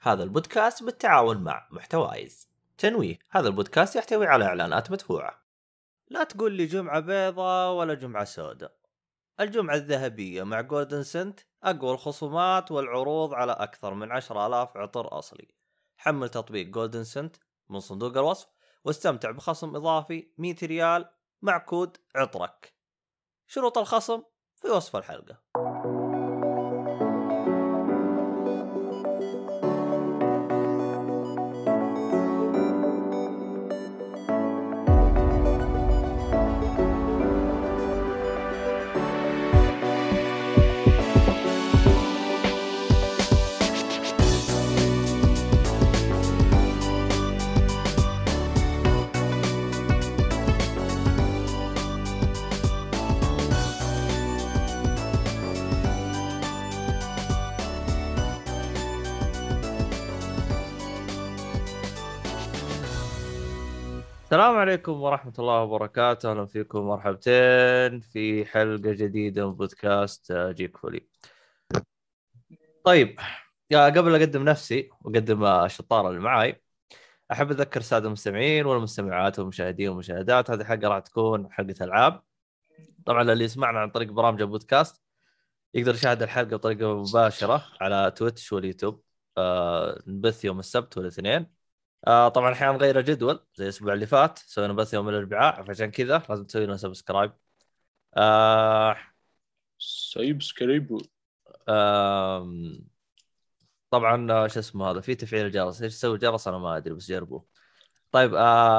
هذا البودكاست بالتعاون مع محتوايز. تنويه: هذا البودكاست يحتوي على إعلانات مدفوعة. لا تقول لي جمعة بيضاء ولا جمعة سوداء. الجمعة الذهبية مع جولدن سنت، أقوى الخصومات والعروض على أكثر من 10,000 عطر أصلي. حمل تطبيق جولدن سنت من صندوق الوصف واستمتع بخصم إضافي 100 ريال مع كود عطرك. شروط الخصم في وصف الحلقة. السلام عليكم ورحمة الله وبركاته. أهلا فيكم، مرحبتين في حلقة جديدة من بودكاست جيك فولي. طيب، قبل أقدم نفسي وأقدم الشطارة اللي معاي، أحب أذكر السادة المستمعين والمستمعات والمشاهدين والمشاهدات، هذه حلقة راح تكون حلقة ألعاب. طبعا اللي يسمعنا عن طريق برامج البودكاست يقدر يشاهد الحلقة بطريقة مباشرة على تويتش واليوتيوب. نبث يوم السبت والاثنين. طبعا احيانا نغير جدول زي الاسبوع اللي فات سوينا بث يوم الاربعاء، فعشان كذا لازم تسوي لنا سبسكرايب. سبسكرايب. طبعا شو اسمه هذا، في تفعيل الجرس، ايش يسوي الجرس انا ما ادري بس جربوه. طيب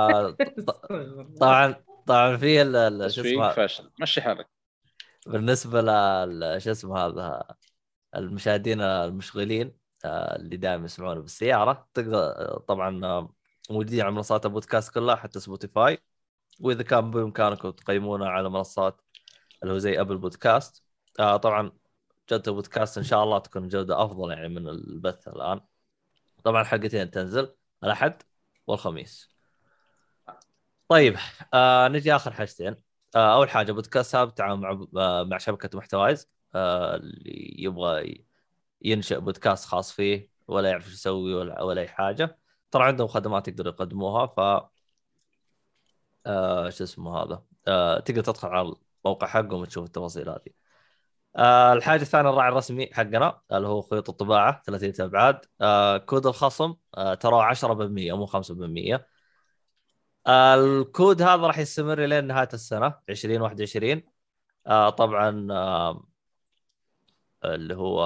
طبعا في شو تسويق اسمه، فاشل، مشي حالك. بالنسبه شو اسمه هذا، المشاهدين المشغلين اللي دائما يسمعونه بالسياره، تقدر طبعا موجودين على منصات البودكاست كلها حتى سبوتيفاي. واذا كان بامكانكم تقيمونا على منصات اللي هو زي ابل بودكاست. طبعا جودة البودكاست ان شاء الله تكون جودة افضل يعني من البث الان. طبعا حلقتين تنزل الاحد والخميس. طيب، نجي اخر حاجتين. اول حاجه بودكاست هذا بالتعاون مع شبكه محتوايز. اللي يبغى ينشئ بودكاست خاص فيه ولا يعرف ايش يسوي ولا اي حاجه، ترى عندهم خدمات يقدروا يقدموها. ف شو اسمه هذا، تقدر تدخل على الموقع حقهم وتشوف التفاصيل هذه. الحاجة الثانية، الراعي الرسمي حقنا اللي هو خيوط الطباعة 30 أبعاد. كود الخصم ترى 10% مو 5%. الكود هذا راح يستمر لين نهاية السنة 2021. طبعا اللي هو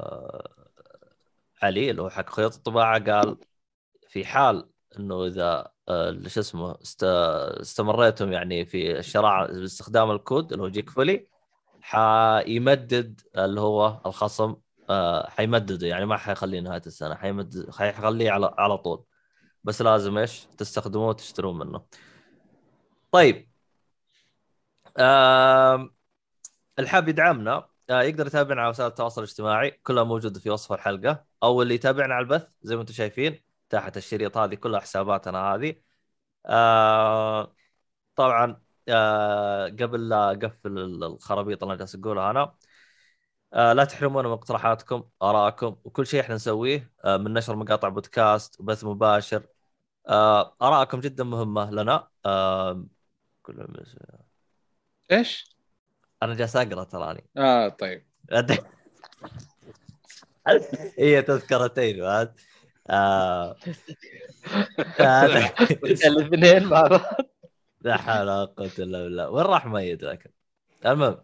علي اللي هو حق خيوط الطباعة قال في حال انه اذا شو اسمه استمريتم يعني في الشراء باستخدام الكود اللي هو جيك فولي، حيمدد اللي هو الخصم. حيمدده يعني ما حيخليه نهاية السنة، حيخليه على طول، بس لازم ايش تستخدموه وتشترون منه. طيب، الحاب يدعمنا يقدر يتابعنا على وسائل التواصل الاجتماعي، كلها موجودة في وصف الحلقة، او اللي يتابعنا على البث زي ما انتم شايفين تحت الشريط، هذه كلها حساباتنا هذه. طبعا قبل لا اقفل الخرابيط اللي جالس اقولها انا، لا تحرمونا من اقتراحاتكم، ارائكم، وكل شيء احنا نسويه من نشر مقاطع بودكاست وبث مباشر. ارائكم جدا مهمه لنا. كل ايش؟ انا جالس اقرا تراني. طيب. هي تذكرتين بعد. آه... الاثنين مع بعض. لا حول ولا قوه الا بالله، وين راح ميت لكن. المهم،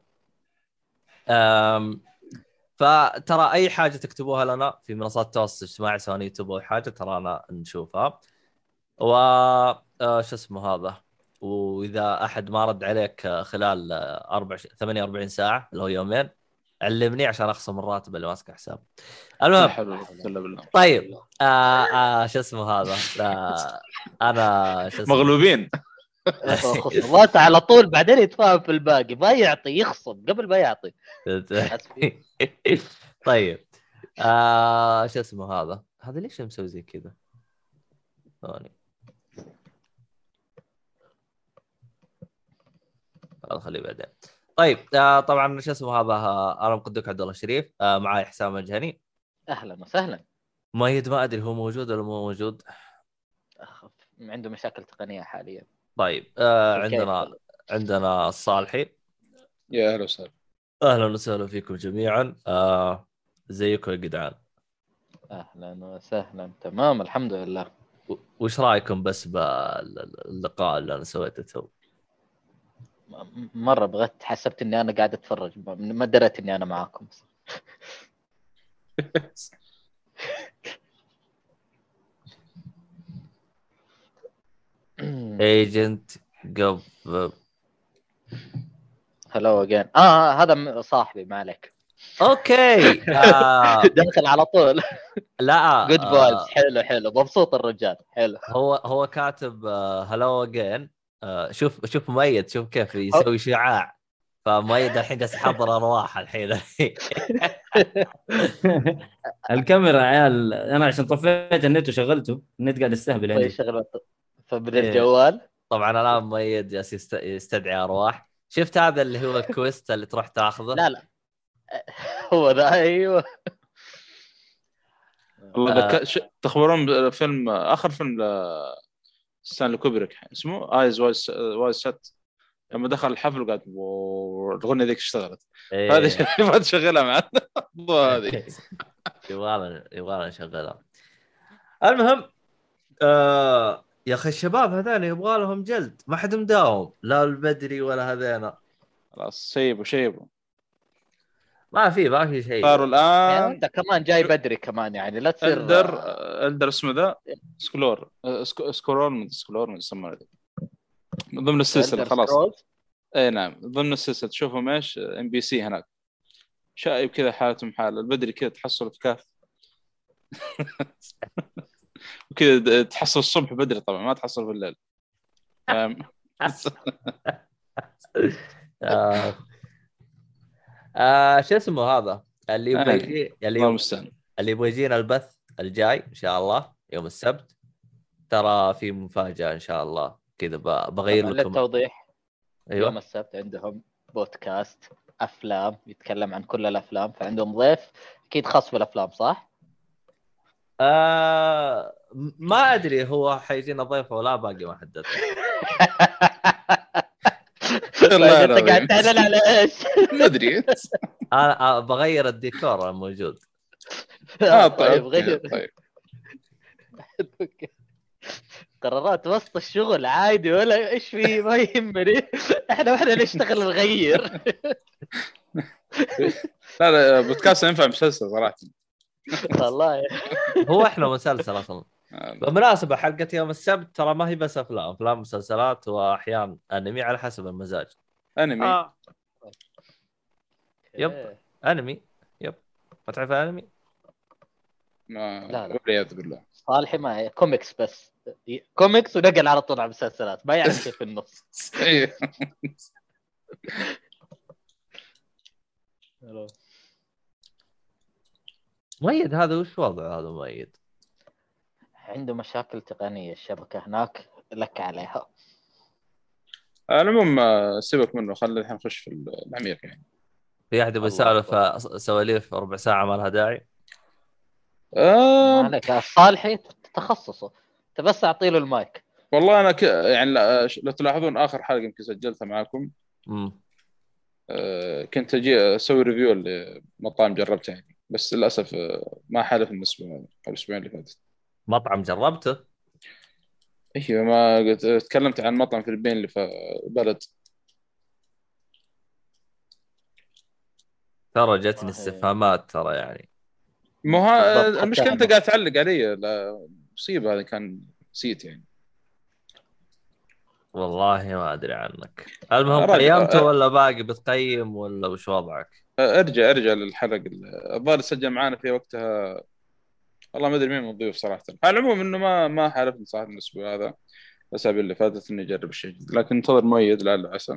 فترى اي حاجه تكتبوها لنا في منصات التواصل الاجتماعي سواء يوتيوب او حاجه ترانا نشوفها. و شو اسمه هذا، واذا احد ما رد عليك خلال 48 ساعه اللي هو يومين، علمني عشان اخصم الراتب اللي ماسك حساب. لا المهم، حول ولا قوة الا بالله. طيب شو اسمه هذا، انا شو اسمه مغلوبين. خصومات على طول، بعدين يتفاهم في الباقي، ما يعطي يخصم قبل ما يعطي. طيب، شو اسمه هذا ليش مسوي زي كذا ثاني؟ خليه بعدين. طيب، طبعا شو اسمه هذا، انا مقدمك عبد الله الشريف، معاي حسام الجهني. اهلا وسهلا. مؤيد ما ادري هو موجود ولا مو موجود. عنده مشاكل تقنيه حاليا. طيب الكيف. عندنا الصالحي. يا اهلا وسهلا. اهلا وسهلا فيكم جميعا. زيكم يا جدعان. اهلا وسهلا. تمام الحمد لله. وش رايكم بس باللقاء اللي انا سويته تو؟ مره بغيت، حسبت اني انا قاعد اتفرج، ما دريت اني انا معاكم. ايجنت قبل. هلو اجين. هذا صاحبي، ما عليك. اوكي. داخل على طول. لا جود فايبس. حلو حلو، مبسوط الرجال. حلو. هو كاتب هلو اجين. شوف مؤيد، شوف كيف هو- يسوي شعاع. فمؤيد الحين جالس يحضر ارواح الحين. الكاميرا يا عيال، انا عشان طفيت النت وشغلته، النت قاعد يستهبل طيب عندي. شغله من إيه. الجوال. طبعا الان مؤيد جالس يستدعي ارواح. شفت هذا اللي هو الكويست اللي تروح تاخذه؟ لا لا، هو ذا. ايوه. والله تخبرون فيلم اخر فيلم ستانلي كوبريك اسمه ايز وايز شات، لما دخل الحفل وقعد والغنية ذيك اشتغلت. إيه. هذه ما تشغلها معنا هذه. يبغانا نشغلها. المهم يا اخي الشباب هذول يبغى لهم جلد، ما حد مداوم، لا البدري ولا هذينا. خلاص شيبوا ما في شيء. صاروا يعني الان. انت كمان جاي بدري كمان، يعني لا تصير. الدر اسمه ذا سكلور سكلور من يسمونه من ضمن السلسله. Elder خلاص Scrolls. اي نعم ضمن السلسله. تشوفهم ايش ام بي سي هناك شايب كذا، حالتهم حال البدري كذا، تحصل في كاف وكذا تحصل الصبح بدري، طبعا ما تحصل في الليل، فاهم؟ آه. شو اسمه هذا اللي يبغى يجي، الله المستعان. اللي يبغى يجينا البث الجاي ان شاء الله يوم السبت، ترى في مفاجأة ان شاء الله كذا. بغير طبعا لكم. للتوضيح، يوم ايوه. السبت عندهم بودكاست افلام يتكلم عن كل الافلام، فعندهم ضيف اكيد خاص بالافلام، صح؟ ما ادري هو حيجينا ضيف ولا باقي ما حددت. الله طيب انت قاعد العظيم تعلن على ايش؟ ما ادري. انا بغير الديكور الموجود. طيب طيب غير. طيب قرارات وسط الشغل عادي، ولا ايش في، ما يهمني. احنا نشتغل نغير. لا بودكاست ينفع مسلسل صراحه. والله هو احنا مسلسل اصلا. بالمناسبة حلقة يوم السبت ترى ما هي بس افلام مسلسلات واحيان انمي على حسب المزاج. انمي يب انمي. يب ما تعرف انمي؟ لا. والعياذ بالله. صالحي ما هي كوميكس، بس كوميكس ونقل على طول على مسلسلات، ما يعرف شيء في النص. إيه. مؤيد هذا وش وضعه هذا مؤيد؟ عنده مشاكل تقنية، الشبكة هناك لك عليها. المهم سيبك منه، خلينا الحين نخش في العميق يعني. في احد بيسالف سواليف ربع ساعة ما لها داعي. ما عليك الصالحي تخصصه، انت بس اعطي له المايك. والله انا يعني لو تلاحظون اخر حلقه يمكن سجلتها معاكم كنت اجي اسوي ريفيو لمطاعم جربتها يعني، بس للاسف ما حالف الاسبوع هذا او الاسبوعين اللي فاتت. مطعم جربته؟ ايوه ما تكلمت عن مطعم فلبين اللي في بلد. ترى جتني استفهامات ترى يعني. مو المشكله انت قاعد تعلق علي، لا مصيبه هذا، كان نسيت يعني. والله ما ادري عنك. المهم قيمته ولا باقي بتقيم ولا وش وضعك؟ ارجع للحلقه الظاهر سجل معانا في وقتها، والله ما ادري مين من الضيوف صراحه. على العموم انه ما حالفني صراحه الاسبوع هذا، الاسابيع اللي فاتت اني اجرب الشيء جديد، لكن انتظر مؤيد لعل عسى.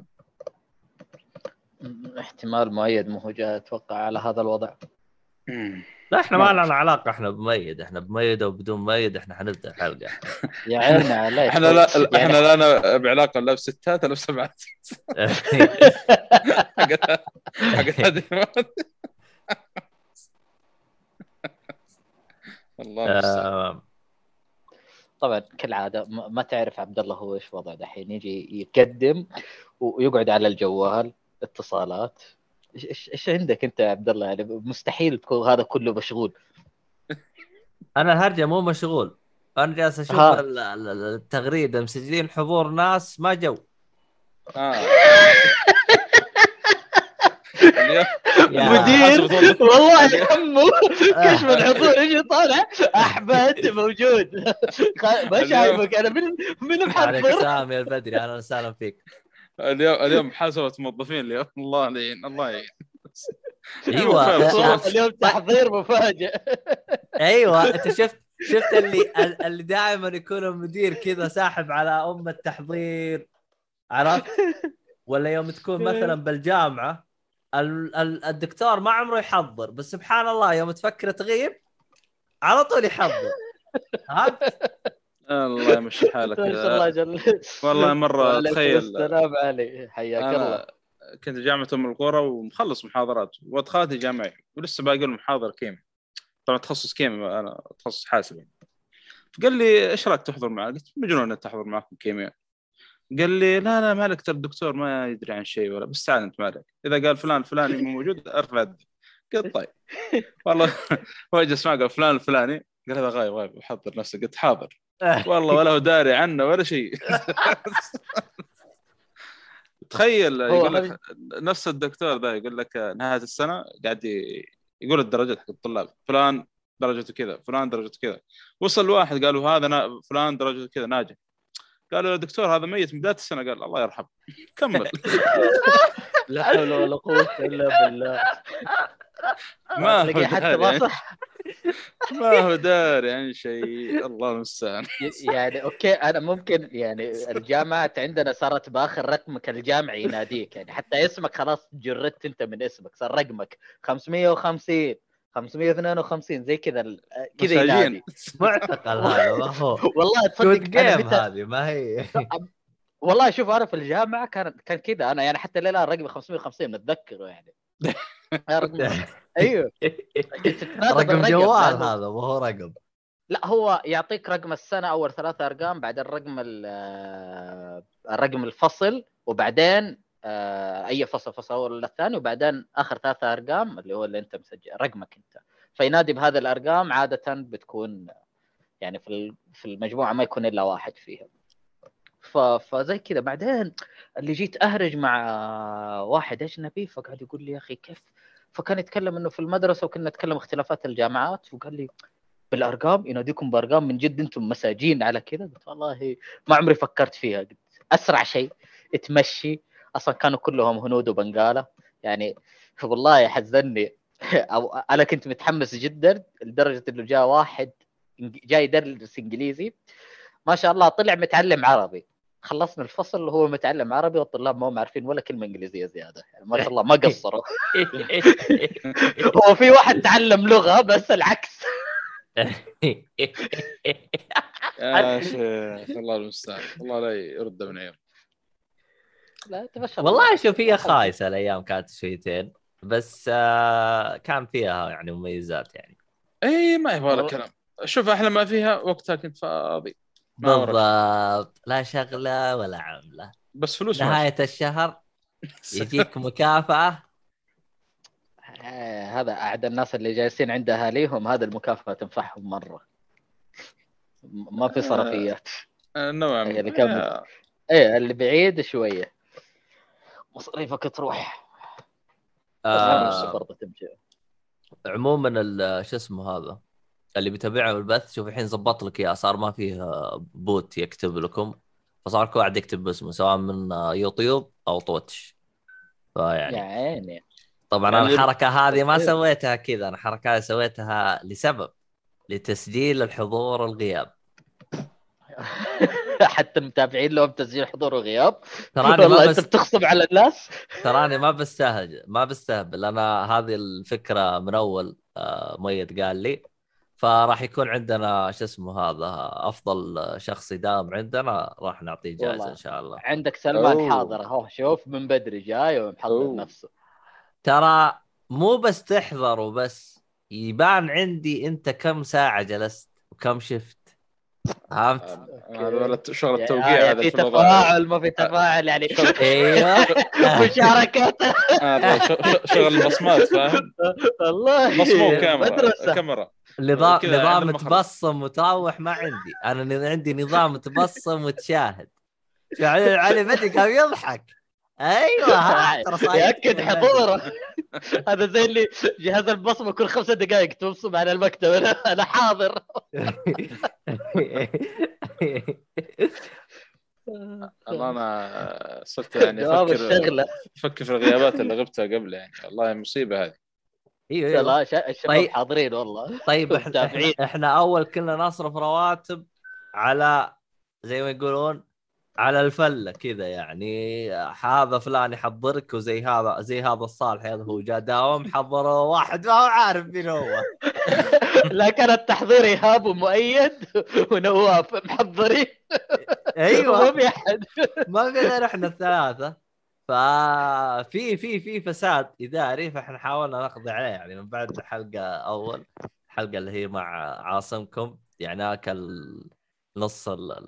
احتمال مؤيد مو هو جاي اتوقع على هذا الوضع. لا احنا ما لنا علاقه، احنا بمؤيد، احنا بمؤيد او بدون مؤيد احنا حنبدا الحلقه. يا عيني عليك. احنا لا يعني احنا لا بعلاقه لا بستات ولا بسبعات. حقت هذه الله المستعان. طبعا كالعاده ما تعرف عبد الله هو ايش وضعه دحين، يجي يتقدم ويقعد على الجوال اتصالات. ايش عندك انت يا عبد الله؟ يعني مستحيل تكون هذا كله مشغول. انا الهرجه مو مشغول، انا جالس اشوف ها التغريده مسجلين حضور ناس ما جو. اليوم مدير والله همه كشف آه. الحضور، يجي طالع احمد موجود. ما شايفك انا من عليك محضر. سامي البدري، اهلا وسهلا فيك. اليوم محاسبة موظفين اليوم. الله يعين الله يعين. ايوه والله اليوم تحضير مفاجئ. ايوه انت شفت اللي دائما يكون المدير كذا ساحب على التحضير، عرفت؟ ولا يوم تكون مثلا بالجامعه الدكتور ما عمره يحضر، بس سبحان الله يوم تفكر تغيب على طول يحضر. ها الله يمشي حالك. ما شاء الله جل. والله مرة تخيل، السلام عليك، حياك الله. أنا كنت جامعة أم القرى ومخلص محاضرات، وأدخلت جامعي ولسه باقي المحاضرة كيمياء. طبعا تخصص كيمياء، أنا تخصص حاسب. قال لي إيش رأيك تحضر معي؟ قلت مجنون أن تحضر معكم كيمياء. قال لي لا مالك، ترى الدكتور ما يدري عن شيء ولا، بس تعال أنت مالك، إذا قال فلان الفلاني مو موجود ارفع يدك. قلت طيب. والله وجلس معه قال فلان الفلاني، قال هذا غايب وحضر نفسه. قلت حاضر. والله ولا هو داري عنه ولا شيء. تخيل يقول لك نفس الدكتور ذا يقول لك نهاية السنة قاعد يقول الدرجات حق الطلاب، فلان درجته كذا، فلان درجته كذا. وصل واحد قالوا هذا فلان درجته كذا ناجح. قالوا يا دكتور هذا ميت من بداية السنة. قال الله يرحم كمل. لا حول ولا قوة إلا بالله. ما هو تلاقي حتى ما صح. ما هو داري عن شيء. الله المستعان. يعني اوكي انا ممكن يعني الجامعات عندنا صارت باخر رقمك الجامعي يناديك، يعني حتى اسمك خلاص جردت انت من اسمك، صار رقمك 550 552 زي كذا كذا ينادي. معتقل هذا ما هو والله تصدق انا هذه ما هي. والله شوف انا في الجامعه كان كذا، انا يعني حتى لا رقمي 550 متذكره يعني. ايوه رقم جوال هذا مو هو رقم. لا هو يعطيك رقم السنه اول 3 ارقام، بعدين الرقم الفصل، وبعدين اي فصل ولا الثاني، وبعدين اخر 3 ارقام اللي هو اللي انت مسجل رقمك انت. فينادي بهذه الارقام عاده بتكون يعني في المجموعه ما يكون الا واحد فيها. فزي كذا. بعدين اللي جيت اهرج مع واحد اجنبي، فقعد يقول لي يا اخي كيف، فكان يتكلم انه في المدرسه وكنا نتكلم اختلافات الجامعات، وقال لي بالارقام يناديكم بارقام من جد انتم مساجين على كذا. قلت والله ما عمري فكرت فيها. قلت اسرع شيء تمشي، اصلا كانوا كلهم هنود وبنغاله يعني. والله يحزنني او انا كنت متحمس جدا لدرجه انه جاء واحد جاي يدرس انجليزي ما شاء الله طلع متعلم عربي. خلصنا الفصل وهو متعلم عربي والطلاب ما هم عارفين ولا كلمه انجليزيه زياده، يعني ما شاء الله ما قصروا. هو في واحد تعلم لغه بس العكس. يا شيخ الله المستعان، الله لا يرد من عير. لا تبشر والله شوف هي خايسه الايام كانت شويتين، بس كان فيها يعني مميزات يعني. اي ما يبغى لك كلام. شوف احلى ما فيها وقتها كنت فاضي بالضبط، لا شغله ولا عمله، بس فلوس نهايه الشهر يجيك مكافاه. هذا أعد الناس اللي جالسين عند أهاليهم، هذا المكافأة تنفعهم مرة، ما في صرفيات. نوعا اللي كان إيه اللي بعيد شوية مصاريفك تروح. برضه تمشي. عموما شو اسمه هذا اللي بيتابعه بالبث، شوف الحين زبط لك اياه، صار ما فيه بوت يكتب لكم، فصار كل واحد يكتب باسمه سواء من يوتيوب او تويتش. فيعني يعني طبعا يعني الحركه هذه ما سويتها كذا، انا الحركه هذه سويتها لسبب، لتسجيل الحضور والغياب. حتى المتابعين لهم تسجيل حضور وغياب. تراني والله انت بتغصب على الناس. تراني ما بستهبل انا، هذه الفكره من اول ميت قال لي، فراح يكون عندنا شو اسمه هذا افضل شخص يداوم عندنا راح نعطيه جائزه ان شاء الله. عندك سلمان حاضر اهو، شوف من بدري جاي ومحضر نفسه. ترى مو بس تحضر وبس، يبان عندي انت كم ساعه جلست وكم شفت. فهمت؟ هذا ولا شغل يعني التوقيع هذا في في الوضع. تفاعل ما في تفاعل يعني ايوه مشاركات هذا شغل البصمات فاهم. والله بصمه كاميرا مدرسة. كاميرا نظام كذا عند نظام المخرج. تبصم وتروح ما عندي انا، عندي نظام تبصم وتشاهد. شو علي بدي قام يضحك. ايوه ترى صاير يأكد حضوره. هذا زي اللي جهاز البصمة كل 5 دقائق تبصم على المكتب أنا حاضر. والله انا صرت يعني جواب الشغلة. افكر في الغيابات اللي غبتها قبل يعني. والله مصيبه هذه. ايوه لا الشباب طيب. حاضرين والله. طيب متابعين. احنا اول كنا نصرف رواتب على زي ما يقولون على الفله كذا يعني. هذا فلان يحضرك وزي هذا زي هذا الصالح هذا هو جاء داوم حضره واحد ما هو عارف مين هو. لا كان التحضير إيهاب ومؤيد ونواف محضرين. ايوه ما في أحد. ما في غير احنا الثلاثه. ففي فساد اداري، فاحنا حاولنا نقضي عليه يعني من بعد الحلقه اللي هي مع عاصمكم يعني اكل نص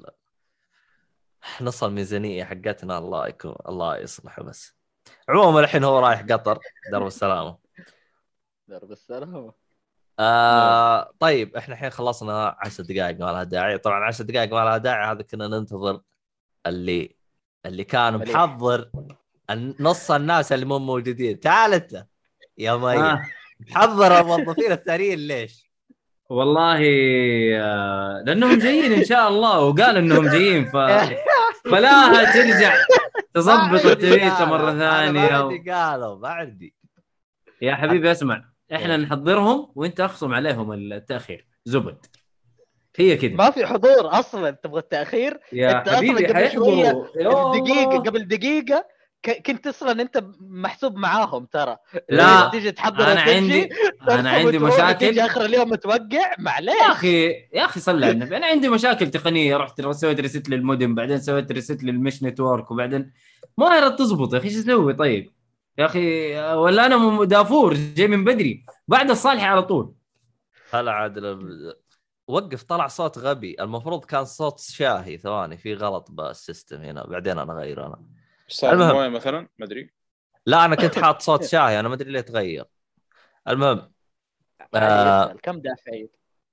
نص الميزانيه حقتنا. الله يصلحه. بس عموما الحين هو رايح قطر درب السلامه. درب السلامة. طيب احنا الحين خلصنا 10 دقائق ما لها داعي. طبعا 10 دقائق ما لها داعي هذا كنا ننتظر اللي كان محضر نص الناس اللي مو موجودين. تعال انت يا مي محضر الموظفين الثانيين ليش؟ والله لانهم جايين ان شاء الله، وقال انهم جايين فلاها ترجع تظبط التويته مره ثانيه. ما عندي يا حبيبي اسمع، احنا نحضرهم وانت اخصم عليهم التاخير زبد. هي كذا ما في حضور اصلا تبغى التاخير. يا انت حبيبي اصلا قبل شويه دقيقه قبل دقيقه كنت اصلا انت محسوب معاهم ترى. لا تيجي تحضر انا عندي مشاكل. تيجي اخر اليوم توقع معليش يا اخي صلى على النبي، انا عندي مشاكل تقنيه. رحت سويت ريست للمودم، بعدين سويت ريست للمش نتورك، وبعدين ما عرفت تزبط. يا اخي ايش اسوي طيب يا اخي؟ ولا انا دافور جاي من بدري بعد الصالح على طول. هلا عادل وقف. طلع صوت غبي، المفروض كان صوت شاهي. ثواني في غلط بالسيستم هنا، بعدين انا اغير. انا المهم مثلا ما ادري. لا انا كنت حاط صوت شاهي، انا ما ادري ليه تغير. المهم كم دافعين؟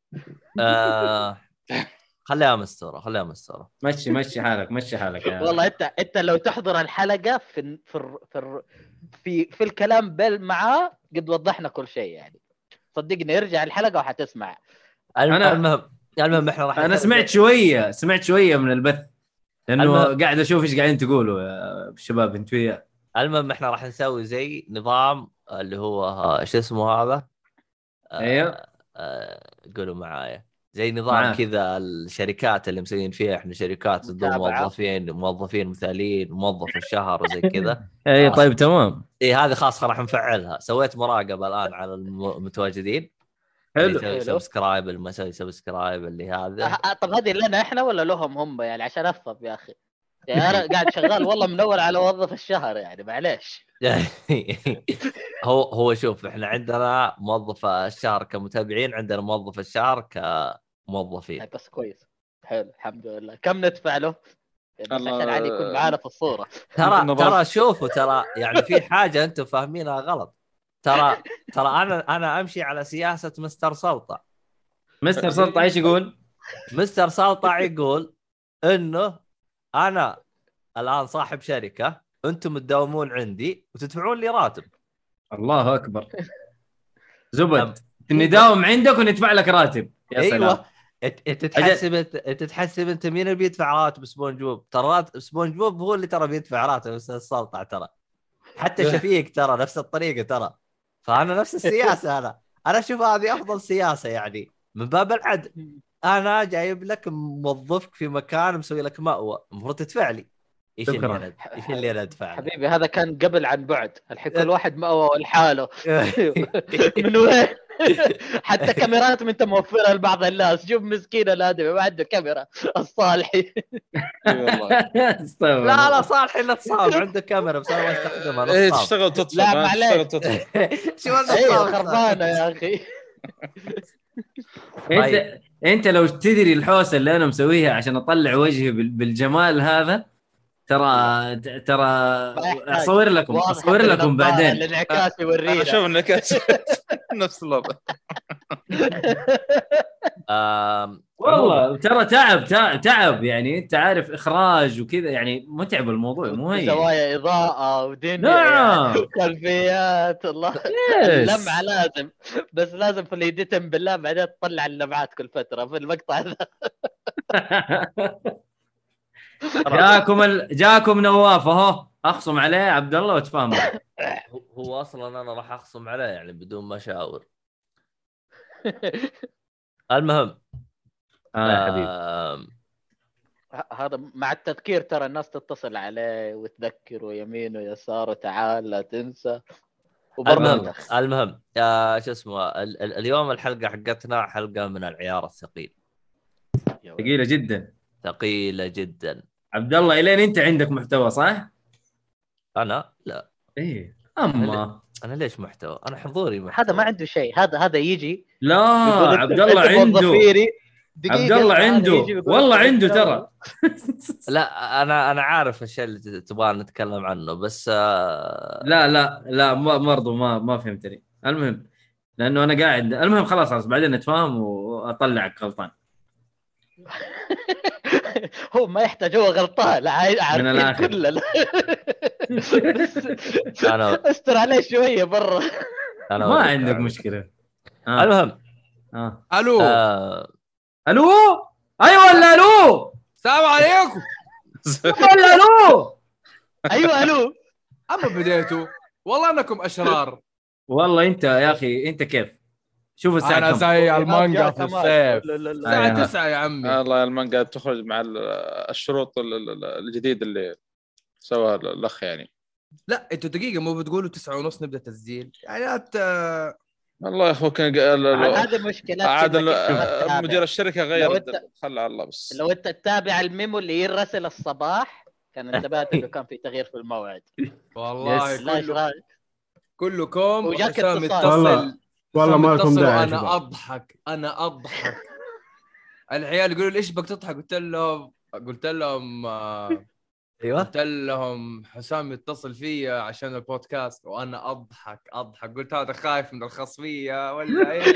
خليها مستوره. مشي حالك يعني. والله انت لو تحضر الحلقه في الكلام معاه قد وضحنا كل شيء يعني. صدقني ارجع الحلقه وحتسمع. المهم احنا راح انا سمعت شويه من البث، لانه قاعد اشوف ايش قاعدين تقولوا يا شباب انتوا وياه. المهم احنا راح نسوي زي نظام اللي هو ايش اسمه هذا. ايوه قولوا معايا. زي نظام كذا الشركات اللي مسوين فيها احنا شركات ضد موظفين مثاليين، موظف الشهر وزي كذا. اي طيب تمام. هذه خاصه راح نفعلها. سويت مراقبه الان على المتواجدين. حلو. سبسكرايب اللي ما سوي سبسكرايب اللي هذا. طب هذه لنا احنا ولا لهم هم يعني؟ عشان افضل يا اخي يعني انا قاعد شغال والله منور على موظف الشهر يعني معليش. هو شوف احنا عندنا موظف الشهر كمتابعين، عندنا موظف الشهر كموظفين. بس كويس حلو الحمد لله. كم ندفع له عشان علي يكون معانا في الصورة؟ ترى شوفوا ترى يعني في حاجة انتم فاهمينها غلط. ترى انا امشي على سياسة مستر سلطة. مستر سلطة ايش يقول؟ مستر سلطة يقول انه انا الان صاحب شركة، انتم تداومون عندي وتدفعون لي راتب. الله اكبر. زبد نداوم عندك وندفع لك راتب. يا سلام. ايوه تتحسب انت مين اللي بيدفع راتب سبونج بوب؟ ترى سبونج بوب هو اللي ترى بيدفع راتب مستر سلطة ترى. حتى شفيق ترى نفس الطريقة ترى. فانا نفس السياسة. انا اشوف هذه افضل سياسة يعني من باب العدل. انا جايب لك موظفك في مكان مسوي لك مأوى، المفروض تدفع لي. ايش اللي انا ادفع حبيبي؟ هذا كان قبل عن بعد. الحين كل واحد مأوى لحاله. من وين؟ حتى كاميرات انت موفرها لبعض الناس. شوف مسكين الادمي ما عنده كاميرا. الصالحي لا صالحي لا تصاب عنده كاميرا بس انا ما استخدمها. ايه تشتغل تطفى. لا معليش شو هذا خربانه يا اخي. انت لو تدري الحوسه اللي انا مسويها عشان اطلع وجهي بالجمال هذا، ترى اصور لكم بعدين. الانعكاس يورينا. انا شوف انك نفس الوضع. والله ترى تعب يعني، انت عارف اخراج وكذا يعني، متعب الموضوع مو هي. زوايا اضاءه ودنيا نعم خلفيات والله. اللمعه لازم، بس لازم في الإيديتم بالله بعدين تطلع اللمعات كل فتره في المقطع ذا. جاكم نواف اهو، اخصم عليه عبد الله وتفاهم. هو اصلا انا راح اخصم عليه يعني بدون ما اشاور. المهم يا حبيبي هذا مع التذكير، ترى الناس تتصل عليه وتذكره يمين ويسار وتعال لا تنسى. المهم شو اسمه اليوم الحلقة حقتنا حلقة من العيار الثقيل، ثقيلة جدا. عبد الله الين انت عندك محتوى صح؟ انا لا. ايه اما انا ليش محتوى؟ انا حضوري محتوى. هذا ما عنده شيء، هذا يجي. لا عبد الله عنده، عبد الله عنده والله عنده ترى. لا انا عارف الشيء اللي تبغى نتكلم عنه بس لا برضو ما فهمتني. المهم لانه انا قاعد، المهم خلاص بعدين نتفاهم واطلعك غلطان. هو ما يحتاج، هو غلطان من الاخر كله. انا استر عليه شويه برا. ما عندك مشكله. المهم الو الو ايوه ولا الو؟ السلام عليكم. ولا الو؟ ايوه الو. اما بديتوا والله انكم اشرار. والله انت يا اخي انت كيف؟ شوف الساعه انا كم؟ زي المانجا في الصيف الساعه 9 يا عمي. الله المانجا تخرج مع الشروط الجديد اللي سواها الاخ يعني. لا انتوا دقيقه مو بتقولوا 9:30 نبدا تسجيل يعني والله يا اخوك هذا مشكلة. عاد مدير الشركه غير خلى على الله. بس لو انت تتابع الميمو اللي يرسل الصباح كان انتبهت انه كان في تغيير في الموعد. والله كلكم حسام يتصل والله ما لكم داعي. انا اضحك العيال يقولوا لي ايش بك تضحك؟ قلت لهم ايوه قلت لهم حسام يتصل فيا عشان البودكاست وانا اضحك. قلت هذا خايف من الخصميه ولا ايه؟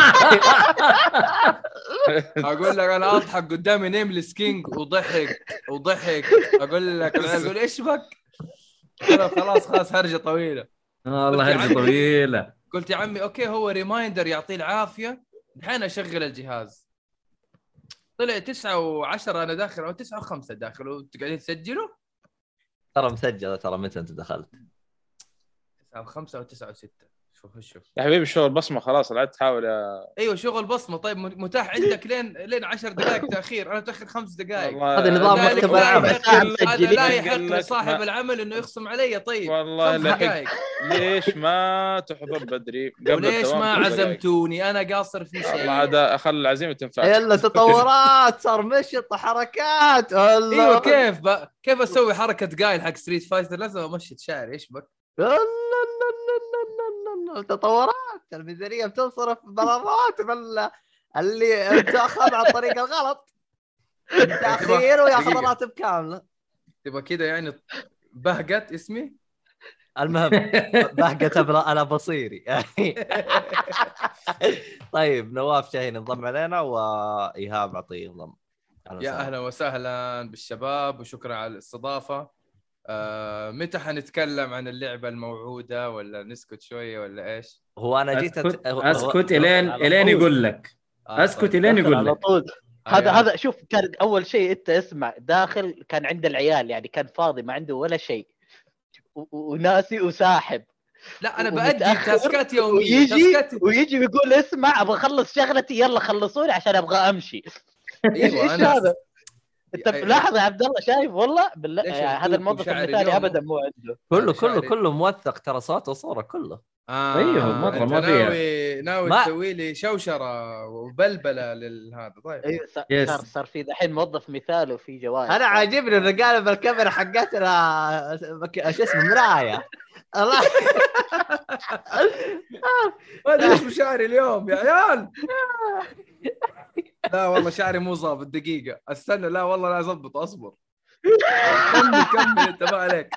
اقول لك انا اضحك قدامي نيمليس كينج وضحك اقول لك اقول ايش بك؟ خلاص هرجه طويله. والله هرجه طويله. قلت يا عمي اوكي هو ريمايندر يعطيه العافيه. الحين اشغل الجهاز طلع 9:10 انا داخل او 9:05 داخل وتقعدين تسجلوا. ترى مسجل ترى متى انت دخلت؟ 9:05 او 9:06. شوف يا حبيبي شغل بصمه خلاص لا تحاول يا ايوه شغل بصمه. طيب متاح عندك لين 10 دقائق تاخير. انا متاخر 5 دقائق. هذا نظام مكتب العمل. لا يحق صاحب العمل انه يخصم علي. طيب والله ليش ما تحضر بدري قبل ليش ما عزمتوني؟ انا قاصر في شيء. والله هذا اخل العزيمه تنفع. يلا تطورات صار مشط حركات. ايوه كيف اسوي حركه قايل حق ستريت فايتر؟ لازم امشي شعري. ايش بك؟ تطورات الميزانيه بتنصرف بلارات اللي تاخذ عن طريق الغلط تاخير وياخذ راتب كامله. تبغى كذا يعني بهقت اسمي. المهم بهقت انا بصيري. طيب نواف شاهين انضم علينا وايهاب عطيه انضم. يا اهلا وسهلا بالشباب وشكرا على الاستضافه. متى حنتكلم عن اللعبة الموعودة ولا نسكت شوية ولا إيش؟ هو أنا جيت أسكت إلين يقول لك. أسكت إلين يقول لك. هذا شوف كان أول شيء أنت اسمع داخل كان عند العيال يعني كان فاضي ما عنده ولا شيء وناسي وساحب. لا أنا بأدي تاسكات يومية ويجي ويقول اسمع أبغى أخلص شغلتي يلا خلصوني عشان أبغى أمشي. أيوة أنا هذا انت لاحظ يا عبد الله شايف والله بالله هذا الموظف المثالي ابدا مو عنده كله موثق ترى صوت وصوره كله. ايوه مره ما فيها ناوي تسوي لي شوشره وبلبله للهذا. طيب ايوه صار في دحين موظف مثالي وفي جوائز. انا عاجبني انه قالب الكاميرا حقتنا ايش اسمه مرايه الله ما ادري ايش مشاعري اليوم يا عيال. لا والله شعري مو ظابط دقيقه استنى. لا والله لا اضبط اصبر. كمل انت ما عليك.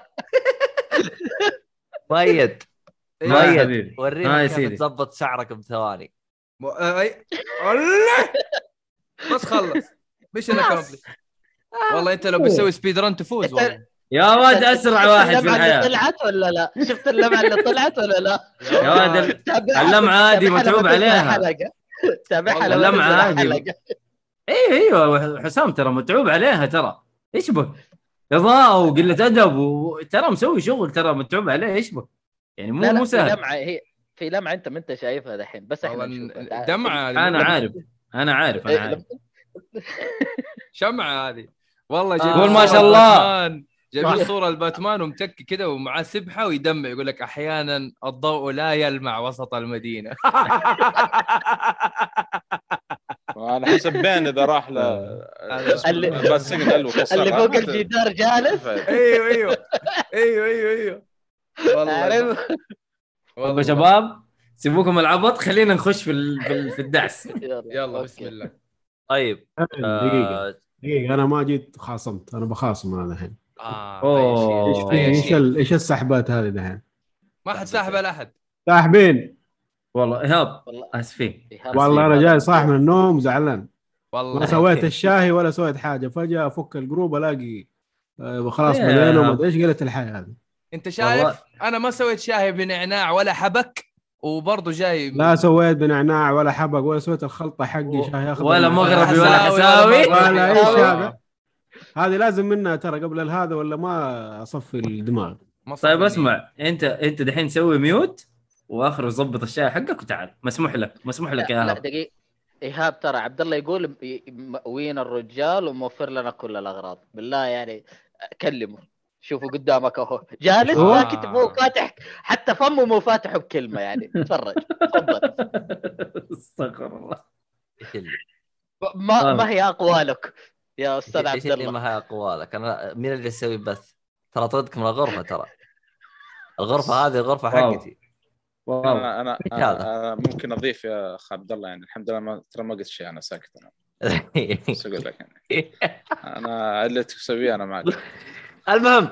مؤيد إيه. مؤيد ورينا يا كيف سيدي. تضبط شعرك بثواني. اي الله بس خلص مش انا كومبلي. والله انت لو بتسوي سبيد رن تفوز والله يا واد اسرع واحد في اللمعة اللي الحياه طلعت ولا لا؟ شفت اللمعة اللي طلعت ولا لا؟ يا واد اللمعه هذه متعوب عليها. تابعها والله لما اللمعة تنزل هذه. الحلقة. ايوه حسام ترى متعوب عليها ترى. ايش بك اضاءه وقله ادب وترى مسوي شغل ترى متعوب عليه. ايش بك يعني لا مو في سهل. لمعة، هي في لمعة انت ما انت شايفها دحين بس احنا والله نشوفها. دمعه انا عارف شمعه هذه والله. قول ما شاء الله. جايبين صورة الباتمان ومتكي كده ومعاه سبحة ويدمع يقول لك أحيانا الضوء لا يلمع وسط المدينة. على حسب بين اذا راح ل بس اللي فوق الجدار جالس. ايوه والله طيب يا شباب سيبوكم العبط خلينا نخش في الدعس. يلا بسم الله. طيب دقيقة أنا ما جيت خاصمت، أنا بخاصم أنا الحين. إيش السحبات هذه دحين؟ ما حد ساحب على أحد. ساحبين والله إيهاب آسفين. والله أنا جاي صاح من النوم زعلان والله ما سويت الشاي ولا سويت حاجة، فجأة أفك الجروب ألاقي خلاص بدينا وما إيش قلت الحياة هذه. أنت شايف أنا ما سويت شاي بنعناع ولا حبك وبرضه جاي. لا سويت بنعناع ولا حبق ولا سويت الخلطة حقي شاي أخضر ولا مغربي ولا حساوي ولا إيش هذا. هذه لازم منها ترى قبل هذا ولا ما أصفي الدماغ. طيب اسمع انت دحين سوي ميوت واخر ظبط الشاي حقك وتعال. مسموح لك يا لا دقيقة إيهاب ترى عبد الله يقول وين الرجال وموفر لنا كل الأغراض بالله يعني كلمه. شوفوا قدامك اهو جالس ساكت مو فاتح حتى فمه مو فاتحه بكلمة يعني. تفرج تفضل. استغفر الله. ما هي أقوالك يا أستاذ عبد الله؟ ايش ما هي أقوالك؟ أنا مين اللي يسوي بث؟ ترى طردك من الغرفة. ترى الغرفة هذه الغرفة حقتي. أنا ممكن أضيف يا أخ عبد الله يعني الحمد لله ترى ما قلت شيء أنا ساكت. أنا بس أقول لك يعني أنا اللي تسويه أنا معك. المهم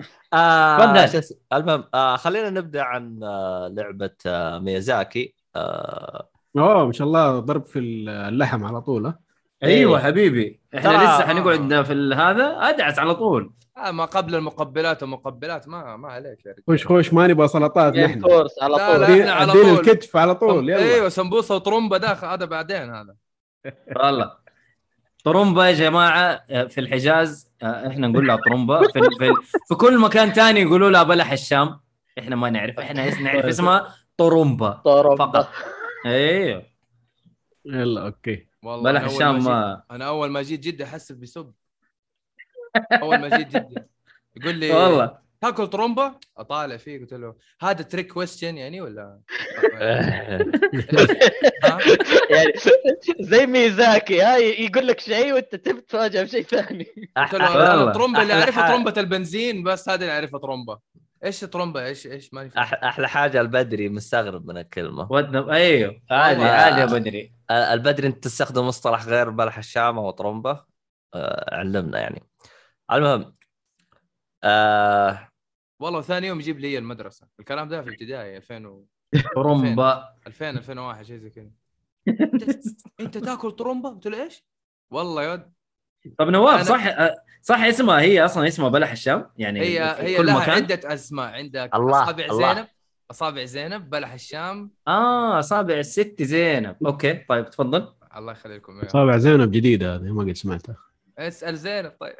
خلينا نبدأ عن لعبة ميازاكي. ما شاء الله ضرب في اللحم على طول. ايوه حبيبي احنا لسه حنقعد في هذا ادعس على طول. ما قبل المقبلات ومقبلات ما عليك يا رجال. خش ما نبغى سلطات نحن كورس على طول. لا على طول الكتف على طول. يلا ايوه سمبوسه وطرمبه داخل هذا بعدين. هذا والله طرمبه يا جماعه في الحجاز احنا نقول لها طرمبه في كل مكان تاني يقولوا لها بلح الشام. احنا ما نعرف احنا نعرف اسمها طرمبه فقط. ايوه يلا اوكي. والله بلح الشام انا اول ما جيت جده احس بسب. اول ما جيت جده يقول لي والله تاكل طرمبه اطالع فيه قلت له هذا تريك كويستشن يعني ولا يعني زي ميزاكي يقول لك شيء وانت تتفاجئ بشيء ثاني. قلت له الطرمبه اللي اعرفها طرمبه البنزين بس هذه اللي اعرفها طرمبه. ايش طرمبه ايش ما يفهم. احلى حاجه البدري مستغرب من الكلمه. ايوه عادي يا بدري. البدري انت تستخدم مصطلح غير بلح الشام او طرمبه. علمنا يعني. المهم والله ثاني يوم يجيب لي المدرسه الكلام ده في ابتدائي 2000 طرمبه 2001 شيء زي كذا. انت تاكل طرمبه؟ قلت له ايش والله يا ود. طب نواف صح اسمها هي اصلا اسمها بلح الشام يعني هي كل لها مكان عده اسماء. عندك اصابع زينب بلح الشام. اصابع الست زينب. اوكي طيب تفضل. الله يخليكم. اصابع زينب جديده هذه ما قد سمعتها. اسال زينب. طيب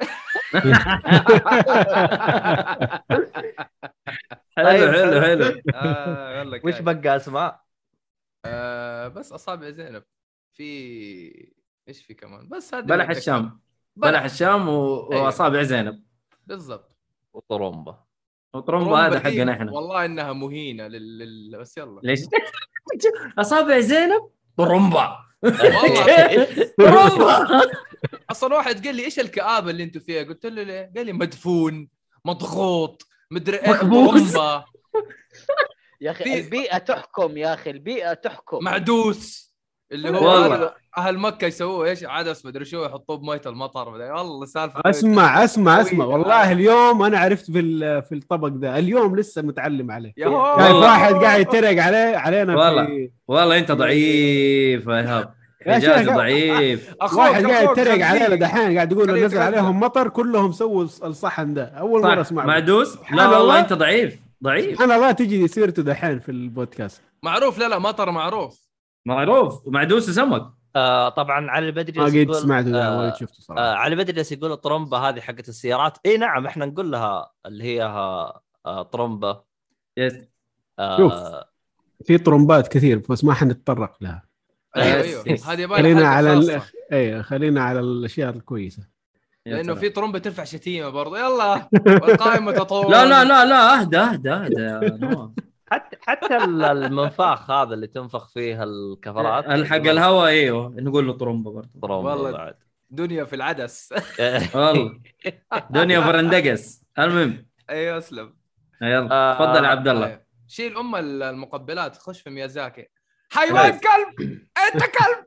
حلو وش بقى اسماء؟ بس اصابع زينب. في ايش في كمان بس هذا بلح الشام واصابع زينب بالضبط. وطرمبه هذا حقنا احنا. والله انها مهينه بس يلا ليش اصابع زينب طرمبه والله طرمبه. اصلا واحد قال لي ايش الكآبه اللي انتم فيها؟ قلت له ليه؟ قال لي مدفون مضغوط مدري ايه طرمبه يا اخي في- البيئه تحكم، يا اخي البيئه تحكم. معدوس اللي هو والله. اهل مكه يسووه ايش عدس مدري شو يحطوه بميه المطر والله سالفه اسمع قوية. والله اليوم انا عرفت في الطبق ده اليوم لسه متعلم عليه. يا شايف والله. واحد قاعد يتريق علينا والله والله انت ضعيف يا ايهاب، يا حجازي شيخ، ضعيف. واحد قاعد يتريق علينا خليه دحين قاعد يقول خليه نزل يتغدى. عليهم مطر كلهم سووا الصحن ده اول مره صح اسمعه. معدوس. سبحان لا والله الله. انت ضعيف ضعيف. سبحان الله تجي سيرته دحين في البودكاست. معروف. لا مطر معروف. معروف ومعدوس سمك. طبعا علي البدري ما قد يقول سمعته ده ولا شفته صراحه. علي البدري يقول الطرمبه هذه حقت السيارات. اي نعم احنا نقول لها اللي هي طرمبه. يس. شوف في طرمبات كثير بس ما حنتطرق لها. ايوه هذه خلينا بالي على خلينا على الاشياء الكويسه. لانه في طرمبه ترفع شتيمه برضه. يلا والقائمه تطور. لا اهدى يا نواف. حتى المنفاخ هذا اللي تنفخ فيه الكفرات الحق الهواء ايوه نقول له طرمبه برضه. طرمبه والله. بعد. دنيا في العدس. والله دنيا فرندقس. المهم ايوه اسلم. يلا تفضل يا عبد الله. طيب. شيل المقبلات خش في ميازاكي. حيوان كلب انت كلب.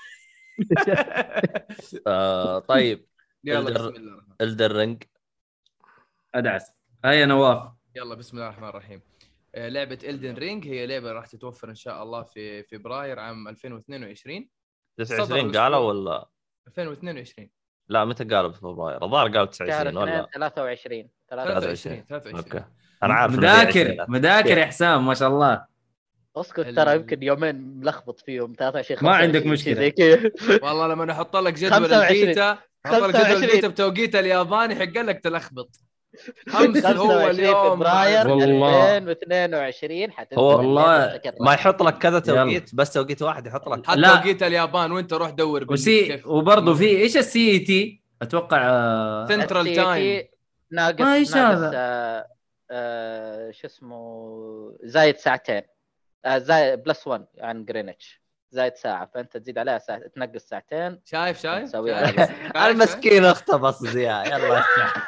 طيب يلا بسم الله. الدرينج ادعس. هيا نواف. يلا بسم الله الرحمن الرحيم. لعبة إلدن رينج هي لعبة راح تتوفر إن شاء الله في فبراير عام 2022. 29 قالوا ولا 2022؟ لا متى قالوا في فبراير؟ الظاهر قالوا 29 ولا 23. 23. اوكي انا عارف مذاكر يا حسام ما شاء الله. اسكت ترى يمكن يومين ملخبط فيهم 23 ما عندك مشكلة. زي كذا. والله لما احط لك جدول البيتا احط لك جدول البيتا بتوقيت الياباني حق لك تلخبط. امس هو اليوم فبراير والله. 2022 والله ما يحط لك كذا توقيت بس توقيت واحد يحط لك حتى لا. توقيت اليابان وانت روح دور وبرضه في ايش السي اي تي اتوقع سنترال تايم ناقص شو اسمه زايد ساعتين زايد بلس 1 عن جرينتش زايد ساعة فأنت تزيد عليها ساعة تنقص ساعتين. شايف المسكين اختبص زيها يلا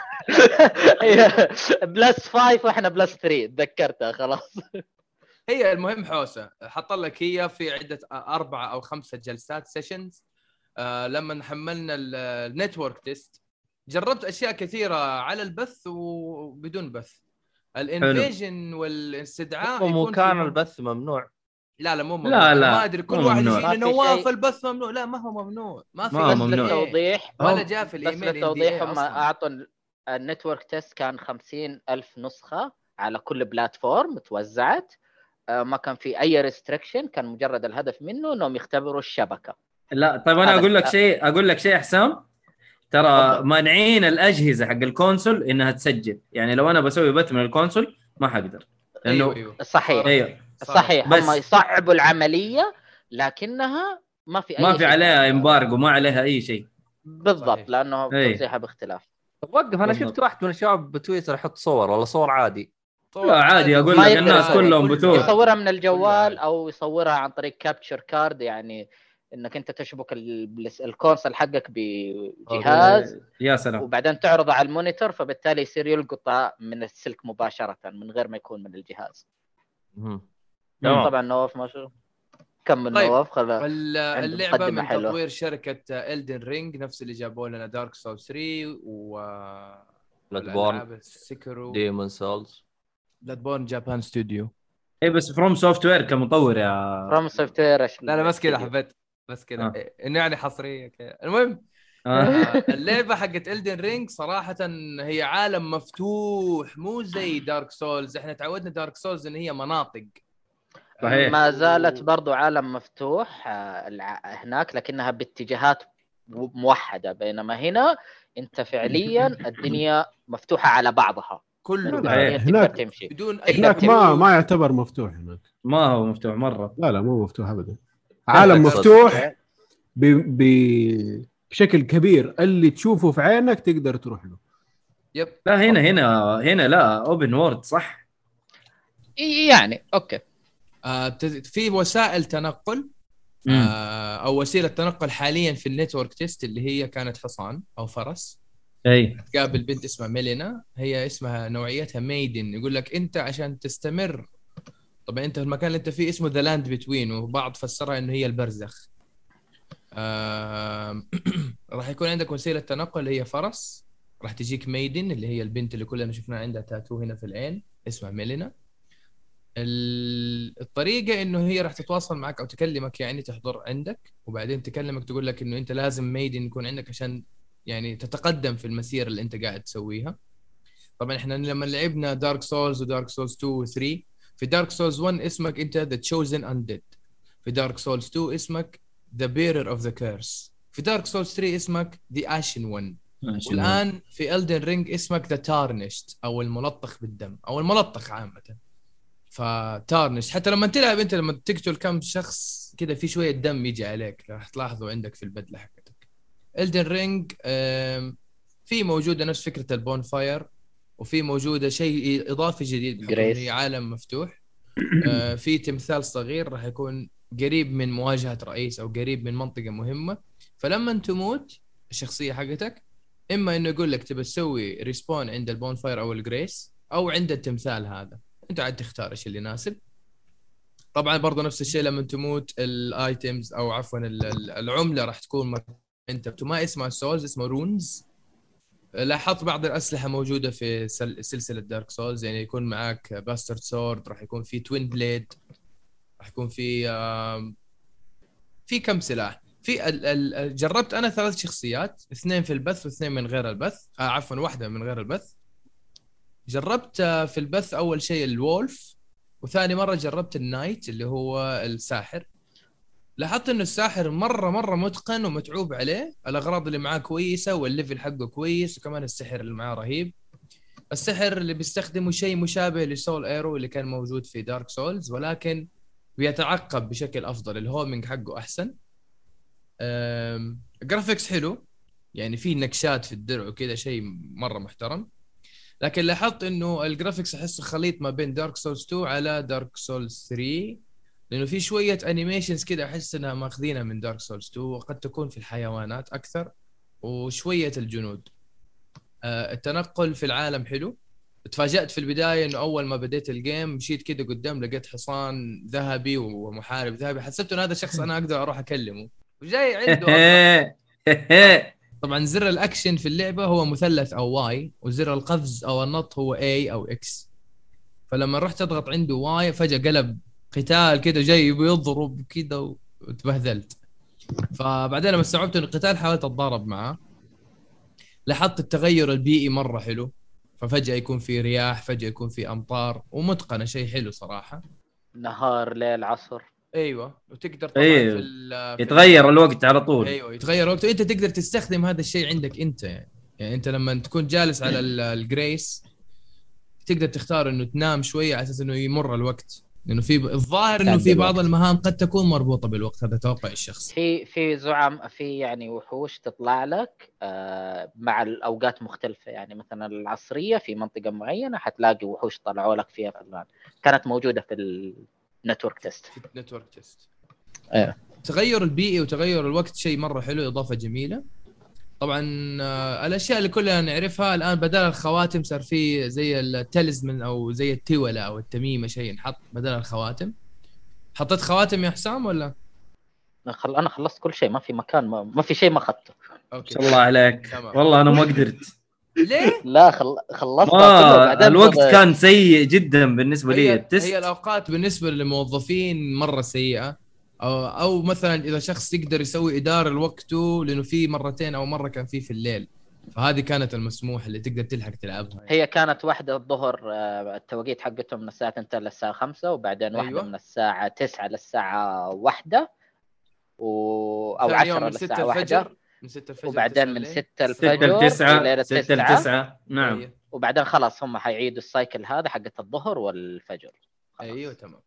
بلس 5 واحنا بلس 3 تذكرتها خلاص. هي المهم حوسه حط لك هي في عده 4 أو 5 جلسات سيشنز. لما حملنا النتورك تيست جربت اشياء كثيره على البث وبدون بث. الانفيجن والاستدعاء مو كان البث ممنوع. لا مو ممنوع. لا ما ادري كل واحد يجي نواف شيء. البث ممنوع. لا ما هو ممنوع. ما في ما ممنوع. توضيح ولا جاء في الايميل. بس للتوضيح هم اعطوا النتورك تيست كان 50,000 نسخة على كل بلاتفورم توزعت. ما كان في اي ريستريكشن كان مجرد الهدف منه انهم يختبروا الشبكة. لا طيب انا اقول لك شيء حسام ترى مانعين الاجهزة حق الكونسول انها تسجل. يعني لو انا بسوي بث من الكونسول ما حقدر لانه أيوه. صحيح صحيح هم يصعبوا العملية لكنها ما في عليها امبارجو ما عليها اي شيء بالضبط لانه توزيعها باختلاف. وقف انا شفت واحد من الشباب بتويتر يحط صور ولا صور عادي. لا عادي اقول لك الناس كلهم بتويتر يصورها من الجوال او يصورها عن طريق كابتشر كارد يعني انك انت تشبك الكونسول حقك بجهاز يا سلام وبعدين تعرضه على المونيتور فبالتالي يصير يلقط من السلك مباشرة من غير ما يكون من الجهاز. طبعا نواف ماشي كمل. طيب. نواف اللعبة من تطوير شركة إلدن رينج نفس اللي جابوا لنا دارك سول 3 و بلادبورن سيكرو ديمون سولز بلادبورن جابان ستوديو. اي بس فروم سوفت وير كمطور يا فروم سوفت وير. لا بس كذا حبيت بس كذا انه يعني حصريه كذا. المهم اللعبه حقت إلدن رينج صراحه هي عالم مفتوح مو زي دارك سولز. احنا تعودنا دارك سولز ان هي مناطق صحيح. ما زالت برضو عالم مفتوح هناك لكنها باتجاهات موحده بينما هنا انت فعليا الدنيا مفتوحه على بعضها كله تقدر تمشي بدون هناك ما يعتبر مفتوح هناك. ما هو مفتوح مره. لا مو مفتوح ابدا. عالم مفتوح بشكل كبير اللي تشوفه في عينك تقدر تروح له. يب. لا هنا لا اوبن وورد صح يعني اوكي. في وسائل تنقل او وسيله تنقل حاليا في النتورك تيست اللي هي كانت حصان او فرس اي تقابل بنت اسمها ميلينا، هي اسمها نوعيتها ميدن. يقول لك انت عشان تستمر، طبعا انت في المكان اللي انت فيه اسمه ذا لاند بتوين، وبعض فسرها انه هي البرزخ. راح يكون عندك وسيله تنقل اللي هي فرس، راح تجيك ميدن اللي هي البنت اللي كلنا شفناها عندها تاتو هنا في العين اسمها ميلينا. الطريقه انه هي راح تتواصل معك او تكلمك، يعني تحضر عندك وبعدين تكلمك تقول لك انه انت لازم ميدن يكون عندك عشان يعني تتقدم في المسيره اللي انت قاعد تسويها. طبعا احنا لما لعبنا دارك سولز ودارك سولز 2 و 3، في دارك سولز 1 اسمك انت ذا تشوزن انديد، في دارك سولز 2 اسمك ذا بيرر اوف ذا كيرس، في دارك سولز 3 اسمك ذا اشن 1، والان في الدن رينج اسمك ذا تارنشت او الملطخ بالدم او الملطخ عامه. فتارنش حتى لما تلعب انت لما تقتل كم شخص كذا في شويه دم يجي عليك، راح تلاحظوا عندك في البدله حقتك. الدن رينج في موجوده نفس فكره البون فاير، وفي موجوده شيء اضافي جديد بحكم هي عالم مفتوح. في تمثال صغير راح يكون قريب من مواجهه رئيس او قريب من منطقه مهمه. فلما تموت الشخصيه حقتك اما انه يقول لك تبي تسوي ريسبون عند البون فاير او الجريس او عند التمثال هذا، انت عاد تختار ايش اللي يناسب. طبعا برضو نفس الشيء لما تموت الايتمز او عفوا العمله راح تكون انت ما اسمها سولز، اسمها رونز. لاحظت بعض الاسلحه موجوده في سلسله دارك سولز، يعني يكون معك باسترد سورد، راح يكون في توين بليد، راح يكون في كم سلاح. في جربت انا 3 شخصيات، 2 في البث و2 من غير البث، عفوا 1 من غير البث. جربت في البث اول شيء الوولف، وثاني مره جربت النايت اللي هو الساحر. لاحظت انه الساحر مره متقن ومتعوب عليه، الاغراض اللي معاه كويسه والليفل حقه كويس، وكمان السحر اللي معاه رهيب. السحر اللي بيستخدمه شيء مشابه لسول ايرو اللي كان موجود في دارك سولز، ولكن بيتعقب بشكل افضل، الهومينج حقه احسن. جرافيكس حلو، يعني في نكشات في الدرع وكذا شيء مره محترم. لكن لاحظت انه الجرافيكس احس خليط ما بين دارك سولز 2 على دارك سولز 3، لانه في شويه انيميشنز كده احس انها ماخذينها من دارك سولز 2، وقد تكون في الحيوانات اكثر وشويه الجنود. التنقل في العالم حلو. تفاجأت في البدايه انه اول ما بديت الجيم مشيت كده قدام لقيت حصان ذهبي ومحارب ذهبي، حسبت انه هذا شخص انا اقدر اروح اكلمه وجاي عنده طبعا زر الاكشن في اللعبه هو مثلث او واي، وزر القفز او النط هو اي او اكس. فلما رحت اضغط عنده واي فجاه قلب قتال كده جاي بيضرب كده وتبهدلت. فبعدين لما استوعبت انه القتال حاولت اتضارب معاه. لاحظت التغير البيئي مره حلو، ففجاه يكون في رياح، فجاه يكون في امطار، ومتقنه شيء حلو صراحه. نهار ليل عصر. ايوه، وتقدر طبعا أيوه. في يتغير الوقت على طول. ايوه يتغير وقته، انت تقدر تستخدم هذا الشيء عندك انت. يعني انت لما تكون جالس على الجريس تقدر تختار انه تنام شويه على اساس انه يمر الوقت، لانه في الظاهر انه في بعض المهام قد تكون مربوطه بالوقت، هذا توقع الشخص. في زعم، في يعني وحوش تطلع لك مع الاوقات مختلفه، يعني مثلا العصريه في منطقه معينه حتلاقي وحوش طلعوا لك فيها فلان، كانت موجوده في النتورك تيست. في النتورك تيست ايه. تغير البيئي وتغير الوقت شيء مره حلو، اضافه جميله. طبعا الاشياء اللي كلنا نعرفها الان بدل الخواتم صار في زي التاليزمن او زي التولة او التميمه، شيء نحط بدل الخواتم. حطيت خواتم يا حسام ولا؟ انا خلصت كل شيء، ما في مكان ما في شيء ما اخذته. اوكي شاء الله عليك. تمام. والله انا ما قدرت. ليه؟ لا خلصت بعدين الوقت كان سيء جدا بالنسبه لي. التست هي الاوقات بالنسبه للموظفين مره سيئه، او مثلا اذا شخص يقدر يسوي اداره لوقته، لانه في مرتين او مره كان في الليل، فهذه كانت المسموح اللي تقدر تلحق تلعبها. هي كانت 1 الظهر التوقيت حقتهم من الساعه 2 للساعه 5، وبعدين 1 أيوة. من الساعه 9 للساعه 1 او 10 للساعه 1، من 6 الفجر وبعدين من 6 الفجر 6 ل 9. نعم. أيوة. وبعدين خلاص هم حيعيدوا السايكل هذا حقت الظهر والفجر. ايوه تمام.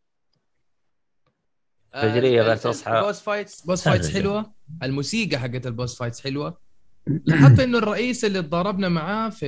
فجريه بس تصحى. بوس فايتس حلوه، الموسيقى حقت البوس فايتس حلوه. لاحظت انه الرئيس اللي تضاربنا معاه في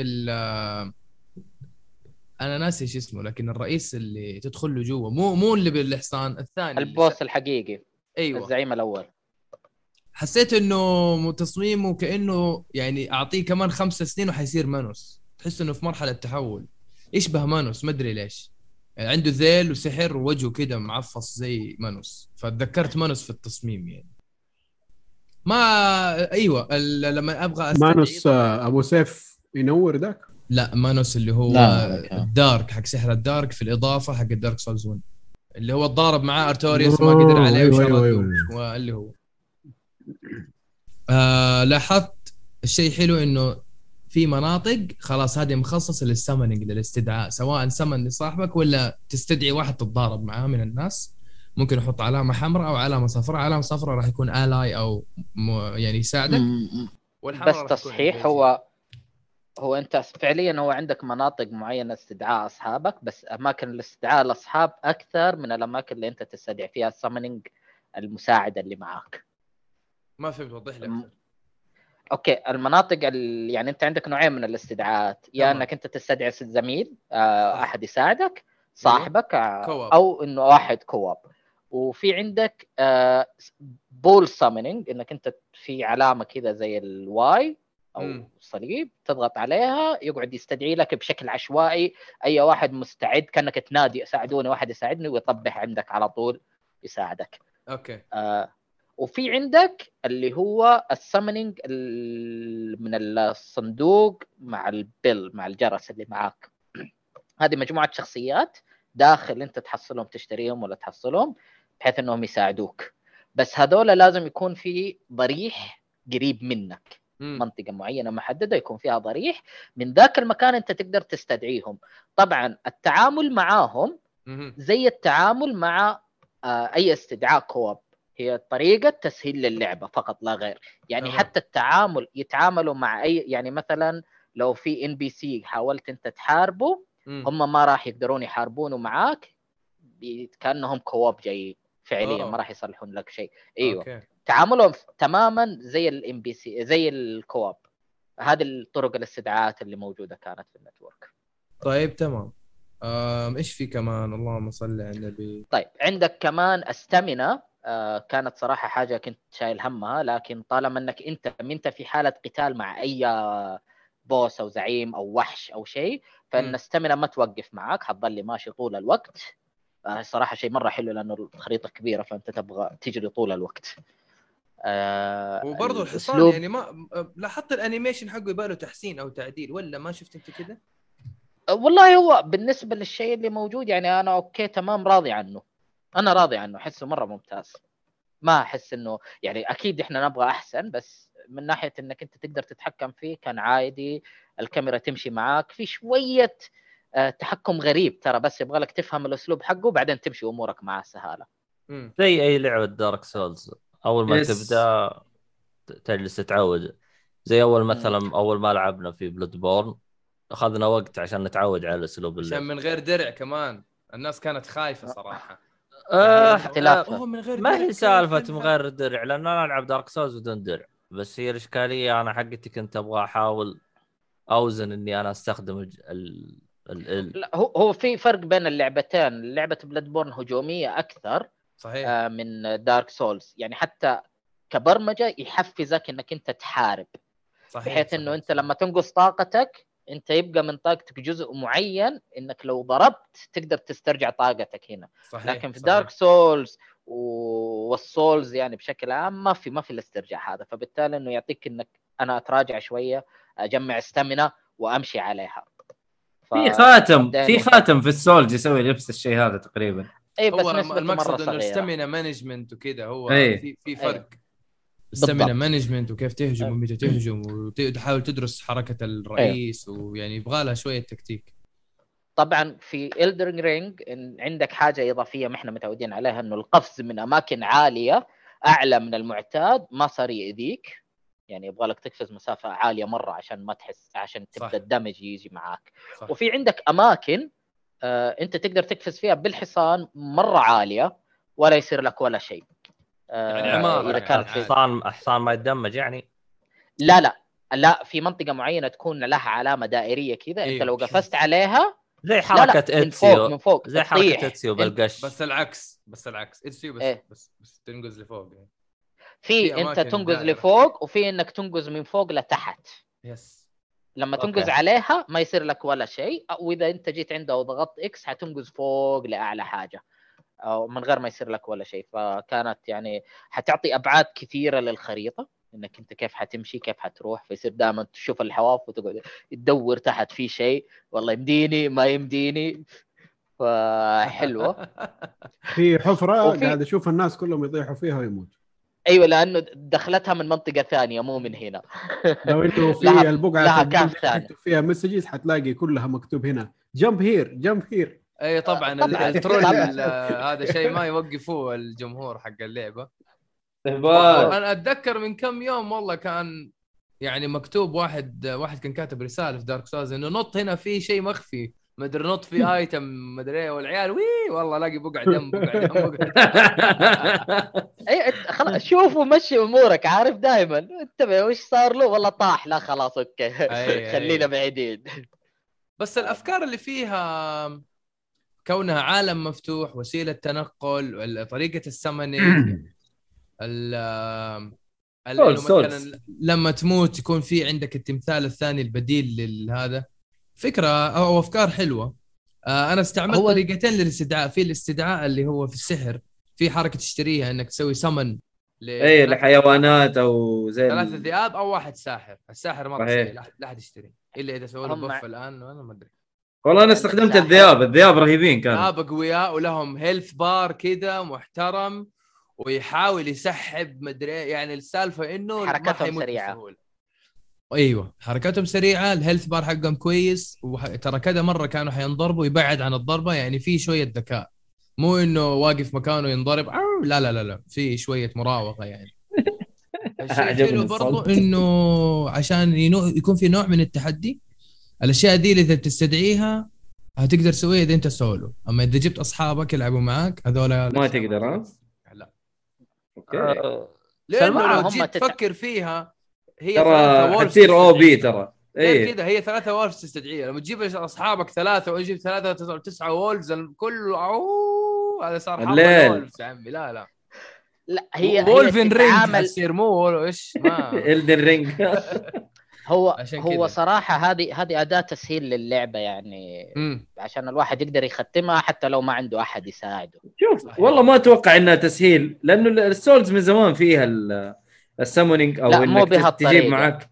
انا ناسي ايش اسمه، لكن الرئيس اللي تدخل له جوا، مو اللي بالحصان الثاني، البوس الحقيقي. ايوه الزعيم الاول. حسيت انه تصميمه كانه يعني اعطيه كمان 5 سنين وحيصير مانوس، تحس انه في مرحله تحول، يشبه مانوس ما ادري ليش، يعني عنده ذيل وسحر ووجهه كده معفص زي مانوس، فتذكرت مانوس في التصميم يعني. ما ايوه لما ابغى استدعي مانوس ابو سيف ينور ذاك. لا مانوس اللي هو الدارك حق سحر الدارك في الاضافه حق الدارك سولز 1 اللي هو اتضارب معاه ارتوريوس وما قدر عليه أيوة وشرد أيوة. واللي هو لاحظت الشيء حلو انه في مناطق خلاص هذه مخصصه للسمننج للاستدعاء، سواء سمن لصاحبك ولا تستدعي واحد تتضارب معاه من الناس، ممكن يحط علامه حمراء او علامه صفراء. علامه صفراء راح يكون آلاي او يعني يساعدك، بس تصحيح هو انت فعليا هو عندك مناطق معينه استدعاء اصحابك، بس اماكن الاستدعاء الاصحاب اكثر من الاماكن اللي انت تستدعي فيها السمننج المساعده اللي معاك. ما فهمت، وضح لي اكثر. اوكي المناطق يعني انت عندك نوعين من الاستدعاءات، يا انك انت تستدعي زميل احد يساعدك صاحبك او انه واحد كواب، وفي عندك بول سامينينج انك انت في علامه كذا زي الواي او صليب تضغط عليها يقعد يستدعي لك بشكل عشوائي اي واحد مستعد، كانك تنادي ساعدوني واحد يساعدني ويطبح عندك على طول يساعدك. اوكي وفي عندك اللي هو السمنينج من الصندوق مع البيل مع الجرس اللي معاك. هذه مجموعة شخصيات داخل انت تحصلهم تشتريهم ولا تحصلهم بحيث انهم يساعدوك، بس هذول لازم يكون في ضريح قريب منك، منطقة معينة محددة يكون فيها ضريح، من ذاك المكان انت تقدر تستدعيهم. طبعا التعامل معاهم زي التعامل مع اي استدعاء كواب، هي طريقة تسهيل للعبة فقط لا غير. يعني حتى التعامل يتعاملوا مع أي، يعني مثلا لو في NPC حاولت أنت تحاربه هم ما راح يقدرون يحاربونه معاك كأنهم كواب جاي فعليا ما راح يصلحون لك شيء. أيوة تعاملهم تماما زي NPC زي الكواب. هذه الطرق الاستدعاءات اللي موجودة كانت في النتورك. طيب تمام. إيش في كمان؟ اللهم صل على النبي. طيب عندك كمان استامينا. كانت صراحة حاجة كنت شايل همها، لكن طالما انك انت في حالة قتال مع اي بوس او زعيم او وحش او شيء، فان استامينا ما توقف معك، حتضل ماشي طول الوقت. صراحة شيء مرة حلو لانه الخريطة كبيرة فانت تبغى تجري طول الوقت. وبرضه الحصان يعني ما لاحظت الانيميشن حقه يباله تحسين او تعديل ولا ما شفت انت كده؟ والله هو بالنسبة للشيء اللي موجود يعني انا اوكي تمام راضي عنه، انا راضي عنه، احسه مره ممتاز. ما احس انه يعني اكيد احنا نبغى احسن، بس من ناحيه انك انت تقدر تتحكم فيه كان عادي. الكاميرا تمشي معاك في شويه تحكم غريب ترى، بس يبغى لك تفهم الاسلوب حقه وبعدين تمشي امورك معاه سهاله. زي اي لعبه دارك سولز اول ما تبدا تجلس تتعود. زي اول مثلا اول ما لعبنا في بلود بورن اخذنا وقت عشان نتعود على اسلوب اللعب، عشان من غير درع كمان الناس كانت خايفه صراحه. ما هي سالفه من غير درع، لان انا العب دارك سولز بدون درع، بس هي الاشكاليه انا حقتي كنت ابغى احاول اوزن اني انا استخدم لا هو في فرق بين اللعبتين. لعبه بلاد بورن هجوميه اكثر صحيح من دارك سولز، يعني حتى كبرمجه يحفزك انك انت تحارب. صحيح بحيث انه انت لما تنقص طاقتك انت يبقى من طاقتك جزء معين انك لو ضربت تقدر تسترجع طاقتك هنا. صحيح. لكن في دارك سولز والسولز يعني بشكل عام ما في الاسترجاع هذا، فبالتالي انه يعطيك انك انا اتراجع شويه اجمع استامينا وامشي عليها. في خاتم في السولز يسوي نفس الشيء هذا تقريبا. اي بس نسبته المقصد مره صغيره. انه استامينا مانجمنت وكذا هو في فرق. استامينا مانجمنت وكيف تهجم ومتى تهجم وتحاول تدرس حركة الرئيس ويعني يبغى لها شوية تكتيك. طبعا في Elden Ring عندك حاجة إضافية ما احنا متعودين عليها، انه القفز من اماكن عالية اعلى من المعتاد ما صار يأذيك، يعني يبغى لك تقفز مسافة عالية مرة عشان ما تحس، عشان تبدأ الدمج يجي معاك. صح. وفي عندك اماكن انت تقدر تقفز فيها بالحصان مرة عالية ولا يصير لك ولا شيء. يعني عمارة إذا كان حصان ما يتدمج يعني؟ لا في منطقة معينة تكون لها علامة دائرية كذا. أنت لو قفزت عليها زي حركة إتسيو من فوق زي حركة إتسيو بالقش. بس العكس إتسيو بس تنقز لفوق يعني. في انت أماكن تنقز دائرة. لفوق، وفي انك تنقز من فوق لتحت. يس. لما أوكي. تنقز عليها ما يصير لك ولا شيء، واذا انت جيت عنده وضغطت اكس حتنقز فوق لاعلى حاجه، او من غير ما يصير لك ولا شيء. فكانت يعني حتعطي ابعاد كثيره للخريطه، انك انت كيف حتمشي كيف حتروح، فيصير دائما تشوف الحواف وتقعد تدور تحت في شيء، والله يمديني ما يمديني. فحلوه. في حفره وفي- قاعد اشوف الناس كلهم يطيحوا فيها ويموتوا. ايوه، لانه دخلتها من منطقه ثانيه مو من هنا. لو انه في لها البقعه كاف اللي ثاني. تكتب فيها مسجز حتلاقي كلها مكتوب هنا جمب هير جمب هير. اي طبعا طبعاً. الترول طبعاً. هذا شيء ما يوقفوه الجمهور حق اللعبه. استهبال. انا اتذكر من كم يوم والله كان يعني مكتوب واحد كان كاتب رساله في دارك سولز انه نط هنا في شيء مخفي، مدري نط في ايتم مدري ايه، والعيال وي والله لاقي بقع دم بقع دم بقع دم. اي خلاص شوفوا مشي امورك، عارف دائما انتبه وش صار له، والله طاح، لا خلاص اوكي أي. خلينا بعيدين. بس الافكار اللي فيها كونها عالم مفتوح، وسيله تنقل، طريقه السمنينج، انه مثلا لما تموت يكون في عندك التمثال الثاني البديل لهذا، فكره او افكار حلوه. انا استعملت طريقتين للاستدعاء. في الاستدعاء اللي هو في السحر، في حركه تشتريها انك تسوي سمن اي لحيوانات او زي 3 ذئاب او واحد ساحر. الساحر مره صحيح. سهل، لا احد يشتري الا اذا سووا له بف الان، وانا ما ادري. والله انا استخدمت الذئاب رهيبين كانوا. ذئاب اقوياء ولهم هيلث بار كذا محترم، ويحاول يسحب مدري يعني. السالفه انه حركتهم سريعه. ايوه حركاتهم سريعه، الهيلث بار حقهم كويس، وترى كذا مره كانوا حينضربوا يبعد عن الضربه، يعني في شويه ذكاء، مو انه واقف مكانه ينضرب لا لا لا لا، في شويه مراوغه يعني. الشيء الحلو برضو انه عشان يكون في نوع من التحدي، الاشياء دي اللي اذا تستدعيها هتقدر تسويها اذا انت سولو، اما اذا جبت اصحابك يلعبوا معاك هذول ما تقدر. لا اوكي. لانه لو جيت تفكر فيها هي ترى حتصير او بي ترى. غير كذا هي 3 وولفز تستدعيها، لما تجيب اصحابك 3 ويجيب 3 9 وولفز الكل هذا صار حرب وولفز يا عمي. لا هي وولفن رينج تصير مو ايش ما إلدن رينج. هو صراحه هذه اداه تسهيل للعبه يعني. عشان الواحد يقدر يختمها حتى لو ما عنده احد يساعده. شوف والله ما اتوقع انها تسهيل، لانه السولز من زمان فيها السامونينج او انك تجيب معك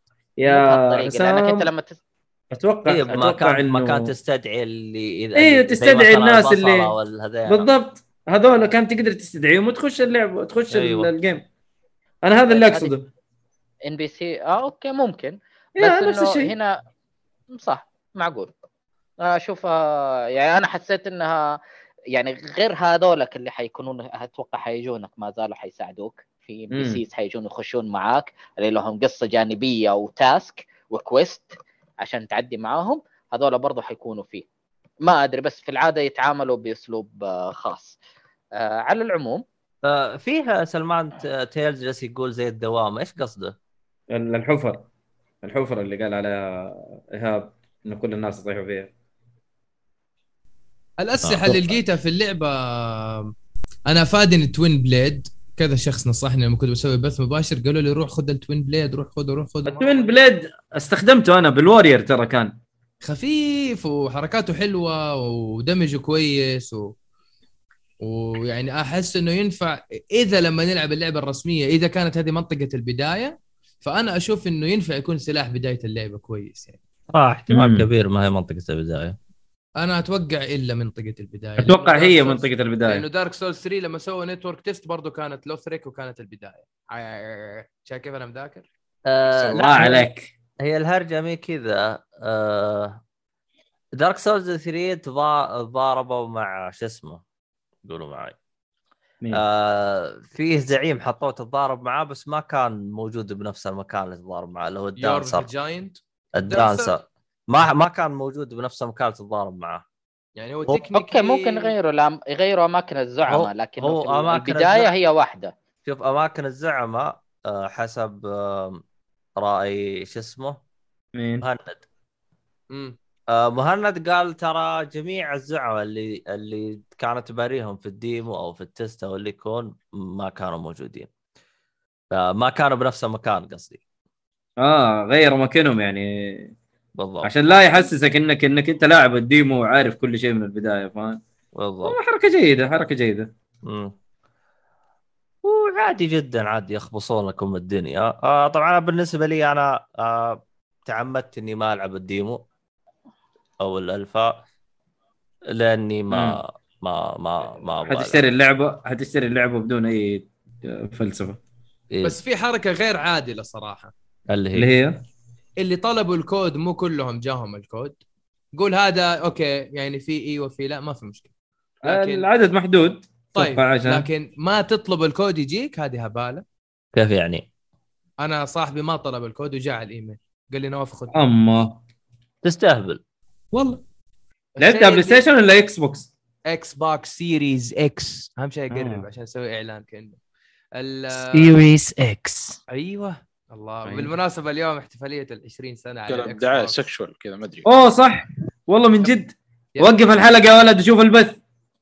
يا لانك انت لما اتوقع انه ما كان تستدعي اللي اذا تستدعي الناس اللي بالضبط هذول كان تقدر تستدعيهم وتخش اللعب وتخش الجيم. انا هذا اللي اقصده. ان بي سي اوكي ممكن، بس انه هنا صح معقول. اشوف يعني انا حسيت انها يعني غير هذولك اللي حيكونون اتوقع حيجونك ما زالوا حيساعدوك في بي سيز، حيجون يخشون معاك اللي لهم قصه جانبيه وتاسك وكويست عشان تعدي معاهم، هذول برضو حيكونوا فيه. ما ادري بس في العاده يتعاملوا باسلوب خاص. على العموم فيها سلمان تيلز جالس يقول زي الدوام، ايش قصده؟ الحفر اللي قال عليها إيهاب إنه كل الناس يطيحوا فيها. الأسلحة اللي لقيتها في اللعبة أنا فادني التوين بليد. كذا شخص نصحني لما كنت بسوي بث مباشر، قالوا لي روح خذ التوين بليد، روح خذ التوين بليد استخدمته أنا بالوارير، ترى كان خفيف وحركاته حلوة ودمجه كويس ويعني أحس إنه ينفع إذا لما نلعب اللعبة الرسمية، إذا كانت هذه منطقة البداية، فأنا أشوف إنه ينفع يكون سلاح بداية اللعبة كويس يعني. احتمال كبير ما هي منطقة البداية. أنا أتوقع إلا منطقة البداية. أتوقع هي منطقة البداية. لأنه دارك سولز 3 لما سووا نتورك تيست برضو كانت لوثريك وكانت البداية. شايف كيف أنا مذاكر؟ لا عليك. هي الهرجة مي كذا. دارك سولز 3 تضاربوا مع شو اسمه، قولوا معي فيه زعيم حطوه تتضارب معاه، بس ما كان موجود بنفس المكان اللي تتضارب معاه، اللي هو الدانسر. ما كان موجود بنفس المكان اللي تتضارب معاه. يعني هو اوكي ممكن يغيروا اماكن الزعماء، لكن هو البدايه هي واحده. شوف اماكن الزعماء حسب راي شو اسمه مهند. مهند قال ترى جميع الزعماء اللي كانت تباريهم في الديمو او في التست او اللي يكون ما كانوا موجودين. ما كانوا بنفس المكان قصدي. غيروا مكانهم يعني بالضبط عشان لا يحسسك انك انت لاعب الديمو وعارف كل شيء من البدايه، فاهم؟ بالضبط. حركه جيده، حركه جيده. وعادي جدا، عادي يخبصون لكم الدنيا. طبعا بالنسبه لي انا تعمدت اني ما العب الديمو او الالفا، لاني ما ابغى حتشتري العب. اللعبه بدون اي فلسفه. إيه. بس في حركه غير عادله صراحه، اللي اللي هي هي اللي طلبوا الكود مو كلهم جاهم الكود. قول هذا اوكي يعني في ايوه في لا ما في مشكله، لكن العدد محدود. طيب اتوقع عشان لكن ما تطلب الكود يجيك، هذه هباله. كيف يعني؟ انا صاحبي ما طلب الكود وجاء على الايميل قال لي نواف خذ. اما تستهبل والله لعبتها بلاي ستيشن ولا اكس بوكس؟ اكس بوكس سيريز اكس، اهم شيء اقرب آه. عشان اسوي اعلان كانه سيريس اكس. ايوه الله. أيوة. بالمناسبه اليوم احتفاليه ال20 سنه على كلام الاكس دعايه بوكس. سكشوال كذا ما ادري. اوه صح والله من جد. يب. وقف الحلقه يا ولد وشوف البث.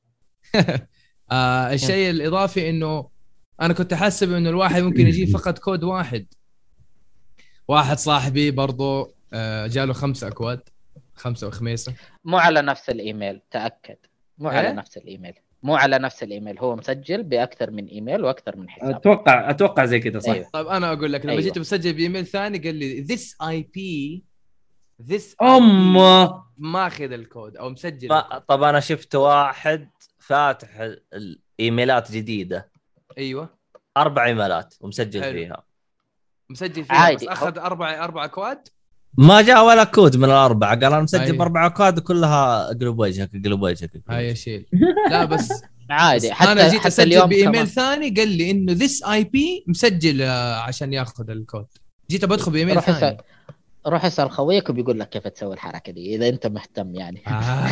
الشيء الاضافي انه انا كنت احسب انه الواحد ممكن يجي فقط كود واحد. واحد صاحبي برضو جاله 5 اكواد، 5 وخميسه. مو على نفس الايميل، تاكد مو على إيه؟ نفس الايميل، مو على نفس الايميل، هو مسجل باكثر من ايميل واكثر من حساب. اتوقع زي كذا صح. أيوة. طيب انا اقول لك لما أيوة. جيت مسجل بايميل ثاني قال لي this IP ماخذ الكود او مسجل الكود. طب انا شفت واحد فاتح الايميلات جديده، ايوه 4 ايميلات ومسجل حلو. فيها. مسجل فيها عادي. بس اخذ 4 اكواد. ما جاء ولا كود من ال4، قال انا مسجل أيوة. ب4 اكواد وكلها اقلب وجهك اقلب وجهك. هاي شيء لا بس عادي. بس حتى انا جيت حتى اسجل اليوم بايميل كمان. ثاني قال لي انه this IP مسجل عشان ياخذ الكود. جيت بدخل بايميل روح ثاني. روح اسال خويك وبيقول لك كيف تسوي الحركه دي اذا انت مهتم يعني.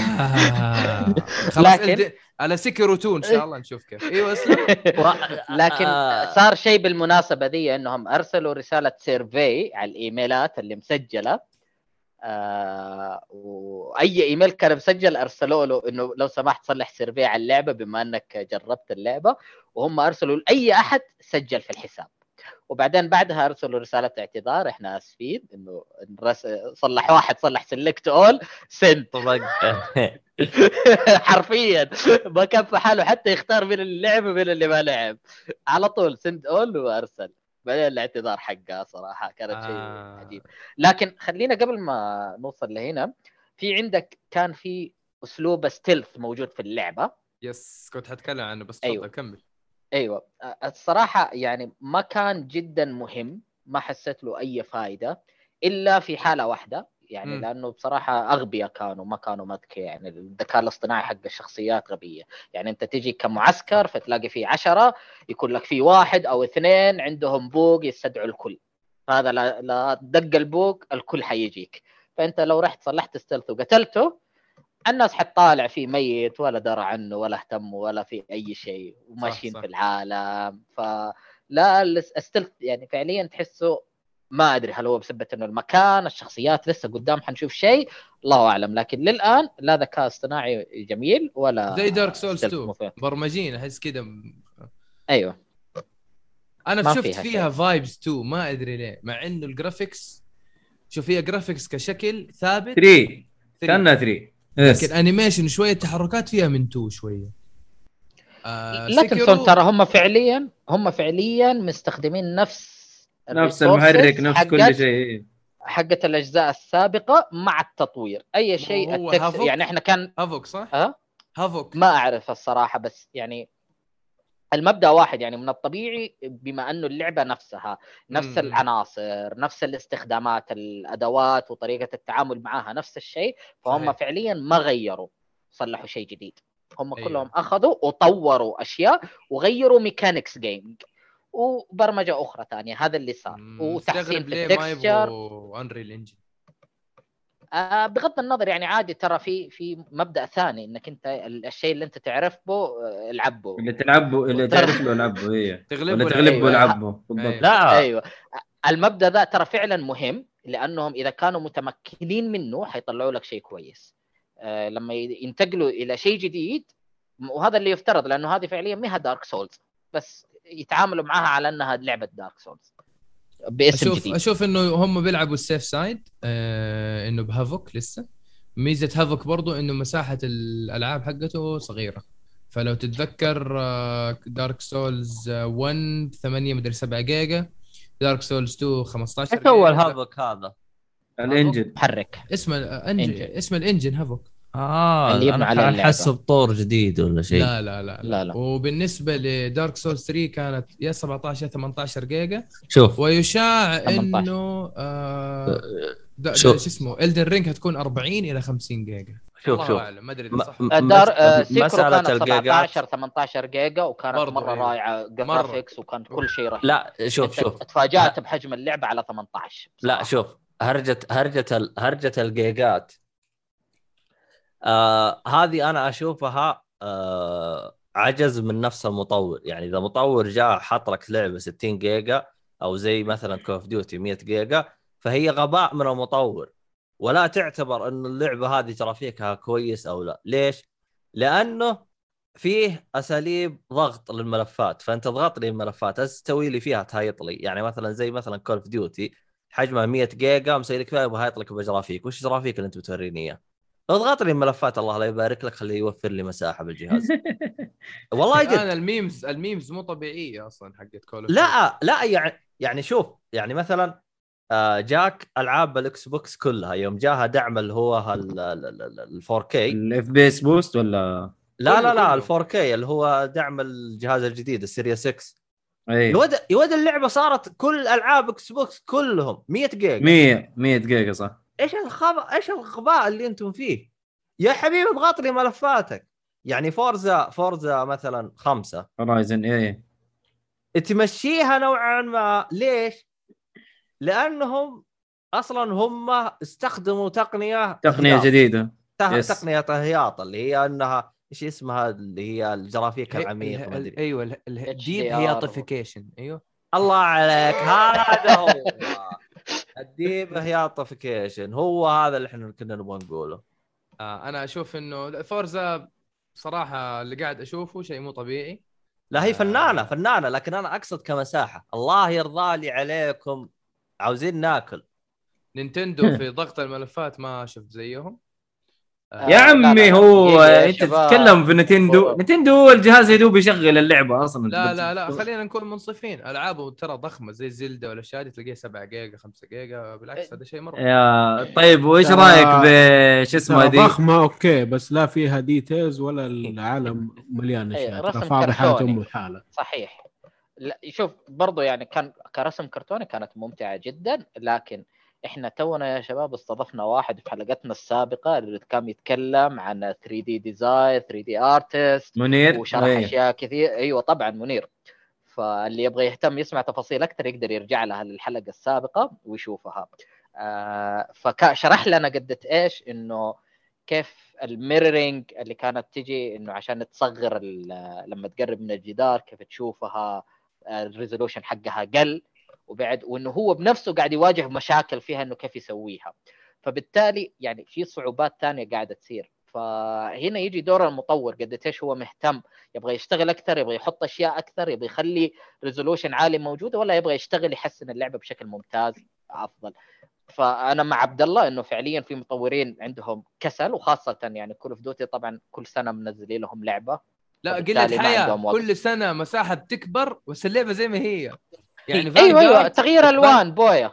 خلاص لكن على سكر 2 ان شاء الله نشوف كيف. ايوه اسلم. لكن صار شيء بالمناسبه دي انهم ارسلوا رساله سيرفي على الايميلات اللي مسجله. واي ايميل كان مسجل ارسلوا له انه لو سمحت صلح سيرفي على اللعبه بما انك جربت اللعبه، وهم ارسلوا لاي احد سجل في الحساب. وبعدين بعدها ارسلوا رساله اعتذار، احنا اسفين انه صلح واحد صلح سيلكت اول سند. حرفيا ما كان في حاله حتى يختار من اللعب ومن اللي ما لعب، على طول سند اول وارسل. بعدين الاعتذار حقه صراحه كانت شيء عجيب. لكن خلينا قبل ما نوصل لهنا، في عندك كان في اسلوب ستيلث موجود في اللعبه. يس كنت حتكلم عنه بس تفضل. أيوة. كمل. ايوه الصراحه يعني ما كان جدا مهم، ما حسيت له اي فائده الا في حاله واحده يعني لانه بصراحه اغبياء كانوا، ما كانوا مذكي يعني. الذكاء الاصطناعي حق الشخصيات غبيه يعني. انت تجي كمعسكر فتلاقي فيه 10 يكون لك فيه 1 أو 2 عندهم بوق يستدعوا الكل، فهذا لا دق البوق الكل حيجيك. فانت لو رحت صلحت ستيلث وقتلته الناس حتطالع فيه ميت ولا درى عنه ولا اهتموا ولا في اي شيء وماشيين صح. في العالم. فلا الستيلث يعني فعليا تحسه، ما ادري هل هو بسبب انه المكان الشخصيات لسه قدام حنشوف شيء الله اعلم، لكن للان لا ذكاء اصطناعي جميل ولا زي دارك سولز stealth 2 مفيد. برمجين احس كده. ايوه انا شفت فيها فايبز 2 ما ادري ليه، مع انه الجرافيكس شوف فيها جرافيكس كشكل ثابت 3 كانها 3 لكن انيميشن شويه تحركات فيها من 2 شويه. لا تنسون ترى هم فعليا مستخدمين نفس المحرك نفس كل شيء حقت الاجزاء السابقه مع التطوير. اي شيء يعني احنا كان هافوك صح؟ هافوك ما اعرف الصراحه، بس يعني المبدا واحد يعني. من الطبيعي بما انه اللعبه نفسها نفس العناصر نفس الاستخدامات الادوات وطريقه التعامل معها نفس الشيء، فهم صحيح. فعليا ما غيروا صلحوا شيء جديد. هم كلهم اخذوا وطوروا اشياء وغيروا ميكانكس جيمنج وبرمجه اخرى ثانيه. هذا اللي صار. وتحسين في التكستشر وانريل انجن. بغض النظر يعني عادي ترى في مبدأ ثاني انك انت الشيء اللي انت تعرفه العبه، اللي تلعبه اللي تعرف له العبه هي تغلبه العبه بالضبط. لا ايوه المبدأ ذا ترى فعلا مهم، لانهم اذا كانوا متمكنين منه حيطلعوا لك شيء كويس. لما ينتقلوا الى شيء جديد، وهذا اللي يفترض لانه هذه فعليا ما هي دارك سولز، بس يتعاملوا معها على انها لعبه دارك سولز باسم جديد. اشوف انه هم بيلعبوا السيف سايد، انه بهافوك لسه ميزه هافوك برضو انه مساحه الالعاب حقته صغيره. فلو تتذكر دارك سولز 1 8 مدري 7 جيجا، دارك سولز 2 15 ايش هو جيجا. الهافوك هذا؟ الانجن محرك اسم الانجن هافوك. اللي يبنى على انا اللعبة. احسه بطور جديد ولا شيء. لا لا لا, لا. لا. وبالنسبه لدارك سولز 3 كانت يا 17 يا 18 جيجا. شوف ويشاع 18. انه شو شو اسمه إلدن رينج هتكون 40 الى 50 جيجا. شوف أعلم. ما ادري اذا صح. سيكرو مسألة كانت الجيجات 17 18 جيجا وكانت برضو مره أيوة. رائعه جرافيكس وكانت كل شيء رهيب. لا شوف تفاجأت بحجم اللعبه على 18 لا شوف هرجة الجيجات هذه انا اشوفها عجز من نفس المطور. يعني اذا مطور جاء حط لك لعبه 60 جيجا او زي مثلا كول اوف ديوتي 100 جيجا فهي غباء من المطور، ولا تعتبر ان اللعبه هذه جرافيكها كويس او لا. ليش؟ لانه فيه اساليب ضغط للملفات، فانت تضغط لي الملفات تسوي لي فيها تهيط لي. يعني مثلا زي مثلا كول اوف ديوتي حجمها 100 جيجا مسوي لك فيها بهيط لك بجرافيك. وش جرافيك اللي انت بتوريني اياه؟ اضغط لي الملفات الله لا يبارك لك، خليه يوفر لي مساحه بالجهاز. والله جد انا الميمز مو طبيعيه اصلا حقت كول اوف. لا يعني شوف، يعني مثلا جاك العاب الاكس بوكس كلها يوم جاها دعم اللي هو ال 4K الاف بي اس بوست ولا لا ال 4K اللي هو دعم الجهاز الجديد السيريس 6. اي يود اللعبه صارت كل العاب اكس بوكس كلهم 100 جيجا 100 جيجا صح. ايش الغباء اللي انتم فيه يا حبيبي؟ اضغط لي ملفاتك. يعني فورزا مثلا 5 هورايزن ايه تمشيها نوعا ما. ليش؟ لانهم اصلا هم استخدموا تقنيه جديده تقنيه هياط اللي هي انها ايش اسمها اللي هي الجرافيك العميق ما ادري. ايوه الديب هياطيفيكيشن. ايوه الله عليك هذا هو الديب هياطيفيكيشن، هو هذا اللي احنا كنا نبغى نقوله. انا اشوف انه فورزا صراحه اللي قاعد اشوفه شيء مو طبيعي. لا هي فنانه لكن انا اقصد كمساحه. الله يرضى لي عليكم عاوزين ناكل. نينتندو في ضغط الملفات ما شفت زيهم. يا عمي هو انت تتكلم في نينتندو هو الجهاز يدوب يشغل اللعبه اصلا. لا خلينا نكون منصفين، العابه ترى ضخمه زي زلدا ولا شادي تلاقيه 7 جيجا 5 جيجا بالعكس هذا شيء مره. يا طيب وايش رايك بش اسمه دي ضخمه اوكي بس لا فيها ديتيلز ولا العالم مليان اشياء فاضحه ام حاله. صحيح. لا شوف برضو يعني كان كرسم كرتوني كانت ممتعه جدا، لكن احنا تونا يا شباب استضفنا واحد في حلقتنا السابقه اللي كان يتكلم عن 3D ديزاين 3D ارتست منير وشرح اشياء كثير. ايوه طبعا منير. فاللي يبغى يهتم يسمع تفاصيل اكثر يقدر يرجع لها للحلقه السابقه ويشوفها. فشرح لنا قدت ايش انه كيف الميرورينج اللي كانت تجي انه عشان تصغر لما تقرب من الجدار كيف تشوفها الريزولوشن حقها قل وبعد، وانه هو بنفسه قاعد يواجه مشاكل فيها انه كيف يسويها. فبالتالي يعني في صعوبات تانية قاعدة تصير. فهنا يجي دور المطور قد ايش هو مهتم، يبغى يشتغل اكثر، يبغى يحط اشياء اكثر، يبغى يخلي ريزولوشن عالي موجوده، ولا يبغى يشتغل يحسن اللعبه بشكل ممتاز افضل. فانا مع عبد الله انه فعليا في مطورين عندهم كسل، وخاصه يعني كول اوف دوتي طبعا كل سنه منزلين لهم لعبه. لا قلة حياة كل سنه مساحه بتكبر بس اللعبه زي ما هي. يعني ايوه تغيير الوان بويا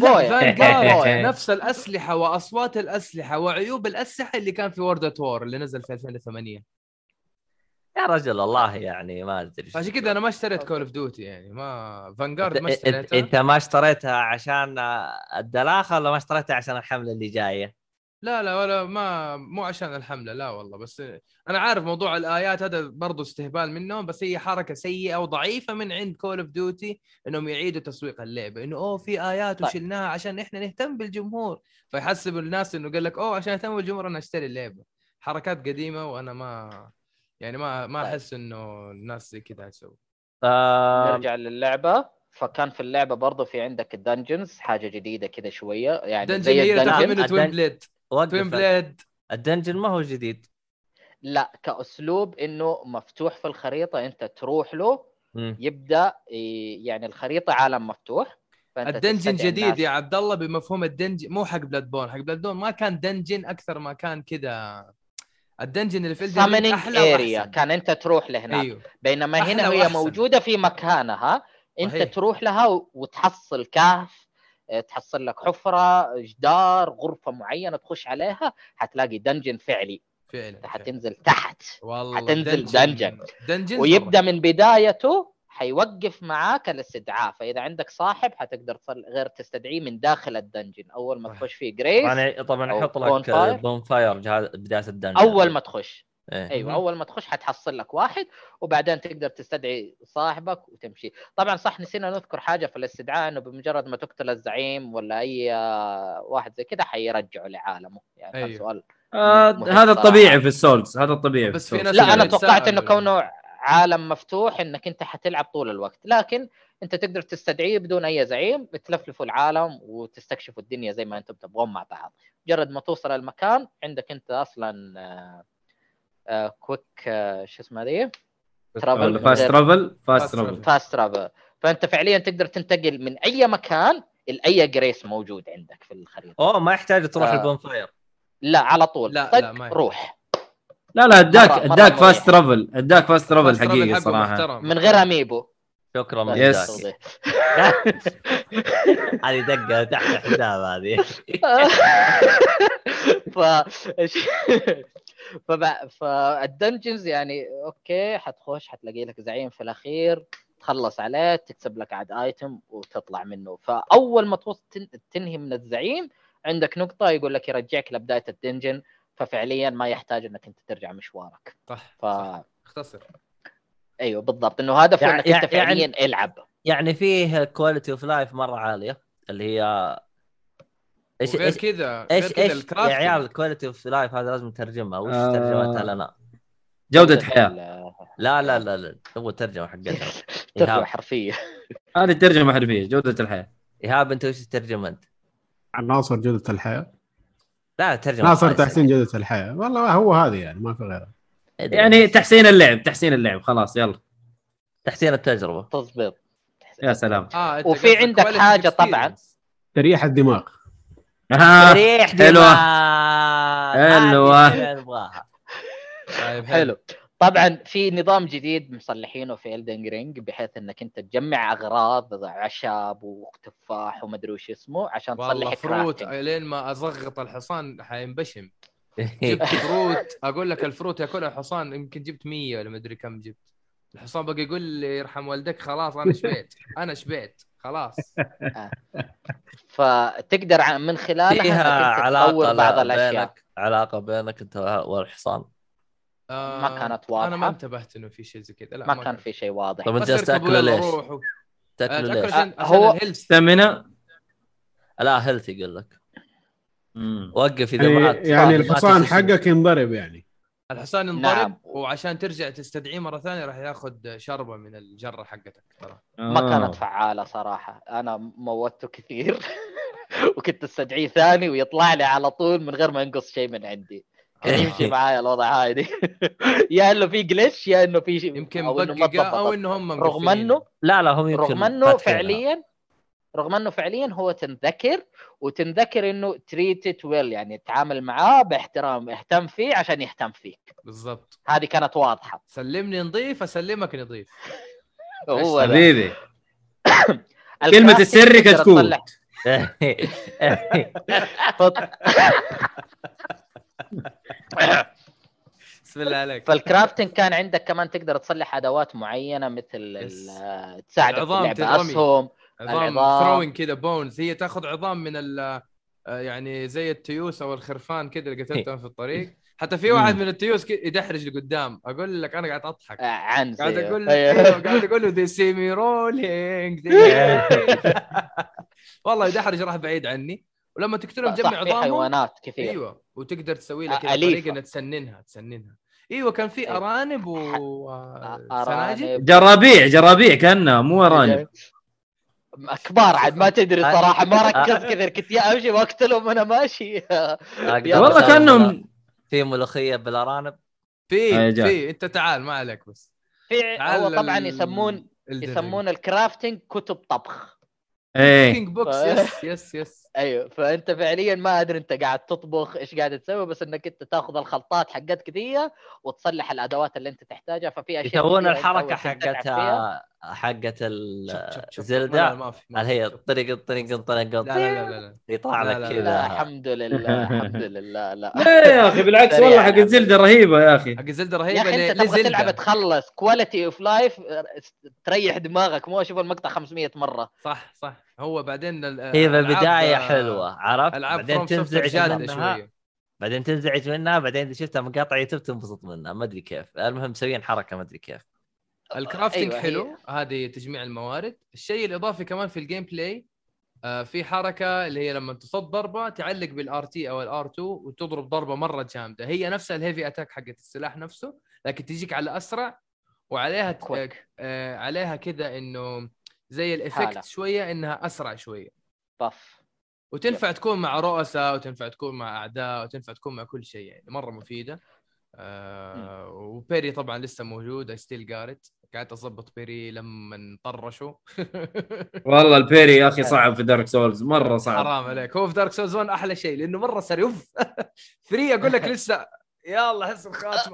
نفس الاسلحه واصوات الاسلحه وعيوب الاسلحه اللي كان في وورد تور اللي نزل في 2008 يا رجل. الله يعني ما ادري عشان كذا انا ما اشتريت كول اوف ديوتي. يعني ما فانغارد ما اشتريتها. انت ما اشتريتها عشان الدلاخه ولا ما اشتريتها عشان الحمله اللي جايه؟ لا ولا مو عشان الحمله لا والله. بس انا عارف موضوع الايات هذا برضو استهبال منهم، بس هي حركه سيئه وضعيفه من عند كول اوف ديوتي انهم يعيدوا تسويق اللعبه انه في ايات وشلناها عشان احنا نهتم بالجمهور، فيحسب الناس انه قال لك عشان اهتم بالجمهور انا اشتري اللعبه. حركات قديمه وانا ما احس انه الناس زي كذا تسوي. نرجع للعبه. فكان في اللعبه برضو في عندك الدنجنز حاجه جديده كده شويه يعني زي الدنجن توين بليد. الدنجن ما هو جديد، لا كأسلوب انه مفتوح في الخريطة انت تروح له يبدا يعني الخريطه عالم مفتوح، فانت الدنجن تستدعي جديد الناس. يا عبد الله بمفهوم الدنجن، مو حق بلاد بون. حق بلاد بون ما كان دنجن اكثر ما كان كذا. الدنجن اللي في الدنجن summoning احلى area واحسن. كان انت تروح لهناك. أيوه. بينما أحلى هنا هي وأحسن. موجوده في مكانها، انت صحيح. تروح لها وتحصل كهف، تحصل لك حفره، جدار، غرفه معينه تخش عليها، حتلاقي دنجن فعلي. فعلا حتنزل تحت، والله حتنزل دنجن دنجن ويبدا من بدايته حيوقف معاك الاستدعاء. فاذا عندك صاحب حتقدر غير تستدعيه من داخل الدنجن. اول ما تخش فيه جريس طبعا أو يحط لك bonfire. بون فاير بدايه الدنجن اول ما تخش. إيه. ايوه اول ما تخش حتحصل لك واحد، وبعدين تقدر تستدعي صاحبك وتمشي. طبعا صح نسينا نذكر حاجه في الاستدعاء، انه بمجرد ما تقتل الزعيم ولا اي واحد زي كده حيرجعه لعالمه. يعني كان أيوه. سؤال هذا الطبيعي في السولز، هذا الطبيعي بس في في السولز. ناس لا انا كده توقعت انه يتساءلوا. كونه عالم مفتوح انك انت حتلعب طول الوقت، لكن انت تقدر تستدعيه بدون اي زعيم، تلفلفوا العالم وتستكشفوا الدنيا زي ما انتم تبغون مع بعض. مجرد ما توصل المكان عندك انت اصلا كويك شو اسمه ذي ترافل، فاست ترافل. فانت فعليا تقدر تنتقل من اي مكان لاي جريس موجود عندك في الخريطه. ما يحتاج تروح البون فاير. لا على طول لا ما روح. لا اداك فاست ترافل، اداك فاست ترافل حقيقي صراحه محترم. من غير اميبو. شكرا من يس. ذاك. هذه دقه تحت حساب هذه. فالدنجنز يعني اوكي، حتخش حتلاقي لك زعيم في الاخير، تخلص عليه، تكسب لك عاد ايتم وتطلع منه. فاول ما تنهي من الزعيم عندك نقطه يقول لك يرجعك لبدايه الدنجن، ففعليا ما يحتاج انك انت ترجع مشوارك. صح. اختصر. ايوه بالضبط، انه هدفه انك انت فعليا العب. يعني فيه كواليتي اوف لايف مره عاليه اللي هي غير كذا يا عيال الكواليتي اوف لايف هذا لازم نترجمها. وش ترجمتها لنا؟ جودة حياة. لا هو ترجمة حقتها. ترجمة حرفية. هذه ترجمة حرفية جودة الحياة. إيهاب أنت وش ترجمة أنت؟ عن ناصر جودة الحياة. لا ترجمة ناصر تحسين جودة الحياة. والله هو هذه يعني ما في غيرها. يعني تحسين اللعب خلاص يلا. تحسين التجربة. تظبيط. يا سلام. وفي عندك حاجة طبعا تريح الدماغ. تريح دماغ. حلو. طبعا في نظام جديد مصلحينه في إلدن رينج، بحيث انك انت تجمع اغراض عشاب وتفاح وما ادري وش اسمه عشان تصلح فروت. لين ما ازغط الحصان حينبشم. جبت فروت، اقول لك الفروت ياكلها الحصان، يمكن جبت 100 ولا ما ادري كم جبت. الحصان بقى يقول لي يرحم والدك خلاص انا شبعت خلاص. فتقدر من خلالها انك تطور بعض الاشياء. علاقة بينك انت والحصان. ما كانت واضحة. انا ما انتبهت انه في شيء زي كذا. لا ما كان في شيء واضح. طب انت تاكله ليش؟ تاكله ليش؟ هو ستامينا. لا هيلثي يقول لك. وقف اذا يعني الحصان حقك ينضرب يعني. الحصان ينضرب وعشان ترجع تستدعيه مرة ثانية راح ياخذ شربة من الجرة حقتك ترى. ما كانت فعالة صراحة، أنا موتته كثير وكنت استدعيه ثاني ويطلع لي على طول من غير ما ينقص شيء من عندي. كان يمشي معايا الوضع هاي دي. يا إنه في جليش يا إنه في شيء يمكن بقى أو إنه هم رغم إنه هم يمكن رغم انه فعليا هو تنذكر انه treated well، يعني تعامل معاه باحترام، اهتم فيه عشان يهتم فيك. بالضبط. هذه كانت واضحة. سلمني نظيف اسلمك نظيف. هو حبيبي. كلمة السر كتكوت. بسم الله عليك. فالكرافتنج كان عندك كمان تقدر تصلح ادوات معينة مثل تساعدك في اللعب اسهم، عظام ثروين كذا بونز. هي تاخذ عظام من يعني زي التيوس او الخرفان كذا اللي قتلتهم في الطريق. حتى في واحد من التيوس يدحرج لقدام. اقول لك انا قاعد اضحك قاعد اقول له ذي سيمي رولينج والله يدحرج راح بعيد عني. ولما تقتلهم جمع عظامهم حيوانات كثير. ايوه وتقدر تسوي لك طريقه ان تسننها. ايوه كان في ارانب وسناجب جرابيع كانها مو ارانب كبار عاد ما تدري صراحه. ما ركز كثير، كنت امشي واقتلهم وانا ماشي. والله كانهم في ملوخيه بالارانب. في انت تعال ما عليك بس. هو طبعا يسمون يسمون الكرافتنج كتب طبخ. ايه كينج بوكس. يس ايوه، فانت فعليا ما ادري انت قاعد تطبخ ايش قاعد تسوي، بس انك انت تاخذ الخلطات حقتك كثيره وتصلح الادوات اللي انت تحتاجها. ففي اشياء يسوون كثيرة أنت الحركه أول شيء تتعب فيها. حقت شوف. زلدة ما في اللي هي شوف. طريق لا يطلع لك لا. كذا. لا الحمد لله الحمد لله. لا لا يا اخي بالعكس سريع والله حق العمل. زلدة رهيبه يا اخي. حق زلدة يا رهيبه. اخي انت تبغى تلعب تخلص كواليتي اوف لايف، تريح دماغك، مو اشوف المقطع 500 مره. صح. هو بعدين هي بالبدايه حلوه، عرفت؟ العاب بعدين فروم سوفتوير تنزعج جاده منها شويه. بعدين تنزعج منها، بعدين اذا شفتها مقاطع يوتيوب تنبسط منها، ما ادري كيف. المهم مسويين حركه ما ادري كيف. الكرافتنج أيوة حلو، هذه تجميع الموارد. الشيء الاضافي كمان في الجيم بلاي في حركه اللي هي لما تصد ضربه تعلق بالار تي او الار 2 وتضرب ضربه مره جامده. هي نفسها الهيفي اتاك حقت السلاح نفسه، لكن تجيك على اسرع وعليها عليها كذا انه زي الافكت شويه انها اسرع شويه طف. وتنفع تكون مع رؤساء وتنفع تكون مع اعداء وتنفع تكون مع كل شيء، يعني مره مفيده. وبيري طبعا لسه موجود. ستيل جارت قاعد اضبط بيري لما طرشوا. والله البيري يا اخي صعب في دارك سولز، مره صعب. حرام عليك. هو في دارك سولز 1 احلى شيء لانه مره سريع. 3 اقول لك لسه يلا حس الخاتمه.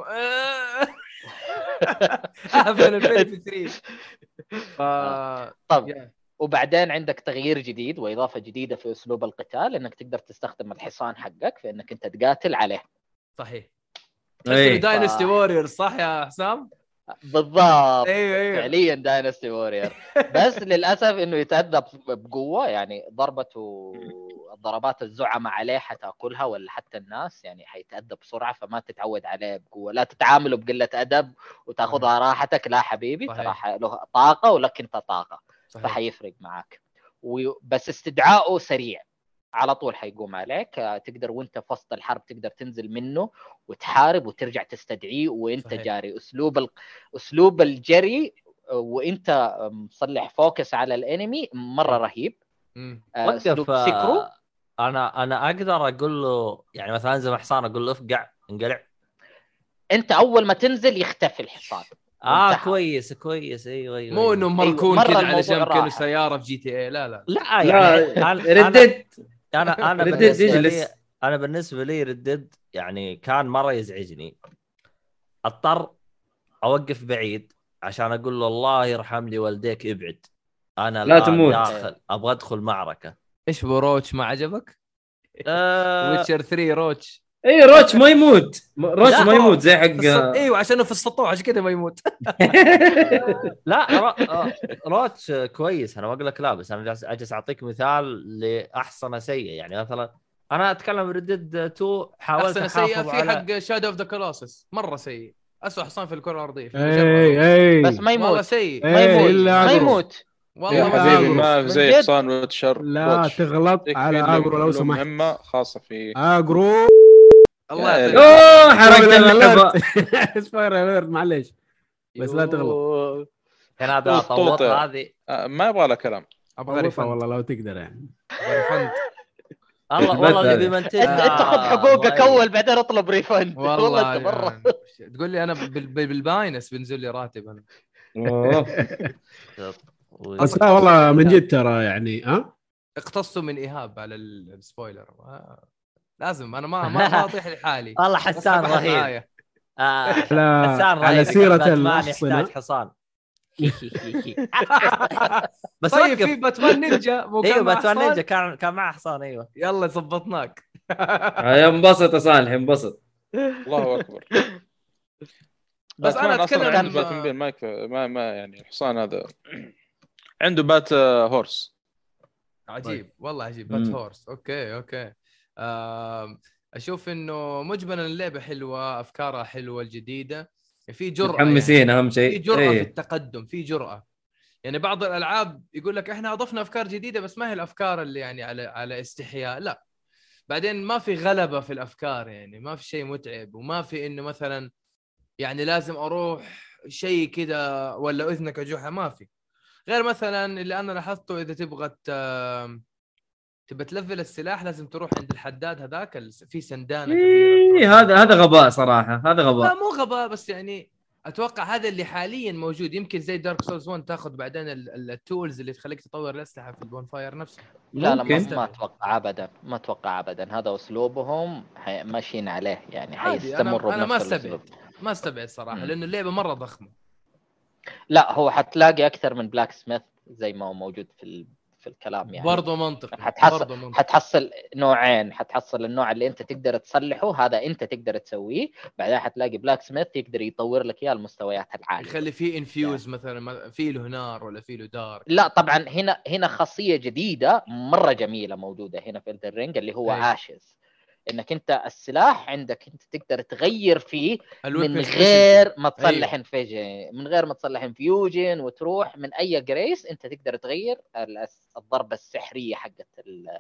افضل البيري في 3. طب وبعدين عندك تغيير جديد واضافه جديده في اسلوب القتال، انك تقدر تستخدم الحصان حقك في انك انت تقاتل عليه. صحيح. ايه داينستي وورير صح يا حسام؟ بالضبط. ايوه فعليا داينستي وورير. بس للاسف انه يتأدى بقوه، يعني ضربته الضربات الزعمة عليه حتاكلها ولا حتى الناس، يعني حيتأدى بسرعه، فما تتعود عليه بقوه. لا تتعامله بقله ادب وتاخذها راحتك، لا حبيبي ترى له طاقه ولك انت طاقه. فحيفرق معك. بس استدعائه سريع على طول حيقوم عليك. تقدر وانت في وسط الحرب تقدر تنزل منه وتحارب وترجع تستدعيه وانت صحيح. جاري. اسلوب الجري وانت مصلح فوكس على الانمي مره رهيب. وقف. انا اقدر اقول له يعني مثلا انزل حصان اقول له افقع انقلع. انت اول ما تنزل يختفي الحصان. كويس. ايوه مو انه مركون كذا على جنب كانه سياره في جي تي اي. لا يعني ردد. انا بالنسبه لي ردد يعني كان مره يزعجني. اضطر اوقف بعيد عشان اقول له الله يرحم لي والديك ابعد، انا لا الان تموت. ابغى ادخل معركه. ايش بروتش ما عجبك؟ ويتشر 3 روتش. اي روتش ما يموت. روتش ما يموت زي حق ايوه عشانه في السطوع عشان كذا ما يموت. لا روتش كويس، انا ما اقول لك لا، بس انا اجلس اعطيك مثال لاحسن سيء. يعني مثلا انا اتكلم ردد 2 حاولت احسن سيء في على حق شادو اوف ذا كولوسس مره سيء، اسوء حصان في الكره الارضيه. بس ما يموت. والله سيء. ما يموت والله يا حبيبي ما زي حصان وتشر. لا تغلط على اجرو لو سمحت. مهمه خاصه في اجرو. الله يعطيك. حركت اللعبه. سبايرر معليش بس لا تغلط. كان هذا طوط هذه ما يبغى له كلام. ابغى ريفند والله لو تقدر يعني. ريفند. والله اللي بمنتج انت خذ حقوقك اول بعدين اطلب ريفند. والله انت مره تقول لي انا بالباينس بنزل لي راتب انا. بس لا والله من جد ترى يعني اقتصوا من ايهاب على السبويلر. لازم انا ما اطيح لحالي. والله حسان رهيب. حسان على سيرة الأحصنة يحتاج حصان. بس طيب في باتمان نينجا ايوه باتمان نينجا كان معه حصان. ايوه يلا ظبطناك. انبسط يا صالح انبسط. الله اكبر. بس انا اتكلم عن باتمان ما يعني الحصان هذا عنده بات هورس عجيب. والله عجيب بات هورس. اوكي اشوف انه مجملا اللعبه حلوه، افكارها حلوه الجديده، في جرأة متحمسين يعني. اهم شيء في جرأة في التقدم، في جرأة. يعني بعض الالعاب يقول لك احنا اضفنا افكار جديده بس ما هي الافكار اللي يعني على استحياء. لا بعدين ما في غلبة في الافكار، يعني ما في شيء متعب وما في انه مثلا يعني لازم اروح شيء كده ولا اذنك اجوحه. ما في غير مثلا اللي انا لاحظته اذا تبغى تلفل السلاح لازم تروح عند الحداد هذاك في سندانه كبيره. هذا غباء صراحه. هذا غباء. لا مو غباء بس يعني اتوقع هذا اللي حاليا موجود. يمكن زي دارك سولز 1 تاخذ بعدين التولز اللي تخليك تطور الاسلحه في البون فاير نفسه. لا ممكن. ما اتوقع ابدا، ما اتوقع ابدا. هذا اسلوبهم ماشيين عليه يعني، عادي. حيستمروا انا بنفس الاسلوب. ما استبعد صراحه، لانه اللعبه مره ضخمه. لا هو حتلاقي اكثر من بلاك سميث زي ما هو موجود في الكلام يعني. برضه منطقي. حتحصل نوعين. حتحصل النوع اللي انت تقدر تصلحه، هذا انت تقدر تسويه. بعدها حتلاقي بلاك سميث يقدر يطور لك اياه المستويات العاليه، يخلي فيه انفيوز مثلا، في له نار ولا في له دار. لا طبعا هنا خاصيه جديده مره جميله موجوده هنا في Elden Ring اللي هو اشز. انك انت السلاح عندك انت تقدر تغير فيه من غير ما تصلح انفيوجن، من غير ما تصلح انفيوجن وتروح من اي جريس. انت تقدر تغير الضربه السحريه حقت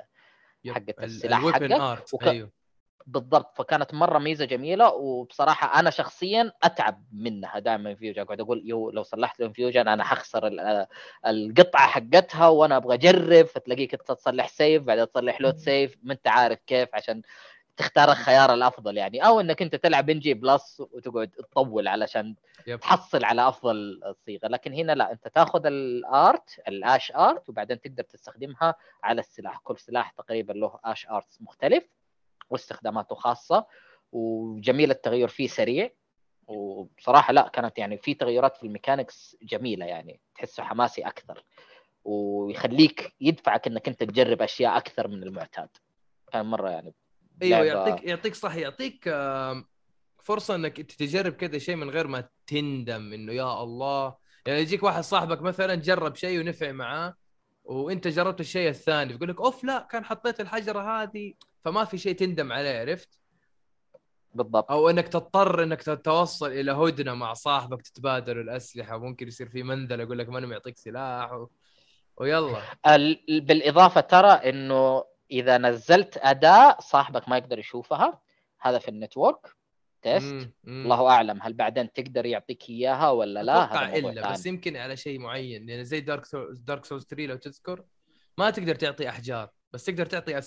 السلاح حقك. ايوه بالضبط. فكانت مره ميزه جميله، وبصراحه انا شخصيا اتعب منها دائما انفيوجن. اقعد اقول لو صلحت الانفيوجن انا حخسر القطعه حقتها وانا ابغى اجرب، فتلاقيك تصلح سيف بعدين تصلح لود سيف، ما انت عارف كيف عشان تختار الخيار الافضل يعني. او انك انت تلعب NG بلس وتقعد تطول علشان تحصل على افضل صيغه. لكن هنا لا، انت تاخذ الاش ارت وبعدين تقدر تستخدمها على السلاح. كل سلاح تقريبا له اش ارت مختلف واستخداماته خاصه، وجميل التغير فيه سريع. وبصراحه لا كانت يعني في تغيرات في الميكانكس جميله يعني، تحسه حماسي اكثر ويخليك يدفعك انك انت تجرب اشياء اكثر من المعتاد. كان مره يعني ايوه يعطيك صح، يعطيك فرصه انك تجرب كذا شيء من غير ما تندم انه يا الله. يعني يجيك واحد صاحبك مثلا جرب شيء ونفع معاه وانت جربت الشيء الثاني، يقول لك اوف لا كان حطيت الحجره هذه، فما في شيء تندم عليه. عرفت بالضبط. او انك تضطر انك تتوصل الى هدنه مع صاحبك تتبادلوا الاسلحه، وممكن يصير في منذله يقول لك ماني معطيك سلاح ويلا. بالاضافه ترى انه اذا نزلت اداء صاحبك ما يقدر يشوفها، هذا في النتورك تيست. الله اعلم هل بعدين تقدر يعطيك اياها ولا لا. اتوقع الا بس يمكن على شيء معين، يعني زي دارك سولز 3 لو تذكر ما تقدر تعطي احجار بس تقدر تعطي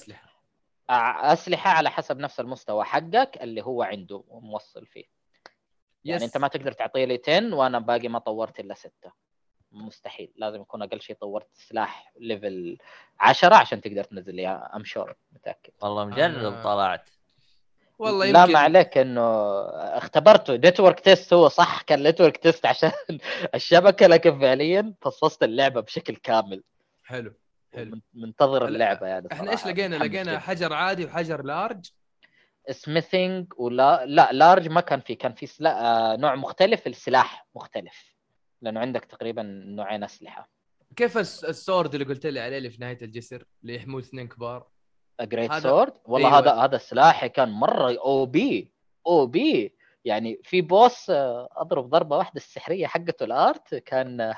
اسلحه على حسب نفس المستوى حقك اللي هو عنده موصل فيه. يعني انت ما تقدر تعطيه لي 10 وانا باقي ما طورت الا 6، مستحيل. لازم يكون اقل شيء طورت سلاح ليفل 10 عشان تقدر تنزل لي امشور. متاكد والله مجرب طلعت والله لا ما عليك انه اختبرته نتورك تيست. هو صح كان نتورك تيست عشان الشبكه، لكن فعليا فصصت اللعبه بشكل كامل. حلو منتظر اللعبه يعني. احنا ايش لقينا حجر عادي وحجر لارج سميثينج ولا لا لارج ما كان في. كان في نوع مختلف، السلاح مختلف لانه عندك تقريبا نوعين اسلحه. كيف السورد اللي قلت لي عليه اللي في نهايه الجسر اللي يحموه 2 كبار؟ جريت سورد والله. أيوة. هذا سلاحي كان مره او بي يعني. في بوس اضرب ضربه واحده السحريه حقته الارت كان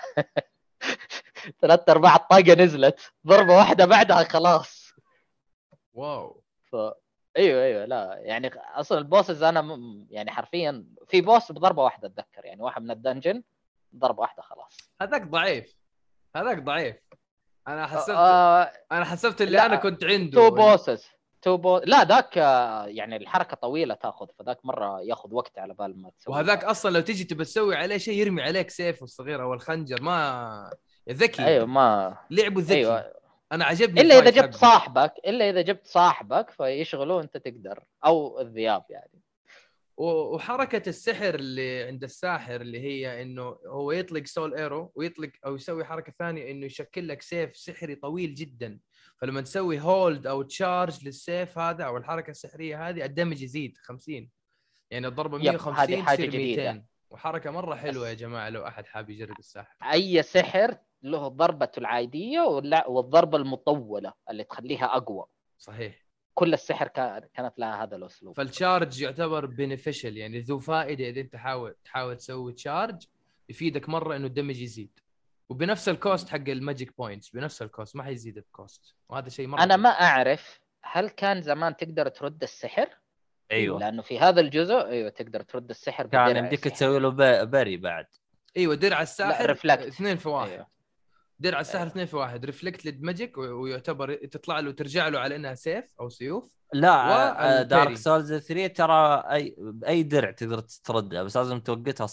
3/4 الطاقه نزلت ضربه واحده بعدها خلاص. واو. ايوه لا يعني اصلا البوسز انا يعني حرفيا في بوس بضربه واحده اتذكر يعني، واحد من الدنجن ضربه واحده خلاص. هذاك ضعيف. انا حسبت اللي انا كنت عنده تو بوسز لا ذاك يعني الحركه طويله تاخذ، فذاك مره ياخذ وقت على بال ما تسوي. وهذاك اصلا لو تيجي تبي تسوي عليه شيء يرمي عليك سيف الصغير او الخنجر، ما ذكي. ايوه ما لعبه ذكي. أيوة. انا عجبني الا اذا جبت صاحبك فيشغلوه انت تقدر، او الذئاب يعني. وحركه السحر اللي عند الساحر اللي هي انه هو يطلق سول ايرو ويطلق او يسوي حركه ثانيه انه يشكل لك سيف سحري طويل جدا، فلما تسوي هولد او تشارج للسيف هذا او الحركه السحريه هذه الدمج يزيد 50، يعني الضربه 150 تصير 200. وحركه مره حلوه يا جماعه لو احد حاب يجرب الساحر. اي سحر له ضربته العاديه والضربه المطوله اللي تخليها اقوى. صحيح. كل السحر كانت لها هذا الاسلوب. فالتشارج يعتبر بينيفيشل يعني ذو فائده. اذا انت تحاول تسوي تشارج يفيدك مره انه الدمج يزيد، وبنفس الكوست حق الماجيك بوينتس، بنفس الكوست ما حيزيد الكوست، وهذا شيء مره انا ما اعرف هل كان زمان تقدر ترد السحر. ايوه لانه في هذا الجزء ايوه تقدر ترد السحر كان يمديك تسوي له بري بعد. ايوه درع الساحر 2 في 1. أيوة. درع السحر 2 في 1 ريفلكت للماجيك ويعتبر تطلع له ترجع له على انها سيف او سيوف. لا دارك سولز 3 ترى اي درع تقدر تردها بس لازم توقتها صح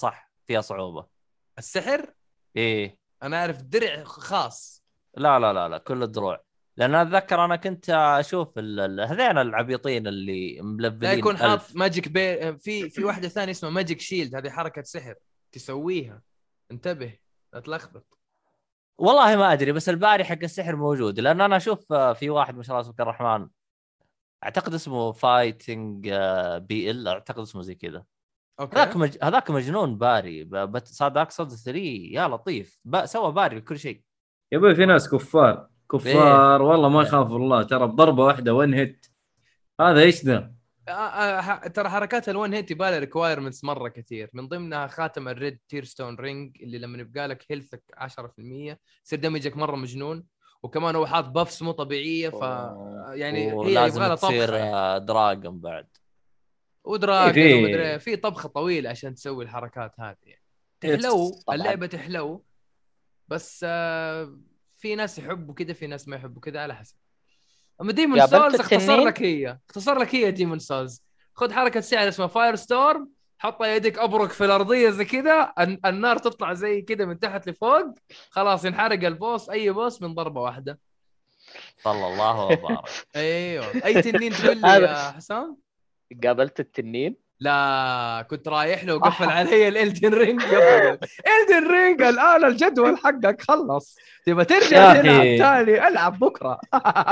فيها صعوبه. السحر ايه انا اعرف درع خاص. لا كل الدروع، لان اتذكر انا كنت اشوف هذين العبيطين اللي لا ملفلين يكون حاط 1000. ماجيك في واحده ثانيه اسمها ماجيك شيلد، هذه حركه سحر تسويها، انتبه لا تلخبط. والله ما ادري، بس الباري حق السحر موجود، لان انا اشوف في واحد ما شاء الله اسمه عبد الرحمن، اعتقد اسمه فايتنج بي ال، اعتقد اسمه زي كذا. اوكي هذاك مجنون باري صار دارك سولز 3 يا لطيف، سوى باري كل شيء. يا ابوي في ناس كفار والله ما يخاف الله، ترى بضربه واحده ون هيت. هذا ايش ذا؟ ترى حركات الون هيت يبالي ريكوايرمنتس مره كثير، من ضمنها خاتم الريد تيرستون رينج اللي لما يبقى لك هيلثك 10% يصير دمجك مره مجنون، وكمان هو حاط بافس مو طبيعيه، ف يعني هي يبغى لها تصير طبخه دراجون بعد ودراجون ومدري في طبخه طويله عشان تسوي الحركات هذه يعني. تحلو اللعبه تحلو، بس في ناس يحبوا كذا في ناس ما يحبوا كذا على حسب. اما ديمون سولز اختصر لك هي ديمون سولز، خذ حركه سحر اسمها فاير ستورم، حط يدك ابرك في الارضيه زي كذا، النار تطلع زي كذا من تحت لفوق، خلاص ينحرق البوس، اي بوس من ضربه واحده. صلى الله وبارك. ايوه اي تنين تقول لي يا حسام؟ قابلت التنين؟ لا كنت رايح له وقفل علي الالدن رينج. الدن رينج الان الجدول حقك خلص، تبى ترجع تلعب تاني العب بكره.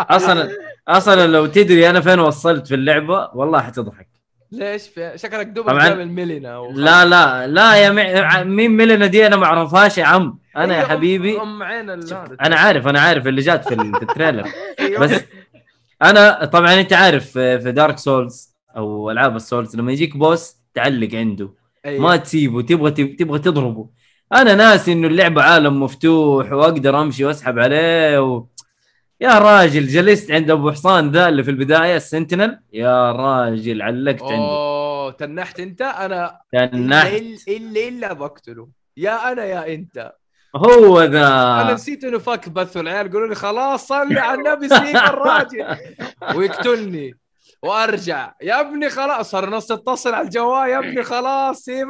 اصلا لو تدري انا فين وصلت في اللعبه والله حتضحك. ليش؟ شكلك دوبك جاب الميلينا لا يا مين ميلينا دي؟ انا ما اعرفهاش يا عم. انا يا حبيبي انا عارف اللي جات في التريلر. بس انا طبعا انت عارف في دارك سولز او العاب السولز لما يجيك بوس تعلق عنده ما تسيبه، تبغى تضربه. انا ناسي انه اللعبه عالم مفتوح واقدر امشي واسحب عليه يا راجل جلست عند ابو حصان ذا اللي في البدايه السنتينل، يا راجل علقت عنده. تنحت انت؟ انا تنحت الا بقتله يا انا يا انت. هو ذا انا نسيت انه فك بث، العيال يقولوا لي خلاص صلي على النبي سيب الراجل ويقتلني وارجع يا ابني خلاص، صار نص اتصل على الجوال يا ابني خلاص سيب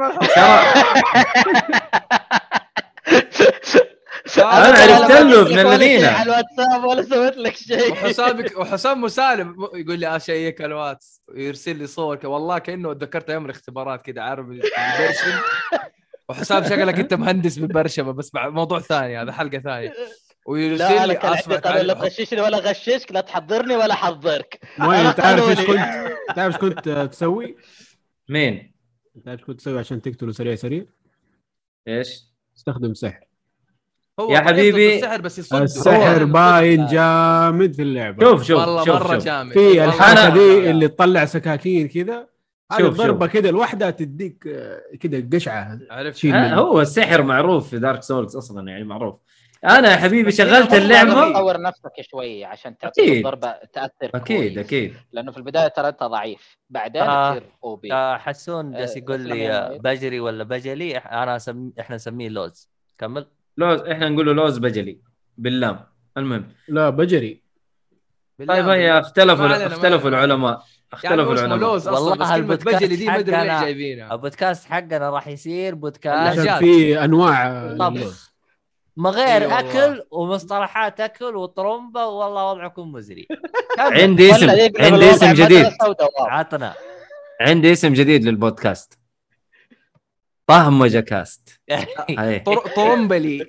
انا عرفت له ابن الذين على الواتساب ولا سويت لك شيء. وحسام مسالم يقول لي اشيك الواتس ويرسل لي صور والله كانه ذكرت ايام الاختبارات كده عارف البرشم. وحسام شكلك انت مهندس بالبرشمه، بس موضوع ثاني هذا حلقه ثانيه. ويرسل لي اسمع لا تغششني ولا غششك، لا تحضرني ولا حضرك. انت عارف ايش كنت تسوي؟ مين انت عارف كنت تسوي عشان تقتله سريع؟ ايش؟ استخدم سحر يا حبيبي. السحر باين جامد في اللعبه. شوف والله مره جامد في الحركه دي اللي تطلع سكاكين كذا، هذه الضربه كده الواحده تديك كده قشعه. هو السحر معروف في دارك سولز اصلا يعني معروف. انا يا حبيبي شغلت اللعبه تطور نفسك شوي عشان تعطي الضربه تاثر اكيد لانه في البدايه ترى انت ضعيف بعدين تصير او بي. حسون جالس يقول لي بجري ولا بجلي، احنا نسميه لوز. كمل. لوز، احنا نقول له لوز بجلي باللام. المهم لا بجري. طيب هي اختلفوا العلماء لوز والله بس كلمة بجلي دي ما ادري وين جايبينها. البودكاست حقنا راح يصير بودكاست عشان في انواع طبخ ما غير اكل ومصطلحات اكل وطرمبه، والله وضعكم مزري. عندي اسم جديد. عطنا عندي اسم جديد للبودكاست، طهمجة كاست. طرمبلي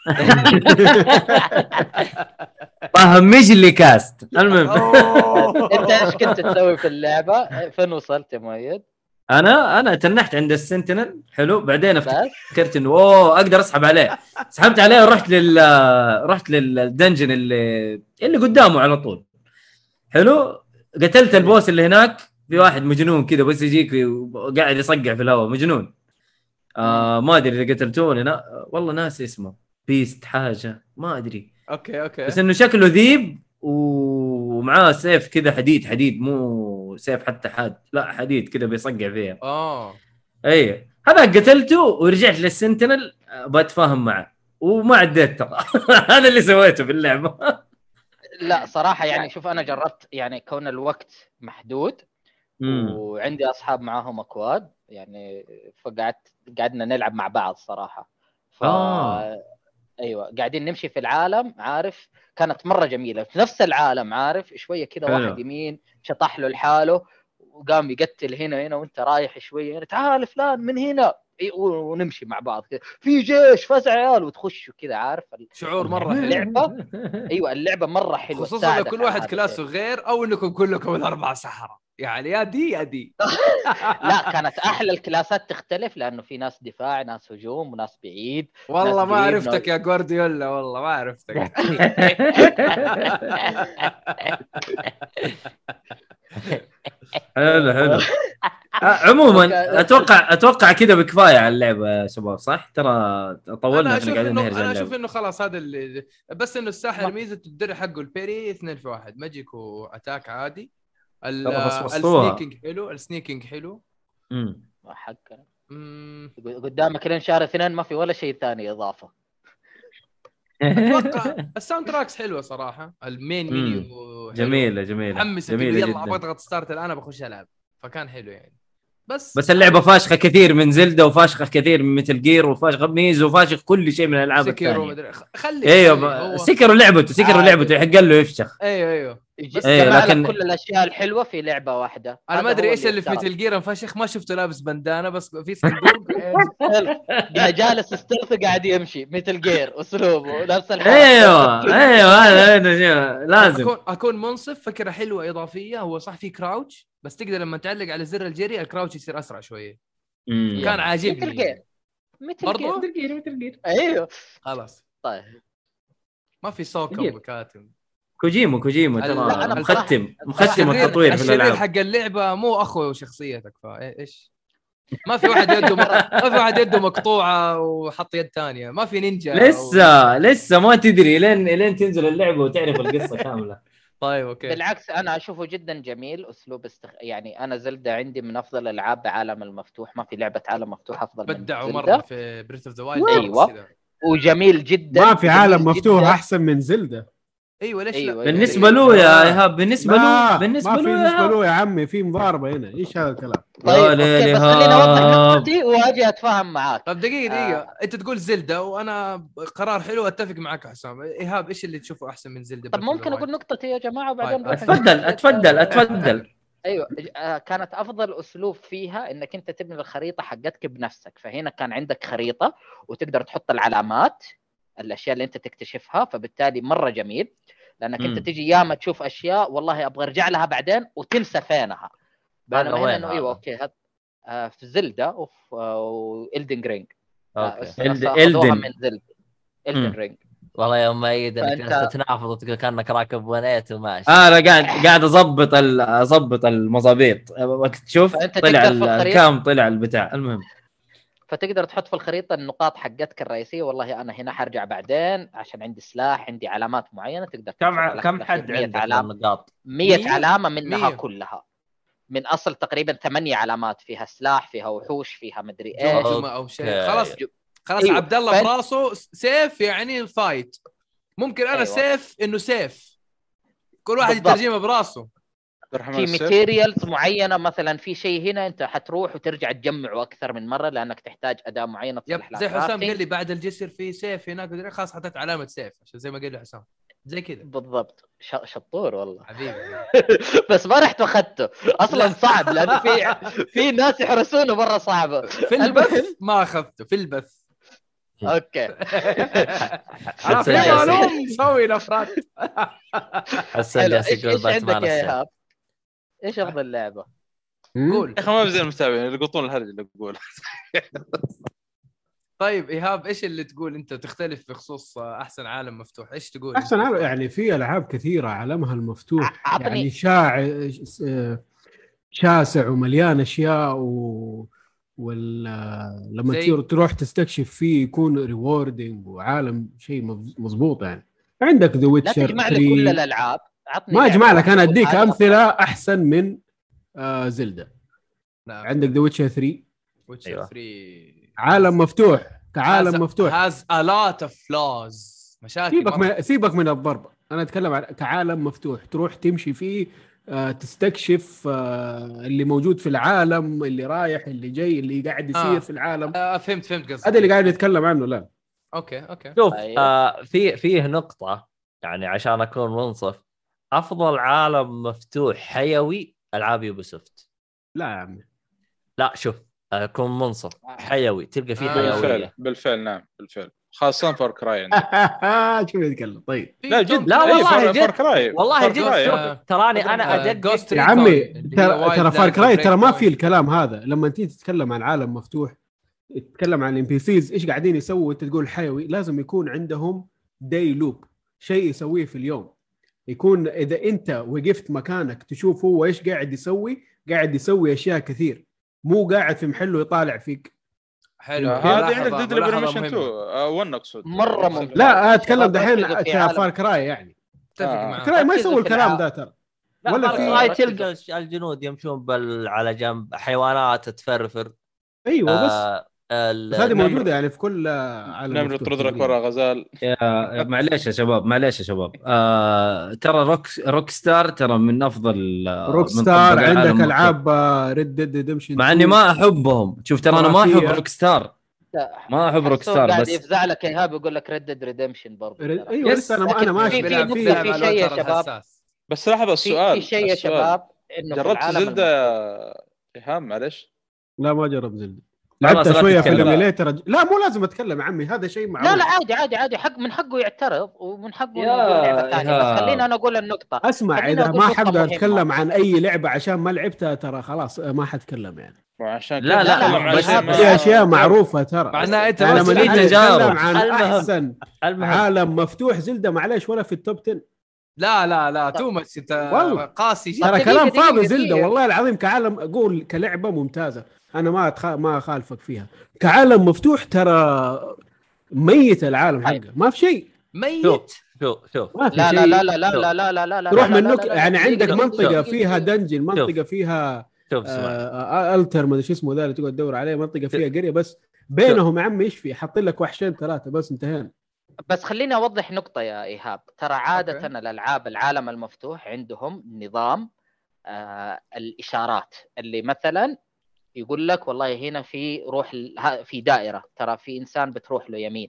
طهمجلي كاست. المهم انت ايش كنت تسوي في اللعبه؟ فين وصلت يا مؤيد؟ انا تنحت عند السنتينل. حلو. بعدين فكرت انه اقدر اسحب عليه، سحبت عليه ورحت للدنجن اللي قدامه على طول. حلو. قتلت البوس اللي هناك. في واحد مجنون كذا بس يجيك وقاعد يصقع في الهواء، مجنون. ما ادري اذا قتلته ولا والله ناسي اسمه، بيست حاجه ما ادري. اوكي بس انه شكله ذيب ومعاه سيف كذا حديد مو سيف حتى حاد، لا حديد كذا بيصقع فيها. اي هذا قتلته ورجعت للسنتينل بتفاهم معه وما عديت ترى. هذا اللي سويته في اللعبه. لا صراحه يعني شوف انا جربت يعني كون الوقت محدود وعندي اصحاب معاهم اكواد يعني، قعدنا نلعب مع بعض صراحه. ايوه قاعدين نمشي في العالم، عارف، كانت مره جميله في نفس العالم، عارف، شويه كذا واحد يمين شطح له لحاله وقام يقتل هنا وانت رايح شويه يعني تعال فلان من هنا ونمشي مع بعض كذا في جيش فزع عيال وتخشوا كذا، عارف شعور مره حلو. اللعبه ايوه اللعبه مره حلوه، خصوصا لو كل واحد كلاسه غير او انكم كلكم الاربعه سحره يعني، يا دي لا كانت احلى الكلاسات تختلف لانه في ناس دفاع، ناس هجوم، وناس بعيد. والله ما عرفتك يا جوارديولا، والله ما عرفتك. حلو. عموما اتوقع كذا بكفايه على اللعبه يا شباب، صح؟ ترى طولنا احنا قاعدين نهرج. انا اشوف انه خلاص هذا اللي بس انه الساحر ميزه الدرع حقه البيري 2 في 1 ماجيك واتاك عادي. السنيكينج حلو حقنا قدامك لين شهر 2 ما في ولا شيء ثاني اضافه. اتوقع الساوند تراكس حلوه صراحه، المين مينيو جميله محمس يلا ابغى اضغط ستارت الان بخش العب، فكان حلو يعني. بس اللعبه فاشخه كثير من زلدة، وفاشخه كثير من مثل جير، وفاشخه ميز، وفاشخ كل شيء من الالعاب الثانيه. ايوه سكروا لعبته يحق له يفشخ. ايوه بس لكن كل الاشياء الحلوه في لعبه واحده. انا ما ادري ايش اللي في مثل جير فاشخ، ما شفته لابس بندانه بس في صندوق جالس استلف قاعد يمشي مثل جير اسلوبه نفس الحال. ايوه هذا لازم اكون منصف. فكره حلوه اضافيه، هو صح في كراوتش بس تقدر لما تعلق على زر الجري الكراوتش يصير اسرع شويه. كان عاجبني مثل جير ايوه خلاص. طيب ما في سوكم وكاتم كوجيمو ترى مختم التطوير في الالعاب. حق اللعبه مو اخو شخصيتك فايش. ما في واحد يده مقطوعه وحط يد ثانيه، ما في نينجا لسه ما تدري لين تنزل اللعبه وتعرف القصه كامله. طيب اوكي. بالعكس انا اشوفه جدا جميل اسلوب يعني انا زلدة عندي من افضل الالعاب بعالم المفتوح، ما في لعبه عالم مفتوح افضل من بدعوا مره في بريث اوف ذا وايلد. ايوه وجميل جدا. ما في عالم مفتوح احسن من زلدة. ايوه ليش لا؟ بالنسبه له يا ايهاب بالنسبه له يا عمي في مضاربه هنا. ايش هذا الكلام؟ طيب بس خليني اوضح نقطتي واجي اتفاهم معاك. طب دقيقه انت تقول زلدة وانا قرار حلو اتفق معك حسام. ايهاب ايش اللي تشوفه احسن من زلدة؟ طب ممكن اقول نقطتي يا جماعه وبعدين اتفضل. ايوه كانت افضل اسلوب فيها انك انت تبني الخريطه حقتك بنفسك. فهنا كان عندك خريطه وتقدر تحط العلامات الاشياء اللي انت تكتشفها، فبالتالي مره جميل لانك انت تجي ياما تشوف اشياء والله ابغى ارجع لها بعدين وتنسى فينها. بينما هنا انه ايوه اوكي في زلدة وإلدن رينج اخذوها من زلدة إلدن رينج. والله يوم ما يد انك تتنافض وتقول كانك راكب ونيت وماشي. انا قاعد اضبط المظابيط وقت تشوف طلع الكام طلع البتاع. المهم فتقدر تحط في الخريطه النقاط حقتك الرئيسيه. والله انا هنا حرجع بعدين عشان عندي سلاح، عندي علامات معينه تقدر كم حد عندك النقاط؟ 100 علامه منها 100. كلها من اصل تقريبا 8 علامات، فيها سلاح فيها وحوش فيها مدري ايش او شيء. خلاص أيوه. عبد الله براسه سيف يعني فايت. ممكن انا أيوه. سيف انه سيف كل واحد يترجمه براسه. في ماتيريالز معينه مثلا في شيء هنا انت حتروح وترجع تجمعه اكثر من مره لانك تحتاج اداه معينه تصلح لها. زي حسام قال لي بعد الجسر في سيف هناك خلاص حطيت علامه سيف عشان زي ما قال لي حسام زي كذا بالضبط. شطور والله حبيبي. بس ما رحت واخذته اصلا صعب لانه في ناس يحرسونه برا صعبه. في البث ما اخذته في البث. اوكي انا في معلوم مسوي نفرات. حسن جالس يقول باتمان السيف. ايش افضل لعبه؟ قول يا اخي ما بزين المتابعين اللي يقطون الهرج اللي اقوله. طيب ايهاب ايش اللي تقول انت تختلف في خصوص احسن عالم مفتوح؟ ايش تقول احسن عالم؟ يعني في العاب كثيره عالمها المفتوح يعني شاسع ومليان اشياء لما تروح تستكشف فيه يكون ريوردينج وعالم شيء مضبوط. يعني عندك ذا ويتشر. لا تجمع لك كل الالعاب. ما اجمع لك، انا اديك امثله احسن من زلدة. نعم. عندك ذا ويتشر 3. ويتشر 3 عالم مفتوح كعالم مفتوح هاز a lot of flaws. مشاكل سيبك من الضربه. انا اتكلم عن كعالم مفتوح تروح تمشي فيه تستكشف اللي موجود في العالم، اللي رايح اللي جاي اللي قاعد يصير في العالم. فهمت قصدك. هذا اللي قاعد نتكلم عنه. لا اوكي شوف أيوه. فيه نقطة يعني عشان أكون منصف، أفضل عالم مفتوح حيوي ألعاب يوبيسوفت. لا يا عمي لا شوف أكون منصف، حيوي تلقى فيه حيوية. بالفعل نعم بالفعل، خاصة فار كراي عندك. شو يتكلم طيب. لا جد لا والله فار كراي والله جد تراني أنا أدقق يا عمي. ترى فار كراي ترى ما في الكلام هذا. لما انت تتكلم عن عالم مفتوح، تتكلم عن NPCs ايش قاعدين يسووا، انت تقول حيوي، لازم يكون عندهم داي لوب، شيء يسويه في اليوم. يكون اذا انت وقفت مكانك تشوف هو ايش قاعد يسوي، قاعد يسوي اشياء كثير، مو قاعد في محله يطالع فيك. حلو. هذه عندك ديد ليبريشن 2 1 اقصد مره ممتاز. لا اتكلم دحين فار كراي يعني. كراي ما يسوي الكلام ده ترى. ولا في تلقى الجنود يمشون على جنب، حيوانات تفرفر. ايوه بس هذه موجوده يعني في كل عالم. نمر يطرد لك ورا غزال. معليش يا شباب ترى روك ستار ترى من افضل روك ستار. عندك العاب ريد ديد ريدمشن، مع اني ما احبهم. شوف ترى انا ما احب روك ستار، ما احب روك ستار، قاعد بس يفزع لك ايهاب يقول لك ريد ديد ريدمشن برضه. ايوه لسه انا ماشي في شيء يا شباب. بس لحظه السؤال، في شيء يا شباب انه جربت زلدة ايهاب؟ معلش لا ما جرب زلدة. لعبت شويه في الايميليتر. لا مو لازم اتكلم يا عمي، هذا شيء معروف. لا عادي حق من حقه يعترض ومن حقه يقول لعبه ثانيه. بس خلينا انا اقول النقطه. اسمع اذا ما حقدر اتكلم عن اي لعبه عشان ما لعبتها ترى خلاص ما حتكلم يعني. وعشان لا بس في اشياء معروفه ترى. معناه انت لما بس نيجي نتكلم عن احسن عالم مفتوح زلدة معليش ولا في التوب 10. لا تو ماتش انت قاسي. ترى كلام فاضي زلدة والله العظيم. كعالم اقول كلعبه ممتازه انا ما اخالفك فيها. كعالم مفتوح ترى ميت العالم حقه، ما في شيء ميت. شوف لا تروح منك يعني. عندك منطقه فيها دنجن، منطقه فيها التر ما ادري شو اسمه ذا اللي تقعد تدور عليه، منطقه فيها قريه بس بينهم يا عم ايش في، حاطين لك وحشين 3 بس انتهينا. بس خليني اوضح نقطه يا ايهاب. ترى عاده الالعاب العالم المفتوح عندهم نظام الاشارات، اللي مثلا يقول لك والله هنا في روح في دائره، ترى في انسان بتروح له يمين،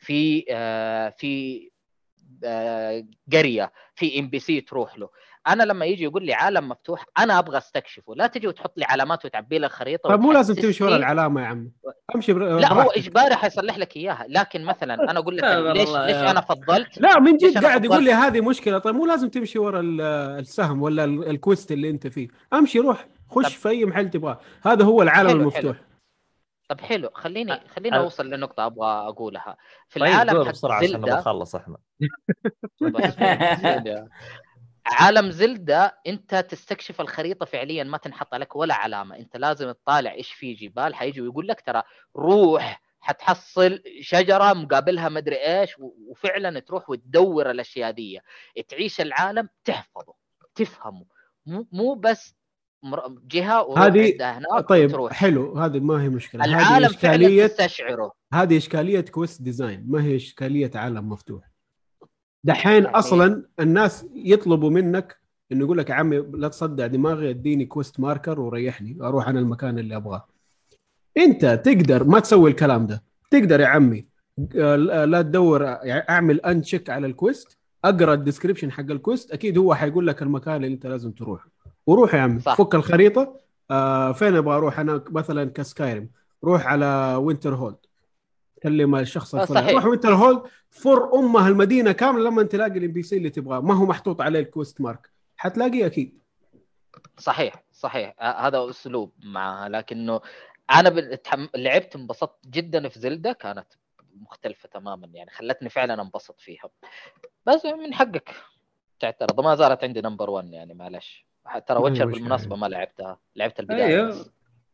في قريه، في NPC تروح له. انا لما يجي يقول لي عالم مفتوح انا ابغى استكشفه، لا تجي وتحط لي علامات وتعبي لي خريطه. طب مو لازم تمشي ورا العلامه يا عم، امشي لا هو اجباري حيصلح لك اياها. لكن مثلا انا اقول لك ليش انا فضلت. لا من جد قاعد يقول لي هذه مشكله. طيب مو لازم تمشي ورا السهم ولا الكويست اللي انت فيه، امشي روح خش في اي محل تبغاه. هذا هو العالم المفتوح. طب حلو، خليني اوصل لنقطه ابغى اقولها في طيب العالم حق بسرعه عشان نخلص احنا. عالم زلدة انت تستكشف الخريطه فعليا، ما تنحط لك ولا علامه. انت لازم تطالع ايش في جبال، حيجي ويقول لك ترى روح حتحصل شجره مقابلها مدري ايش، وفعلا تروح وتدور الاشياء دي، تعيش العالم، تحفظه تفهمه، مو بس جهه هذه. طيب وتروح. حلو، هذه ما هي مشكله. العالم فعلا تستشعره. هذه اشكاليه كويست ديزاين، ما هي اشكاليه عالم مفتوح. دحين يعني اصلا الناس يطلبوا منك انه يقول لك يا عمي لا تصدع دماغي، اديني كويست ماركر وريحني اروح انا المكان اللي ابغاه. انت تقدر ما تسوي الكلام ده. تقدر يا عمي لا تدور، يعني اعمل انشيك على الكويست، اقرا الديسكريبشن حق الكويست، اكيد هو حيقول لك المكان اللي انت لازم تروح، وروح يا عمي. فك الخريطه. فين ابغى اروح انا مثلا كسكايرم، روح على وينتر هولد، كلم الشخص الفلاني، روح وينتر هولد، فر المدينه كامله. لما تلاقي الNPC اللي تبغاه ما هو محطوط عليه الكويست مارك حتلاقيه اكيد. صحيح هذا اسلوب معها. لكنه انا لعبت انبسطت جدا في زلدة، كانت مختلفه تماما يعني، خلتني فعلا انبسط فيها. بس من حقك تعترض، ما زالت عندي نمبر 1 يعني معلش. ترى ويتشر بالمناسبه ما لعبتها، لعبت البدايه بس.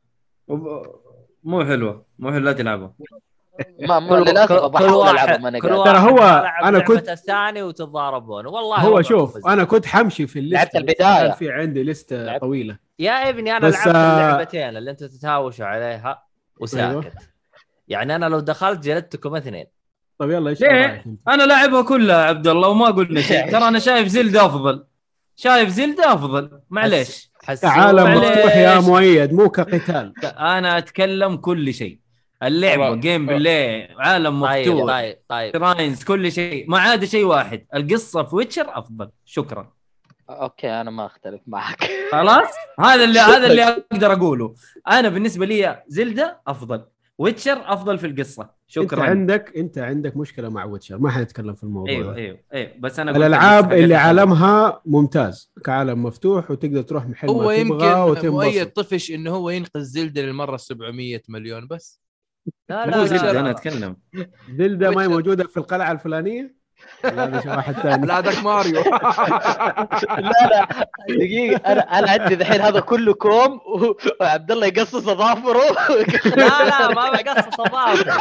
مو حلوه لا تلعبها. ما للاسف بحاول العبها ما نقدر. ترى هو انا كنت الثاني وتتضاربون والله. هو شوف انا كنت حمشي في الليست، لعبت البدايه، في عندي لسته طويله يا ابني. انا لعبت اللعبتين اللي انت تتهاوشوا عليها وساكت. يعني انا لو دخلت جلدتكم 2. طيب يلا ايش انا لاعبها كلها عبد الله وما قلنا شيء. ترى انا شايف زلدة افضل. شايف زلدة افضل معليش. عالم معليش. مفتوح يا مؤيد، مو كقتال. انا اتكلم كل شيء، اللعبه والله. جيم بلاي عالم طيب مفتوح طيب طيب تراينز كل شيء، ما عدا شيء واحد، القصه في ويتشر افضل. شكرا. اوكي انا ما اختلف معك. خلاص هذا اللي اقدر اقوله. انا بالنسبه لي زلدة افضل، ويتشر افضل في القصه. شكرا. انت عندك مشكله مع ويتشر، ما حنتكلم في الموضوع ده. ايوه بس انا قلت الالعاب القصة اللي حقتها حلوة. عالمها ممتاز كعالم مفتوح، وتقدر تروح محل هو ما تبغى يمكن مؤيد وتنبسط. طفش انه هو ينقذ زلدة للمره 700 مليون بس. لا مو لا زلدة لا انا لا. اتكلم. زلدة ما هي ويتشر. موجوده في القلعه الفلانيه، لا هذا شيء واحد ثاني. لا ذاك ماريو. لا دقيقة، انا عندي الحين هذا كله كوم وعبد الله يقصص اظافره. لا ما بقصص اضافه.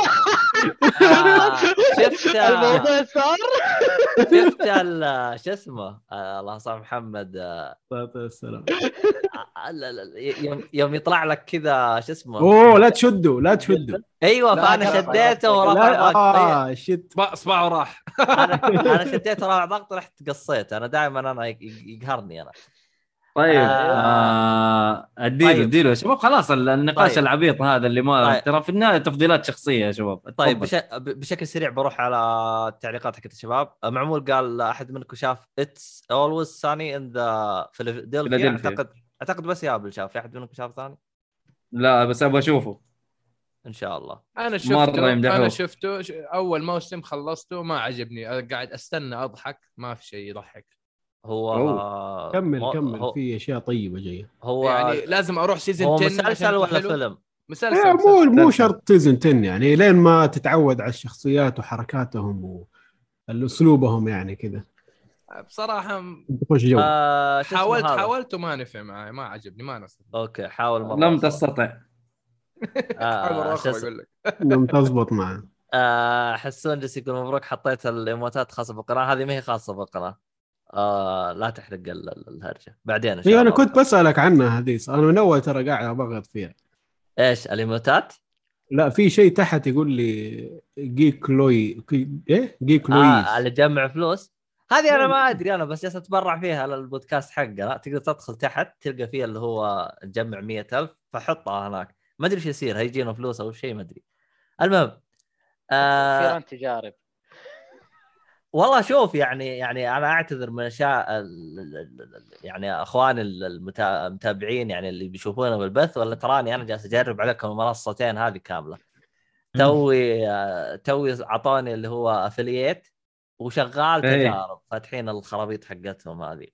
شفت الموضوع صار. شفت شو اسمه الله صار محمد السلام. يوم يطلع لك كذا شو اسمه. اوه لا تشدوا لا تشدوا. ايوه لا، فانا قصة، شديته قصة. ورفع لا ضغطي. شت. اصبعه راح. انا شديته ورفع ضغطي رحت قصيت. انا دائما انا يقهرني انا. طيب اديله طيب. اديله يا شباب. خلاص النقاش طيب. العبيط هذا اللي ما طيب. ترى في النهايه تفضيلات شخصيه يا شباب. طيب اتفضل. بشكل سريع بروح على التعليقات حقت الشباب. معمول قال احد منكم شاف It's Always Sunny in the Philadelphia. اعتقد بس يابل شاف. في احد منكم شاف ثاني؟ لا بس ابغى اشوفه. ان شاء الله. انا مرة يمدحوه. شفته اول موسم خلصته ما عجبني، قاعد استنى اضحك ما في شيء يضحك. هو كمل في اشياء طيبه جايه. هو يعني لازم اروح سيزون هو 10 مسلسل عشان ولا حلو. فيلم؟ مسلسل. مو شرط سيزون 10 يعني، لين ما تتعود على الشخصيات وحركاتهم واسلوبهم يعني كذا بصراحه تخش جو. شو اسمه هذا؟ حاولت وما نفع معي، ما عجبني، ما نصب. اوكي حاول مره لم أخرى. تستطع. حاول مرة أخرى شو اقول لك. لم تزبط معه. حسون جالس يقول مبروك حطيت الايموتات خاصه بالقناه. هذه ما هي خاصه بالقناه. لا تحرق الهرجه بعدين ان شاء الله. انا كنت بسالك عنها هذه، انا من اول ترى قاعد ابغط فيها. ايش الايموتات؟ لا في شيء تحت يقول لي جيك لوي جيك لويز. على جمع فلوس. هذه انا ما ادري، انا بس جالس اتبرع فيها على البودكاست حقنا. تقدر تدخل تحت تلقى فيها اللي هو نجمع 100,000 فحطها هناك. ما ادري ايش يصير، هيجينا فلوس او شيء ما ادري. المهم اخيرا تجارب. والله شوف يعني انا اعتذر من اشياء يعني اخواني المتابعين يعني اللي بيشوفونا بالبث، ولا تراني انا جالس اجرب عليكم المنصتين هذه كامله. توي اعطاني اللي هو افلييت وشغال تجارب فاتحين الخرابيط حقتهم هذه.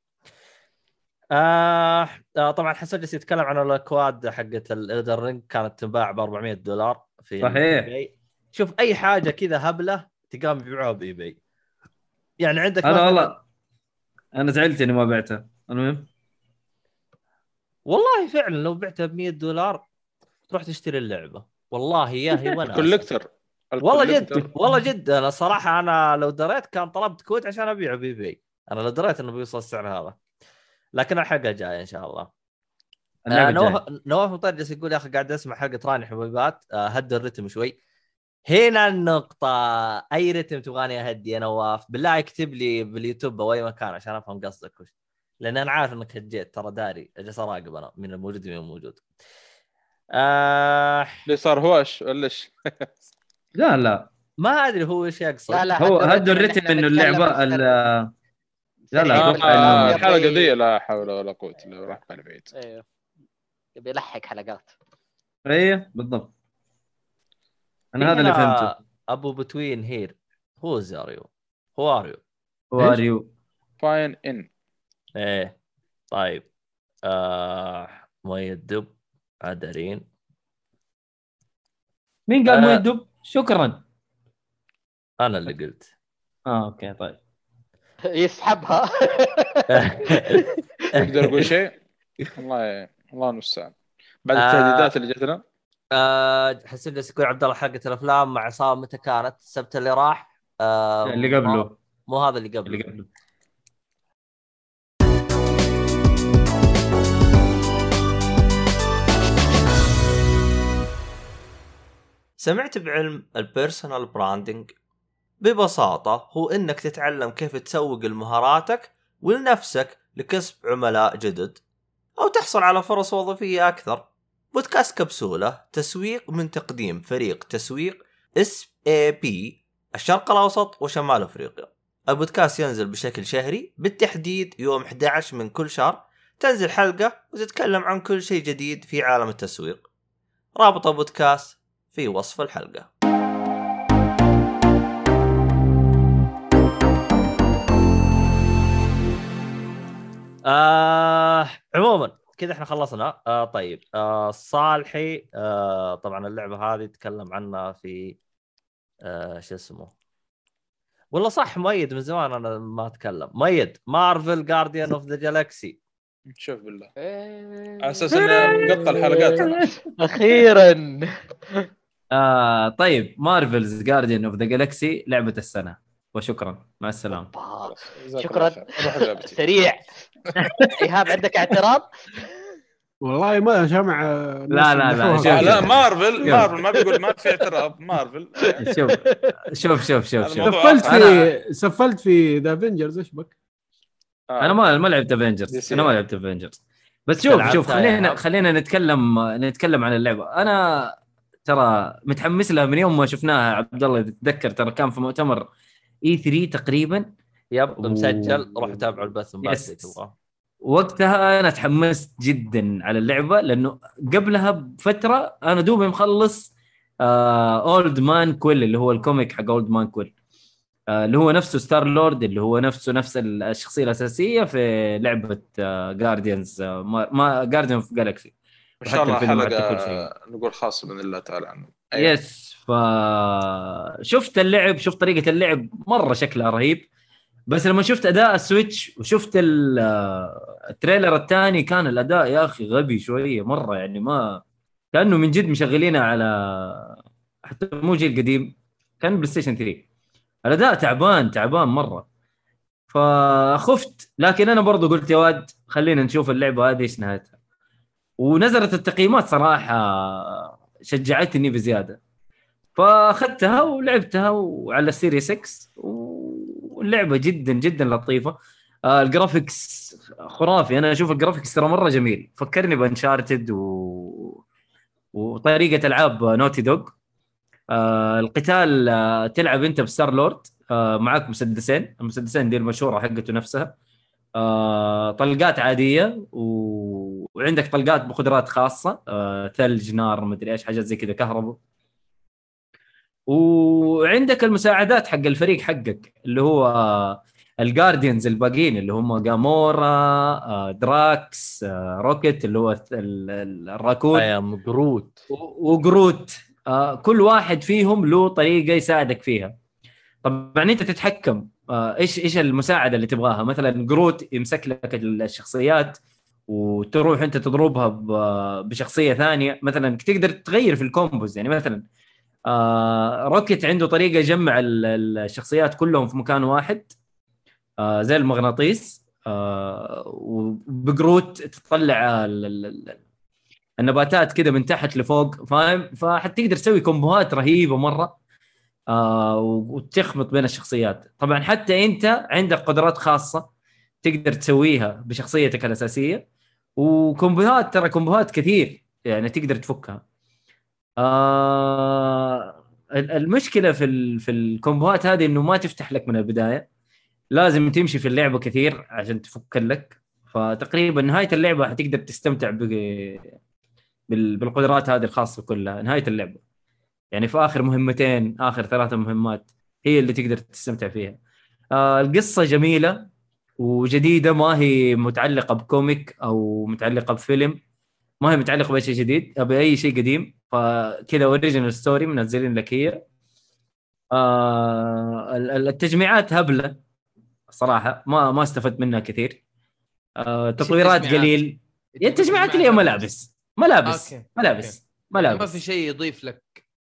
طبعا حسن جالس يتكلم عن الاكواد حقت الإلدر رينج، كانت تنباع ب $400 في صحيح. eBay. شوف اي حاجه كذا هبله تقام يبيعوها باي باي. يعني عندك انا مثلا والله انا زعلت اني ما بعتها. المهم والله فعلا لو بعتها $100 تروح تشتري اللعبه والله يا هي وانا كولكتر. والله جد انا صراحه انا لو دريت كان طلبت كود عشان ابيعه بي بي. انا لو دريت انه بيوصل السعر هذا، لكن الحلقه جايه ان شاء الله. نواف مطير جالس يقول يا اخي قاعد اسمع حلقه راني حبيبات هدوا الرتم شوي. هنا النقطه، اي رتم تبغاني اهدي يا نواف؟ بالله اكتب لي باليوتيوب او اي مكان عشان افهم قصدك وش، لان انا عارف انك هجيت ترى داري. جالس اراقب انا من الموجود ومن موجود. اللي صار هواش ولا ايش؟ لا ما ادري هو ايش يقصد. لا هو هدوا الرتم انه اللعبه لا اتوقع انه الحلقه ذي لا حول ولا قوه الا بالله راح على بعيد. ايوه يبي يلحق حلقات. ايه بالضبط. انا هذا اللي فهمته. ابو بتوين هير هو زاريو هو اريو فاين ان. ايه طيب مؤيد دب عدرين. مين قال مؤيد دب؟ شكرا. انا اللي قلت. اوكي طيب. يسحبها. اقدر اقول شيء؟ الله المستعان. بعد التهديدات اللي جتنا حسين جالس يقول عبد الله حلقه الافلام مع عصام متى كانت؟ السبت اللي راح. اللي قبله مو هذا اللي قبله. سمعت بعلم البيرسونال براندنج؟ ببساطة هو إنك تتعلم كيف تسوق لمهاراتك ولنفسك لكسب عملاء جدد أو تحصل على فرص وظيفية أكثر. بودكاست كبسولة تسويق من تقديم فريق تسويق SAP الشرق الأوسط وشمال أفريقيا. البودكاست ينزل بشكل شهري، بالتحديد يوم 11 من كل شهر تنزل حلقة وتتكلم عن كل شيء جديد في عالم التسويق. رابط البودكاست في وصف الحلقة. عموما كذا احنا خلصنا. طيب صالحي، طبعا اللعبة هذه تكلم عنها في شو اسمه، والله صح مؤيد، من زمان انا ما اتكلم. مؤيد مارفل جارديان اوف ذا جالاكسي. شوف بالله على اساس انه مقطع الحلقات انا. اخيرا. طيب مارفلز جارديان اوف ذا جالاكسي لعبة السنة، وشكرا مع السلامة. شكرا. سريع. ايهاب عندك اعتراض؟ والله ما جمع. لا مارفل ما بيقول ما في اعتراض. مارفل شوف سفلت في ذا افنجرز. ايش بك؟ انا ما لعبت افنجرز. بس شوف خلينا نتكلم عن اللعبة. انا ترى متحمس لها من يوم ما شفناها. عبد الله تتذكر ترى كان في مؤتمر E3 تقريبا. مسجل، روح تابع البث من بعد تبغاه. وقتها انا تحمست جدا على اللعبه، لانه قبلها بفتره انا دوبي مخلص اولد مان كويل، اللي هو الكوميك حق اولد مان كويل، اللي هو نفسه ستار لورد، اللي هو نفس الشخصيه الاساسيه في لعبه جارديانز ما جارديان اوف جالاكسي. ان شاء الله حلقه نقول خاصه باذن الله تعالى عنه. يس. فشفت اللعب، شفت طريقه اللعب مره شكلها رهيب. بس لما شفت اداء السويتش وشفت التريلر الثاني كان الاداء يا اخي غبي شويه مره، يعني ما كانه من جد مشغلينه على حتى مو جيل قديم، كان بلاي ستيشن 3. الاداء تعبان مره، فخفت. لكن انا برضو قلت يا واد خلينا نشوف اللعبه هذه ايش نهايتها. ونزلت التقييمات صراحه شجعتني بزياده، فاخذتها ولعبتها وعلى السيريس 6. واللعبه جدا جدا لطيفه. الجرافيكس خرافي. انا اشوف الجرافيكس ترى مره جميل، فكرني بانشارتد وطريقه العاب نوتي دوغ. القتال تلعب انت بستار لورد، معك المسدسين دي المشهوره حقته نفسها. طلقات عاديه وعندك طلقات بقدرات خاصه، ثلج، نار، مدري ايش، حاجات زي كذا، كهرباء. وعندك المساعدات حق الفريق حقك اللي هو الجارديانز الباقيين، اللي هم جامورا، دراكس، روكيت اللي هو الراكون، وجروت. كل واحد فيهم له طريقة يساعدك فيها. طبعا انت تتحكم ايش المساعدة اللي تبغاها. مثلا جروت يمسك لك الشخصيات وتروح انت تضربها بشخصية ثانية. مثلا تقدر تغير في الكومبوز، يعني مثلا روكيت عنده طريقة يجمع الشخصيات كلهم في مكان واحد، زي المغناطيس. وبجروت تطلع النباتات كده من تحت لفوق، فاهم؟ فحتقدر تسوي كومبوهات رهيبة مرة، وتخبط بين الشخصيات. طبعا حتى انت عندك قدرات خاصة تقدر تسويها بشخصيتك الأساسية، وكومبوهات، ترى كومبوهات كثير يعني تقدر تفكها. المشكلة في الكومبوهات هذه انه ما تفتح لك من البداية، لازم تمشي في اللعبة كثير عشان تفك لك. فتقريبا نهاية اللعبة حتقدر تستمتع بالقدرات هذه الخاصة كلها نهاية اللعبة. يعني في آخر مهمتين، آخر 3 مهمات هي اللي تقدر تستمتع فيها. القصة جميلة وجديدة، ما هي متعلقة بكوميك أو متعلقة بفيلم، ما هي متعلقة بأي شيء جديد، بأي شيء قديم. فكذا اوريجينال ستوري منزلين لك هي. التجميعات هبلة صراحة، ما استفدت منها كثير. تطويرات قليل. التجميعات اللي هي ملابس. ما في شيء يضيف لك.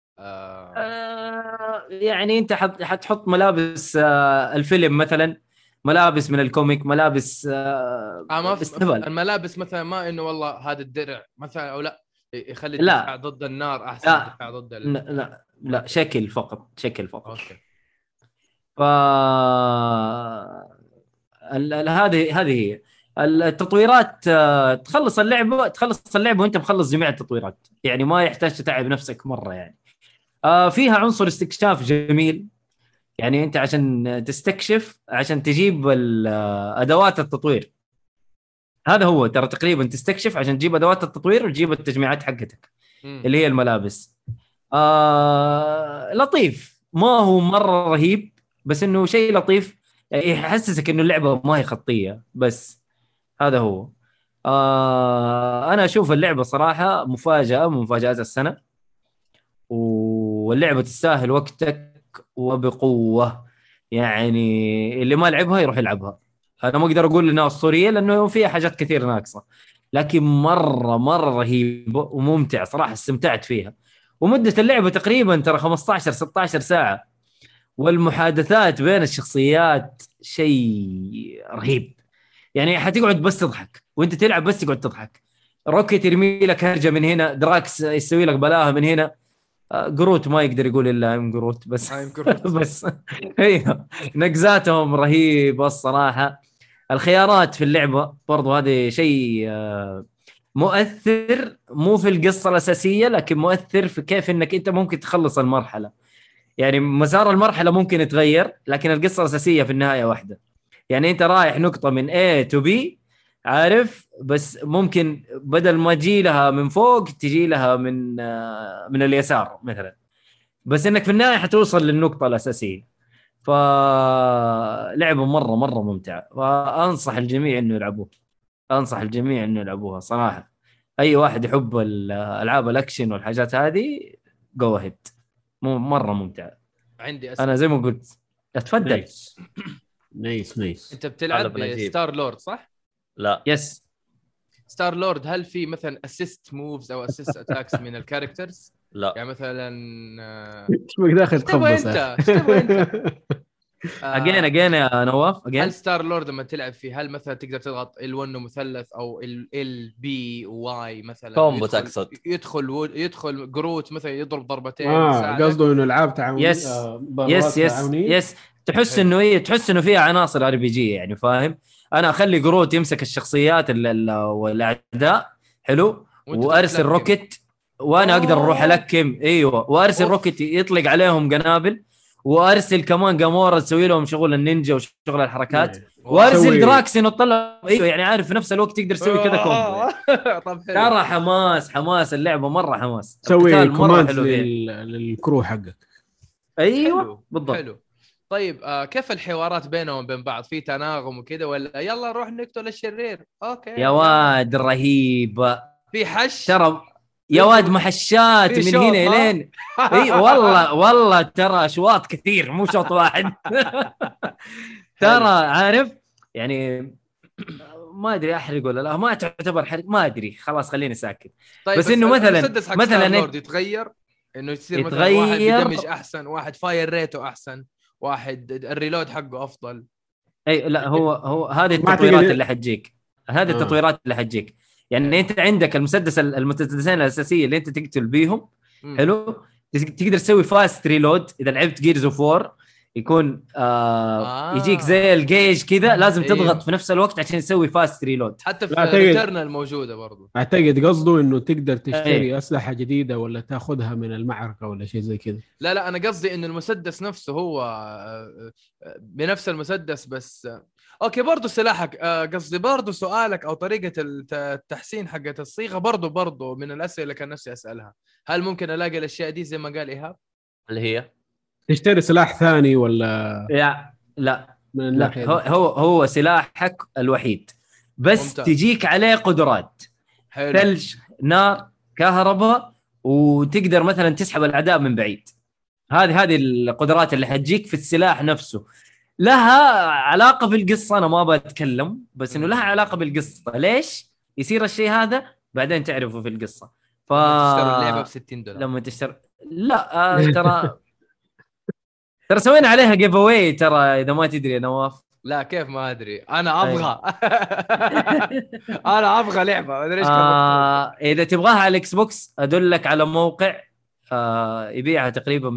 يعني انت حتحط ملابس الفيلم مثلا، ملابس من الكوميك، ملابس الملابس مثلا، ما انه والله هذا الدرع مثلا او لا يخلي الدفاع ضد النار احسن دفاع ضد لا شكل فقط. اوكي. هذه هي. التطويرات تخلص اللعبه وانت مخلص جميع التطويرات، يعني ما يحتاج تتعب نفسك مره يعني. فيها عنصر استكشاف جميل، يعني انت عشان تستكشف عشان تجيب ادوات التطوير، هذا هو ترى تقريبا تستكشف عشان تجيب ادوات التطوير وتجيب التجميعات حقتك اللي هي الملابس. لطيف، ما هو مره رهيب بس انه شيء لطيف يحسسك انه اللعبه ما هي خطيه، بس هذا هو. انا اشوف اللعبه صراحه مفاجاه من مفاجات السنه، واللعبه تستاهل وقتك وبقوه، يعني اللي ما لعبها يروح يلعبها. انا ما اقدر اقول انها اسطوريه لانه فيها حاجات كثير ناقصه، لكن مره رهيبه وممتع صراحه، استمتعت فيها. ومده اللعبه تقريبا ترى 15 16 ساعه، والمحادثات بين الشخصيات شيء رهيب، يعني حتقعد بس تضحك وانت تلعب، بس تقعد تضحك. روكيت يرمي لك هرجه من هنا، دراكس يسوي لك بلاها من هنا، قروت ما يقدر يقول الا ام قروت بس بس ايوه نقزاتهم رهيبه الصراحه. الخيارات في اللعبه برضو هذا شيء مؤثر، مو في القصه الاساسيه لكن مؤثر في كيف انك انت ممكن تخلص المرحله. يعني مسار المرحله ممكن يتغير لكن القصه الاساسيه في النهايه واحده. يعني انت رايح نقطه من A to B عارف، بس ممكن بدل ما تجي لها من فوق تجي لها من اليسار مثلا، بس انك في النهايه حتوصل للنقطه الاساسيه. فلعبه مره ممتعه، وانصح الجميع انه يلعبوه، انصح الجميع انه يلعبوها صراحه. اي واحد يحب الالعاب الاكشن والحاجات هذه جو اهيد، مره ممتعه. عندي انا زي ما قلت اتفضل. نايس. انت بتلعب بستار لورد صح؟ لا يس. ستار لورد هل في مثلا اسيست موفز او اسيست اتاكس من الكاركترز؟ لا يعني مثلا ايش بك داخل تخبص ايش تبغى انت اجين يا نواف هل اجين. ستار لورد لما تلعب فيه هل مثلا تقدر تضغط ال1 مثلث او ال بي واي مثلا كومبو تقصد؟ يدخل جروت مثلا يضرب ضربتين يساعدك؟ قصده انه العاب تعاونيه. يس تحس انه هي تحس انه فيها عناصر ار بي جي يعني فاهم. انا اخلي جروت يمسك الشخصيات والاعداء حلو، وارسل روكيت وانا اقدر اروح الكم ايوه، وارسل روكيت يطلق عليهم قنابل، وارسل كمان جامورا تسوي لهم شغل النينجا وشغل الحركات، وارسل دراكس ينطلع ايوه، يعني عارف في نفس الوقت تقدر تسوي كذا كومبو. طب حلو. ترى حماس اللعبه مره حماس، تسوي كوماند للكرو حقك. ايوه حلو. بالضبط. حلو. طيب كيف الحوارات بينهم وبين بعض؟ في تناغم وكذا ولا يلا نروح نقتل الشرير؟ اوكي يا واد رهيبه، في حش ترى يا واد محشات من هنا الين اي والله ترى اشواط كثير مو شوط واحد. ترى عارف يعني ما ادري احرق ولا لا، ما تعتبر حرق ما ادري، خلاص خليني ساكت. طيب بس انه مثلا لورد يتغير، انه يصير مثلا واحد بدمج احسن، واحد فاير ريته احسن، واحد الريلود حقه افضل. اي لا هو هذه التطويرات اللي حتجيك، هذه التطويرات اللي حتجيك. يعني انت عندك المسدسين الاساسيه اللي انت تقتل بيهم حلو، تقدر تسوي فاست ريلود. اذا لعبت جيرز اوف وور يكون يجيك زي الجيج كذا، لازم تضغط في نفس الوقت عشان تسوي فاست ريلود. حتى في ريتيرنال موجوده برضو. اعتقد قصده انه تقدر تشتري اسلحه جديده ولا تاخذها من المعركه ولا شيء زي كذا. لا انا قصدي انه المسدس نفسه هو بنفس المسدس بس. اوكي برضو سلاحك، قصدي برضو سؤالك او طريقه التحسين حقه الصيغه برضو من الاسئله اللي كان نفسي اسالها. هل ممكن الاقي الاشياء دي زي ما قال ايهاب اللي هي تشتري سلاح ثاني ولا لا هو سلاحك الوحيد بس ممتاز. تجيك عليه قدرات ثلج نار كهرباء، وتقدر مثلا تسحب الاعداء من بعيد. هذه القدرات اللي حتجيك في السلاح نفسه لها علاقه بالقصه. انا ما بتكلم بس انه لها علاقه بالقصه، ليش يصير الشيء هذا بعدين تعرفه في القصه. لما تشتري اللعبه ب$60 لما تشتري لا ترى سوينا عليها جيف اواي ترى، اذا ما تدري يا نواف. لا كيف ما ادري، انا ابغى انا ابغى لعبه ما ادري ايش اذا تبغاها على الاكس بوكس ادلك على موقع يبيعها تقريبا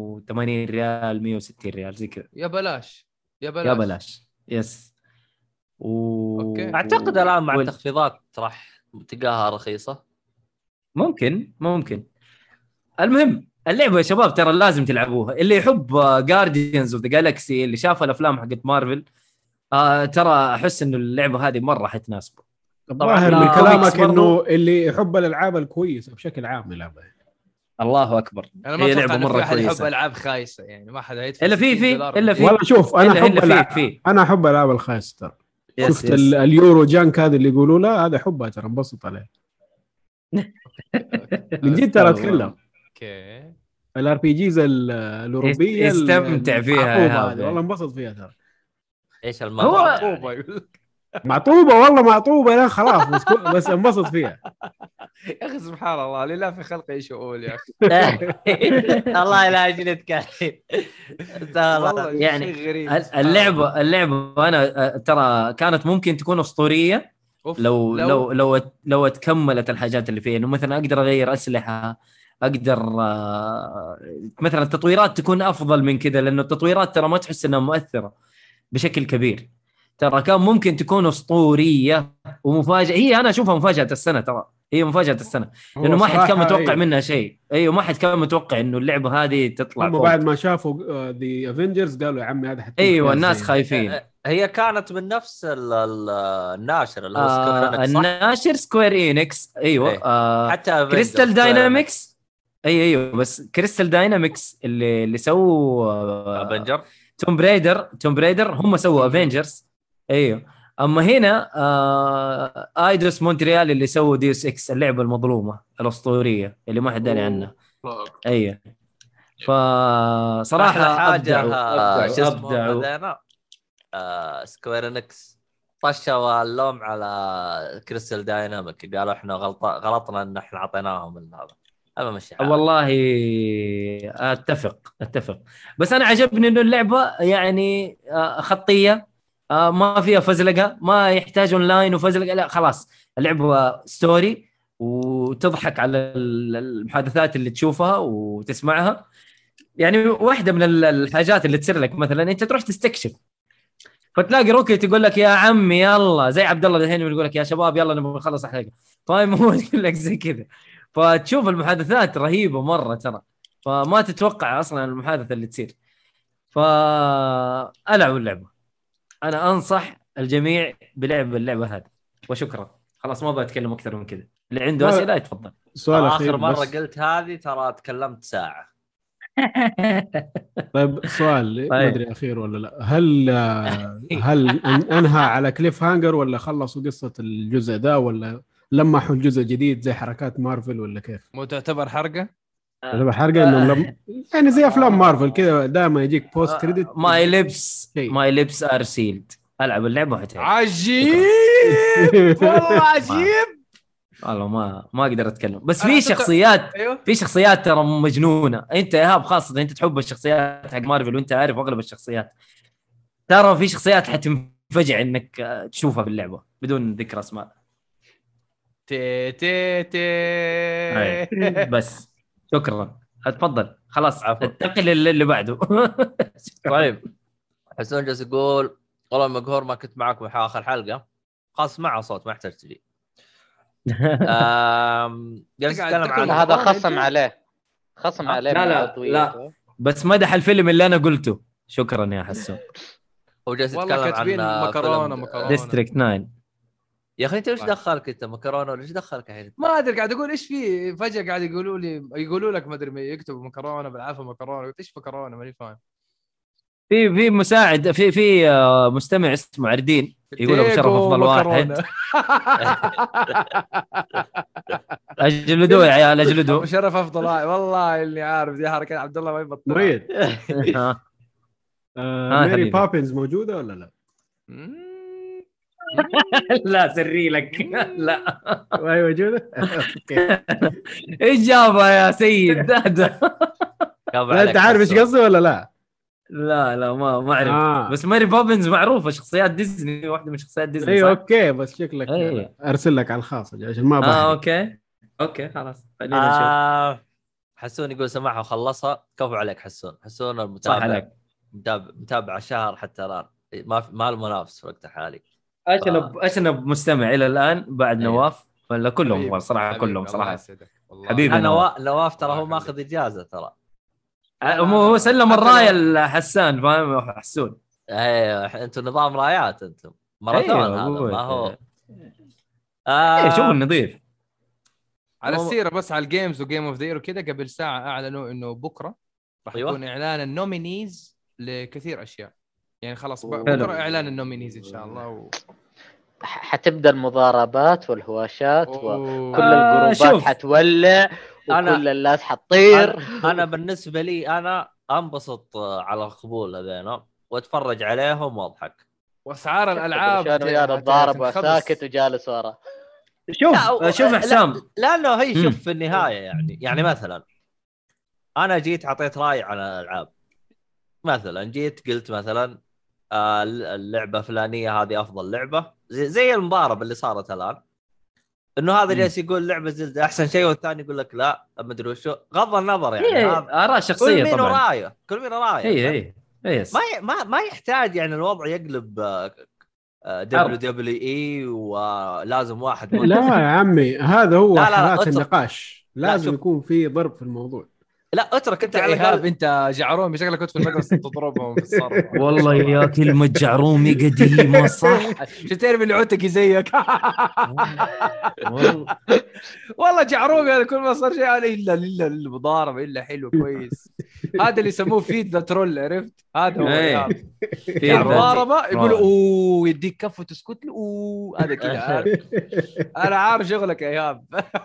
180 ريال 160 ريال زي كذا. يا بلاش يس. أوكي. اعتقد الان مع وال- التخفيضات راح تلقاها رخيصه. ممكن. المهم اللعبه يا شباب ترى لازم تلعبوها. اللي يحب جارديانز اوف ذا جالكسي، اللي شاف الافلام حقت مارفل، ترى احس انه اللعبه هذه مره حتناسبه. الظاهر طبعاً من الكوميكس كلامك برضو- انه اللي يحب الالعاب الكويسه بشكل عام يلعبها. الله اكبر. انا ما هي اتوقع لعبه انه في مره احد يحب كويسه العاب خايسه، يعني ما حد هيدفع الا في $60 الا في والله شوف انا احب إلا في انا احب العاب الخايسه ترى. يس شفت يس. اليورو جانك هذا اللي يقولوا له هذا حبها ترى، انبسط عليه من جد ترى. اتكلم اوكي. الار بي جيز الاوروبيه يستمتع فيها يا المعطوبه هاب هذه، يعني. والله انبسط فيها ترى. ايش هو- المرة طوبه يعني؟ يقول لك. معطوبه والله معطوبه لا خلاص بس انبسط فيها. يا اخي سبحان الله، لله في خلقه يشؤون يا اخي. الله لا اجلدك كريم. والله يعني شيء غريب. سبحان الله. اللعبه انا ترى كانت ممكن تكون اسطوريه أوف. لو تكملت الحاجات اللي فيها، انه مثلا اقدر اغير اسلحه، اقدر مثلا التطويرات تكون افضل من كذا، لانه التطويرات ترى ما تحس انها مؤثره بشكل كبير. ترى كان ممكن تكون اسطوريه ومفاجاه. هي انا اشوفها مفاجاه السنه، ترى هي مفاجاه السنه، لانه ما حد كان متوقع منها شيء. ايوه ما حد كان متوقع انه اللعبه هذه تطلع هم فوق. بعد ما شافوا ذا افنجرز قالوا يا عمي هذا حتكون ايوه فيها الناس زي. خايفين. هي كانت من نفس الناشر اللي هو سكوير إنكس، صح؟ الناشر سكوير إنكس. ايوه إيه. حتى كريستال داينامكس. ايوه بس كريستال داينامكس اللي سووا افنجر توم بريدر هم سووا افنجرز. ايوه اما هنا ايدوس مونتريال اللي سووا ديوس اكس، اللعبه المظلومه الاسطوريه اللي ما حد داري عنها. ايوه فصراحه احلى حاجه شو اسمه ابدعوا. هذينا سكوير إنكس طشوا اللوم على كريستال دايناميك، قالوا احنا غلطنا ان احنا اعطيناهم هذا مش حال. والله اتفق بس انا عجبني انه اللعبه يعني خطيه، ما فيها فزلقه، ما يحتاج اونلاين وفزلقه، لا خلاص اللعبه ستوري وتضحك على المحادثات اللي تشوفها وتسمعها. يعني واحده من الحاجات اللي تصير لك مثلا انت تروح تستكشف، فتلاقي روكيت يقول لك يا عمي يلا، زي عبد الله الحين يقول لك يا شباب يلا نبغى نخلص الحلقه، فاهم؟ هو يقول لك زي كذا، فتشوف المحادثات رهيبه مره ترى، فما تتوقع اصلا المحادثه اللي تصير. فالعبوا اللعبه، انا انصح الجميع بلعب اللعبه هذه. وشكرا، خلاص ما بتكلم اكثر من كذا. اللي عنده اسئله يتفضل. سؤال اخير اخر مره بس. قلت هذه ترى تكلمت ساعه. طيب سؤال ما ادري اخير ولا لا، هل انهى على كليف هانجر ولا خلصوا قصه الجزء ده، ولا لمحوا الجزء الجديد زي حركات مارفل، ولا كيف؟ مو تعتبر حرقه؟ هذا حرقه انهم يعني زي افلام مارفل كذا دائما يجيك بوست كريدت. ماي ليبس ار سيلد. العب اللعبه وحتعرف. عجيب والله عجيب. والله ما اقدر اتكلم، بس في شخصيات أيوه. في شخصيات ترى مجنونه. انت يا هاب خاصه انت تحب الشخصيات حق مارفل وانت عارف اغلب الشخصيات، ترى في شخصيات حتنفجع انك تشوفها في اللعبه بدون ذكر اسماء. بس شكرا، اتفضل خلاص انتقل اللي بعده. طيب حسون جالس يقول والله المقهور ما كنت معكم في اخر حلقه، خلاص معه صوت ما يحتاج تجي. جالس يتكلم عن هذا خصم عليه لا بس مدح الفيلم اللي انا قلته. شكرا يا حسون. هو جالس والله يتكلم كاتبين عن مكرونه ديستريكت 9. يا اخي انت ايش دخلك انت مكرونه ولا ايش دخلك الحين؟ ما ادري، قاعد اقول ايش في فجاه قاعد يقولوا لك ما ادري يكتبوا مكرونه بالعافيه مكرونه، قلت ايش مكرونه ماني فاهم. في مساعد في مستمع اسمه عردين يقول ابو شرف افضل واحد. اجلدوه يا عيال اجلدوه. ابو شرف افضل واحد والله اللي عارف دي حركه عبد الله ما يبطل. مريد ماري بابينز موجوده ولا لا؟ لا سري لك. لا اي موجوده. ايش جابها يا سيد؟ انت عارف ايش قصدي ولا لا؟ لا ما اعرف. بس ماري بابينز معروفه شخصيات ديزني، واحده من شخصيات ديزني. ايوه اوكي بس شكلك ارسل لك على الخاص عشان ما بحرق. اوكي خلاص خلينا نشوف. حسون يقول سمعها وخلصها. كفو عليك حسون المتابع. صح عليك. متابع شهر حتى الان، ما المنافس في وقت حالي. اشنب مستمع الى الان بعد أيوه. نواف، ولا كلهم حبيبي، صراحه حبيبي، كلهم الله صراحه. يسعدك والله. حبيبي نواف ترى الله هو ماخذ يخليك. اجازه ترى. هو سلم حتى الرايه لو- لحسان، فاهم حسون. ايوه انتم نظام رايات، انتم ماراثون ايوه هذا اقول ما هو. شوف النظيف. على السيره بس على الجيمز وجيم اوف ذا وكذا، قبل ساعه اعلنوا انه بكره راح أيوة. يكون اعلان النومينيز لكثير اشياء. يعني خلاص حلو. بكره اعلان النومينيز ان شاء الله حتبدا المضاربات والهواشات وكل آه، الجروبات شوف. حتولع وكل الناس حتطير. انا بالنسبه لي انا انبسط على القبول هذين واتفرج عليهم واضحك. واسعار الالعاب عشان ويانا الضارب هتنخبص. وساكت وجالس ورا. شوف حسام. لانه هي مم. شوف في النهايه يعني مثلا انا جيت اعطيت راي على الالعاب، مثلا جيت قلت مثلا اللعبه فلانيه هذه افضل لعبه، زي المضاربه اللي صارت الان، انه هذا جالس يقول لعبه زلدة احسن شيء والثاني يقول لك لا ما ادري وشو، غض النظر يعني هذا اراء شخصيه كل مين طبعا. رايه، كل مين رايه. اي يس. ما يحتاج يعني الوضع يقلب دبليو دبليو اي ولازم واحد لا يا عمي، هذا هو لا، حالات اترك. النقاش، لازم شوف. يكون في ضرب في الموضوع. لا اترك انت انت على ايهاب، الاقل انت جعرومي شكلك كنت في المدرسه تضربهم في الصرف. والله يا كلمه جعرومي قديمه صح. شو تعرف اللي عتقي زيك؟ والله والله جعرومي انا كل ما صار شيء عليه الا المضاربه الا حلو كويس. هذا اللي يسموه فيد ذا ترول، عرفت؟ هذا هو ايهاب. في المضاربه يقول اوه يديك كف وتسكت له اوه، هذا كذا. انا عارف شغلك يا ايهاب.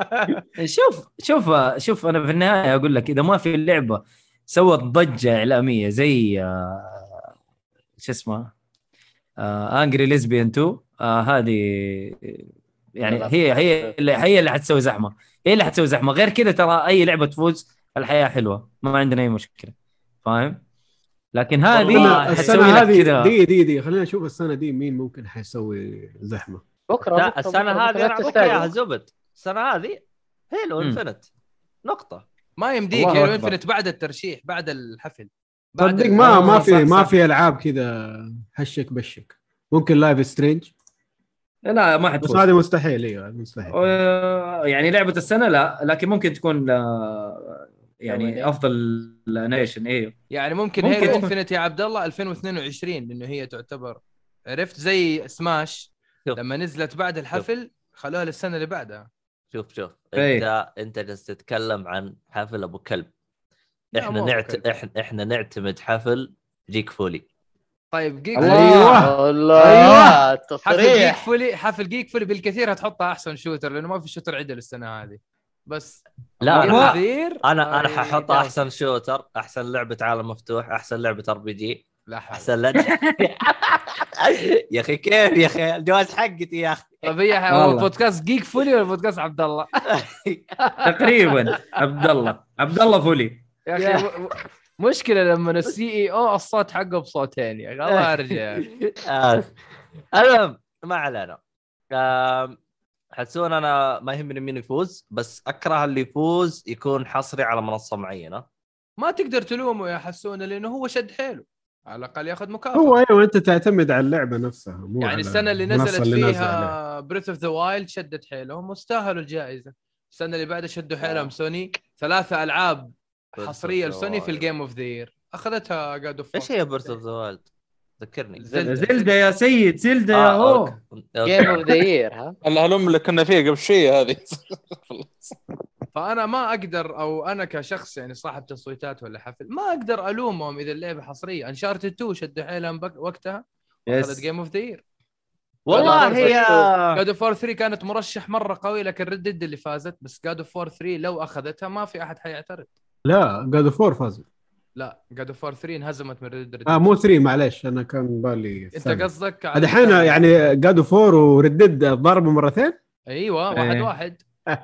شوف انا في النهايه اقول لك اذا ما في اللعبه سوت ضجه اعلاميه زي شو اسمه انجري ليزبيان 2 هذه يعني هي اللي حتسوي زحمه، هي اللي حتسوي زحمه. غير كذا ترى اي لعبه تفوز الحياه حلوه، ما عندنا اي مشكله، فاهم؟ لكن هذه السنة حتسوي لك هذه كذا. دي خلينا نشوف السنة دي مين ممكن حيسوي زحمة. بكره السنه هذه انا اعطيك اياها زبد. السنه هذه هيلو انفنت نقطه. ما يمديك الله هيلو أكبر. انفنت بعد الترشيح بعد الحفل. صدق ما في العاب كذا هشك بشك. ممكن لايف سترينج، لا ما بس حتفوز. هذه مستحيل. ايوه مستحيل. يعني لعبه السنه لا، لكن ممكن تكون يعني افضل نيشن. ايوه يعني ممكن ممكن هيلو تكون. انفنت يا عبد الله 2022 لانه هي تعتبر، عرفت، زي سماش شوف. لما نزلت بعد الحفل خلوها للسنه اللي بعدها. شوف إيه. انت جالس تتكلم عن حفل ابو كلب. لا، مو أبو كلب. احنا نعتمد حفل جيك فولي. طيب جيك ايوه الله حفل تصريح. جيك فولي بالكثير هتحطها احسن شوتر لانه ما في شوتر عدل السنه هذه. بس لا انا أي ححط احسن شوتر، احسن لعبه عالم مفتوح، احسن لعبه ار بي جي، لا حول. احسن لعبه. يا اخي كيف يا اخي الجواز حقتي يا اخي. طب هي والله. بودكاست جيك فولي ولا بودكاست عبد الله؟ تقريبا عبد الله فولي. يا اخي مشكله لما السي اي او الصوت حقه بصوتين يا اخي. الله ارجع. المهم ما علينا. حسون انا ما يهمني مين يفوز، بس اكره اللي يفوز يكون حصري على منصه معينه. ما تقدر تلومه يا حسونه لانه هو شد حيله، على الاقل ياخذ مكافاه. هو ايوه انت تعتمد على اللعبه نفسها، مو يعني على السنه اللي المنصة نزلت اللي فيها بريث اوف ذا وايلد شدت حيلهم واستاهلوا الجائزه. السنه اللي بعدها شدوا حيلهم سوني، 3 ألعاب حصريه لسوني في الجيم اوف ذا يير اخذتها جاد اوف. ايش هي بيرث اوف ذا وايلد؟ ذكرني. زلدة يا سيد، زلدة يا هو. جيم اوف ذا يير. ها الهلم اللي كنا فيه قبل شويه هذه. فانا ما اقدر، او انا كشخص يعني صاحب تصويتات ولا حفل، ما اقدر الومهم اذا اللعبه حصريه. انشارتد 2 شدوا حيلهم وقتها واخذت جيم اوف ذا يير. والله هي جاد اوف 3 كانت مرشح مره قوي، لكن ريد ديد اللي فازت. بس جاد اوف 3 لو اخذتها ما في احد حيعترض. لا جاد اوف 4 فاز. لا جاد اوف 3 انهزمت من ريد ديد. مو 3 معليش، انا كان بالي انت قصدك هذا حين يعني جاد اوف 4 وردد ضربوا مرتين. ايوه 1-1.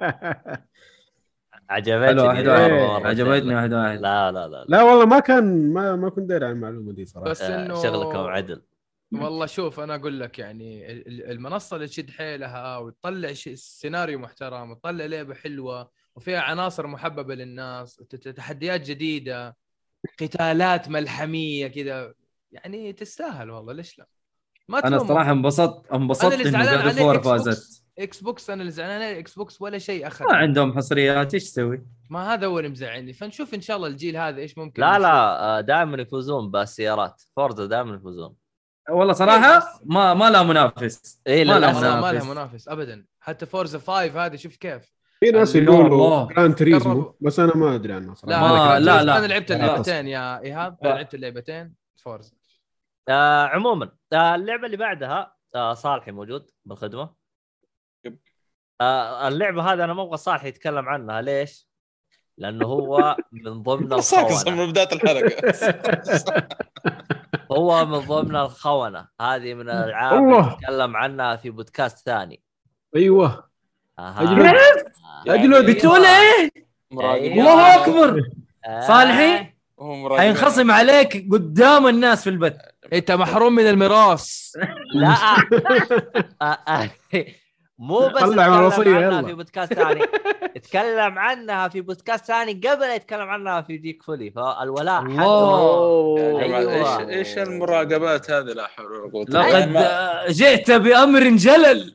عجبتني 1-1. لا والله ما كنت داري عن المعلومه دي صراحه. بس انه شغلكم عدل والله. شوف انا اقول لك يعني المنصه اللي تشد حيلها وتطلع سيناريو محترم وتطلع لعبه حلوه وفيها عناصر محببه للناس، تحديات جديده، قتالات ملحميه كذا، يعني تستاهل والله. ليش لا؟ ما انا تلومه. الصراحه انبسطت انا اللي انه زعلان جاد عليه فور اكس فازت. بوكس. اكس بوكس انا اللي زعلان عليه اكس بوكس ولا شيء اخذ. ما عندهم حصريات، ايش تسوي؟ ما هذا هو اللي مزعلني. فنشوف ان شاء الله الجيل هذا ايش ممكن لا نشوف. لا دائما يفوزون بالسيارات، فورزا دائما يفوزون. والله صراحه ما لا منافس. إيه ما لا للأسف. والله ما لها منافس. منافس ابدا. حتى فورزا 5 هذه شوف كيف في ناس يا يقولوا الله. جران تريزمو قربوا. بس انا ما ادري عنه صراحه. لا ما- لا لا، لا. انا لعبت لا. اللعبتين يا ايهاب. انا لعبت اللعبتين فورزا. عموما اللعبة اللي بعدها صالحي موجود بالخدمة. يب. اللعبة هذه أنا ما أبغى صالحي يتكلم عنها. ليش؟ لأنه هو من ضمن ساكس الخونة. من بدايه الحلقه. هو من ضمن الخونة. هذه من الألعاب الله. اللي نتكلم عنها في بودكاست ثاني. ايوه أها. أجلد. بتقول ايه؟ الله اكبر. صالحي حينخصم عليك قدام الناس في البث. انت محروم من الميراث. لا مو بس طلع اتكلم الوصية، عنها يلا. في بودكاست ثاني، اتكلم عنها في بودكاست ثاني قبل يتكلم عنها في جيك فولي. فالولاء الله. يا جماعة أيوة. ايش المراقبات هذه؟ لا حول ولا قوه إلا لقد بالله. جئت بأمر جلل.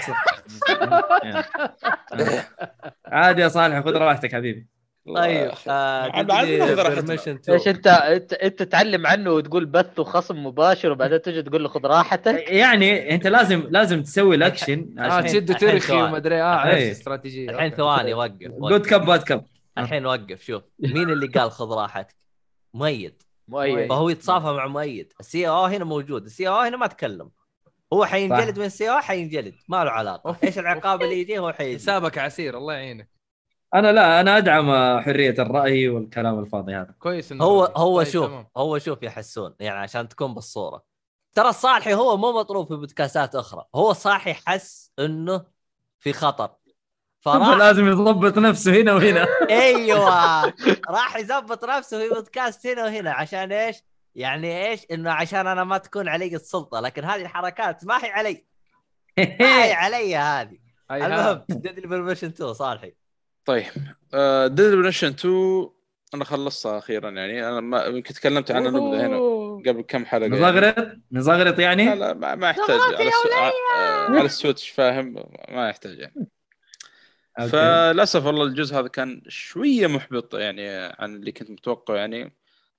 عادي يا صالح، خذ راحتك حبيبي. طيب برميشن ايش انت تعلم عنه وتقول بث وخصم مباشر وبعدين تجي تقول له خذ راحتك. يعني انت لازم تسوي الاكشن عشان تشد الحين ترخي ثواني. وما ادري أي. عرفت استراتيجيه. الحين أوكي. ثواني وقف جود كاب باد كاب. الحين وقف. شوف مين اللي قال خذ راحتك؟ مؤيد. مؤيد. فهو يتصافى مع مؤيد. السي او هنا موجود، السي او هنا ما تكلم. هو حينجلد من السي او، حينجلد ما له علاقه. أوف. ايش العقاب اللي يجيه هو حيجي. حسابك عسير الله يعينك. انا ادعم حريه الراي والكلام الفاضي هذا. كويس انه هو طيب شوف تمام. هو شوف يحسون يعني عشان تكون بالصوره. ترى الصالحي هو مو مطلوب في بودكاستات اخرى. هو صاحي حس انه في خطر فراح لازم يضبط نفسه هنا وهنا. ايوه راح يزبط نفسه في بودكاست هنا وهنا. عشان ايش؟ يعني ايش؟ انه عشان انا ما تكون علي السلطه. لكن هذه الحركات ما هي علي. ما هي علي هذه. المهم ديدلي برميشن 2 صالحي. طيب ديدلي برميشن 2 انا خلصتها اخيرا. يعني انا ما يمكن تكلمت عنها نبذه هنا قبل كم حلقه. نزغرط يعني. لا ما يحتاج على السويتش فاهم. ما يحتاج يعني. فللاسف والله الجزء هذا كان شويه محبط يعني عن اللي كنت متوقع يعني.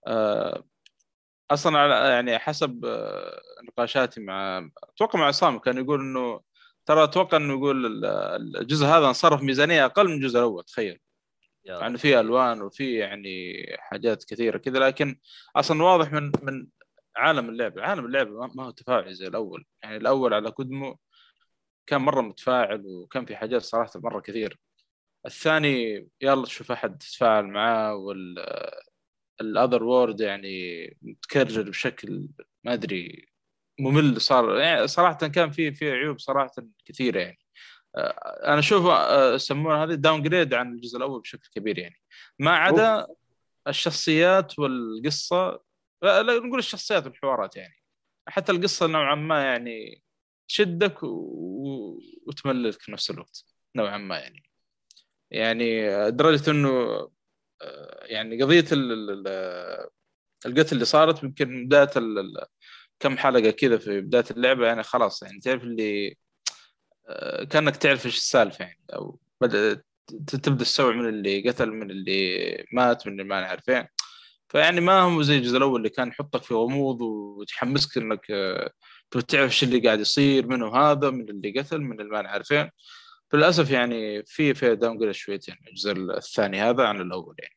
اصلا يعني حسب نقاشاتي اتوقع مع عصام كان يقول انه ترى اتوقع انه يقول الجزء هذا انصرف ميزانيه اقل من الجزء الاول. تخيل يعني فيه الوان وفيه يعني حاجات كثيره كذا. لكن اصلا واضح من عالم اللعبه ما هو تفاعلي زي الاول. يعني الاول على قدمه كان مره متفاعل وكان في حاجات صراحه مره كثير. الثاني يلا تشوف احد تتفاعل معاه الاذر وورد يعني متكرر بشكل ما ادري ممل. صار يعني صراحه كان في عيوب صراحه كثيره يعني. انا اشوف يسمونها هذه داون جريد عن الجزء الاول بشكل كبير يعني. ما عدا الشخصيات والقصه. لا نقول الشخصيات والحوارات يعني. حتى القصه نوعا ما يعني تشدك وتمللك في نفس الوقت نوعا ما يعني درجه انه يعني قضيه القتل اللي صارت يمكن بدايه كم حلقه كذا في بدايه اللعبه يعني خلاص يعني تعرف اللي كانك تعرف ايش السالفه يعني. او بدأت تبدا تستوعب من اللي قتل من اللي مات من اللي ما نعرفين. فيعني ما هو زي الجزء الاول اللي كان يحطك في غموض وتحمسك انك تعرف ايش اللي قاعد يصير منه هذا من اللي قتل من اللي ما نعرفين. فللاسف يعني في داون جريد شويتين يعني الجزء الثاني هذا عن الاول يعني.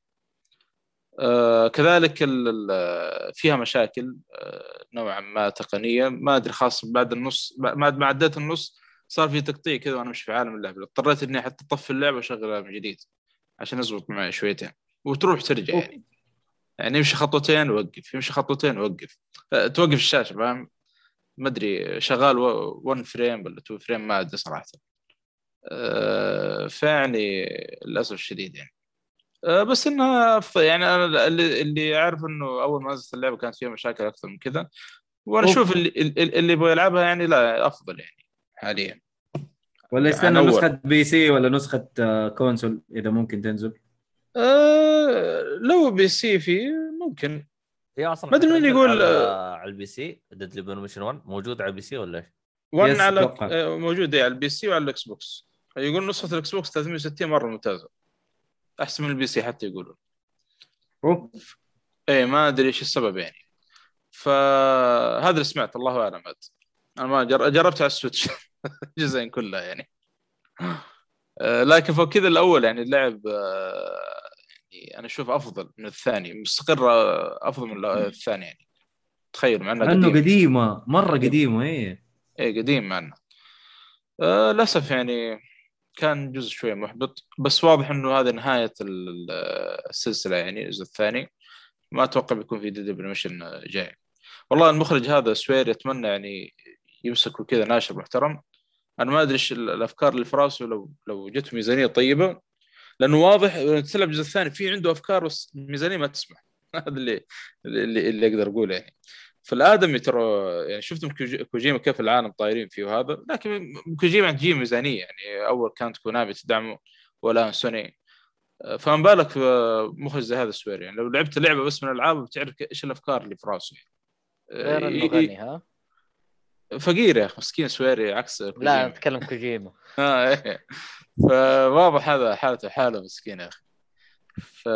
كذلك فيها مشاكل نوعا ما تقنيه ما ادري خاص بعد النص ما عديت النص صار في تقطيع كذا وانا مش في عالم اللعبه. اضطريت اني حتى اطفي اللعبه واشغلها من جديد عشان يزبط معي شويتين وتروح ترجع يعني يمشي خطوتين ووقف يمشي خطوتين ووقف توقف الشاشه فاهم. ما ادري شغال 1 فريم ولا 2 فريم ما ادري صراحه. فيعني للاسف الشديد يعني. بس انها يعني انا اللي عارف انه اول ما نزلت اللعبه كانت فيها مشاكل اكثر من كذا. وانا اشوف اللي يبغى يلعبها يعني لا افضل يعني حاليا. ولا يستنى نسخه بي سي ولا نسخه كونسول اذا ممكن تنزل. لو بي سي فيه ممكن هي اصلا ما ادري مين حتنزل يقول على البي سي. ديدلي بريموشن 1 موجود على البي سي ولا ايش؟ 1 يس، على أتوقع. موجود على البي سي وعلى الاكس بوكس. يقول نسخه الاكس بوكس 360 مره ممتازه، احسن من البي سي حتى يقولون. أوف. ايه ما ادري ايش السبب يعني. فهذا اللي سمعت، الله اعلم عاد. انا ما جربت على السويتش جزئين كلها يعني. لكن فوق كذا الاول يعني اللعب يعني انا اشوف افضل من الثاني، مستقر افضل من الثاني يعني. تخيل مع انه عنه قديم. قديمه مره قديم. قديمه. ايه ايه قديم معنا. للاسف يعني كان جزء شويه محبط، بس واضح انه هذا نهايه السلسله يعني الجزء الثاني. ما اتوقع بيكون في ديد بريميشن جاي. والله المخرج هذا سوير يتمنى يعني يمسكوا كذا ناشر محترم. انا ما ادري ايش الافكار اللي في راسه، لو جت ميزانيه طيبه، لانه واضح تلعب الجزء الثاني في عنده افكار بس الميزانيه ما تسمح. هذا اللي اقدر اقوله يعني. فالادمي ترى يعني شفتم كوجيما كيف العالم طايرين فيه وهذا، لكن كوجيما تجي ميزانيه يعني. اول كانت كونامي تدعمه ولا سوني، فما بالك في مخرج زي هذا السوير يعني. لو لعبت لعبه بس من الالعاب بتعرف ايش الافكار اللي في راسه يعني. غير انه غني ها. فقير يا اخي مسكين سويري عكس لا كوجيما. نتكلم كوجيما. إيه. فواضح هذا حالته حاله مسكين يا اخي. ف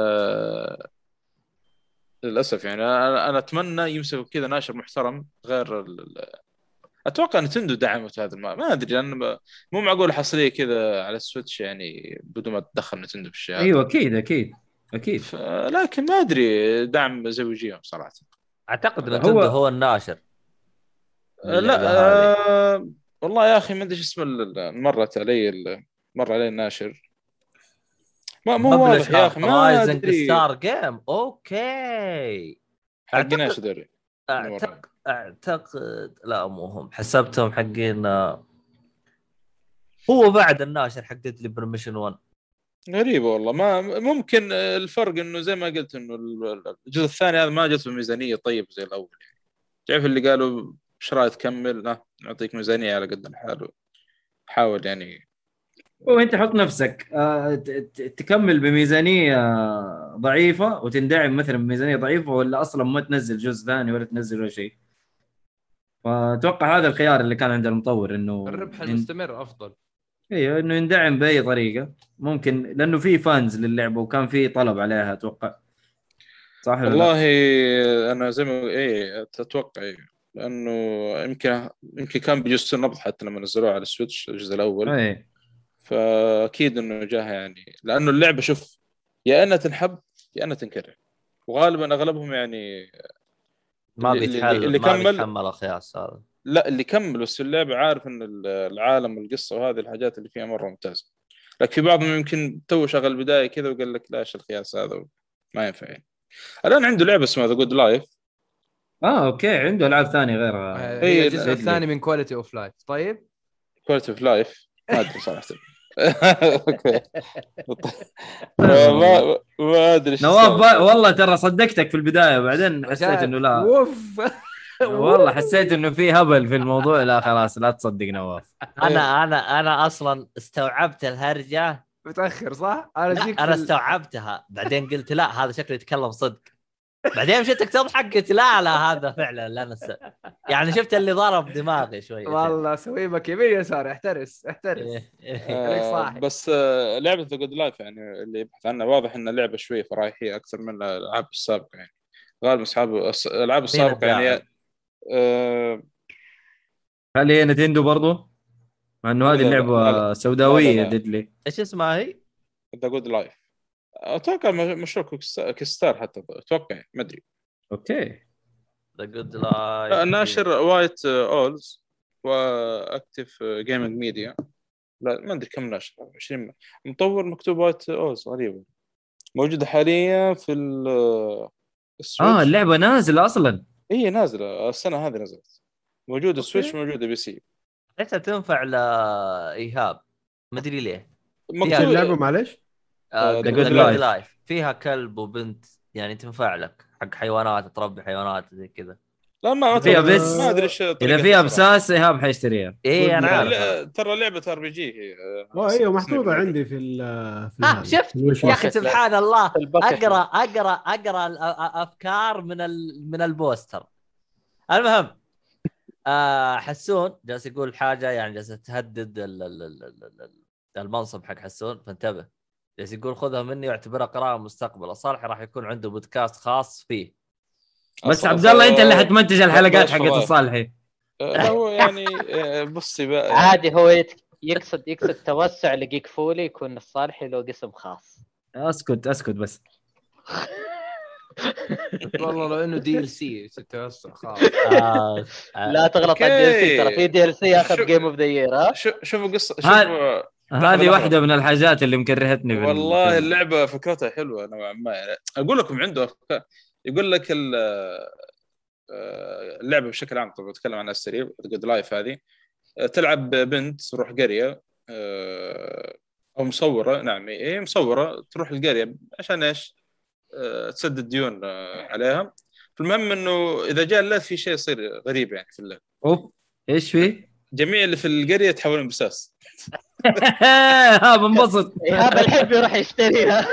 للاسف يعني انا اتمنى يمسكوا كذا ناشر محترم غير اتوقع نتندو دعمت هذا ما ادري، لان مو معقول حصريه كذا على السويتش يعني بدون ما تدخل نتندو في الشيء هذا. ايوه اكيد اكيد اكيد. لكن ما ادري دعم زوجيهم صراحه. اعتقد نتندو هو الناشر لا والله يا اخي ما ادري ايش اسم مر علي الناشر. مو واضح يا اخي ما رايزنج ادري. ستار جيم. اوكي حقنا ايش دري. اعتقد لا مو هم، حسبتهم حقين هو بعد الناشر حق ديدلي بريميشن 1. غريبة والله. ما ممكن الفرق انه زي ما قلت انه الجزء الثاني هذا ما جت بميزانية طيب زي الاول يعني. تعرف اللي قالوا ايش رايك تكمل؟ لا نعطيك ميزانية على قد الحال، حاول يعني. وانت حط نفسك تكمل بميزانيه ضعيفه وتندعم مثلا بميزانيه ضعيفه، ولا اصلا ما تنزل جزء ثاني ولا تنزل ولا شيء. فاتوقع هذا الخيار اللي كان عند المطور، انه الربح المستمر افضل. ايوه انه يندعم باي طريقه ممكن، لانه في فانز للعبه وكان في طلب عليها اتوقع. صح ولا لا؟ والله انا زي ما اتوقع لانه يمكن كان بيجسوا النبض حتى لما نزلوه على السويتش الجزء الاول. اي فاكيد انه جاها يعني، لانه اللعبه شوف يا انها تنحب يا انها تنكره، وغالبا اغلبهم يعني ما كمل بيتحمل الخياس هذا. لا اللي كمل بس اللعبه عارف ان العالم والقصه وهذه الحاجات اللي فيها مره ممتازه. لكن في بعضهم يمكن تو شغل البدايه كذا وقال لك لا ايش الخياس هذا ما ينفع يعني. الان عنده لعبه اسمها ذا جود لايف. اوكي عنده العاب ثانيه غيرها. هي الجزء الثاني من كواليتي اوف لايف. طيب كواليتي اوف لايف ما ادري صراحه. اوكي ما ادري نواف والله ترى صدقتك في البدايه، بعدين حسيت انه لا. اوف والله حسيت انه في هبل في الموضوع. لا خلاص لا تصدق نواف. انا اصلا استوعبت الهرجه متاخر صح. انا استوعبتها بعدين قلت لا هذا شكله يتكلم صدق. بعدين مشيتك تضحك قلت لا هذا فعلا لا يعني شفت اللي ضرب دماغي شوي. والله سويبك يمين يسار. احترس بس لعبه ذا جود لايف يعني اللي يبحث عنها واضح ان اللعبه شويه فرايحيه اكثر من الالعاب السابقه يعني. غالبا الالعاب السابقه يعني هل هي نتندو برضو؟ مع انه هذه اللعبه سوداويه ديدلي. ايش اسمها هي؟ ذا جود لايف. اتوقع مشروع كيكستار حتى اتوقع ما ادري. اوكي ذا جود لايف ناشر وايت اولز واكتف جيمنج ميديا. لا ما ادري كم ناشر 20 مطور مكتوب وايت اولز. غريبه. موجوده حاليا في السويتش. اللعبه نازله اصلا. هي نازله السنه هذه نزلت. موجوده سويتش موجوده بي سي. حتى تنفع لايهاب ما ادري ليه. فيها اللعبه معلش ذا جود لايف فيها كلب وبنت يعني تنفع لك حق حيوانات تربي حيوانات زي كذا. لا ما فيها بس ما ادري ايش اذا طريقتها فيها صراحة. بساس ايهاب حيشتريها. ايه انا عارف. ترى لعبه ار بي جي هي. ايوه محطوطه عندي في هذا شفت الوش يا اخي ليست. سبحان الله، في الباكت اقرا الافكار من البوستر. المهم حسون جالس يقول حاجه، يعني جالس تهدد المنصب حق حسون، فانتبه. جالس يقول خذها مني واعتبرها قراءه مستقبل. صالح راح يكون عنده بودكاست خاص فيه. بس عبد الله انت اللي حتمنتج الحلقات بلاش حقت فضايح. الصالحي. لا هو يعني بصي بقى عادي، هو يقصد توسع لجيك فولي، يكون الصالحي له قسم خاص. اسكت بس. والله لو انه دي ال سي تتوسع خلاص. لا تغلط على الدي ال سي، ترى في دي ال سي اخذ شو- جيم اوف ذا يير. ها شوفوا قصه، هذا- شوفوا هذه لحظة. واحده من الحاجات اللي مكرهتني والله اللعبه فكرتها حلوه نوعا ما يعني. اقول لكم عنده افكار. يقول لك اللعبه بشكل عام، طبعا بتكلم عن السريع جود لايف هذه. تلعب بنت تروح قريه او مصوره، نعم هي مصوره تروح القريه عشان ايش؟ تسدد ديون عليها. المهم انه اذا جاء الليل في شيء يصير غريب يعني في اللعبه. اوف ايش في؟ جميع اللي في القريه يتحولون بساس. ها بنبسط. هذا الحب يروح يشتريها.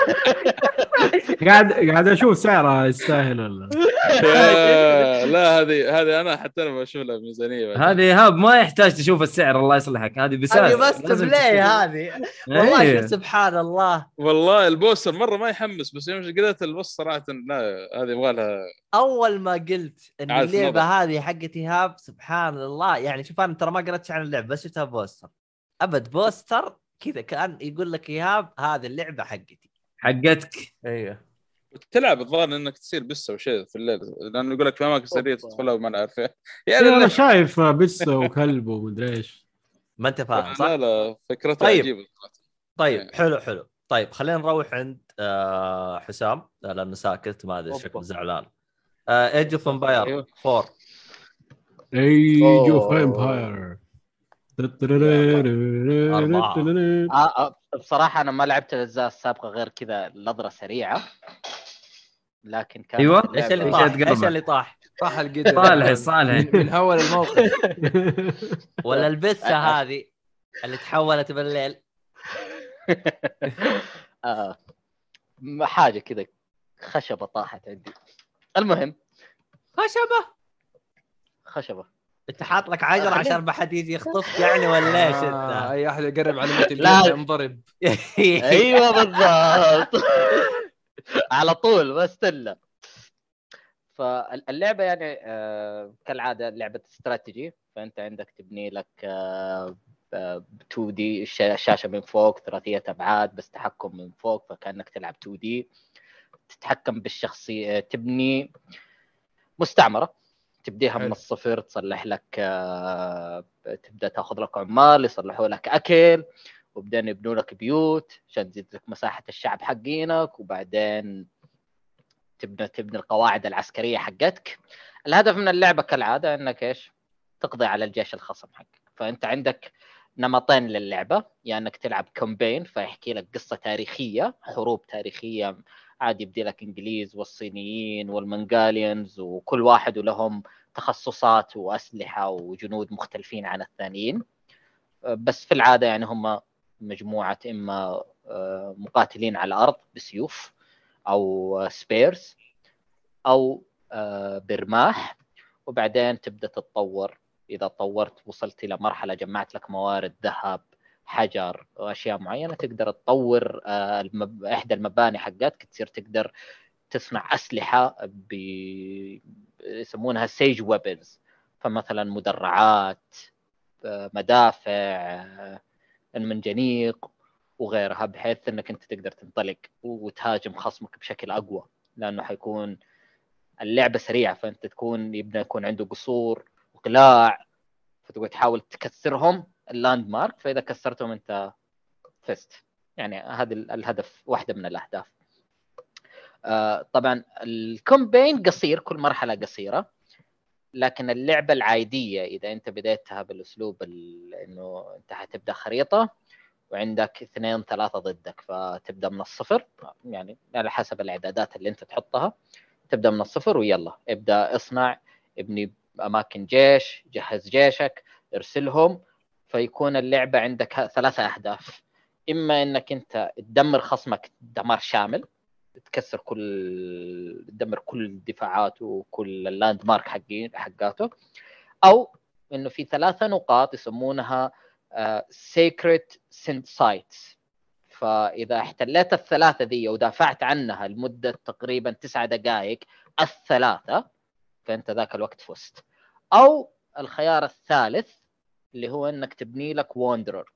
قاعد اشوف سعرها يستاهل ولا لا هذه انا حتى انا بشوف لها ميزانيه. هذه ايهاب ما يحتاج تشوف السعر، الله يصلحك، هذه بساس. هذه بس بلاي هذه. والله إيه. شوف سبحان الله، والله البوستر مره ما يحمس، بس يوم قريت البوست صراحه لا هذه يبغى لها. اول ما قلت ان عارف اللعبه نظر. هذه حقت ايهاب سبحان الله، يعني شوف انا ترى ما قرأتش عن اللعبه بس شفتها بوستر. ابد بوستر كذا كان يقول لك ايهاب هذه اللعبه حقتي. حقتك. ايوه تلعب الظاهر انك تصير بس وشيء في الليل، لانه يقول لك في اماكن سريه تدخلها وما نعرف يعني يعني. انا شايف بس وكلب ومدري ايش. ما انت فاهم صح؟ لا فكرتها طيب. عجيبه. طيب حلو. طيب خلينا نروح عند حسام لانه ساكت ما ادري شكله زعلان. ايج اوف امباير 4. ايج اوف امباير. بصراحه انا ما لعبت الاجزاء السابقه غير كذا نظره سريعه، لكن كانت ايوه ايش اللي إيش طاح؟ قلبك؟ ايش اللي طاح؟ صح القدر صالح من هول الموقف. ولا البثه هذه اللي تحولت بالليل؟ حاجه كذا خشبه طاحت عندي. المهم خشبه انت حاط لك عجر عشان ما حد يجي يخطف يعني ولا ايش انت؟ اي احد يقرب على مثل لا. ينضرب. ايوه بالضبط. على طول بس تلا. فاللعبه يعني كالعاده لعبه استراتيجي، فانت عندك تبني لك 2 دي الشاشه من فوق ثلاثيه ابعاد بس تحكم من فوق، فكانك تلعب 2 دي. تتحكم بالشخصيه، تبني مستعمره تبديها من الصفر، تصلح لك تبدا تاخذ لك عمال يصلحوا لك اكل، وبعدين يبنوا لك بيوت عشان تزيد لك مساحه الشعب حقينك، وبعدين تبني القواعد العسكريه حقتك. الهدف من اللعبه كالعاده انك ايش؟ تقضي على الجيش الخصم حقك. فانت عندك نمطين للعبه، يعني انك تلعب كومبين فيحكي لك قصه تاريخيه، حروب تاريخيه عادي، يبدي لك انجليز والصينيين والمنغاليانز، وكل واحد ولهم تخصصات واسلحه وجنود مختلفين عن الثانيين. بس في العاده يعني هم مجموعه اما مقاتلين على الارض بسيوف او سبيرز او برماح، وبعدين تبدا تتطور. اذا طورت وصلت الى مرحله جمعت لك موارد ذهب حجر واشياء معينه، تقدر تطور احدى المباني حقتك، تصير تقدر تصنع اسلحه يسمونها سيج ويبنز، فمثلا مدرعات، مدافع، المنجنيق وغيرها، بحيث انك انت تقدر تنطلق وتهاجم خصمك بشكل اقوى، لانه حيكون اللعبه سريعه، فانت يبدا يكون عنده قصور وقلاع، فتقدر تحاول تكسرهم اللاند مارك، فاذا كسرتهم انت فزت. يعني هذا الهدف، واحده من الاهداف. طبعا الكومبين قصير، كل مرحله قصيره، لكن اللعبه العاديه اذا انت بديتها بالاسلوب انه انت حتبدا خريطه وعندك 2 3 ضدك، فتبدا من الصفر، يعني على حسب الاعدادات اللي انت تحطها، تبدا من الصفر ويلا ابدا اصنع ابني اماكن جيش، جهز جيشك، ارسلهم. فيكون اللعبه عندك 3 اهداف: اما انك انت تدمر خصمك دمار شامل، تدمر كل الدفاعات وكل اللاند مارك حقاته، او انه في 3 نقاط يسمونها sacred sites. فاذا احتليت ال3 دي ودافعت عنها لمده تقريبا 9 دقائق ال3، فانت ذاك الوقت فزت. او الخيار الثالث اللي هو انك تبني لك واندرر،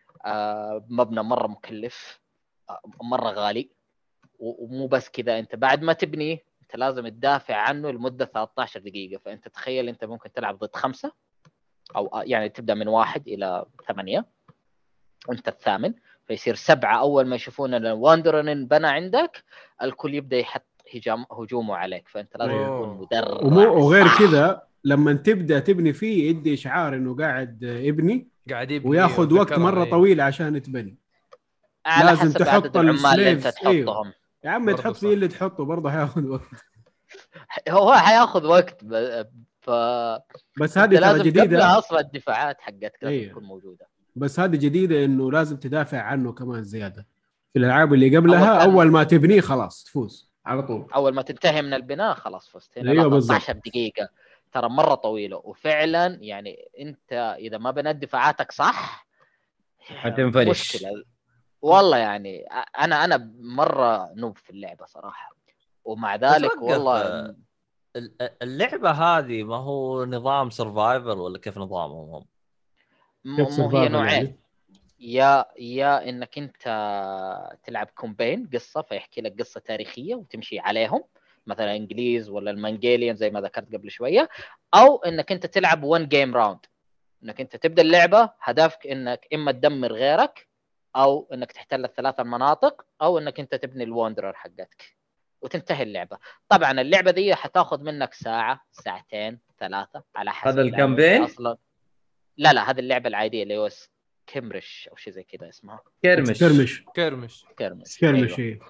مبنى مره مكلف، مره غالي، ومو بس كذا، انت بعد ما تبنيه انت لازم تدافع عنه لمده 13 دقيقه. فانت تخيل انت ممكن تلعب ضد 5، او يعني تبدا من 1 إلى 8 وانت الثامن، فيصير 7. اول ما يشوفون ان الواندرر بنى عندك الكل يبدا يحط هجومه عليك، فانت لازم تكون مدرب. وغير كذا لما تبدا تبني فيه يدي اشعار انه قاعد قاعد يبني وياخذ وقت مره طويل عشان تبني. على لازم حسب تحط عدد العمال اللي انت السليفز. تحطهم. أيوه. يا عم تحط فيه اللي تحطه برضه حياخذ وقت. هو حياخذ وقت بس هذه ترى جديده اصلا الدفاعات حقتك لازم تكون موجوده. بس هذه جديده انه لازم تدافع عنه كمان زياده. في الالعاب اللي قبلها اول ما تبنيه خلاص تفوز على طول، اول ما تنتهي من البناء خلاص فزت. هنا أيوة 13 دقيقه ترى مره طويله، وفعلا يعني انت اذا ما بنيت دفاعاتك صح حتنفلش مشكله والله. يعني انا مره نوب في اللعبه صراحه، ومع ذلك والله اللعبه هذه ما هو نظام سرفايفر ولا كيف نظامهم هم؟ هي نوعين يعني. يا انك انت تلعب كومبين قصه، فيحكي لك قصه تاريخيه وتمشي عليهم، مثلا انجليز ولا المنجيليان زي ما ذكرت قبل شويه، او انك انت تلعب 1 جيم راوند، انك انت تبدا اللعبه هدفك انك اما تدمر غيرك، او انك تحتل ال3 المناطق، او انك انت تبني الواندرر حقتك وتنتهي اللعبه. طبعا اللعبه دي حتاخذ منك ساعه، ساعتين، 3 على حسب. هذا الكامبين اصلا لا هذه اللعبه العاديه اللي هو كمرش او شيء زي كذا اسمها كرمش. أيوة.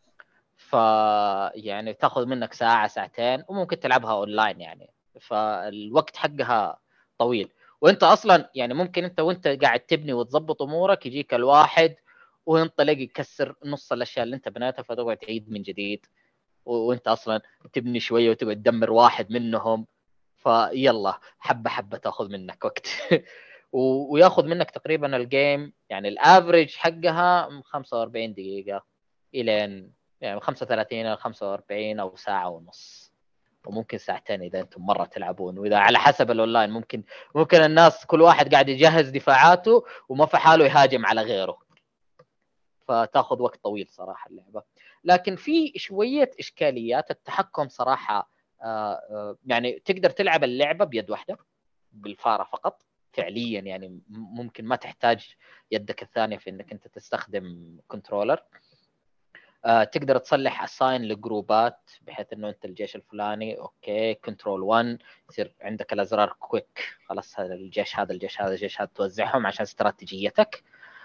يعني تاخذ منك ساعه ساعتين، وممكن تلعبها اونلاين يعني، فالوقت حقها طويل. وانت اصلا يعني ممكن انت وانت قاعد تبني وتظبط امورك يجيك الواحد وينطلق يكسر نص الاشياء اللي انت بنيتها، فتقعد تعيد من جديد، وانت اصلا تبني شويه وتقعد تدمر واحد منهم. فيلا حبه حبه تاخذ منك وقت وياخذ منك تقريبا الجيم يعني الافريج حقها 45 دقيقه الين يعني 35 الى 45 او ساعه ونص، وممكن ساعتين اذا انتم مره تلعبون. واذا على حسب الاونلاين ممكن الناس كل واحد قاعد يجهز دفاعاته وما في حاله يهاجم على غيره، فتاخذ وقت طويل صراحه اللعبه. لكن في شويه اشكاليات التحكم صراحه. يعني تقدر تلعب اللعبه بيد واحده بالفاره فقط فعليا، يعني ممكن ما تحتاج يدك الثانيه في انك انت تستخدم كنترولر. تقدر تصلح اساين لجروبات بحيث انه انت الجيش الفلاني اوكي كنترول 1 يصير عندك الازرار كويك، خلاص هذا الجيش هذا الجيش هذا الجيش هذا توزعهم عشان استراتيجيتك.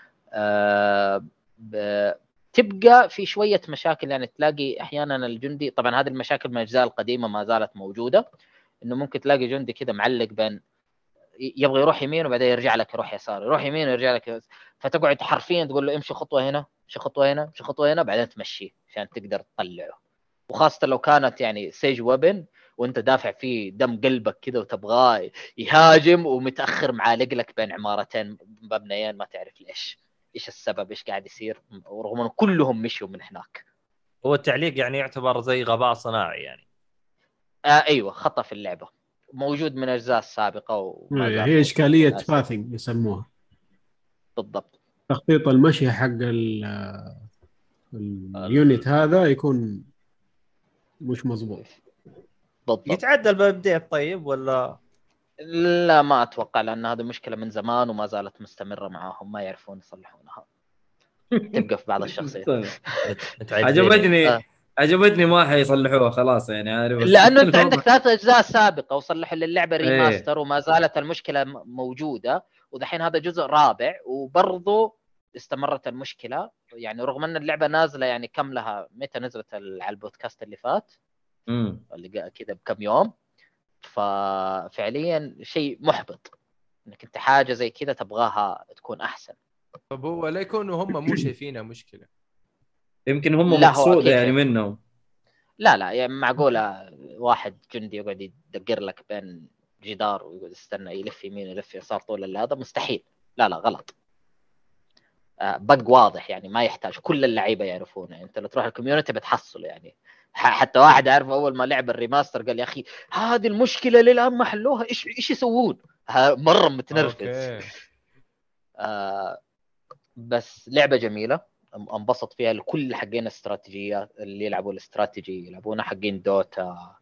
تبقى في شويه مشاكل، يعني تلاقي احيانا الجندي، طبعا هذه المشاكل من الاجزاء القديمه ما زالت موجوده، انه ممكن تلاقي جندي كذا معلق بين يبغى يروح يمين وبعدين يرجع لك يروح يسار، يروح يمين ويرجع لك، فتقعد حرفيا تقول له امشي خطوه هنا، امشي خطوه هنا، امشي خطوه هنا، بعدين تمشيه عشان تقدر تطلعه. وخاصه لو كانت يعني سيج ويبن وانت دافع فيه دم قلبك كذا وتبغاه يهاجم ومتاخر معالق لك بين عمارتين مبنيين ما تعرف ايش السبب، ايش قاعد يصير، ورغم ان كلهم مشوا من هناك. هو التعليق يعني يعتبر زي غباء صناعي يعني. ايوه خطأ في اللعبه موجود من الاجزاء السابقه وما زال هي اشكاليه باثنج يسموها بالضبط. تخطيط المشي حق اليونت هذا يكون مش مظبوط بالضبط. يتعدل بابديت طيب ولا لا ما اتوقع، لان هذه مشكله من زمان وما زالت مستمره معاهم، ما يعرفون يصلحونها. تبقى في بعض الشخصيات. عجبتني ما حيصلحوها خلاص يعني عارف، لانه انت عندك 3 اجزاء سابقه وصلحوا للعبه ريماستر ايه. وما زالت المشكله موجوده، ودحين هذا جزء رابع وبرضه استمرت المشكله. يعني رغم ان اللعبه نازله يعني كم لها، متى نزلت على البودكاست اللي فات اللي كذا بكم يوم، ففعليا شيء محبط انك انت حاجه زي كذا تبغاها تكون احسن. طب هو لا يكونوا هم مو شايفينها مشكله؟ يمكن هم لا، هو مقصود أكيد يعني شايف. منهم. لا يعني معقوله واحد جندي يقعد يدقر لك بين جدار ويقعد يستنى يلف يمين يلف يسار طول هذا مستحيل. لا غلط. بق واضح يعني ما يحتاج كل اللعيبه يعرفونه. يعني انت لو تروح الكوميونتي بتحصله يعني. حتى واحد عارف اول ما لعب الريماستر قال يا اخي هذه المشكله للان ما حلوها، ايش يسوون؟ مره متنرفز. اوكي. بس لعبه جميله انبسط فيها. لكل حقين استراتيجيات اللي يلعبوا الاستراتيجي يلعبونا حقين دوتا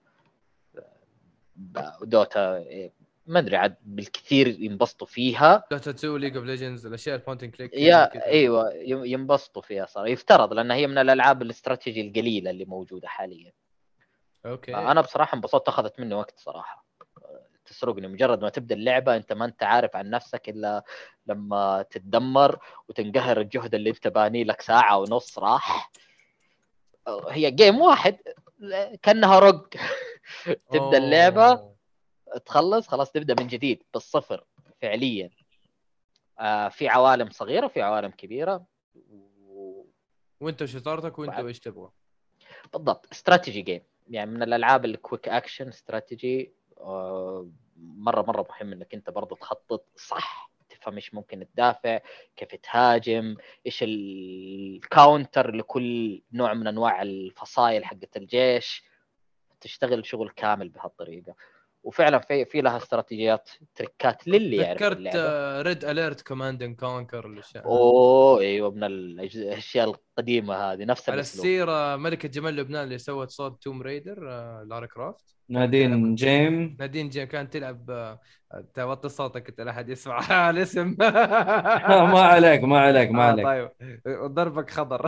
ما ادري عاد بالكثير ينبسطوا فيها. دوتا 2 ليج اوف ليجندز الاشياء البوينت كليك ايوه ينبسطوا فيها صار يفترض لان هي من الالعاب الاستراتيجي القليله اللي موجوده حاليا. اوكي. انا بصراحه انبسطت. اخذت مني وقت صراحه تسرقني. مجرد ما تبدا اللعبه انت ما انت عارف عن نفسك الا لما تتدمر وتنقهر. الجهد اللي انت باني لك ساعه ونص راح. هي جيم واحد كانها رق. تبدا اللعبه تخلص خلاص تبدا من جديد بالصفر فعليا. في عوالم صغيره في عوالم كبيره وانت وشطارتك وانت وايش تبغى بالضبط. استراتيجي جيم يعني من الالعاب الكويك اكشن استراتيجي. مره مهم انك انت برضه تخطط صح، تفهم ايش ممكن تدافع، كيف تهاجم، ايش الكاونتر لكل نوع من انواع الفصائل حقت الجيش. تشتغل شغل كامل بهالطريقه. وفعلا في لها استراتيجيات تريكات للي يعرف ذكرت اللعبه. ريد اليرت كوماند اند كونكر الاشياء. ايوه من الاشياء القديمه هذه نفس على الاسلوب. السيره ملكه جمال لبنان اللي سوت صوت توم ريدر لارا كرافت نادين جيم. نادين جيم كانت تلعب. توطي صوتك انت لا احد يسمع الاسم. ما عليك ما عليك ما عليك. طيب ضربك خضر.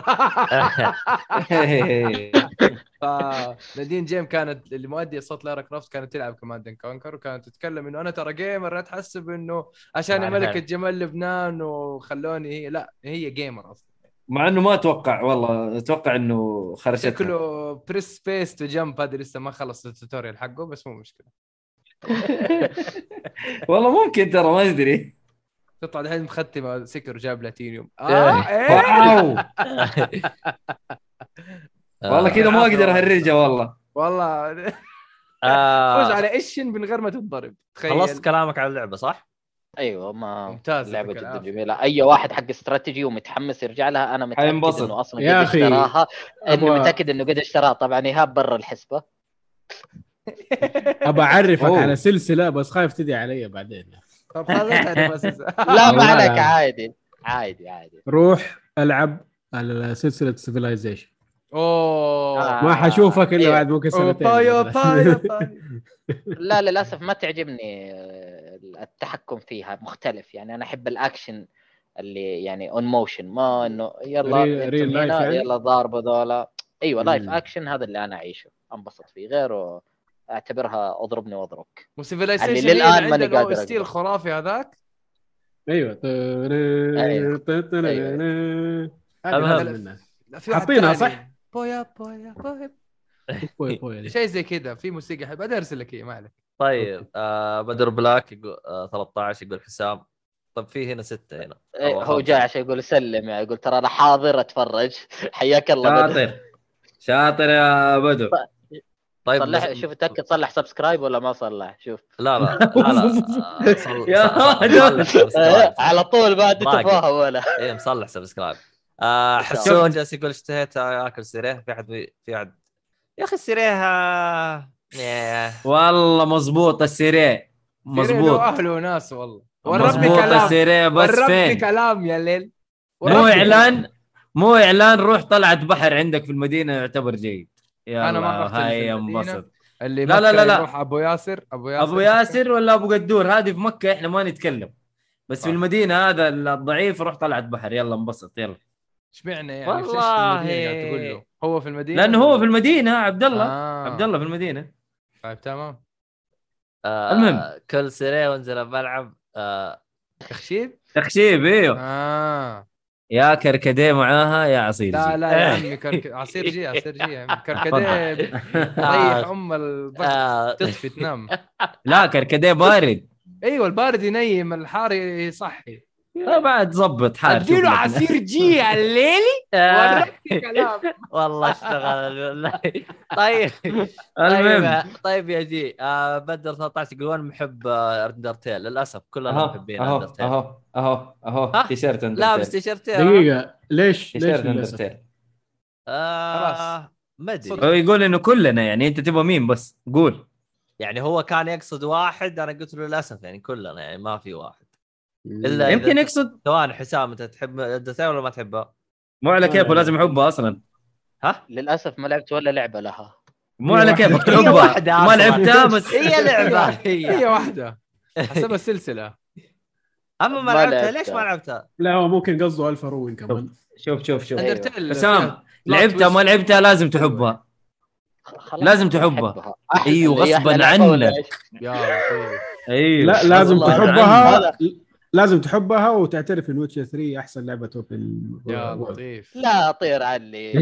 نادين جيم كانت اللي مؤدية صوت لارا كرافت كانت تلعب كوماند اند كونكر وكانت تتكلم انه انا ترى جيمر لا تحسب انه عشان ملكة جمال لبنان وخلوني هي لا هي جيمر اصلا. مع انه ما اتوقع والله اتوقع انه خرجت شكله بريس سبيس تو جمب هذا لسه ما خلص التوتوريال حقه بس مو مشكله. والله ممكن ترى ما ادري. تطلع الحين مختمه سكر جاب بلاتينيوم. واو والله كذا ما اقدر اهرجه والله فوز على ايشن من غير ما تتضرب. خلصت كلامك على اللعبه صح؟ ايوه ما ممتاز. لعبه جدا جميله. اي واحد حق استراتيجي ومتحمس يرجع لها. انا متاكد حينبسط. انه اصلا يا قد أخي، اشتراها. انه متاكد انه قد اشتراها. طبعا ايهاب برا الحسبه. ابى اعرفك أوه. على سلسله بس خايف تدي علي بعدين. طب خلينا بس. لا ما والله عليك يعني. عادي. روح العب على سلسله سيفيلايزيشن. اوه ما حشوفك الا بعد ممكن سنتين. بايو. لا للاسف ما تعجبني التحكم فيها مختلف. يعني انا احب الاكشن اللي يعني اون موشن ما انه يلا ريل لايف هنا يعني؟ يلا ضاربه ذولا. ايوه لايف اكشن هذا اللي انا اعيشه انبسط فيه. غيره اعتبرها اضربني واضربك. وسيفيلايزيشن اللي للآن عندنا ماني قادر ستيل أقدر. خرافي هذاك. ايوه المهم. حاطينها صح؟ بويا بوي شيء زي كذا في موسيقى حلوه. بعدين ارسل لك هي ما عليك. طيب بدر بلاك يقول 13 يقول حسام. طب في هنا 6 هنا هو جاي عشان يقول سلم يعني يقول ترى انا حاضر اتفرج. حياك الله بدر. شاطر يا بدر. طيب صلح شوف تاكد صلح سبسكرايب ولا ما صلح. شوف لا يا صلح على طول بعد تفاهم ولا ايه مصلح سبسكرايب. حسون جالس يقول اشتهيت اكل سيريه. في احد يا اخي السيريه والله مزبوط السيريه مزبوط اهله وناس والله. مزبوط السيريه بس فين كلام يا ليل. مو اعلان روح طلعت بحر عندك في المدينه يعتبر جيد. انا ما رحت هاي انبسط. اللي لا يروح ابو ياسر ولا ابو قدور هذه في مكه احنا ما نتكلم. بس في المدينه هذا الضعيف روح طلعت بحر يلا انبسط يلا. اشمعنى يعني والله تقول له هو في المدينه لانه هو في المدينه عبد الله عبد الله في المدينه. طيب تمام. المهم كل سيريه وانزل بلعب تخشيب ايوه يا كركديه معاها يا عصير لا جي. لا يا عمي عصير جي يا عمي. كركديه طيح الضغط تطفي تنام. لا كركديه بارد. ايوه البارد ينيم، الحار يصحي. بعد ضبط حار. شوف اديله لك. عصير جي الليلي وريك كلام. والله اشتغل والله. طيب المهم طيب يا جي بدر 13 يقولون محب اندرتيل. للاسف كلنا اهو محبين اهو اندرتيل. اهو تيشيرت لابس اندرتيل. تيشيرتين. دقيقة ليش تيشيرت للأسف؟ اندرتيل. خلاص. ما ادري هو يقول انه كلنا، يعني انت تبغى مين بس قول. يعني هو كان يقصد واحد، انا قلت له للاسف يعني كلنا يعني ما في واحد الا يمكن يقصد ثواني. حسام انت تحب اندرتيل ولا ما تحبها؟ مو على كيفه لازم يحبها اصلا. ها للاسف ما لعبت ولا لعبه لها. مو على كيفك هي تحبها واحدة ما أصلاً. لعبتها بس. هي لعبه هي واحده حسب السلسله. اما ما ما لعبتها لعبتها. ليش ما لعبتها؟ لا هو ممكن قصده الفا روين كمان. شوف أيوة. اندرتيل حسام لعبتها ما لعبتها لازم تحبها. لازم تحبها. ايوه غصبا عنك. يا لطيف. ايوه لا لازم والله تحبها. هذا. لازم تحبها وتعترف ان ويتشر 3 احسن لعبه اوبن يا وورلد. لطيف. لا طير عني.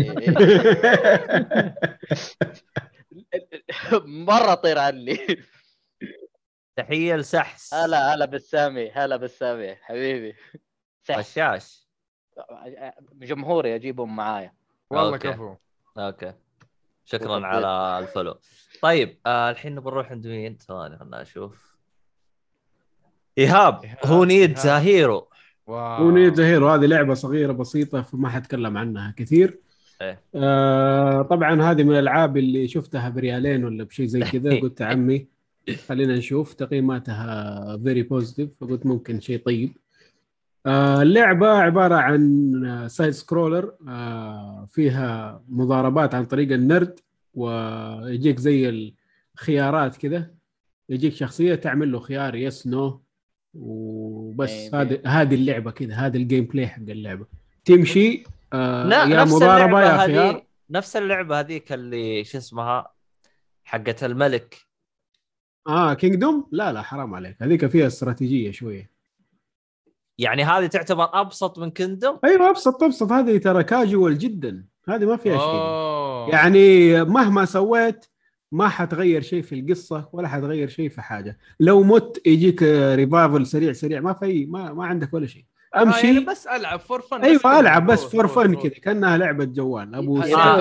مره طير عني. تحيه لسحس هلا بالسامي حبيبي. رشاش. جمهوري اجيبهم معايا والله أوكي. كفو. اوكي شكرا على الفولو. طيب الحين بنروح عند مين؟ ثواني خلنا اشوف. ايهاب هو نيد زاهيرو. هو نيد زاهيرو هذه لعبه صغيره بسيطه فما حتكلم عنها كثير. إيه. طبعا هذه من الالعاب اللي شفتها بريالين ولا بشيء زي كذا قلت يا عمي خلينا نشوف تقييماتها فيري بوزيتيف فقلت ممكن شيء طيب. اللعبة عبارة عن سايد سكرولر فيها مضاربات عن طريق النرد ويجيك زي الخيارات كذا يجيك شخصية تعمل له خيار يس نو وبس. هذه اللعبة كذا هذا الجيم بلاي حق اللعبة تمشي يا مضاربة يا خيار. نفس اللعبة هذيك اللي شو اسمها حقة الملك كينجدوم. لا حرام عليك هذيك فيها استراتيجية شوية. يعني هذه تعتبر أبسط من كينجدوم؟ أيوة أبسط هذه ترى كاجوال جدا هذه ما فيها شيء. يعني مهما سويت ما حتغير شيء في القصة ولا حتغير شيء في حاجة. لو مت يجيك ريفايفل سريع ما في ما عندك ولا شيء. امشي يعني بس العب فور فن. ايوه العب بس فور فن كذا كانها لعبه جوال ابو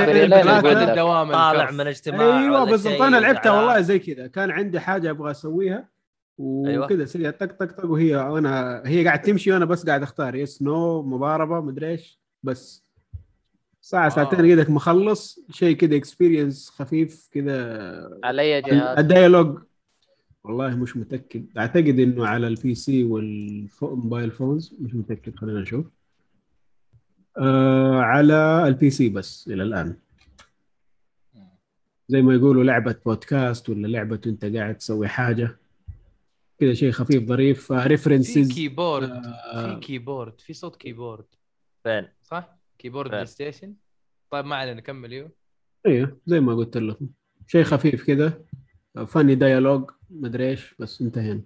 طالع من اجتماع. ايوه بالضبط انا لعبتها والله زي كذا كان عندي حاجه ابغى اسويها وكذا سريع طق وهي هي قاعد تمشي وانا بس قاعد اختار يس نو مضاربه مدري ايش بس ساعه ساعتين ايدك مخلص شيء كذا اكسبيرينس خفيف كذا. على جهاز الديالوج والله مش متأكد أعتقد إنه على البي سي والموبايل فونز مش متأكد خلينا نشوف. على البي سي بس إلى الآن زي ما يقولوا لعبة بودكاست ولا لعبة أنت قاعد تسوي حاجة كذا شيء خفيف ظريف. ريفرنسز في كيبورد في كيبورد في صوت كيبورد فين صح كيبورد بلاي ستيشن. طيب ما علينا نكمل. ايوه زي ما قلت لكم شيء خفيف كذا فني ديالوج مدري ايش بس انتهينا.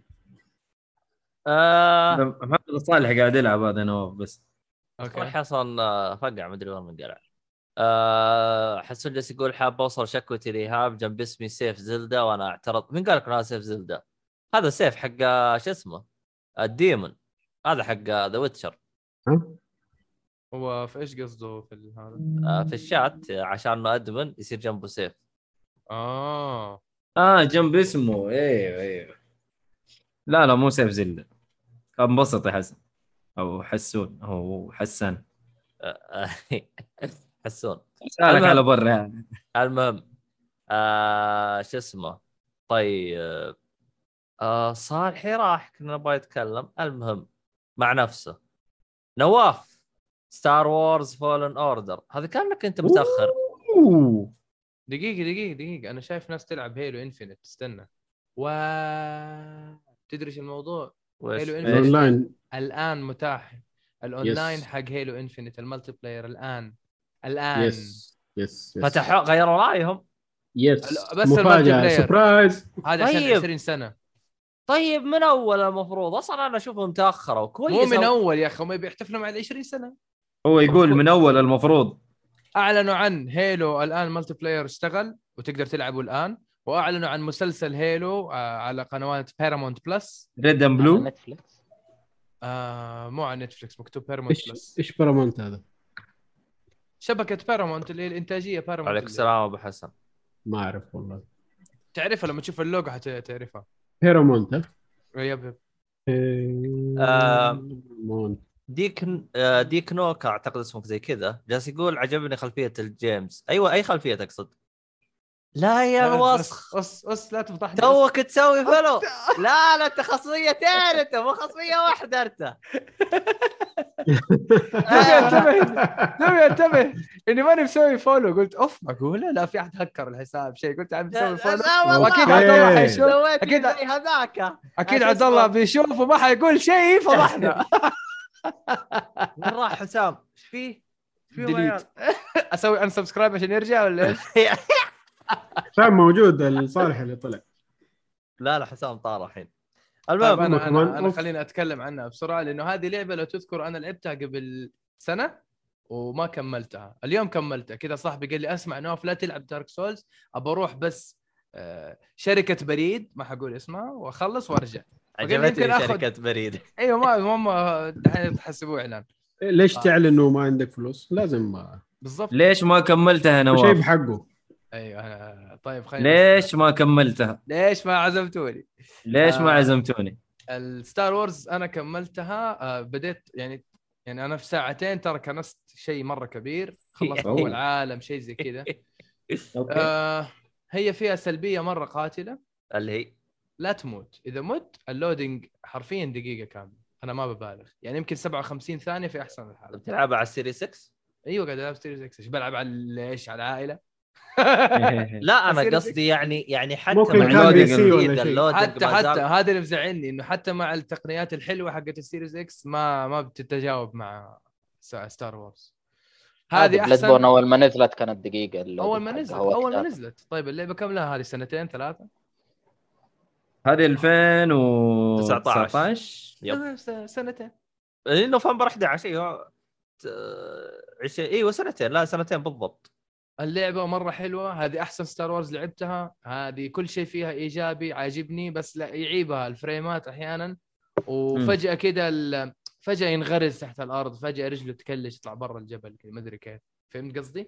محمد الصالح قاعد يلعب هذا نواف بس. اوكي حصل فقع مدري وين من قلع. حسون جالس يقول حاب اوصل شكوتي لإيهاب جنب اسمي سيف زلدة وانا اعترض. من قال لك هذا سيف زلدة؟ هذا سيف حق شو اسمه الديمون هذا حق ذا ويتشر. هو في ايش قصده في هذا في الشات عشان انه ادمن يصير جنبه سيف. جنب اسمه ايوه لا مو سيف زلة انبسط يا حسن او حسون او حسان حسون سالك على برا. المهم شو اسمه طيب صالحي راح كنا نبغى يتكلم. المهم مع نفسه نواف ستار وورز فولن اوردر هذا كانك انت متاخر. دقيقة انا شايف ناس تلعب هيلو انفينيت. استنى تدري ايش الموضوع؟ هيلو انفينيت الان متاح الاونلاين حق هيلو انفينيت الملتي بلاير الان يس فتحوا غيروا رايهم. بس مفاجأة سبرايز هذا عشان 20 سنة. طيب من اول المفروض اصلا انا اشوفه متاخره وكويس. مو من اول يا اخي هم بيحتفلوا مع 20 سنة. هو يقول من اول المفروض. اعلنوا عن هيلو الان مالتي بلاير اشتغل وتقدر تلعبه الان، واعلنوا عن مسلسل هيلو على قنوات بارامونت بلس. ريد اند على بلو. نتفليكس. مو على نتفليكس، مكتوب بارامونت بلس. ايش بارامونت هذا؟ شبكه بارامونت اللي هي الانتاجيه بارامونت. عليك السلام ابو حسن. ما اعرف والله. تعرفها لما تشوف اللوجو حتعرفها. بارامونت ها؟ يب. بارامونت. ديك نوك اعتقد اسمك زي كذا، جالس يقول عجبني خلفيه الجيمس. ايوه اي خلفيه تقصد؟ لا يا الوسخ، أس لا تفضحني. توك تسوي فلو. لا انت خاصيتين، انت مو خاصيه واحده انت. انتبه اني ماني مسوي فولو. قلت اوف معقوله لا في احد هكر الحساب شيء. قلت عم بسوي فولو واكيد عبد الله حيشوف. اكيد زي هذاك. اكيد عبد الله بيشوف وما حيقول شيء فضحنا. وين راح حسام؟ ايش فيه؟ ديليت. اسوي ان سبسكرايب عشان يرجع ولا ايش؟ كان موجود الصالح اللي طلع. لا حسام طار الحين. طيب المهم انا خليني اتكلم عنها بسرعه، لانه هذه لعبه لو تذكر انا لعبتها قبل سنه وما كملتها. اليوم كملتها كذا. صاحبي قال لي اسمع نوف لا تلعب دارك سولز، ابى اروح بس شركه بريد ما حقول اسمها واخلص وارجع. عجبتني شركه بريد. ايوه ما دحين تحسبوه اعلان. ليش تعلن انه ما عندك فلوس؟ لازم بالضبط. ليش ما كملتها نواف؟ شيء بحقه. ايوه طيب خلينا. ليش ما كملتها؟ ليش ما عزمتوني؟ ليش ما عزمتوني؟ الستار وورز انا كملتها. بديت يعني انا في ساعتين ترى كنست شيء مره كبير. خلصت اول عالم شيء زي كذا. هي فيها سلبيه مره قاتله اللي هي لا تموت. اذا مت اللودينج حرفيا دقيقه كامله. انا ما ببالغ يعني يمكن 57 ثانيه في احسن الحالات. بتلعبها على السيريس 6؟ ايوه قاعد العب سيريس اكس. ايش بلعب على ايش؟ على العائله. لا انا قصدي يعني حتى ممكن مع كان بي سي اللودينج ولا شيء. اللودينج حتى هذا اللي مزعلني انه حتى مع التقنيات الحلوه حقت السيريز اكس ما بتتجاوب مع ستار وورز. هذه احسن. بلادبورن اول ما نزلت كانت دقيقه. اول ما نزلت. طيب اللعبه كم لها هذه؟ سنتين ثلاثه؟ هذه 2019 يب. سنتين. نوفمبر 11. ايوه 20. ايوه سنتين. لا سنتين بالضبط. اللعبه مره حلوه. هذه احسن ستار وورز لعبتها. هذه كل شيء فيها ايجابي عاجبني، بس لا يعيبها الفريمات احيانا. وفجاه كده فجاه ينغرز تحت الارض، فجاه رجله تكلش يطلع برا الجبل كذا ما ادري كيف. فهمت قصدي؟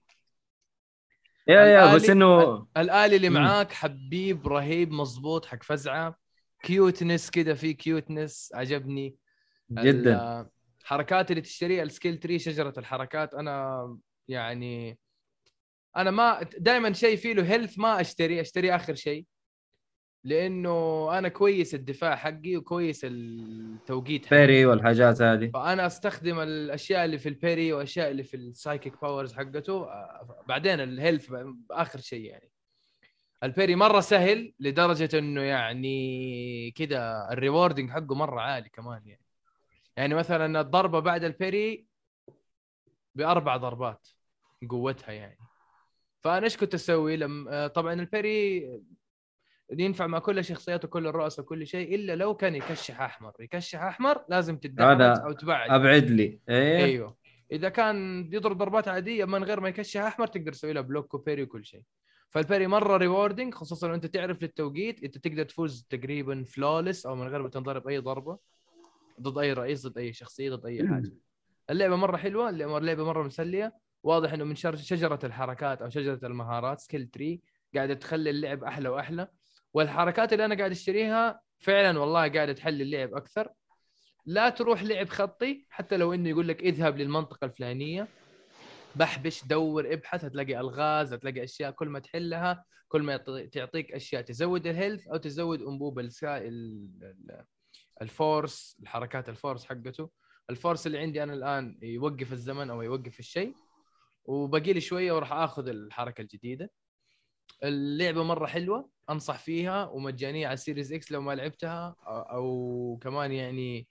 يا بس انه الآلي اللي معاك حبيب رهيب مزبوط حق فزعه. كيوتنس كده، في كيوتنس عجبني جدا. الحركات اللي تشتريها السكيل تري، شجره الحركات. انا يعني انا ما دائما شيء فيه له هيلث ما اشتري اخر شيء، لانه انا كويس الدفاع حقي وكويس التوقيت حقي بيري والحاجات هذه. فانا استخدم الاشياء اللي في البيري واشياء اللي في السايكيك باورز حقته. بعدين الهيلث باخر شيء. يعني البيري مره سهل لدرجه انه يعني كذا الريوردنج حقه مره عالي كمان. يعني مثلا الضربه بعد البيري ب4 ضربات قوتها يعني. فانا ايش كنت اسوي لما طبعا البيري ينفع مع كل الشخصيات وكل الرؤساء وكل شيء، الا لو كان يكشح احمر لازم تدعم او تبعد. ابعد لي. ايوه اذا كان يضرب ضربات عاديه من غير ما يكشح احمر تقدر تسوي له بلوك وبيري وكل شيء. فالبيري مره ريوردنج، خصوصا لو انت تعرف للتوقيت. انت تقدر تفوز تقريبا فلولس او من غير ما تنضرب اي ضربه ضد اي رئيس، ضد اي شخصيه، ضد اي حاجه. اللعبه مره حلوه، اللعبه مره مسليه. واضح انه من شجره الحركات او شجره المهارات سكيل تري قاعده تخلي اللعب احلى واحلى. والحركات اللي انا قاعد اشتريها فعلا والله قاعده تحلي اللعب اكثر. لا تروح لعب خطي، حتى لو انه يقول لك اذهب للمنطقه الفلانيه، بحبش دور ابحث، هتلاقي الغاز، هتلاقي اشياء كل ما تحلها كل ما تعطيك اشياء تزود الهيلث او تزود انبوب الفورس، الحركات الفورس حقته. الفورس اللي عندي انا الان يوقف الزمن او يوقف الشيء، وباقي لي شويه وراح اخذ الحركه الجديده. اللعبه مره حلوه، انصح فيها ومجانيه على السيريز اكس لو ما لعبتها، او كمان يعني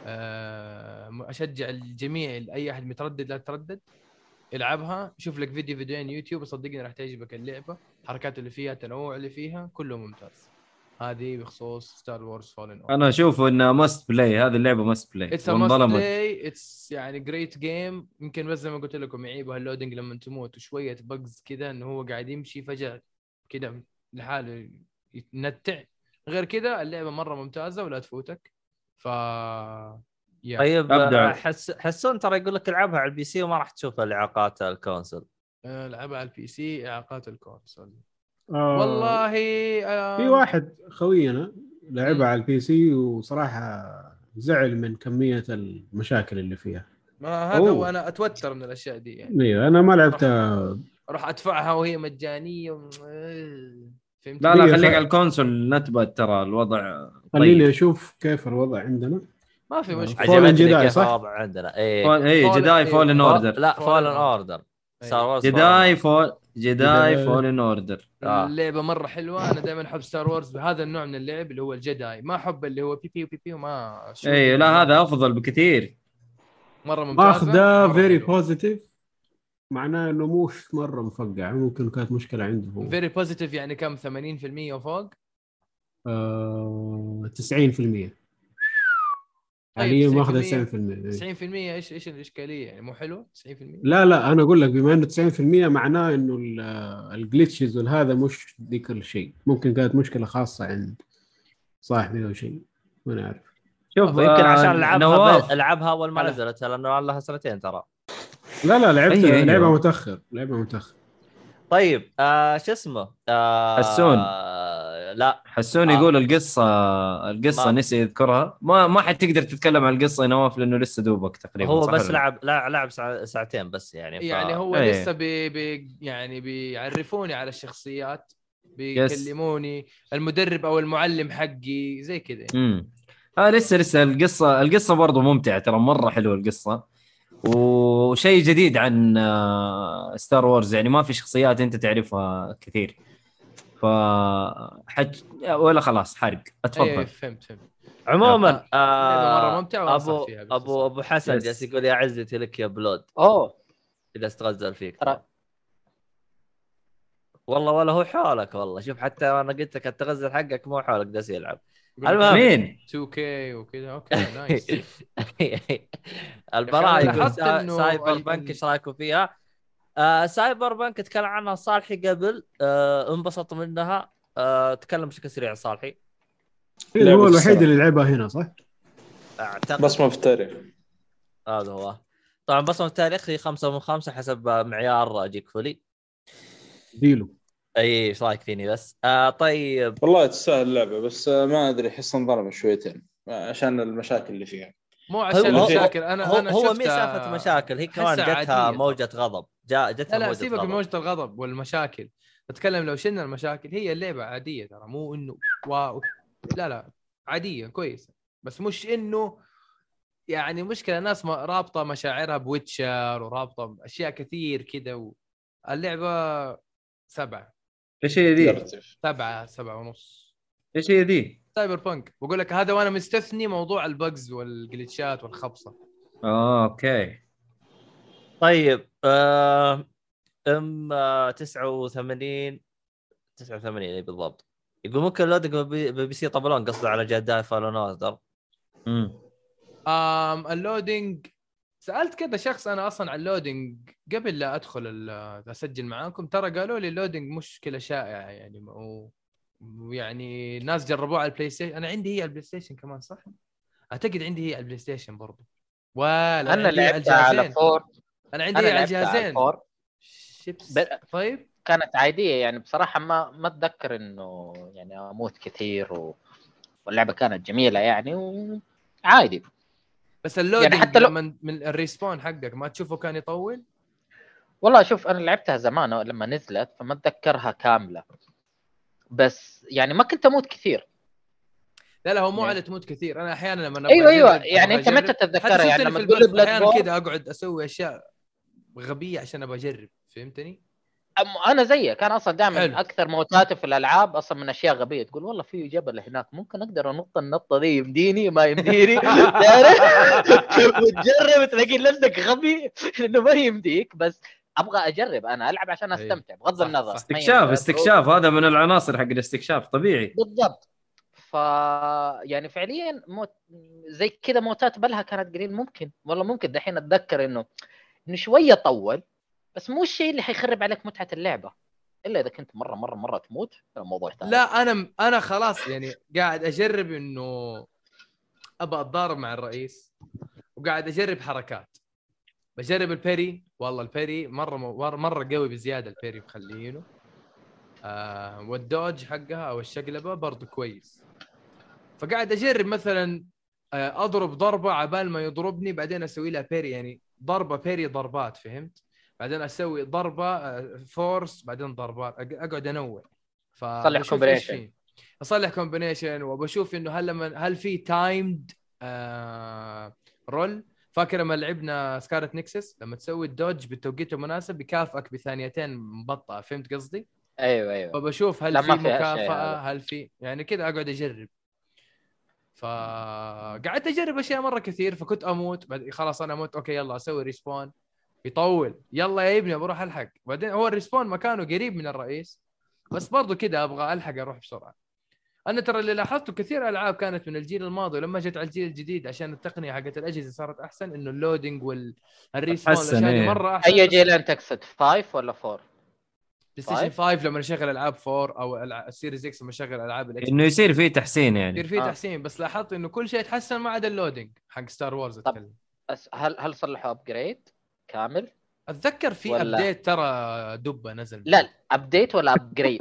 اشجع الجميع، اي احد متردد لا تردد العبها. شوف لك فيديوين يوتيوب وصدقني راح تعجبك اللعبه. الحركات اللي فيها، التنوع اللي فيها كله ممتاز. هذه بخصوص ستار وورز فولن انا اشوف انها ماست بلاي، هذه اللعبه ماست بلاي اتس ماست بلاي، اتس يعني جريت جيم. يمكن بس زي ما قلت لكم يعيبها اللودنج لما تموت وشويه بجز كذا، انه هو قاعد يمشي فجاه كذا لحاله يتنتع. غير كذا اللعبه مره ممتازه ولا تفوتك. ف طيب أبدع. حسون ترى يقول لك العبها على البي سي وما راح تشوف الاعاقات الكونسول. لعبها على البي سي اعاقات الكونسول. والله والله في واحد خوينا لعبها على البي سي وصراحة زعل من كمية المشاكل اللي فيها. ما هذا هو، انا اتوتر من الاشياء دي يعني. ايوه انا ما لعبتها. اروح ادفعها وهي مجانيه فهمت؟ لا لا خليك على الكونسول نتبت، ترى الوضع خليني طيب. اشوف كيف الوضع عندنا. ما في مشكله. فولن عجبتني جداي كيف صح؟ الوضع عندنا. ايه ايه جداي فولن اوردر. لا فولن اوردر. ستار وورز جداي فولن اوردر. اللعبه مره حلوه. انا دائما احب ستار وورز بهذا النوع من اللعب اللي هو الجداي، ما احب اللي هو بي بي وبي بي وما ايه لا هذا افضل بكثير، مره ممتازه. ماخذه فيري بوزيتيف، معناه انه مش مره مفقع، ممكن كانت مشكله عنده هو. فيري بوزيتيف يعني كم 80% وفوق؟ 90%. حاليا ماخذه 90%. 90% ايش الاشكاليه يعني؟ مو حلو 90%؟ لا انا اقول لك بما انه 90% معناه انه الجلitches والهذا مش ذيك الشيء، ممكن كانت مشكله خاصه عند صاحبي او شيء ما نعرف. شوف يمكن عشان العبها اول ما نزلت، لانه لها سنتين ترى. لا لعبها متاخر. طيب شو اسمه حسون لا حسون يقول القصه نسي يذكرها. ما حتقدر تتكلم عن القصه يا نواف لانه لسه دوبك تقريبا. هو بس لعب ساعتين بس يعني. يعني هو لسه يعني بيعرفوني على الشخصيات، بيكلموني المدرب او المعلم حقي زي كذا. لسه القصه برضو ممتعه ترى، مره حلوه القصه وشيء جديد عن ستار وورز، يعني ما في شخصيات انت تعرفها كثير. ولا خلاص حرق اتفضل. ايه فهمت. عموما مره ممتعه وانصح فيها. ابو حسن جالس يقول يا عزتي لك يا بلود. اذا استغزل فيك ترى والله ولا هو حالك والله. شوف حتى انا قلت لك التغزل حقك مو حالك جالس يلعب. مين 2K وكذا. اوكي نايس. البراء يقول سايبر بانك ايش رايكم فيها؟ سايبر بانك تكلم عنها صالحي قبل، انبسط منها. تكلم بشكل سريع صالحي. هو الوحيد اللي لعبها هنا صح؟ بس ما في التاريخ. هذا هو طبعا بس ما في التاريخ هي 5 من 5 حسب معيار جيك فولي ديلو. اي ايش رايك فيني بس؟ طيب والله تستاهل اللعبه، بس ما ادري احس انظلم شويتين عشان المشاكل اللي فيها. مو عشان المشاكل. انا هو مين سالفه مشاكل؟ هي كمان جتها موجه غضب. جتها لا سيبك من موجه الغضب والمشاكل. بتكلم لو شلنا المشاكل هي اللعبه عاديه ترى، مو انه واو. لا عاديه كويسه، بس مش انه يعني مشكله ناس رابطه مشاعرها بويتشر ورابطه اشياء كثير كذا. اللعبه 7. ايش هي ذي؟ 7.5. ايش هي ذي؟ سايبر بانك. بقول لك هذا وانا مستثني موضوع البجز والجليتشات والخبصه. اوكي طيب 89 بالضبط. يقول ممكن لودنج بي سي طبلون، قصده على جداي فالون اوردر. اللودنج سالت كذا شخص انا اصلا على اللودنج قبل لا ادخل اسجل معاكم، ترى قالوا لي اللودنج مشكله شائعه يعني. ويعني ناس جربوها على البلاي ستيشن. انا عندي هي على البلاي ستيشن كمان صح؟ اعتقد عندي هي على البلاي ستيشن برضو. ولا انا لعبت على فور. انا عندي هي على الجهازين. طيب كانت عاديه يعني بصراحه، ما اتذكر انه يعني اموت كثير واللعبه كانت جميله يعني وعادي. بس اللودنج يعني حتى من الريسبون حقك ما تشوفه كان يطول؟ والله شوف انا لعبتها زمان لما نزلت فما اتذكرها كامله، بس يعني ما كنت اموت كثير. لا هو مو على تموت كثير. انا احيانا لما ايوه يعني انت متى تتذكرها يعني لما تقول بلاد كذا اقعد اسوي اشياء غبيه عشان ابغى اجرب، فهمتني؟ انا زيك، كان اصلا دائما اكثر موتاتي في الالعاب اصلا من اشياء غبيه. تقول والله في جبل هناك ممكن اقدر انط النطه دي، يمديني ما يمديني وتجرب تلاقي نفسك غبي انه ما يمديك، بس ابغى اجرب انا العب عشان استمتع بغض النظر. استكشاف هذا من العناصر حق الاستكشاف طبيعي. بالضبط. يعني فعليا زي كذا موتات بلها كانت قليل. ممكن والله ممكن دحين اتذكر انه شويه طول، بس مو الشيء اللي حيخرب عليك متعه اللعبه، الا اذا كنت مره تموت الموضوع ثاني. لا انا خلاص يعني قاعد اجرب انه ابى اتضارب مع الرئيس، وقاعد اجرب حركات. بجرب البيري، والله البيري مره قوي بزياده، البيري مخلينه. والدوج حقها او الشقلبه برضو كويس. فقاعد اجرب مثلا اضرب ضربه عبال ما يضربني، بعدين اسوي لها بيري، يعني ضربه بيري ضربات، فهمت؟ بعدين اسوي ضربه فورس، بعدين ضربات، اقعد انوع. صلح كومبينيشن، اصلح كومبينيشن، وبشوف انه هل في تايمد رول. فاكر لما لعبنا سكارت نيكسس، لما تسوي الدوج بالتوقيت المناسب بيكافئك بثانيتين مبطئه، فهمت قصدي؟ ايوه. فبشوف هل في مكافأة، هل في يعني كذا، اقعد اجرب. فقعدت اجرب اشياء مره كثير، فكنت اموت خلاص انا اموت، اوكي يلا اسوي ريسبون، يطول، يلا يا ابني بروح الحق. بعدين هو الريسبون مكانه قريب من الرئيس، بس برضو كده ابغى الحق اروح بسرعه. انا ترى اللي لاحظته كثير العاب كانت من الجيل الماضي، ولما جت على الجيل الجديد عشان التقنيه حقت الاجهزه صارت احسن، انه اللودينج والريسبون أحسن، الاشياء إيه. مره احسن. اي جيل انت تقصد 5 ولا 4؟ بلاي ستيشن 5 لما نشغل العاب 4 او السيريز اكس لما نشغل العاب الاكس، انه يصير فيه تحسين يعني. يصير فيه تحسين. بس لاحظت انه كل شيء يتحسن ما عدا اللودينج حق ستار وورز. اتكلم هل صلحوا ابجريد كامل؟ اتذكر في ابديت ترى دبه نزل. لا ابديت ولا ابجريد؟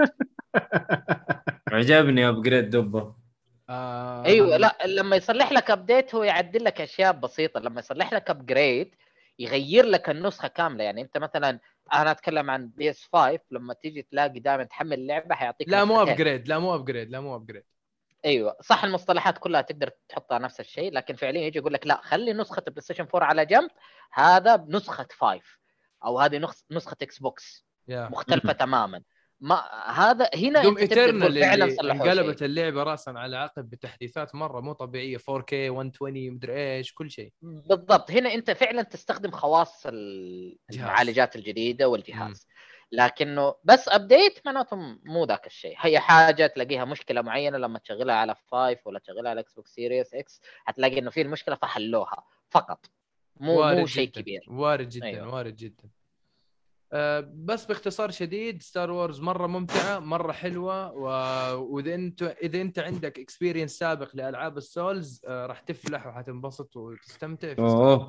عجبني ابجريد دبه. ايوه، لا لما يصلح لك ابديت هو يعدل لك اشياء بسيطه، لما يصلح لك ابجريد يغير لك النسخه كامله. يعني انت مثلا، انا اتكلم عن بي اس 5، لما تيجي تلاقي دائما تحمل اللعبه حيعطيك لا مو نسختين. ابجريد. ايوه صح، المصطلحات كلها تقدر تحطها نفس الشيء، لكن فعليا يجي يقول لك لا خلي نسخه البلاي ستيشن 4 على جنب، هذا بنسخه 5 او هذه نسخه اكس بوكس مختلفه تماما. ما هذا هنا دوم انت تقدر تقول فعلا اللي صلحوا انقلبت شيء. اللعبه راسا على عقب بتحديثات مره مو طبيعيه، 4K 120 مدري ايش كل شيء بالضبط. هنا انت فعلا تستخدم خواص المعالجات الجديده والجهاز. لكنه بس ابديت معناته مو ذاك الشيء. هي حاجه تلاقيها مشكله معينه لما تشغلها على 5 ولا تشغلها على اكس بوكس سيريس اكس، هتلاقي انه في المشكله فحلوها فقط، مو شيء كبير. وارد جدا. أيوه. وارد جدا. بس باختصار شديد، ستار وورز مره ممتعه، مره حلوه. واذا انت عندك اكسبيرينس سابق لالعاب السولز، راح تفلح وحتنبسط وتستمتع في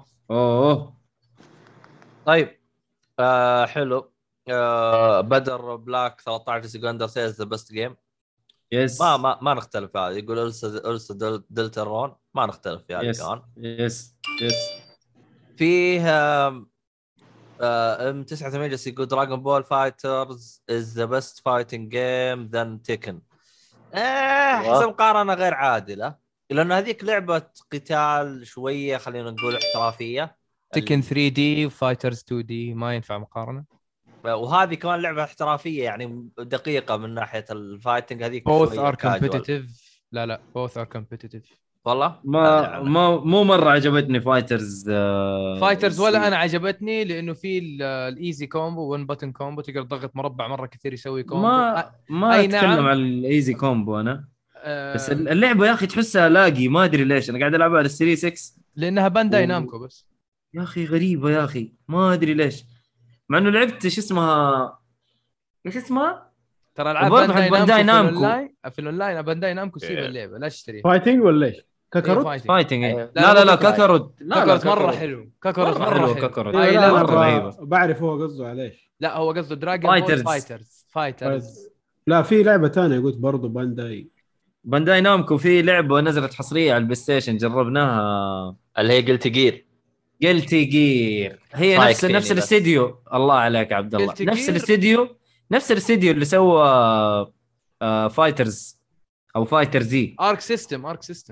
طيب حلو. بدر بلاك 13 سكندر سيلز ذا بيست جيم. يس ما نختلف في هذا. يقول ألسا دلترون، ما نختلف في هذا كمان. يس فيه ام 89 جالس يقول دراغون بول فايترز از ذا بيست فايتنج جيم ذن تيكن. احسن مقارنه غير عادله، لانه هذيك لعبه قتال شويه خلينا نقول احترافيه. تيكن 3D وفايترز 2D ما ينفع مقارنه. وهذه كمان لعبه احترافيه يعني دقيقه من ناحيه الفايتنج. هذيك both شويه are competitive. لا both are competitive والله. مو مره عجبتني فايترز ولا انا عجبتني، لانه في الايزي كومبو، 1 بutton كومبو، تقدر تضغط مربع مره كثير يسوي كومبو. ما اتكلم عن الايزي كومبو انا. بس اللعبه يا اخي تحسها لاقي، ما ادري ليش انا قاعد العبها على السيريس 6 لانها بانداي نامكو. بس يا اخي غريبه يا اخي، ما ادري ليش، مع انه لعبت ايش اسمها ترى العاب بانداي نامكو في الاونلاين بانداي نامكو سيب اللعبه لا تشتريها. فايتنج ولا ايش؟ كاكاروت فايتنج. لا كاكاروت. كاكاروت مره حلو. كاكاروت مره حلو. كاكاروت بعرف هو قصده على ايش. لا هو قصده دراجون بول فايترز. لا في لعبه ثانيه قلت برضو بانداي نامكو. في لعبه نزلت حصريه على البلاي ستيشن جربناها اللي هي قلت جير. هي نفس الاستديو. الله عليك عبد الله، نفس الاستديو اللي سوى فايترز او فايتر زي ارك سيستم.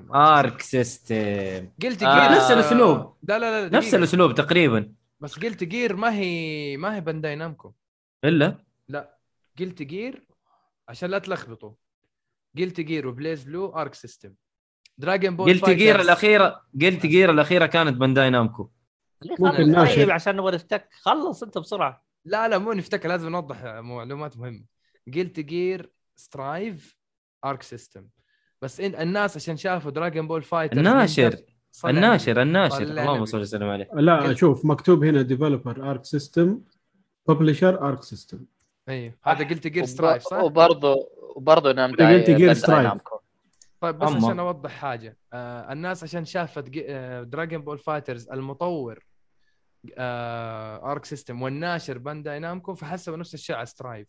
قلت جير نفس الاسلوب. لا نفس الاسلوب تقريبا. بس قلت جير ما هي بانداي نامكو الا. لا قلت جير عشان لا تلخبطوا. قلت جير وبليز بلو ارك سيستم. دراجون بول قلت جير الاخيره كانت بانداي نامكو. ممكن ناشر عشان نبغى نفتك. خلص انت بسرعه. لا مو نفتك، لازم نوضح معلومات مهمه. قلت جير سترايف ارك سيستم. بس الناس عشان شافوا دراجون بول فايتر الناشر صلى اللهم صل وسلم عليه. لا شوف مكتوب هنا ديفلوبر ارك سيستم ببلشر ارك سيستم. ايوه هذا قلت جير سترايف صح؟ وبرضه نام أنت قلت Gear Strive. طيب بس أما. عشان اوضح حاجه الناس عشان شافت دراجون بول فايترز المطور ارك سيستم والناشر بانداي نامكو فحسوا نفس الشيء على سترايف.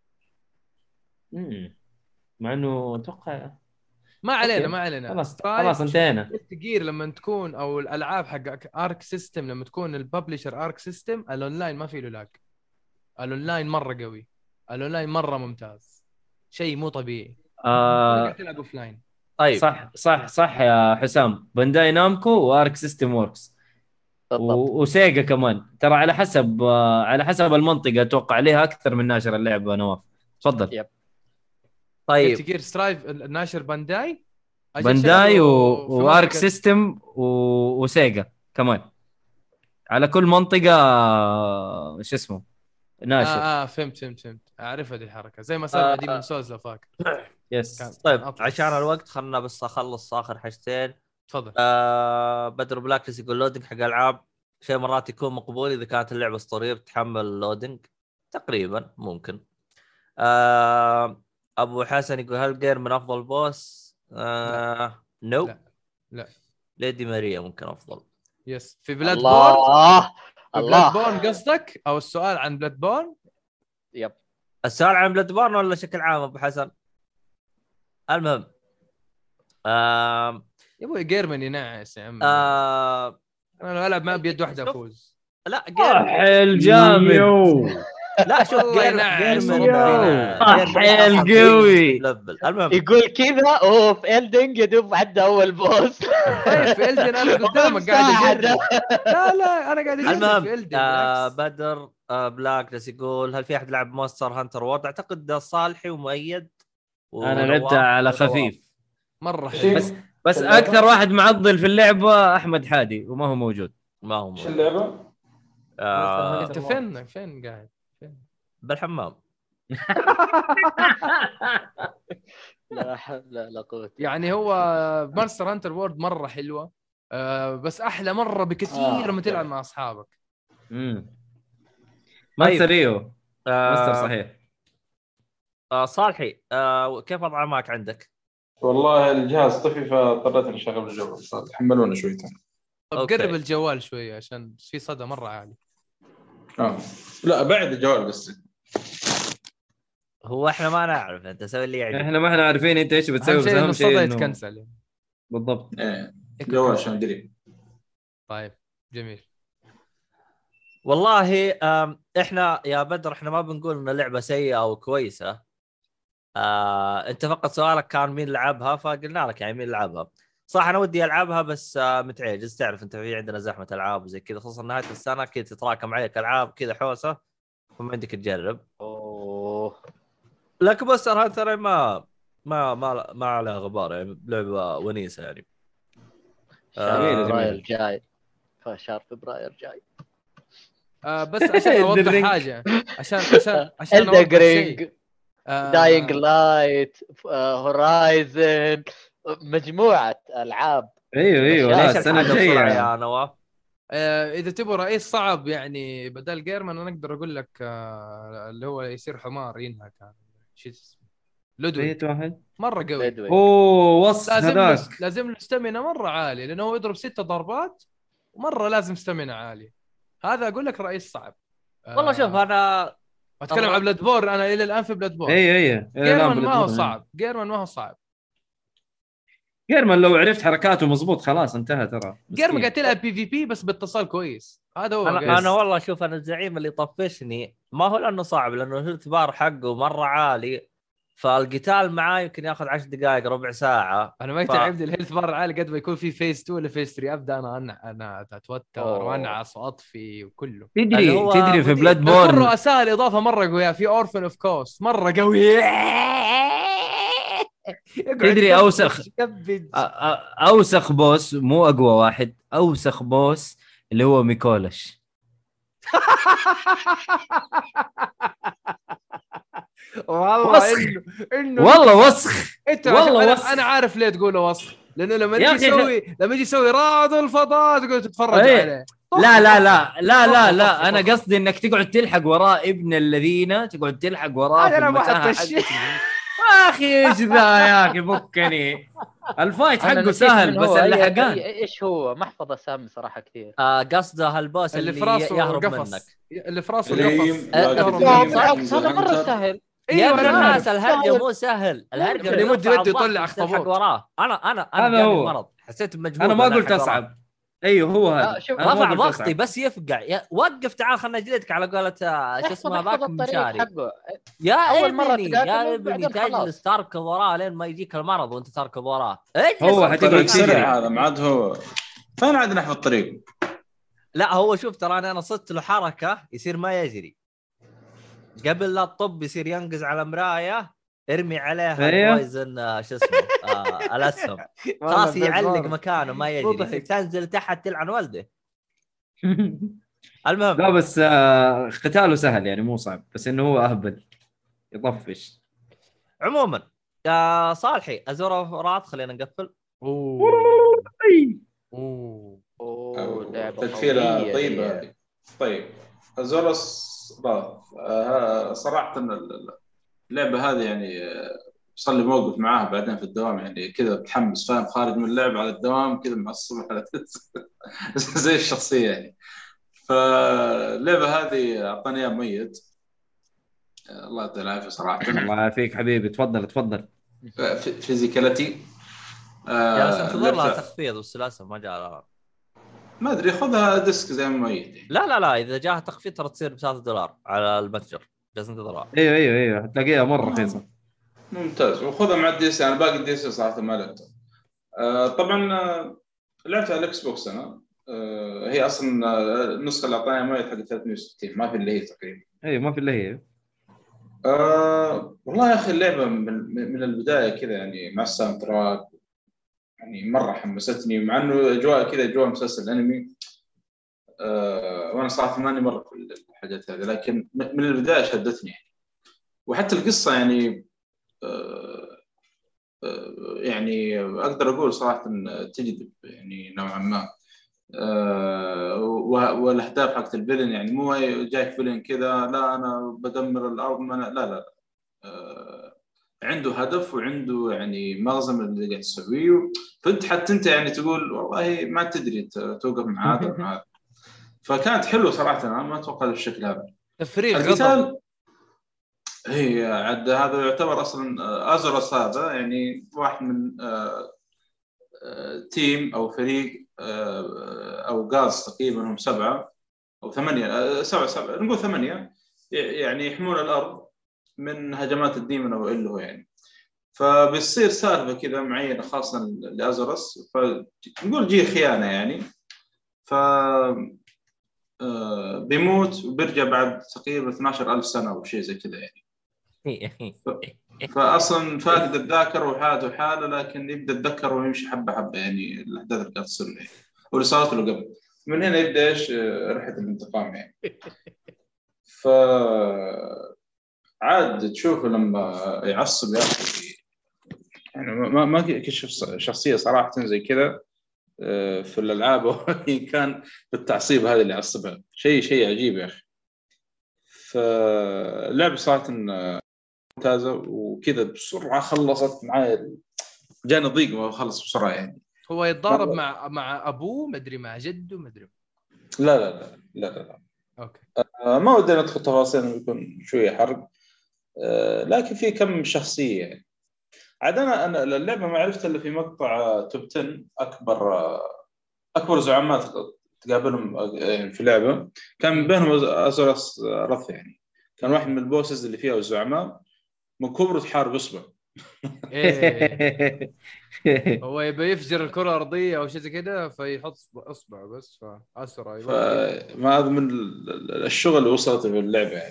مع انه اتوقع ما علينا أوكي. ما علينا. خلاص انتهينا. جير لما تكون او الالعاب حق ارك سيستم لما تكون الببلشر ارك سيستم الاونلاين ما في له لاج. الاونلاين مره قوي. الاونلاين مره ممتاز. شيء مو طبيعي. قاعد تلعب اوفلاين. طيب صح يا حسام. بانداي نامكو وارك سيستم ووركس وسيجا كمان ترى على حسب المنطقه اتوقع ليها اكثر من ناشر اللعبه. نواف تفضل. طيب جير سترايف الناشر بانداي وارك سيستم وسيجا كمان على كل منطقه شو اسمه ناشر. فهمت اعرف هذه الحركه زي ما صار مع ديمون سولز لو فاكر. يس. طيب عشان الوقت خلنا بس اخلص اخر حاجتين. تفضل. بدر بلاك يقول لودنج حق العاب شيء مرات يكون مقبول اذا كانت اللعبه اسطوريه بتحمل لودنج تقريبا ممكن. ابو حسن يقول هل جير من افضل بوس؟ نو لا ليدي ماريا ممكن افضل. يس في بلاد بورن. الله بلاد بورن قصدك او السؤال عن بلاد بورن؟ يب السؤال عن بلاد بورن ولا بشكل عام ابو حسن؟ المهم يا ابوي جيرمن ينعس يا عم. انا لو العب ما بيد واحده افوز. لا جيرمن الجامد. لا شوف جيرمن القوي. المهم يقول كذا في إلدنج يدوب عدى اول بوس. طيب في إلدن انا قدامك قاعد اجرب. لا انا قاعد اجرب في إلدن. بدر بلاك جالس يقول هل في احد لعب مونستر هانتر وورد؟ اعتقد صالحي ومؤيد انا لعبتها على خفيف مره حلو. بس اكثر واحد معضل في اللعبه احمد حادي وما هو موجود. ايش اللعبه؟ انت فين قاعد؟ بالحمام. لا حول ولا قوه. يعني هو مونستر هانتر وورد مره حلوه بس احلى مره بكثير لما تلعب مع اصحابك. مونستر ريو مونستر صحيح. صالحي كيف وضع معك عندك؟ والله الجهاز طفي فاضطريت اشغل الجوال تحملونا شوي ثاني. طب قرب الجوال شويه عشان في صدى مره عالي. لا بعد الجوال بس. هو احنا ما نعرف انت سوي اللي يعجبك. احنا ما احنا عارفين انت ايش بتسوي بس اهم شيء الصدى يتكنسل. بالضبط. جوال عشان دري. طيب جميل. والله احنا يا بدر احنا ما بنقول ان اللعبه سيئه او كويسه. انت فقط سؤالك كان مين لعبها فقلنا لك يعني مين لعبها. صح انا ودي العبها بس متعجز. تعرف انت في عندنا زحمه العاب وزي كذا خصوصا نهايه السنه كذا تتراكم عليك العاب كذا حوسه وما عندك تجرب. لكن بس ترى ما عليها غبار يعني لعبه ونيسه يعني. فبراير جاي فشهر فبراير جاي. بس عشان اوضح حاجه عشان اوضح شيء. داينج لايت هورايزن مجموعه العاب. ايوه لا السنه الجايه يا نواف. اذا تبغى رئيس صعب يعني بدل جيرمان انا اقدر اقول لك اللي هو يصير حمار ينهك شيء لودويك مره قوي. وص هذاك لازم له ستامينا مره عالي لانه هو يضرب 6 ضربات ومره لازم ستامينا عالي. هذا اقول لك رئيس صعب. والله شوف انا اتكلم عن بلاد بور. انا الى الان في بلاد بور. اي جيرمان ما هو صعب. جيرمان لو عرفت حركاته مزبوط خلاص انتهى. ترى جيرمان قاعد تلعب بي في بي بس باتصال كويس. هذا هو. انا والله شوف انا الزعيم اللي طفشني ما هو لانه صعب لانه الهيلث بار حقه مره عالي فالقتال معاه يمكن ياخذ 10 دقائق ربع ساعه. انا ما يتعبني الهيلث بار عالي قد ما يكون في فيس 2 ولا فيس 3 ابدا انا اتوتر وانعص واطفي وكله. تدري في بلاد بورن كل رؤساء الاضافه مره قويه. في اورفن اوف كوست مره قوي. تدري اوسخ بوس مو اقوى واحد. اوسخ بوس اللي هو ميكولش. والله وسخ. انه والله وسخ انت والله وسخ. انا عارف ليه تقوله وسخ، لانه لما يا يجي أخي يسوي رائد الفضاء تقول تتفرج إيه. عليه. لا لا لا لا لا طخ. لا انا قصدي انك تقعد تلحق وراء ابن الذين، تقعد تلحق وراه في انا ما المتاهه احط حقته. يا اخي ايش ذا يا اخي، فكني الفايت أنا حقه نسيت سهل من بس هو. اللحقان. ايش هو محفظة سامي صراحة كثير. قصده هالبوس اللي اللي في راسه يهرب قفص، منك. اللي في راسه دريم قفص لاك يهرب لا، منه. بالعكس هذا مرة سهل. يا ايوه ابن انا الناس عارف. الهرجه مو سهل، الهرجه اللي يمد ترفع يده الضغط يطلع وتلحق أخطبوط. وراه. انا هذا جاني هو. مرض، حسيت بمجهود انا ما وأنا قلت ألحق وراه. اصعب. ايوه هو هذا، شوف، أنا ما رفع قلت ضغطي أصعب. بس يفقع. وقف تعال خلنا نجلدك على قولة شو اسمه احفظ ذاك الطريق مشاري. حقه. يا أول مرة ابني تقاتله يا ابني بعدين خلاص. تجلس تركض وراه لين ما يجيك المرض وانت تركض وراه. اجلس هو وانت حتقعد طريق تركض. تجري. سريع هذا، ما عاد هو فين عاد نحو الطريق. لا هو شوف ترى انا صدت له حركه يصير ما يجري، قبل لا الطب يصير ينقز على مرايه ارمي عليها أيوه. البويزن شو اسمه الاسهم خلاص يعلق مكانه ما يجري، مضحك. تنزل تحت تلعن والده. لا المهم بس قتاله سهل يعني مو صعب، بس انه هو اهبل يطفش. عموما يا صالحي ازور رات خلينا نقفل. اوه لعبة تكفيرة قوية طيبة هي. هذه. طيب أزورس راث صراحة اللعبة هذه يعني صار لي موقف معاها بعدين في الدوام، يعني كذا متحمس فاهم، خارج من اللعب على الدوام كذا مع الصبح زي الشخصية يعني. فاللعبة هذه أعطاني إياها ميت، الله يعطيه العافية صراحة. الله يعافيك حبيبي، تفضل تفضل. فيزيكاليتي جالس انتظر لها تخفيض بس للاسف ما جاء. ما أدري، خذها ديسك زي ما ميت يعني. لا اذا جاها تخفيض ترى تصير $3 على المتجر، جالس انتظرها. ايوه هتلاقيها مره رخيصه. ممتاز، وخذها مع الديسك. أنا باقي الديسك صراحة ما لعبته. طبعا لعبتها على الإكس بوكس أنا. هي أصلا النسخة اللي أعطاني ميت حق 360، ما في اللي هي تقريبا. ايوه ما في اللي هي. والله يا أخي اللعبة من البداية كذا يعني مع الساوند تراك يعني مرة حمستني، مع إنه أجواء كذا أجواء مسلسل أنمي. وأنا صراحة ماني مرة في الحاجات هذه، لكن من البداية شدتني يعني. وحتى القصة يعني يعني أقدر أقول صراحة إن تجذب يعني نوعا ما. والأهداف حقت الفيلن يعني مو جايك فيلن كذا لا أنا بدمر الأرض لا عنده هدف وعنده يعني مغزى من اللي قاعد تسويه، فأنت حتى أنت يعني تقول والله ما تدري توقف مع هذا مع هذا. فكانت حلوة صراحة، أنا ما أتوقع بالشكل هذا. تفريغ غضب. القتال هي عاد هذا يعتبر أصلا أزرس، هذا يعني واحد من تيم أو فريق أو غاز تقريبا هم 7 أو 8 7 نقول 8 يعني يحمون الأرض من هجمات الديمون أو إله يعني. فبيصير سالفة كذا معينة خاصة لأزرس، فنقول جي خيانة يعني. ف بيموت وبيرجع بعد تقريبا 12,000 سنة أو شيء زي كذا يعني. فأصلا فاقد الذاكرة وحاله حاله، لكن يبدأ يتذكر ويمشي حبة حبة يعني الأحداث اللي قاعد تصير له واللي صارت له قبل. من هنا يبدأ إيش رحلة الانتقام يعني. عاد تشوفه لما يعصب يا أخي يعني ما كشف شخصية صراحة زي كذا في الألعاب، وإن كان بالتعصيب هذا اللي يعصبها شيء عجيب يا أخي. فاللعبة صراحة ممتازة وكذا بسرعة خلصت معايا، جاني ضيق ما أخلص بسرعة يعني. هو يتضارب مع أبوه مدري مع جده مدري. لا أوكي. ما ودي ندخل تفاصيل يكون شوية حرق، لكن في كم شخصية يعني. عاد أنا اللعبة ما عرفت إلا في مقطع توب 10 أكبر زعماء تقابلهم في لعبة، كان بينهم أزرس رث يعني. كان واحد من البوسز اللي فيها الزعماء من كبره تحارب إصبع. هو يبي يفجر الكرة الأرضية أو شيء زي كده فيحط إصبعه بس فأسرع. ما هذا من الشغل اللي وصلت في اللعبة يعني.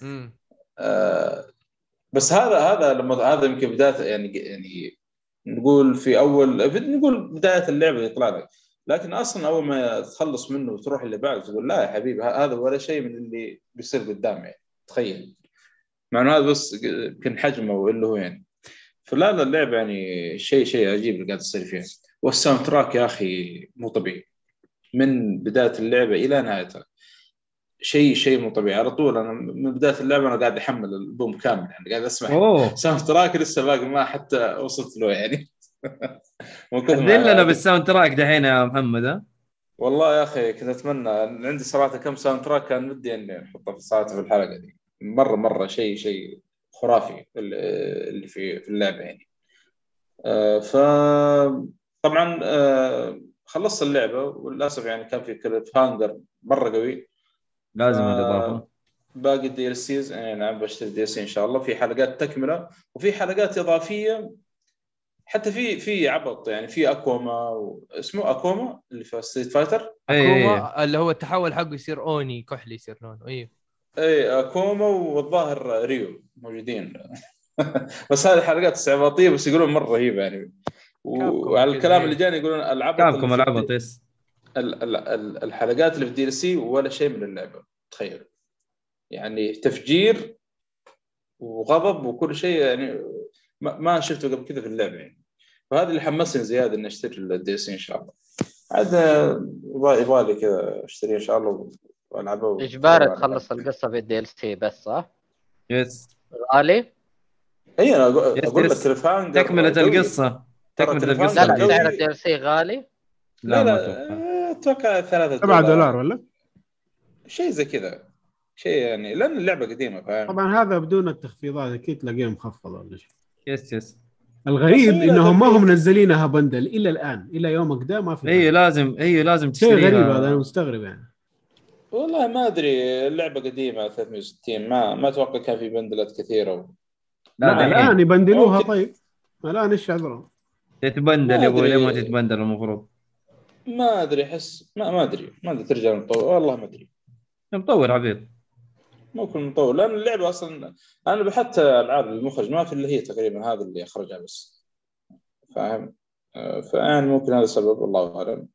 بس هذا لما هذا يمكن بداية يعني نقول في أول نقول بداية اللعبة يطلع لك، لكن أصلا أول ما تخلص منه وتروح اللي بعده تقول لا يا حبيبي هذا ولا شيء من اللي بيصير قدام يعني. تخيل مع انه هذا بس يمكن حجمه واللي هو يعني. فلا اللعبه يعني شيء عجيب اللي قاعد يصير فيها. والساوند تراك يا اخي مو طبيعي من بدايه اللعبه الى نهايتها. شيء مو طبيعي. على طول انا من بدايه اللعبه انا قاعد احمل البوم كامل يعني قاعد اسمع اوه ساوند تراك لسه باقي ما حتى وصلت له يعني. من كثر ما حذلنا بالساوند تراك دحين يا محمد ها. والله يا اخي كنت اتمنى عندي صراحه كم ساوند تراك كان ودي اني احطه صراحه في الحلقه دي. مره شيء خرافي اللي في اللعبه يعني. ف طبعا خلصت اللعبه وللاسف يعني كان في كليف هانجر مره قوي. لازم الاضافه. باقي الدي ال سيز نعم بشتري دي سي ان شاء الله. في حلقات تكمله وفي حلقات اضافيه حتى في عبط يعني. في اكوما اسمه اكوما اللي في ستريت فايتر. اكوما اللي هو التحول حقه يصير اوني كحلي يصير لونه. ايوه اي اكوما والظاهر ريو موجودين. بس هذه حلقات استعباطيه بس يقولون مره رهيبه يعني. وعلى الكلام اللي جاني يقولون العبط كابكم العبط يس. الحلقات اللي في دي ال سي ولا شيء من اللعبه. تخيل يعني تفجير وغضب وكل شيء يعني ما شفته قبل كذا في اللعبه يعني. فهذا اللي حمسني زياده اني اشتري الدي سي ان شاء الله. عاد يبغى لي كذا اشتري ان شاء الله والعبه. اجباري تخلص القصه في الدي ال سي بس صح؟ يس غالي؟ اي انا اقول لك كليف هانجر تكمله القصه. تكمله لا لا سعر الدي ال سي غالي؟ لا اتوقع $3 $7 ولا شيء زي كذا شيء يعني لان اللعبه قديمه فاهم. طبعا هذا بدون التخفيضات اكيد تلاقيه مخفض ولا شيء. يس الغريب انهم ما هم منزلينها بندل الى الان الى يومك ده ما في. هي لازم شيء تشتريها. غريب هذا انا مستغرب يعني. والله ما ادري اللعبه قديمه 360 ما اتوقع كان في بندلات كثيره لا الان يبندلوها. طيب الان ايش عذرهم؟ تتبندل يا ابوي. ليه ما تتبندل المفروض؟ ما ادري احس ما ادري ترجع المطور والله ما ادري. مطور عبيط مو كل مطور لان اللعبه اصلا انا بحثت العاب المخرج ما في اللي هي تقريبا هذا اللي اخرجها بس فاهم. فيعني ممكن هذا السبب الله اعلم.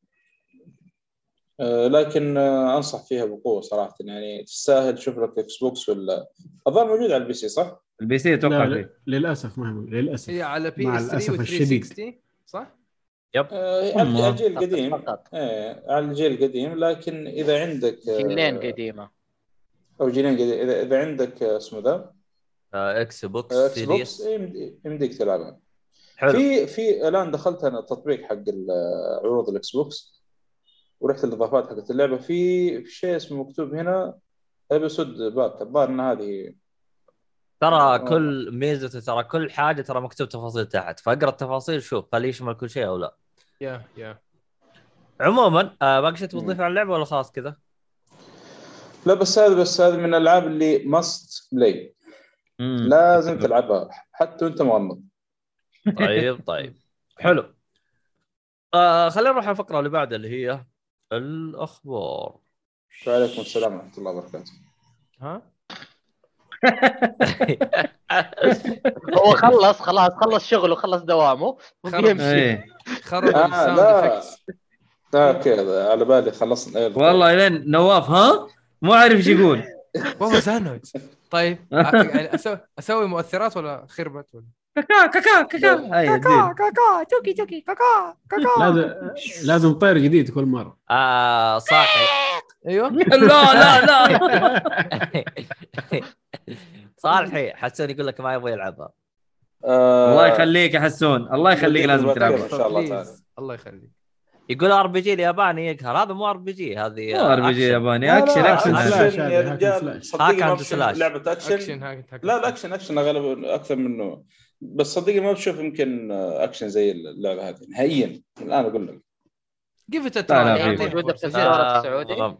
لكن انصح فيها بقوه صراحه يعني تستاهل. تشوف لك اكس بوكس ولا الظاهر موجود على البي سي صح؟ البي سي اتوقع فيه. للاسف ما هو للاسف. هي على بي مع اس 3 الاسف و الشديد 360 صح؟ يب على الجيل القديم. على الجيل القديم لكن اذا عندك جيلين قديمه او جيلين قديم اذا عندك اسمه ذا اكس بوكس سيريس يمديك تلعبها. في الان دخلت انا التطبيق حق عروض الاكس بوكس ورحت الاضافات حقت اللعبه. في شيء اسمه مكتوب هنا ابيسود باك. الظاهر ان هذه ترى كل ميزته ترى كل حاجه ترى مكتوب تفاصيل تحت. فاقرا التفاصيل شوف هل يشمل كل شيء او لا. يا عموما باقي شيء تضيف على اللعبه ولا خلاص كذا؟ لا بس هذا من الالعاب اللي ماست بلاي. لازم تلعبها حتى وانت مغمض. طيب حلو. خلينا نروح على الفقره اللي بعدها اللي هي الاخبار. وعليكم السلام ورحمه الله وبركاته. ها هو خلص شغله خلص دوامه وبيمشي. خرب الساوند افكتس. كذا على بالي خلصنا. والله لين نواف مو عارف ايش يقول. والله ساندويتش. طيب يعني اسوي مؤثرات ولا خربت ولا كاكا توكي كاكا لازم طير جديد كل مره. صاحي. ايوه لا صالحي حسون يقول لك ما يبغى يلعبها. الله يخليك يا حسون الله يخليك لازم تلعبها ان شاء الله تعالى. الله يخليك. يقول ار بي جي الياباني يقهر. هذا مو ار بي جي هذه ار بي جي ياباني اكشن سلاش يا رجال. صدقني لعبه اكشن لا الاكشن اغلب اكثر منه. بس صدقني ما بشوف يمكن اكشن زي اللعبه هذه نهائيا. الان اقول لك كيف تتراجع موجوده في السعودي.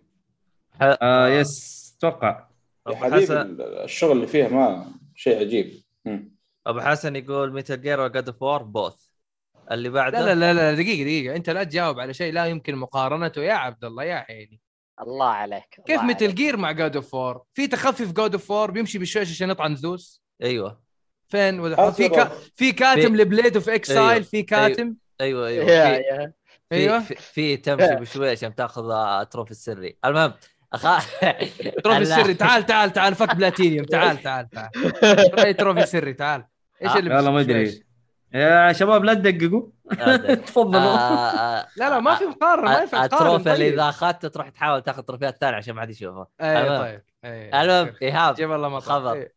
يس اتوقع. يا حبيبي الشغل اللي فيها ما شيء عجيب. ابو حسن يقول ميتال جير وجاد اوف وور بوث. اللي بعده لا دقيقه انت لا تجاوب على شيء لا يمكن مقارنته يا عبد الله يا عيني. الله عليك. كيف ميتال جير مع جاد اوف وور؟ في تخفي في جاد اوف وور بيمشي بالشويش عشان يطعن زوس. ايوه فين في كاتم لبليد اوف اكسايل. في كاتم ايوه في تمشي بشويش عشان تاخذ تروفي السري. المهم تروفي السري تعال فك بلاتينيوم تعال راي تروفي سري تعال ايش اللي والله ما ادري يا شباب لا تدققوا تفضلوا. لا ما في مقارنه ما ينفع تقارن. التروفي اللي اذا اخذته تروح تحاول تاخذ التروفيات الثانيه عشان ما حد يشوفه. طيب المهم ايهاب جيب الله ما خبر.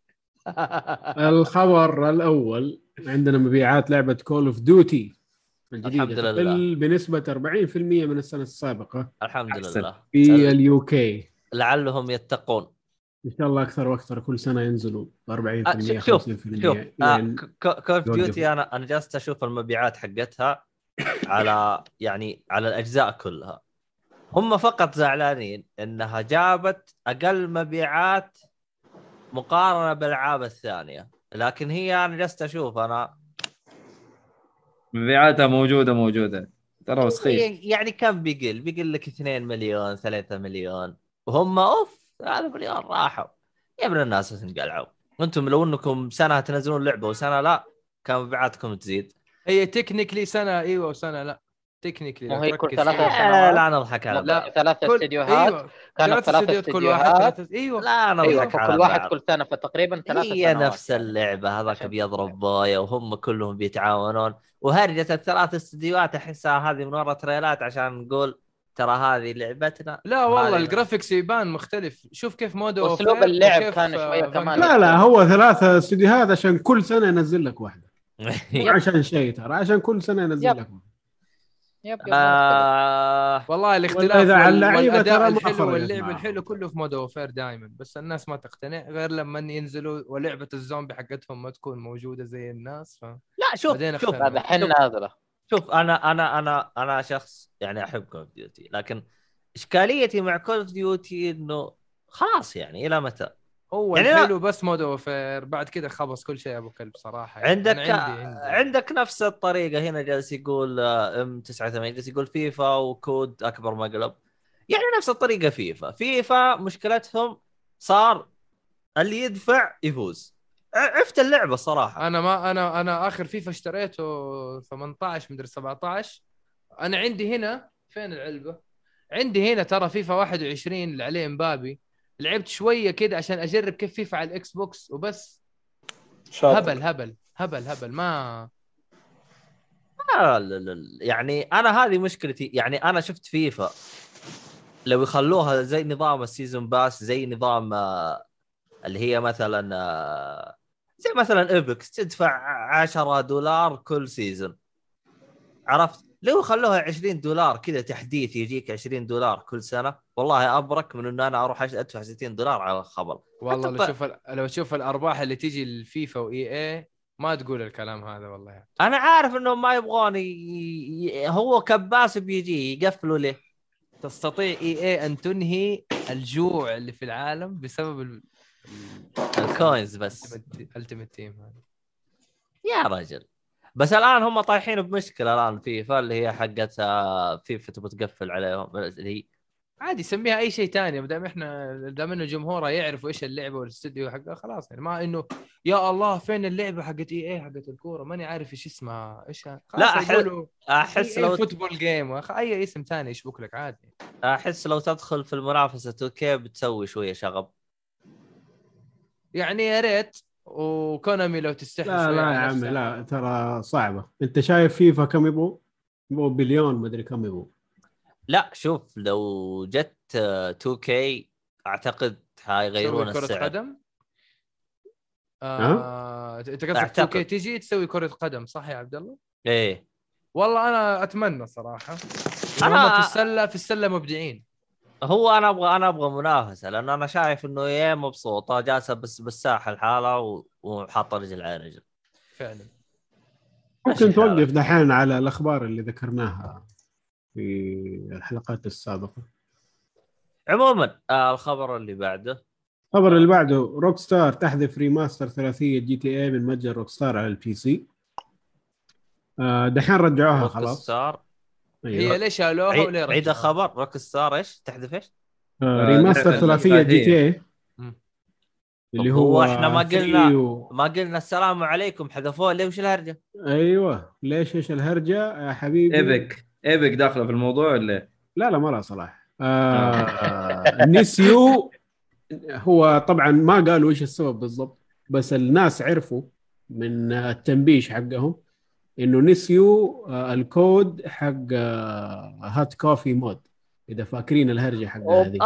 الخبر الاول عندنا مبيعات لعبه كول اوف ديوتي الجديده تقل بنسبه 40% من السنه السابقه الحمد لله في اليو كي. لعلهم يتقون ان شاء الله اكثر واكثر كل سنه ينزلوا 40% 50%. شوف يعني كول اوف ديوتي انا جالس اشوف المبيعات حقتها على على الاجزاء كلها. هم فقط زعلانين انها جابت اقل مبيعات مقارنه بالالعاب الثانيه، لكن هي انا جالس اشوف انا مبيعاتها موجوده ترى سخيف. يعني كم بيقل لك 2 مليون 3 مليون وهم هذا مليون راحوا يا ابن الناس تنقلعوا. وانتم لو انكم سنه تنزلون لعبه وسنه لا كان مبيعاتكم تزيد. هي تكنيكلي سنه ايوه وسنه لا تكنيكلي وهي كل 3 سنوات لا نضحك على لا 3 استديوهات كانت 3 استديوهات لا نضحك على كل واحد كل سنه فتقريبا 3 سنوات. هي نفس اللعبه هذاك بيضرب بويا وهم كلهم بيتعاونون وهرجة الثلاث استديوهات احسها هذه من ورا تريلات عشان نقول ترى هذه لعبتنا. لا والله الجرافيكس يبان مختلف. شوف كيف مودو اسلوب اللعب كان شويه كمان. لا هو 3 استديوهات عشان كل سنه ينزل لك واحده عشان شيء ترى عشان كل سنه ينزل لك والله الاختلاف والاداء الحلو واللعب الحلو كله في مودو وفير دائما، بس الناس ما تقتنع غير لما ينزلوا ولعبه الزومبي حقتهم ما تكون موجوده زي الناس لا شوف هذا حنا هذا. شوف انا شخص احب كول اوف ديوتي، لكن اشكاليتي مع كول اوف ديوتي انه خلاص الى متى هو الحلو بس مودو وفير بعد كده خلص كل شيء ابو كلب صراحه. عندك نفس الطريقه هنا جالس يقول ام 89 جالس يقول فيفا وكود اكبر مقلب نفس الطريقه. فيفا مشكلتهم صار اللي يدفع يفوز. عرفت اللعبه صراحه. انا اخر فيفا اشتريته 18 مدري 17. انا عندي هنا فين العلبه؟ عندي هنا ترى فيفا 21 اللي عليه مبابي. لعبت شويه كده عشان اجرب كيف فيفا على الاكس بوكس وبس. هبل ما انا هذه مشكلتي. انا شفت فيفا لو يخلوها زي نظام السيزون باس، زي نظام اللي هي مثلا زي مثلا ايبكس تدفع $10 كل سيزون، عرفت؟ لو يخلوها $20 كذا تحديث يجيك $20 كل سنه والله ابرك من ان انا اروح ادفع $60 على الخبر. والله لو تشوف الارباح اللي تيجي للفيفا واي اي ما تقول الكلام هذا. والله انا عارف انهم ما يبغون هو كباس بيجي يقفلوا له. تستطيع اي اي ان تنهي الجوع اللي في العالم بسبب الكوينز بس. التيمت تيم هذا يا رجل. بس الان هم طايحين بمشكله الان فيفا اللي هي حقت فيفا تبغى تقفل عليهم. اللي هي عادي سميها اي شيء ثاني مدام انه جمهورها يعرفوا ايش اللعبه والاستوديو حقها خلاص. ما انه يا الله فين اللعبه حقت اي اي حقت الكوره ماني عارف ايش اسمها ايش. لا احس لو فوتبول جيم اي اسم ثاني يشبك لك عادي. احس لو تدخل في المنافسه 2K بتسوي شويه شغب يا ريت. وكونامي لو تستحي لا يا عمي لا ترى صعبه. انت شايف فيفا كم يبغوا بليون ما ادري كم يبغوا. لا شوف لو جت 2K اعتقد هيغيرون السعر. كرة قدم انت قصدك 2K تيجي تسوي كرة قدم صح يا عبد الله؟ ايه والله انا اتمنى صراحة. انا في السلة مبدعين. هو انا ابغى منافسه لان انا شايف انه هي مبسوطه جالسه بس بالساحه الحاله وحاطه رجل على رجل فعلا. ممكن توقف دحين على الاخبار اللي ذكرناها في الحلقات السابقه. عموما الخبر اللي بعده روك ستار تحذف ريماستر ثلاثيه جي تي اي من متجر روك ستار على البي سي. دحين رجعوها خلاص. هي ليش شالوها وليه عيد الخبر؟ روك ستار ايش تحذف ريماستر ثلاثيه جي تي اي اللي هو احنا ما قلنا السلام عليكم حذفوه ليه؟ وش الهرجه؟ ايوه ليش ايش الهرجه يا حبيبي؟ ايبك داخله في الموضوع ولا لا مره صراحه نسيو. هو طبعا ما قالوا ايش السبب بالضبط، بس الناس عرفوا من التنبيش حقهم انه نسيوا الكود حق هات كوفي مود، اذا فاكرين الهرجه حقها هذه.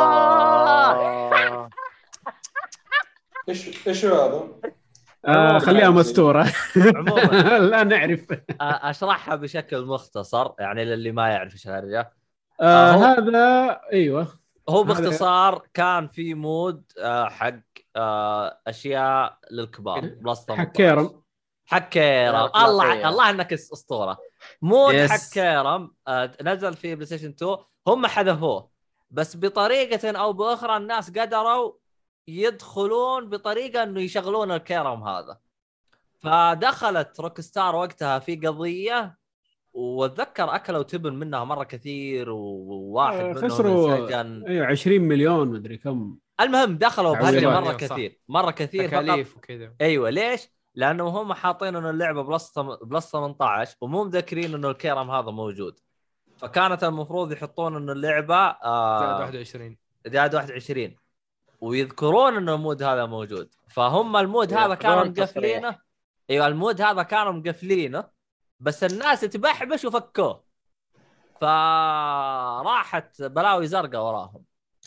ايش هذا؟ خليها مستوره. عموما لا نعرف. اشرحها بشكل مختصر يعني للي ما يعرف ايش الهرجه. هذا ايوه، هو باختصار كان في مود حق اشياء للكبار بلس 18 حق كيرم. الله انك اسطوره. مود حق كيرم نزل في بلاي ستيشن 2، هم حذفوه بس بطريقه او باخرى الناس قدروا يدخلون بطريقه انه يشغلون الكيرم هذا. فدخلت روكستار وقتها في قضيه، واتذكر اكلوا تبن منها مره كثير، وواحد منهم سجن 20 مليون مدري كم. المهم دخلوا بهذه مره كثير تكاليف وكذا. ايوه ليش؟ لانه هم حاطين انه اللعبه بلس 18 ومو مذكرين انه الكيرم هذا موجود، فكانت المفروض يحطون انه اللعبه زائد 21 ويذكرون انه المود هذا موجود. فهم المود هذا كانوا مقفلينه. ايوه المود هذا كانوا مقفلينه بس الناس تبحبش وفكوه، فراحت بلاوي زرقاء وراهم.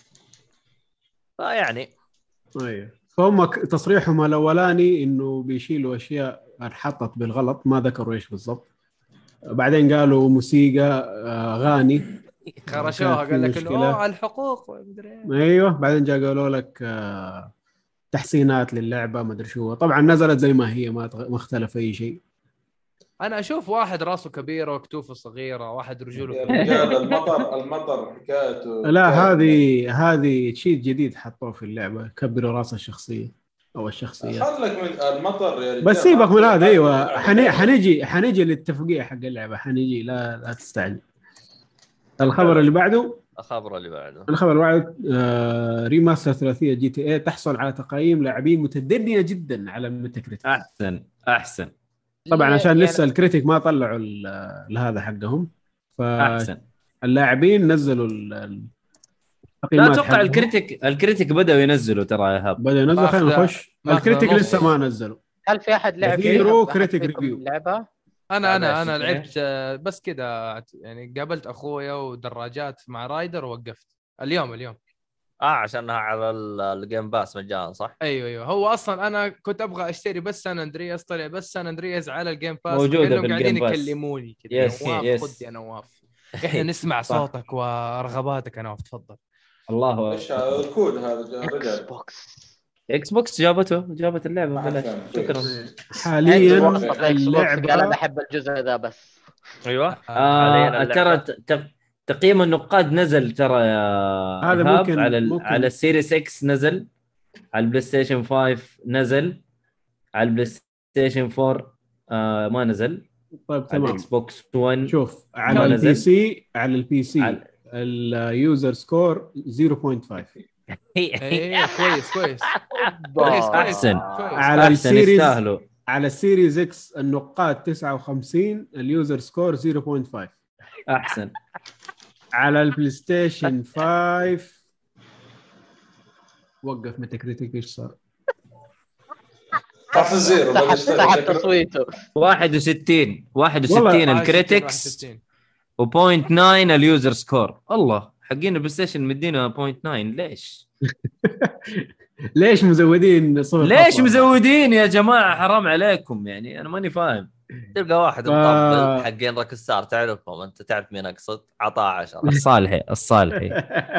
فيعني ايوه، فهم تصريحهم الاولاني انه بيشيلوا اشياء انحطت بالغلط، ما ذكروا ايش بالضبط. بعدين قالوا موسيقى اغاني خرشوها، قال لك انه الحقوق مدري. ايوه بعدين جا قالوا لك تحسينات للعبه ما ادري شو. طبعا نزلت زي ما هي، ما اختلف اي شيء. انا اشوف واحد راسه كبيره وكتوفه صغيره، واحد رجوله كبيره. المطر حكايته. لا هذه شيء جديد حطوه في اللعبه، كبروا راس الشخصيه او الشخصيه. خلك من المطر يا رجال، بس سيبك من هذا. ايوه حنيجي للتفقيع حق اللعبه، حنيجي لا تستعجل. الخبر اللي بعده ريماستر ثلاثيه جي تي اي تحصل على تقييم لاعبين متدنيه جدا على الميتاكريتيك. احسن طبعا عشان لسه الكريتيك ما طلعوا لهذا حقهم. فاللاعبين نزلوا لا اتوقع الكريتيك بدأوا ينزلوا ترى يا هاب. بدأوا ينزلوا. خلينا نخش. الكريتيك لسه ما نزلوا. هل في احد لعب كريتيك ريفيو؟ لعبه انا لعبت بس كذا يعني، قابلت اخويا ودراجات مع رايدر ووقفت اليوم عشانها على الجيم باس مجانا صح؟ ايوه هو اصلا انا كنت ابغى اشتري بس سان اندرياس، طلع بس سان اندرياس على الجيم باس موجوده في قاعدين يكلموني كذا. نواف خد يا نواف احنا نسمع صوتك ورغباتك. انا تفضل. الله ايش الكود هذا؟ اكس بوكس جابت اللعبه ببلاش. شكرا. حاليا اللعبه انا بحب الجزء ذا بس. ايوه ترى تقييم النقاد نزل ترى يا هذا ممكن على السيريس اكس نزل، على البلاي ستيشن 5 نزل، على البلاي ستيشن 4 ما نزل. طيب تمام. الاكس بوكس 1 شوف على البي سي اليوزر سكور 0.5. كويس. احسن. على السيريز اكس النقاد 59، اليوزر سكور 0.5. احسن. على البلاي ستيشن 5 وقف ميتاكريتيك ايش صار؟ طاف الزيرو تحت تصويته 61 الكريتكس و0.9 اليوزر سكور. الله حقين البلاي ستيشن مدينا 0.9 ليش؟ ليش مزودين صفر؟ ليش مزودين يا جماعه؟ حرام عليكم يعني، انا ماني فاهم. تلقى واحد مطبل حقين روكستار تعرفهم انت، تعرف مين اقصد، عطاه 10. الصالحي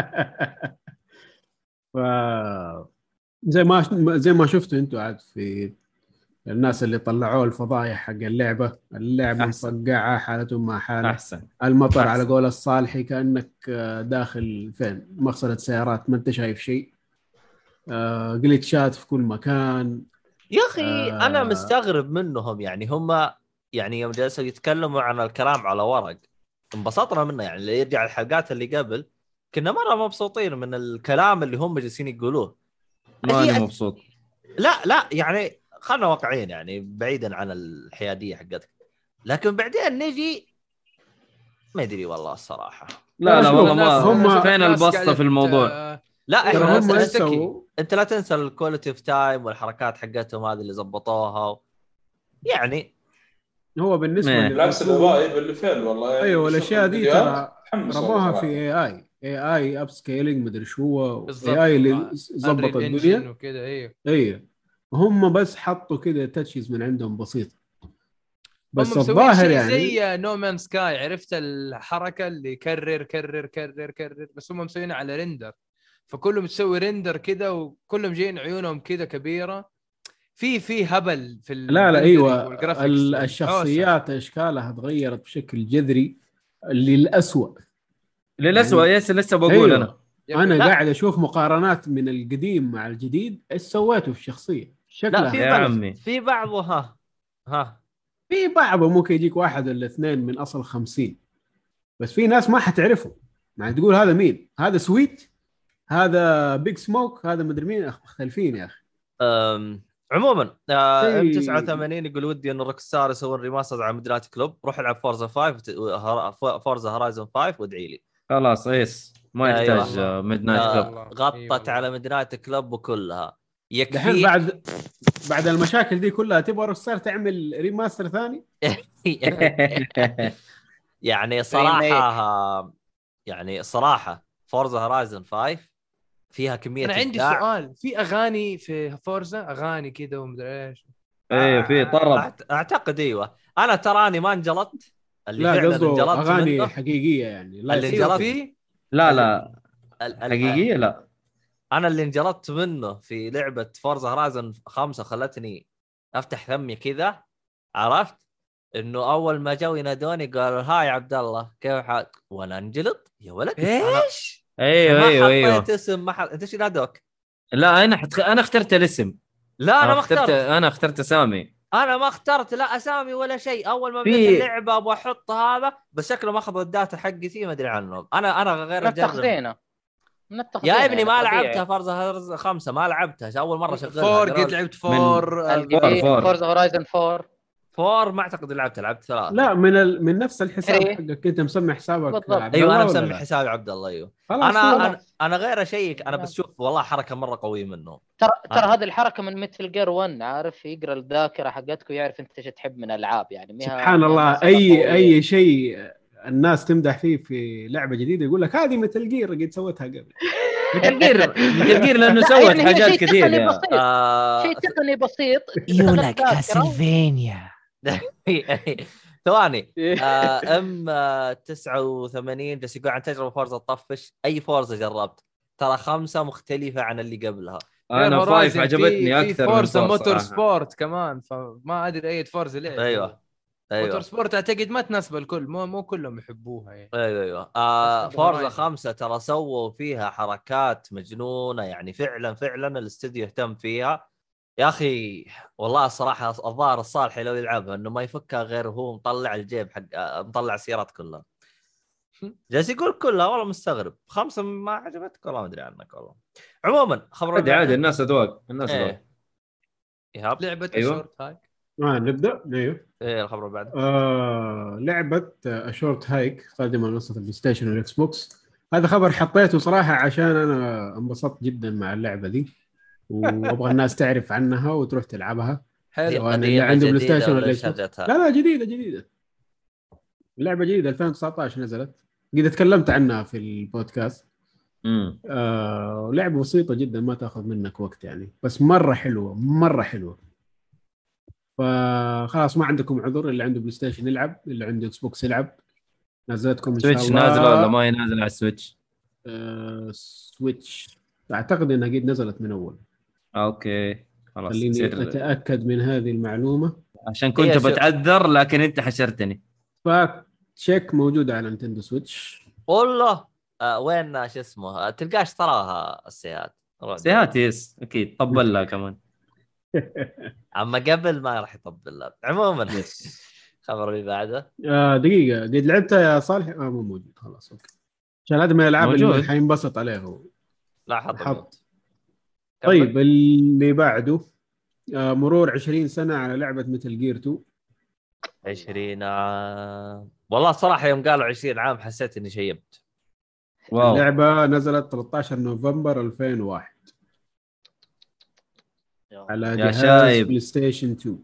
زي ما شفتوا انتوا عاد في الناس اللي طلعوا الفضايح حق اللعبه مصقعه حالتهم مع حاله. احسن. المطر أحسن. على قول الصالحي كانك داخل فين مغسله سيارات، ما انت شايف شيء. جليتشات في كل مكان يا اخي. انا مستغرب منهم يعني، هم يعني يوم جلسوا يتكلموا عن الكلام على ورق انبسطنا منه يعني. اللي يرجع الحلقات اللي قبل كنا مره مبسوطين من الكلام اللي هم جالسين يقولوه. ما انا مبسوط. لا يعني خلنا واقعيين يعني، بعيدا عن الحياديه حقتك. لكن بعدين نجي ما ادري والله الصراحه لا شوف، والله ما هم- فين الناس البسطة قاعدة في الموضوع. لا أيوة، ترى احنا هم ناس ذكي. سووا انت لا تنسى الكواليتي اوف تايم والحركات حقتهم هذه اللي زبطوها يعني. هو بالنسبه ميه. بالعكس للرسوم، الاداء يبقى اللي فعل والله يعني ايوه بشوف الاشياء دي الفيديوهات ترى تحمس والله رموها في صراحه. اي اب سكيلينج مدري شو بالضبط. اي اللي ظبط Unreal Engine الدنيا. وكذا. ايوه اي هم بس حطوا كده تاتشز من عندهم بسيط، هم بس مسوين الظاهر شيء يعني زي نو مان سكاي، عرفت الحركه اللي كرر كرر كرر كرر، بس هم مسوينها على ريندر، فكله بتسوي ريندر كده وكلهم جايين عيونهم كده كبيره، في هبل في لا ايوه والجرافيكس والحوسه. الشخصيات اشكالها تغيرت بشكل جذري للأسوأ. للأسوأ. يعني يس لسه بقول أيوة. انا يا أخي انا لا. قاعد اشوف مقارنات من القديم مع الجديد، ايش سويته في الشخصيه لا شكلها في يا بعض عمي. في بعض ها في بعضه ممكن يجيك واحد ولا اثنين من اصل 50، بس في ناس ما حتعرفه، يعني تقول هذا مين، هذا سويت، هذا بيج سموك، هذا مدري مين، مختلفين يا اخي. عموما ام شيء 89 يقول ودي ان روكستار يسوون ريماستر على مدينة كلوب. روح العب فورزا 5 فورزا هورايزون 5 وادعي لي. خلاص ايس ما أيوة. يحتاج ميد نايت كلب. غطت على مدينة كلوب وكلها دحين يكفي. بعد المشاكل دي كلها تبغى روكستار تعمل ريماستر ثاني؟ يعني صراحة يعني صراحة فورزا هورايزون 5 فيها كمية انا عندي إبداع. سؤال، في اغاني في فورزا اغاني كده ومدري ايش؟ ايه في طرب. اعتقد ايوه. انا تراني ما انجلطت، اللي لا فعلا قصده انجلطت اغاني منه حقيقيه يعني اللي لايف ايوه انجلطت في لا اللي لا حقيقية لا. انا اللي انجلطت منه في لعبه فورزا هورايزون 5 خلتني افتح فمي كذا. عرفت انه اول ما جو ينادوني قالوا هاي عبد الله كيف حالك، وانا انجلط يا ولد. ايش؟ ايوه ما ايوه حطيت ايوه. اسم، ما انت ايش ينادوك؟ لا انا اخترت الاسم. لا انا ما اخترت. انا اخترت سامي. انا ما اخترت لا اسامي ولا شيء. اول ما بديت في اللعبه ابغى احط هذا، بس شكله ما اخذوا الداتا حقتي ما ادري عنهم. انا غير من اجرب. التخزينه يا ابني ما طبيعي. لعبتها فورزا 5 ما لعبتها اول مره اشغلها. فور قد لعبت فور الجديد فور. فورزا هورايزن 4 فور ما اعتقد لعبت 3. لا من نفس الحساب إيه. حقك انت مسمي حسابك بالضبط. عبد ايوه الله انا ولا مسمي لا؟ حسابي عبد الله. ايوه خلاص انا غير اشيك انا بس شوف والله حركه مره قويه منه. ترى هذه الحركه من مثل جير 1، عارف يقرا الذاكره حقتك ويعرف انت ايش تحب من العاب، يعني سبحان الله اي شيء الناس تمدح فيه في لعبه جديده يقول لك هذه مثل جير قد سويتها قبل. مثل جير لانه سوت يعني حاجات شيء كثير تقني يا بسيط. شيء تقني بسيط يو لايك كاسلفينيا. ثواني ام 89 جالس يقول عن تجربه فورزا تطفش. اي فورزا جربت؟ ترى 5 مختلفه عن اللي قبلها. انا 5 عجبتني في اكثر من فورزا موتور صراحة. سبورت كمان، فما ادري اي فورزا لعب. ايوه موتور سبورت اعتقد ما تناسب الكل، مو كلهم يحبوها يعني. ايوه فورزا 5 ترى سووا فيها حركات مجنونه يعني. فعلا الاستوديو اهتم فيها يا اخي. والله الصراحه الظاهر الصالح لو يلعبها انه ما يفكها غير هو مطلع الجيب حق مطلع السيارات كلها. جالس يقول كلها والله مستغرب. 5 ما عجبتك والله ما ادري عنك والله. عموما خبر عادي الناس اذواق ايه. ايهاب لعبه أيوة. الشورت هايك. نبدا. ايوه الخبر اللي بعده لعبه شورت هايك قادمه منصه البلاي ستيشن والاكس بوكس. هذا خبر حطيته صراحه عشان انا انبسطت جدا مع اللعبه دي وابغى الناس تعرف عنها وتروح تلعبها. حلو. اللي عنده بلاي ستيشن ولا ايش؟ لا جديده. اللعبه جديده 2019 نزلت، قد تكلمت عنها في البودكاست. لعبه بسيطه جدا ما تاخذ منك وقت يعني، بس مره حلوه. فخلاص ما عندكم عذر، اللي عنده بلاي ستيشن يلعب، اللي عنده اكس بوكس يلعب. نزلتكم ان شاء الله. سويتش نازله ولا ما هي نازله على السويتش؟ سويتش اعتقد انها قد نزلت من اول. اوكي خلاص. خليني اتاكد من هذه المعلومه عشان كنت بتعذر لكن انت حشرتني. تشيك موجوده على نينتندو سويتش والله. وين شو اسمه تلقاش تراها السيات يس اكيد طبل لها كمان. اما قبل ما راح يطبل لها. عموما خبر اللي بعده دقيقه قد لعبتها يا صالح؟ مو موجود خلاص اوكي عشان هذا من الالعاب اللي حينبسط عليه هو. لا حط. طيب اللي بعده مرور 20 سنه على لعبه مثل جير 2. 20 عام والله صراحه يوم قالوا 20 عام حسيت اني شيبت. واو. اللعبه نزلت 13 نوفمبر 2001 على يا جهاز شايب. بلاي ستيشن 2.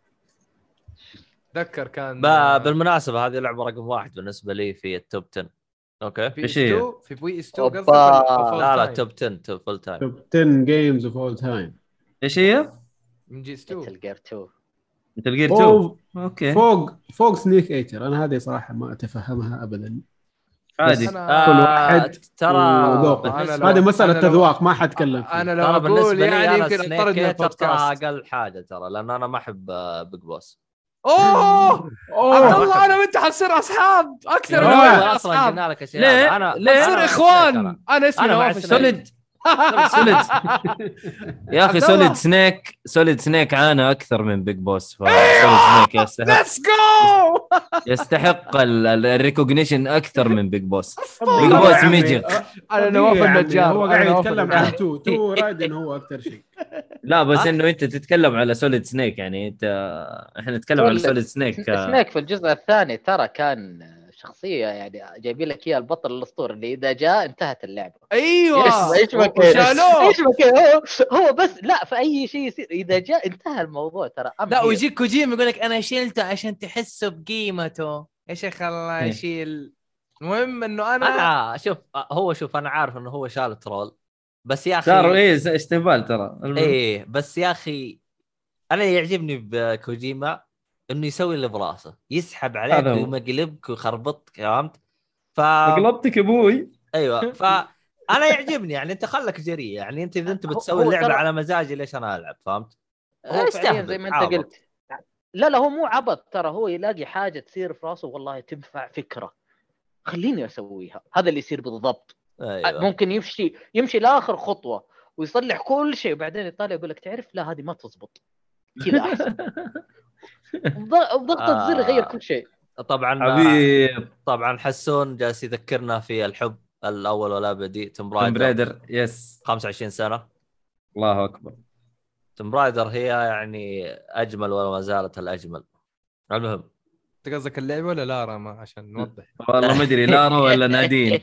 اتذكر كان بالمناسبه هذه لعبه رقم 1 بالنسبه لي في التوب 10. اوكي في إيش هي؟ 2 في بي اس 2 أوبا. قصدك ولا لا لا توب 10 توب فول تايم. توب 10 جيمز اوف اول تايم. ايش هي؟ من جي اس 2 مثل جير 2. مثل جير 2. اوكي فوق سنيك ايتر. انا هذه صراحه ما اتفهمها ابدا. عادي. كل واحد ترى وذوقه. أنا هذه لو- مساله أنا لو- اذواق ما حتكلم فيها. انا لو ترى اقول بالنسبه لي يعني انا يمكن سنيك اطرد من ايتر ترى البودكاست. اقل حاجه ترى، لان انا ما احب بيج بوس. اوه أوه. عبد الله انا وانت حنصير اصحاب اكثر من والله واحد اصلا اصحاب. قلنا لك الشيء ليه؟ هذا. انا ليه؟ حنصير أنا اخوان. انا اسمي أنا مع نواف السنيك. الشلد. سوليد يا اخي. عبد الله. سوليد سنيك عانى اكثر من بيج بوس. فسوليد سنيك يستحق ليتس جو. يستحق الريكوجنيشن اكثر من بيج بوس. بيج يا بوس عمي، ميجر. انا نواف يا عمي، النجار. هو أنا قاعد نواف يتكلم النجار. عن تو رايدن هو اكثر شيء. لا بس انه انت تتكلم على سوليد سنيك يعني انت احنا نتكلم على سوليد سنيك. سنيك في الجزء الثاني ترى كان شخصية يعني جايبين لك اياه البطل الاسطوري اللي اذا جاء انتهت اللعبة. ايوه ايش بك وشالوه. ايش بك هو بس لا في اي شيء يصير اذا جاء انتهى الموضوع ترى. لا ويجيك كوجيما يقول لك انا شيلته عشان تحسوا بقيمته. ايش الله يشيل. المهم انه انا شوف انا عارف انه هو شال ترول، بس يا اخي صاروا ايه اشتبال ترى. ايه بس يا اخي انا يعجبني بكوجيما انه يسوي اللي براسه، يسحب عليك هذا هو. ويمقلبك ويخربطك، فهمت؟ قلبتك ابوي. ايوه انا يعجبني يعني انت خلك جريء، يعني انت اذا انت بتسوي هو اللعبه ترى- على مزاجي ليش انا العب؟ فهمت؟ هو فعليا زي ما انت عابط. قلت. لا هو مو عبط ترى. هو يلاقي حاجة تصير في راسه والله تنفع فكرة خليني اسويها. هذا اللي يصير بالضبط. أيوة. ممكن يمشي لاخر خطوه ويصلح كل شيء وبعدين يطالع يقول لك تعرف لا هذه ما تزبط كذا احسن. بضغطة زر يغير كل شيء. طبعا حبيب. طبعا حسون جالس يذكرنا في الحب الاول ولا بدي توم توم رايدر. برايدر يس 25 سنه. الله اكبر. توم رايدر هي يعني اجمل ولا ما زالت الاجمل. المهم انت قصدك اللعبه ولا لارا؟ ما عشان نوضح. والله ما ادري لارا ولا نادين.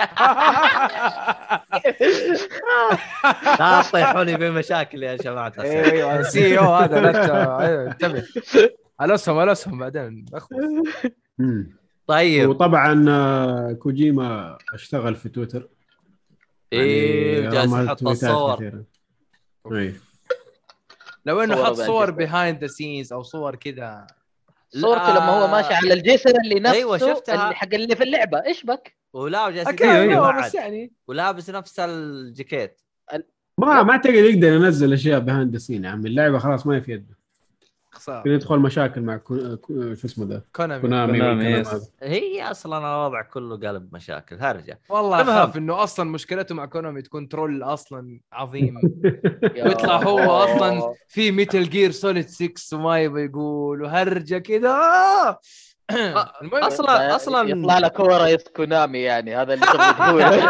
لا تطيحوني بمشاكل يا جماعه الخير. ايوه سي او هذا لا انتبه. الاسهم بعدين اخلص. طيب وطبعا كوجيما اشتغل في تويتر. ايه جالس رمى يحط تويتات الصور. كثيرة. إيه. لو انه صورة حط صور بعد بيهايند ذا سينز او صور كذا. صورته لما هو ماشي على الجسر اللي نفسه أيوة شفتها. اللي حق اللي في اللعبه. ايش بك؟ ولا جالس اكيد يتكلم بس يعني ولابس نفس الجاكيت. ما اعتقد يقدر ينزل اشياء بهاند السين يا عمي. اللعبه خلاص ما في يده. خساره. يدخل مشاكل مع شو اسمه ذا كونامي. كونامي والكلام يس. هذا. هي اصلا الوضع كله قلب مشاكل هرجه. والله المهم. اخاف انه اصلا مشكلته مع كونامي تكون ترول اصلا عظيم. يا ويطلع هو الله. اصلا في ميتل جير سوليد 6 وما يبغى يقول وهرجه كذا. المهم اصلا يطلع لك هو رئيس كونامي يعني هذا اللي تبغى تقوله.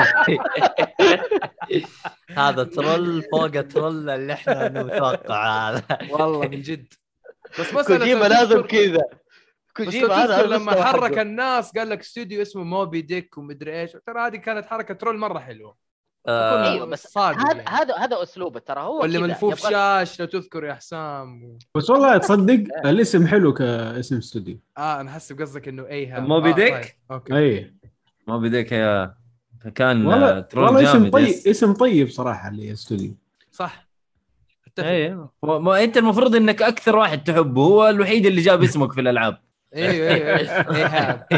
هذا ترول فوق ترول اللي احنا نتوقع هذا. والله من جد. بس مسألة كوجيما لازم كذا. بس كوجيما هذا لما المستوى حرك حقه. الناس قال لك استوديو اسمه موبي ديك ومدري ايش. ترى هذه كانت حركة ترول مرة حلوة. ايوه بس صادق هذا يعني. هذا اسلوبه ترى هو واللي كذا. ملفوف يبغى- شاش لو تذكر يا حسام بس والله تصدق الاسم حلو كاسم استوديو. انا حسب قصدك انه ايها موبي ديك؟ طيب. اوكي اي ما بديك يا كان والله ترول اسم جامد. طيب. يس. اسم طيب صراحه اللي استوديو. صح. اتفق. ايه ما انت المفروض انك اكثر واحد تحبه. هو الوحيد اللي جاب اسمك في الالعاب. ايوه ايها.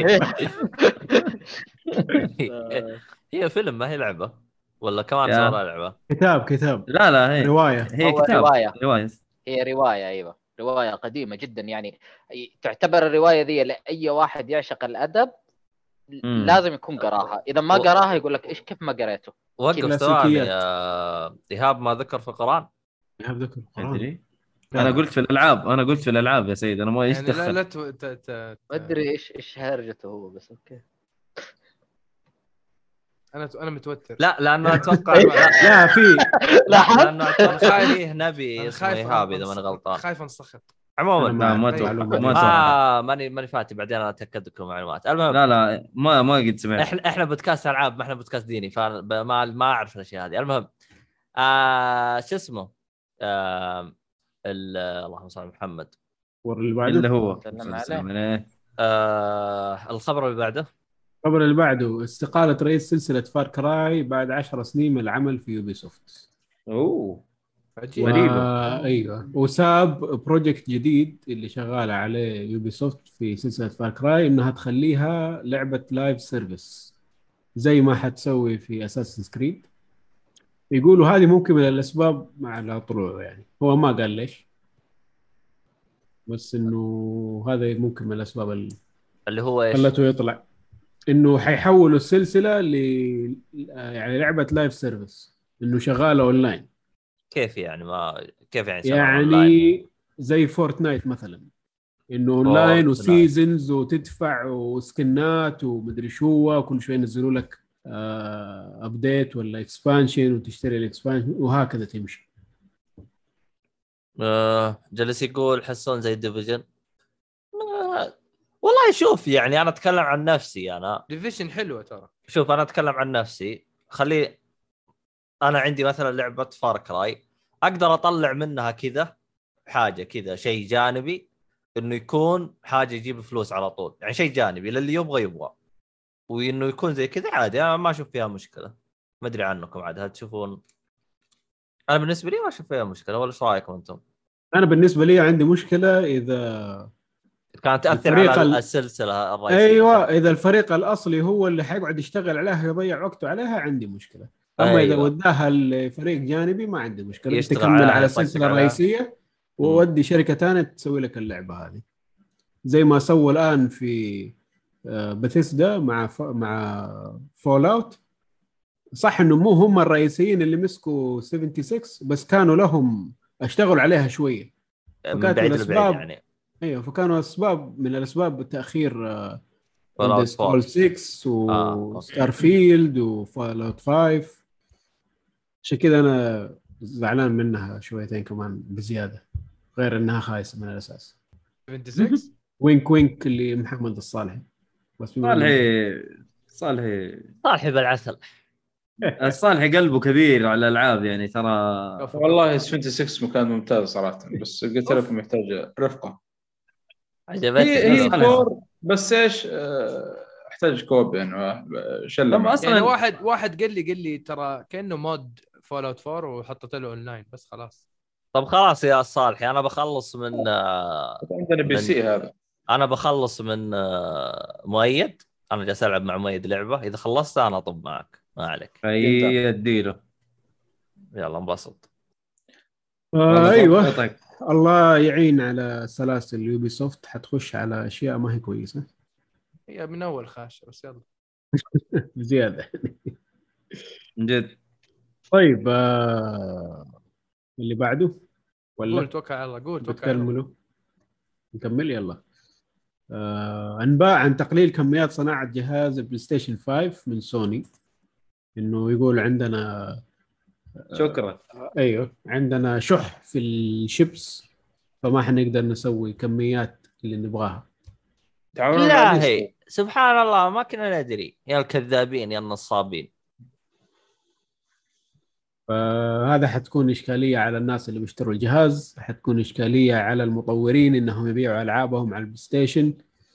هي فيلم ما هي لعبه ولا كمان يا. صار لعبه؟ كتاب لا هي روايه. هي هو كتاب رواية. هي رواية. ايوه رواية قديمة جدا يعني. تعتبر الرواية ذي لأي واحد يعشق الأدب لازم يكون قراها. إذا ما قراها يقول لك إيش كيف ما قريته. وقف ثواني. إيهاب ما ذكر في القرآن. إيهاب ذكر أدري. انا قلت في الالعاب يا سيد. انا ما ايش يعني دخل. ما ادري ايش هرجته هو بس اوكي. انا متوتر. لا لانه اتوقع لا في لانه اتوقع فيه نبي اسمه خايف إيهاب اذا ما انا غلطان. خايف انسخط. عموما أنا لا ما أعرف اتوقع معلومة ما دي. اتوقع. ماني فاتي، بعدين انا اتاكد لكم معلومات. المهم لا ما قد سمعت. احنا بودكاست العاب، ما احنا بودكاست ديني، فما اعرف الاشياء هذه. المهم شو اسمه اللهم صل على محمد. واللي بعده اللي هو سلم سلم عليه. عليه. الخبر اللي بعده الخبر اللي بعده استقالة رئيس سلسلة فار كراي بعد 10 سنين من العمل في يوبي سوفت. اوه عجيب. غريبة. ايوه، وساب بروجكت جديد اللي شغال عليه يوبي سوفت في سلسلة فار كراي انها تخليها لعبة لايف سيرفيس زي ما حتسوي في اساسن كريد. يقولوا هذه ممكن من الاسباب مع الطلوع، يعني هو ما قال ليش، بس انه هذا ممكن من الاسباب اللي اللي هو ايش؟ خلته يطلع، انه حيحولوا السلسله يعني لعبه لايف سيرفيس، انه شغاله اونلاين. كيف يعني؟ ما كيف يعني شغال اونلاين؟ يعني زي فورتنايت مثلا، انه اونلاين فورتنايت. وسيزنز وتدفع وسكنات ومدري شو، وكل شوي ينزلوا لك ابديت ولا اكسبانشن وتشتري الاكسبانشن وهكذا تمشي. جلس يقول حسون زي الديفيجن. والله شوف، يعني انا اتكلم عن نفسي. انا ديفيشن حلوه ترى. شوف، انا اتكلم عن نفسي. خلي انا عندي مثلا لعبه فار كراي، اقدر اطلع منها كذا حاجه، كذا شيء جانبي، انه يكون حاجه يجيب فلوس على طول، يعني شيء جانبي للي يبغى، وانه يكون زي كذا عادي. انا ما اشوف فيها مشكله. ما ادري عنكم عاد، هل تشوفون؟ انا بالنسبه لي ما اشوف فيها مشكله، ولا ايش رايكم انتم؟ انا بالنسبه لي عندي مشكله اذا كانت تاثر الفريق على السلسله الرئيسيه. ايوه، اذا الفريق الاصلي هو اللي حيقعد يشتغل عليها يضيع وقته عليها عندي مشكله. اما اذا أيوة. وداها لفريق جانبي ما عندي مشكله، انت يشتغل تكمل عليها، على يطقطق السلسله عليها. الرئيسيه وودي شركه ثانيه تسوي لك اللعبه هذه، زي ما سووا الان في بثيسدا مع فول اوت. صح انه مو هم الرئيسيين اللي مسكوا 76، بس كانوا لهم اشتغلوا عليها شويه، من فكانت بعيد من لبعيد الاسباب. يعني. ايوه، فكانوا اسباب من الاسباب تاخير فول Elder اوت 4. Scrolls 6 أوكي. وستار فيلد وفال اوت 5. عشان كذا انا زعلان منها شويتين كمان بزياده، غير انها خايسه من الاساس. 76 وينك وينك اللي محمد الصالحي، بس بما صالحي صالحي بالعسل. الصالحي قلبه كبير على الالعاب يعني ترى. والله 76 مكان ممتاز صراحه، بس قلت لكم يحتاج رفقه. عجبتني. هي صالح. كور، بس ايش احتاج كوب يعني شله طب معه. اصلا يعني واحد قال لي ترى كانه مود فول اوت 4 وحطيت له اونلاين بس خلاص. طب خلاص يا صالحي، انا بخلص من عندنا بي سي هذا. انا بخلص من مؤيد. انا جالس العب مع مؤيد لعبه، اذا خلصت انا اطب معك، ما عليك. اي اديله. يلا انبسط. ايوه، ضبطك. الله يعين على سلاسل يوبي سوفت، حتخش على اشياء ما هي كويسه هي من اول خاشه بس يلا. زياده. من جد. طيب اللي بعده قول ولا توكل على الله. قول توكل على الله. بتكملوا؟ نكمل يلا. انباء عن تقليل كميات صناعه جهاز البلاي ستيشن 5 من سوني، انه يقول عندنا شكرا. ايوه عندنا شح في الشيبس، فما حنقدر نسوي كميات اللي نبغاها. تعاونون مع لا ديسكو. هي سبحان الله، ما كنا ندري يا الكذابين يا النصابين. فهذا حتكون إشكالية على الناس اللي بيشتروا الجهاز، حتكون إشكالية على المطورين إنهم يبيعوا ألعابهم على البلاي ستيشن.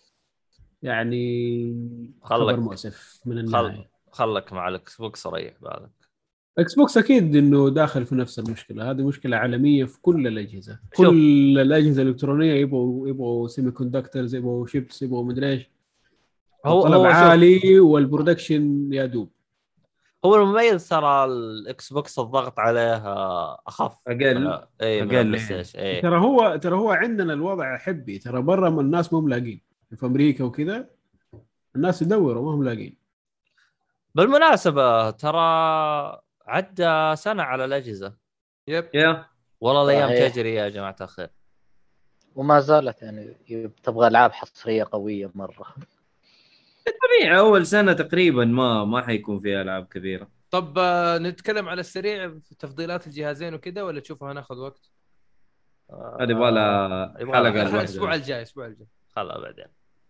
يعني خبر مؤسف من النهاية. خلك مع الاكس بوكس، ريح بالك. اكس بوكس اكيد انه داخل في نفس المشكله، هذه مشكله عالميه في كل الاجهزه. كل الاجهزه الالكترونيه يبغوا سيمي كوندكتورز، يبغوا شيبس، يبغوا مدري ايش. الطلب عالي والبرودكشن يا دوب. هو المميز ترى الاكس بوكس الضغط عليه اخف، اقل. اقل. ترى هو عندنا الوضع حبي، ترى برا ما الناس مو ملاقين، في امريكا وكذا الناس يدوروا ما هم لاقين. بالمناسبه ترى عدى سنه على الاجهزه. يب والله الايام تجري يا جماعه الخير. وما زالت يعني تبغى العاب حصريه قويه مره. طبيعي اول سنه تقريبا ما حيكون فيها العاب كبيره. طب نتكلم على السريع في تفضيلات الجهازين وكذا، ولا تشوفوا هناخذ وقت؟ هذه يبغى لها حلقه الاسبوع لوحدها. الجاي خلاص بعدين.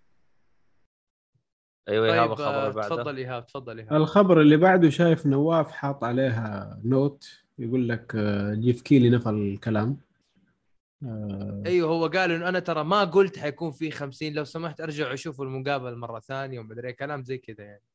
ايوه ايهاب طيب الخبر اللي بعده. تفضل ايهاب. الخبر اللي بعده شايف نواف حاط عليها نوت يقول لك جيف كيلي نفى الكلام. ايوه هو قال انه انا ترى ما قلت حيكون في 50 لو سمحت ارجعوا اشوفوا المقابله مره ثانيه ومدري كلام زي كذا يعني.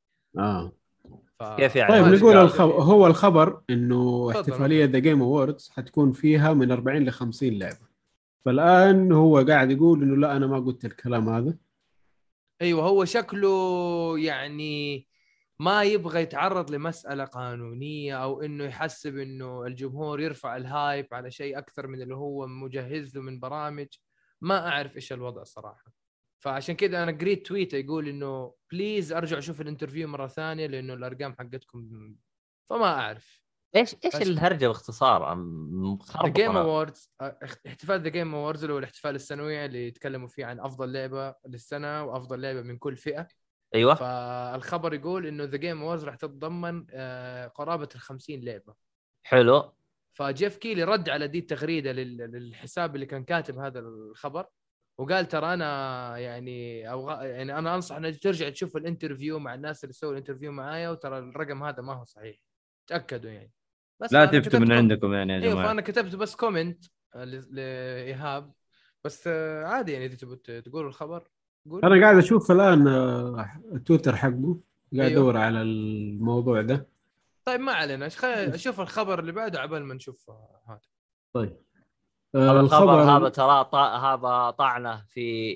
كيف يعني؟ طيب ما نقول قال. هو الخبر انه تفضل احتفاليه ذا جيم اووردز حتكون فيها من 40 ل 50 لعبه. فالان هو قاعد يقول انه لا انا ما قلت الكلام هذا. ايوه هو شكله يعني ما يبغى يتعرض لمسألة قانونية او انه يحسب انه الجمهور يرفع الهايب على شيء اكثر من اللي هو مجهز له من برامج. ما اعرف ايش الوضع صراحة. فعشان كده انا قريت تويت يقول انه بليز ارجع اشوف الانترفيو مرة ثانية لانه الارقام حقتكم. فما اعرف ايش الهرجه باختصار ذا جيم اووردز. احتفال ذا جيم اووردز اللي هو الاحتفال السنوي اللي يتكلموا فيه عن افضل لعبه للسنه وافضل لعبه من كل فئه. ايوه. فالخبر يقول انه ذا جيم اووردز راح تتضمن قرابه ال50 لعبه. حلو. فجيف كيلي رد على دي التغريده للحساب اللي كان كاتب هذا الخبر وقال ترى انا يعني يعني انا انصح انك ترجع تشوف الانترفيو مع الناس اللي سووا الانترفيو معايا وترى الرقم هذا ما هو صحيح. تاكدوا يعني. بس لا تفتوا من عندكم يعني يا جماعه. ايوه فانا كتبت بس كومنت لايهاب بس عادي يعني اذا تبغوا تقولوا الخبر قول. انا قاعد اشوف الان التويتر حقه قاعد أيوه. ادور على الموضوع ده. طيب ما علينا خلينا اشوف الخبر اللي بعده عبال ما نشوف هذا. طيب الخبر هذا ترى هذا طعنه في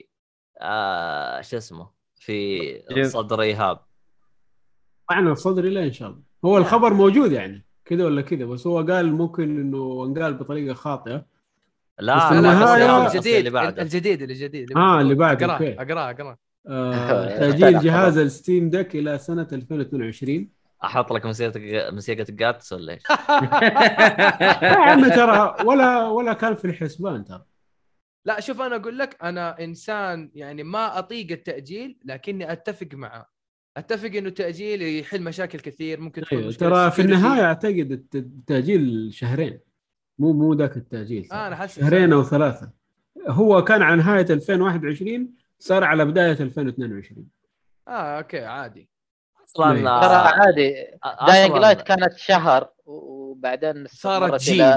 شو اسمه في صدر ايهاب. طعنه صدري لا ان شاء الله. هو الخبر موجود يعني كذا ولا كذا بس هو قال ممكن انه انقال بطريقه خاطئه. لا الجديد اللي بعده اقرا تأجيل جهاز الستيم ديك الى سنه 2022. احط لك موسيقى جاتس ولا ايش؟ يا عم ترى ولا كان في الحسبان ترى. لا شوف انا اقول لك انا انسان يعني ما اطيق التاجيل لكني اتفق معه. اتفق انه التاجيل يحل مشاكل كثير ممكن تكون مشكله ترى في النهايه اعتقد التاجيل شهرين مو ذاك التاجيل انا حاسس شهرين او 3. هو كان على نهايه 2021 صار على بدايه 2022. اوكي عادي اصلا ترى عادي. داينغ لايت كانت شهر وبعدين صارت جيل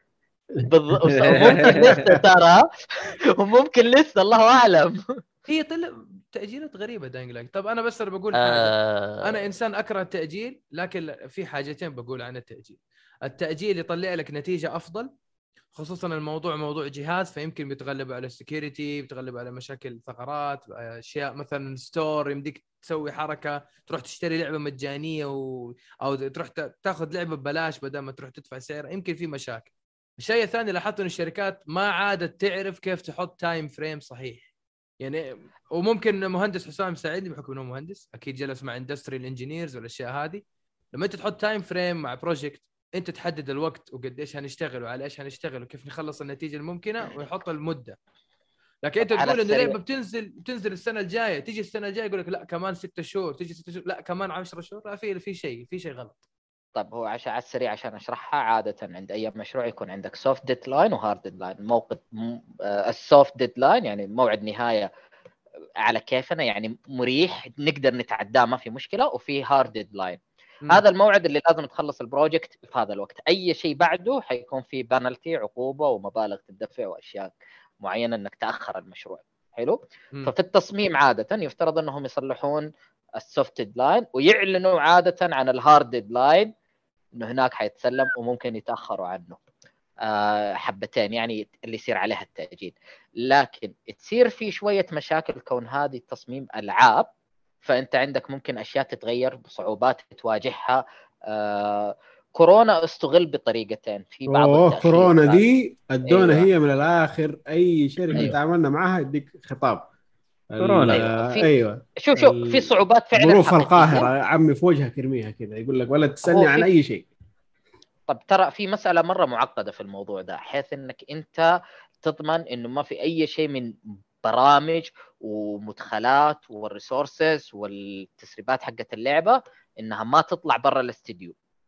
ممكن لسه ترى وممكن لسه الله اعلم. هي تأجيلات غريبة داينغ لايت. طب أنا بس بقول حاجة. أنا إنسان أكره التأجيل لكن في حاجتين بقول عن التأجيل. التأجيل يطلع لك نتيجة أفضل خصوصا الموضوع موضوع جهاز فيمكن بيتغلب على السكيورتي بيتغلب على مشاكل ثغرات أشياء مثلا ستور يمديك تسوي حركة تروح تشتري لعبة مجانية أو تروح تأخذ لعبة ببلاش بدل ما تروح تدفع سعر يمكن في مشاكل. الشيء الثاني لاحظت إن الشركات ما عادت تعرف كيف تحط تايم فريم صحيح يعني. وممكن مهندس حسام يساعدني بحكم انه مهندس اكيد جلس مع اندستريال انجينيرز والاشياء هذه. لما انت تحط تايم فريم مع بروجكت انت تحدد الوقت وقديش هنشتغل وعلى ايش هنشتغل وكيف نخلص النتيجه الممكنه ويحط المده. لكن انت تقول ان اللعبه بتنزل السنه الجايه تيجي السنه الجايه يقول لك لا كمان 6 شهور تيجي 6 شهور لا كمان 10 شهور لا في شيء غلط. طب هو على السريع عشان اشرحها عاده عند اي مشروع يكون عندك سوفت ديدلاين وهارد ديدلاين. موقف السوفت ديدلاين يعني موعد نهايه على كيفنا يعني مريح نقدر نتعداه ما في مشكله وفي هارد ديدلاين. هذا الموعد اللي لازم تخلص البروجكت في هذا الوقت. اي شيء بعده حيكون في بنالتي عقوبه ومبالغ تدفع واشياء معينه انك تاخر المشروع. حلو. ففي التصميم عاده يفترض انهم يصلحون السوفت ديدلاين ويعلنوا عاده عن الهارد ديدلاين انه هناك حيتسلم وممكن يتاخروا عنه حبتين يعني اللي يصير عليها التأجيل. لكن تصير في شوية مشاكل كون هذه تصميم ألعاب فأنت عندك ممكن أشياء تتغير بصعوبات تواجهها. كورونا استغل بطريقتين في بعض كورونا دي ادونا أيوة. هي من الآخر أي شركة أيوة. تعاملنا معها يديك خطاب كورونا. أيوة. شوف في صعوبات فعلا ظروف القاهرة عمي في وجهك ارميها كذا يقول لك ولا تسألني عن أي شيء. طب ترى في مسألة مرة معقدة في الموضوع ده حيث انك انت تضمن انه ما في اي شيء من برامج ومدخلات والريسورسز والتسريبات حقت اللعبة انها ما تطلع برا الاستديو.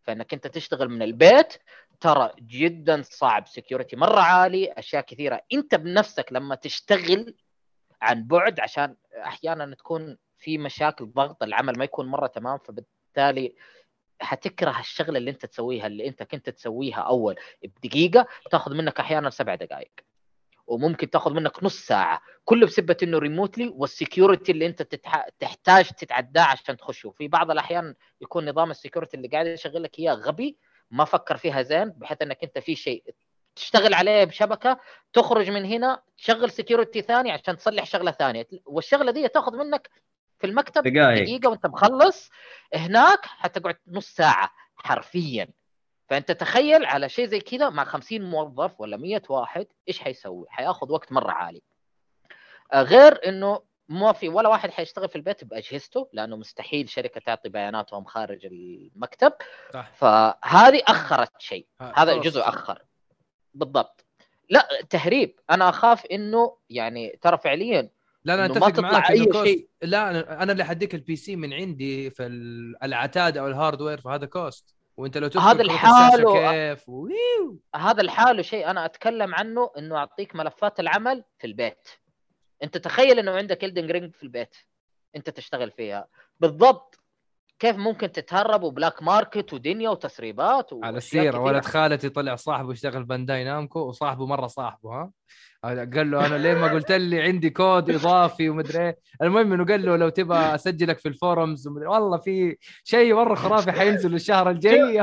فانك انت تشتغل من البيت ترى جدا صعب، سكيورتي مره عالي، اشياء كثيره انت بنفسك لما تشتغل عن بعد، عشان احيانا تكون في مشاكل ضغط العمل ما يكون مره تمام، فبالتالي حتكره الشغله اللي انت تسويها اللي انت كنت تسويها اول بدقيقه تاخذ منك احيانا 7 دقائق، وممكن تاخذ منك نص ساعه، كله بسبب انه ريموتلي والسكيورتي اللي انت تحتاج تتعداه عشان تخشه. في بعض الاحيان يكون نظام السكيورتي اللي قاعد يشغل لك اياه غبي، ما فكر فيها زين، بحيث انك انت في شيء تشتغل عليه بشبكه، تخرج من هنا تشغل سكيورتي ثاني عشان تصلح شغله ثانيه، والشغله دي تاخذ منك في المكتب دقيقه وانت مخلص، هناك حتقعد نص ساعه حرفيا. فانت تخيل على شيء زي كذا مع 50 موظف ولا 100 واحد ايش حيسوي؟ حياخذ وقت مره عالي. غير انه ما في ولا واحد حيشتغل في البيت باجهزته، لانه مستحيل شركه تعطي بياناتهم خارج المكتب. صح. فهذه اخرت شيء، هذا جزء صح. اخر بالضبط. لا تهريب، انا اخاف انه يعني ترى فعليا لا ما اتفق تطلع معك اي شيء. لا انا اللي حديك البي سي من عندي في العتاد او الهاردوير، فهذا كوست، وانت لو تذكر هذا كروت الشاشه الحال كيف هذا الحال شيء انا اتكلم عنه، انه اعطيك ملفات العمل في البيت. انت تخيل انه عندك إلدن رينج في البيت انت تشتغل فيها بالضبط، كيف ممكن تتهرب وبلاك ماركت ودنيا وتسريبات على السيره. ولد خالتي طلع صاحبه يشتغل بانداي نامكو، وصاحبه مره صاحبه ها قال له انا ليه ما قلت لي عندي كود اضافي ومدري ايه. المهم انه قال له لو تبى اسجلك في الفورمز والله في شيء مره خرافي حينزل الشهر الجاي.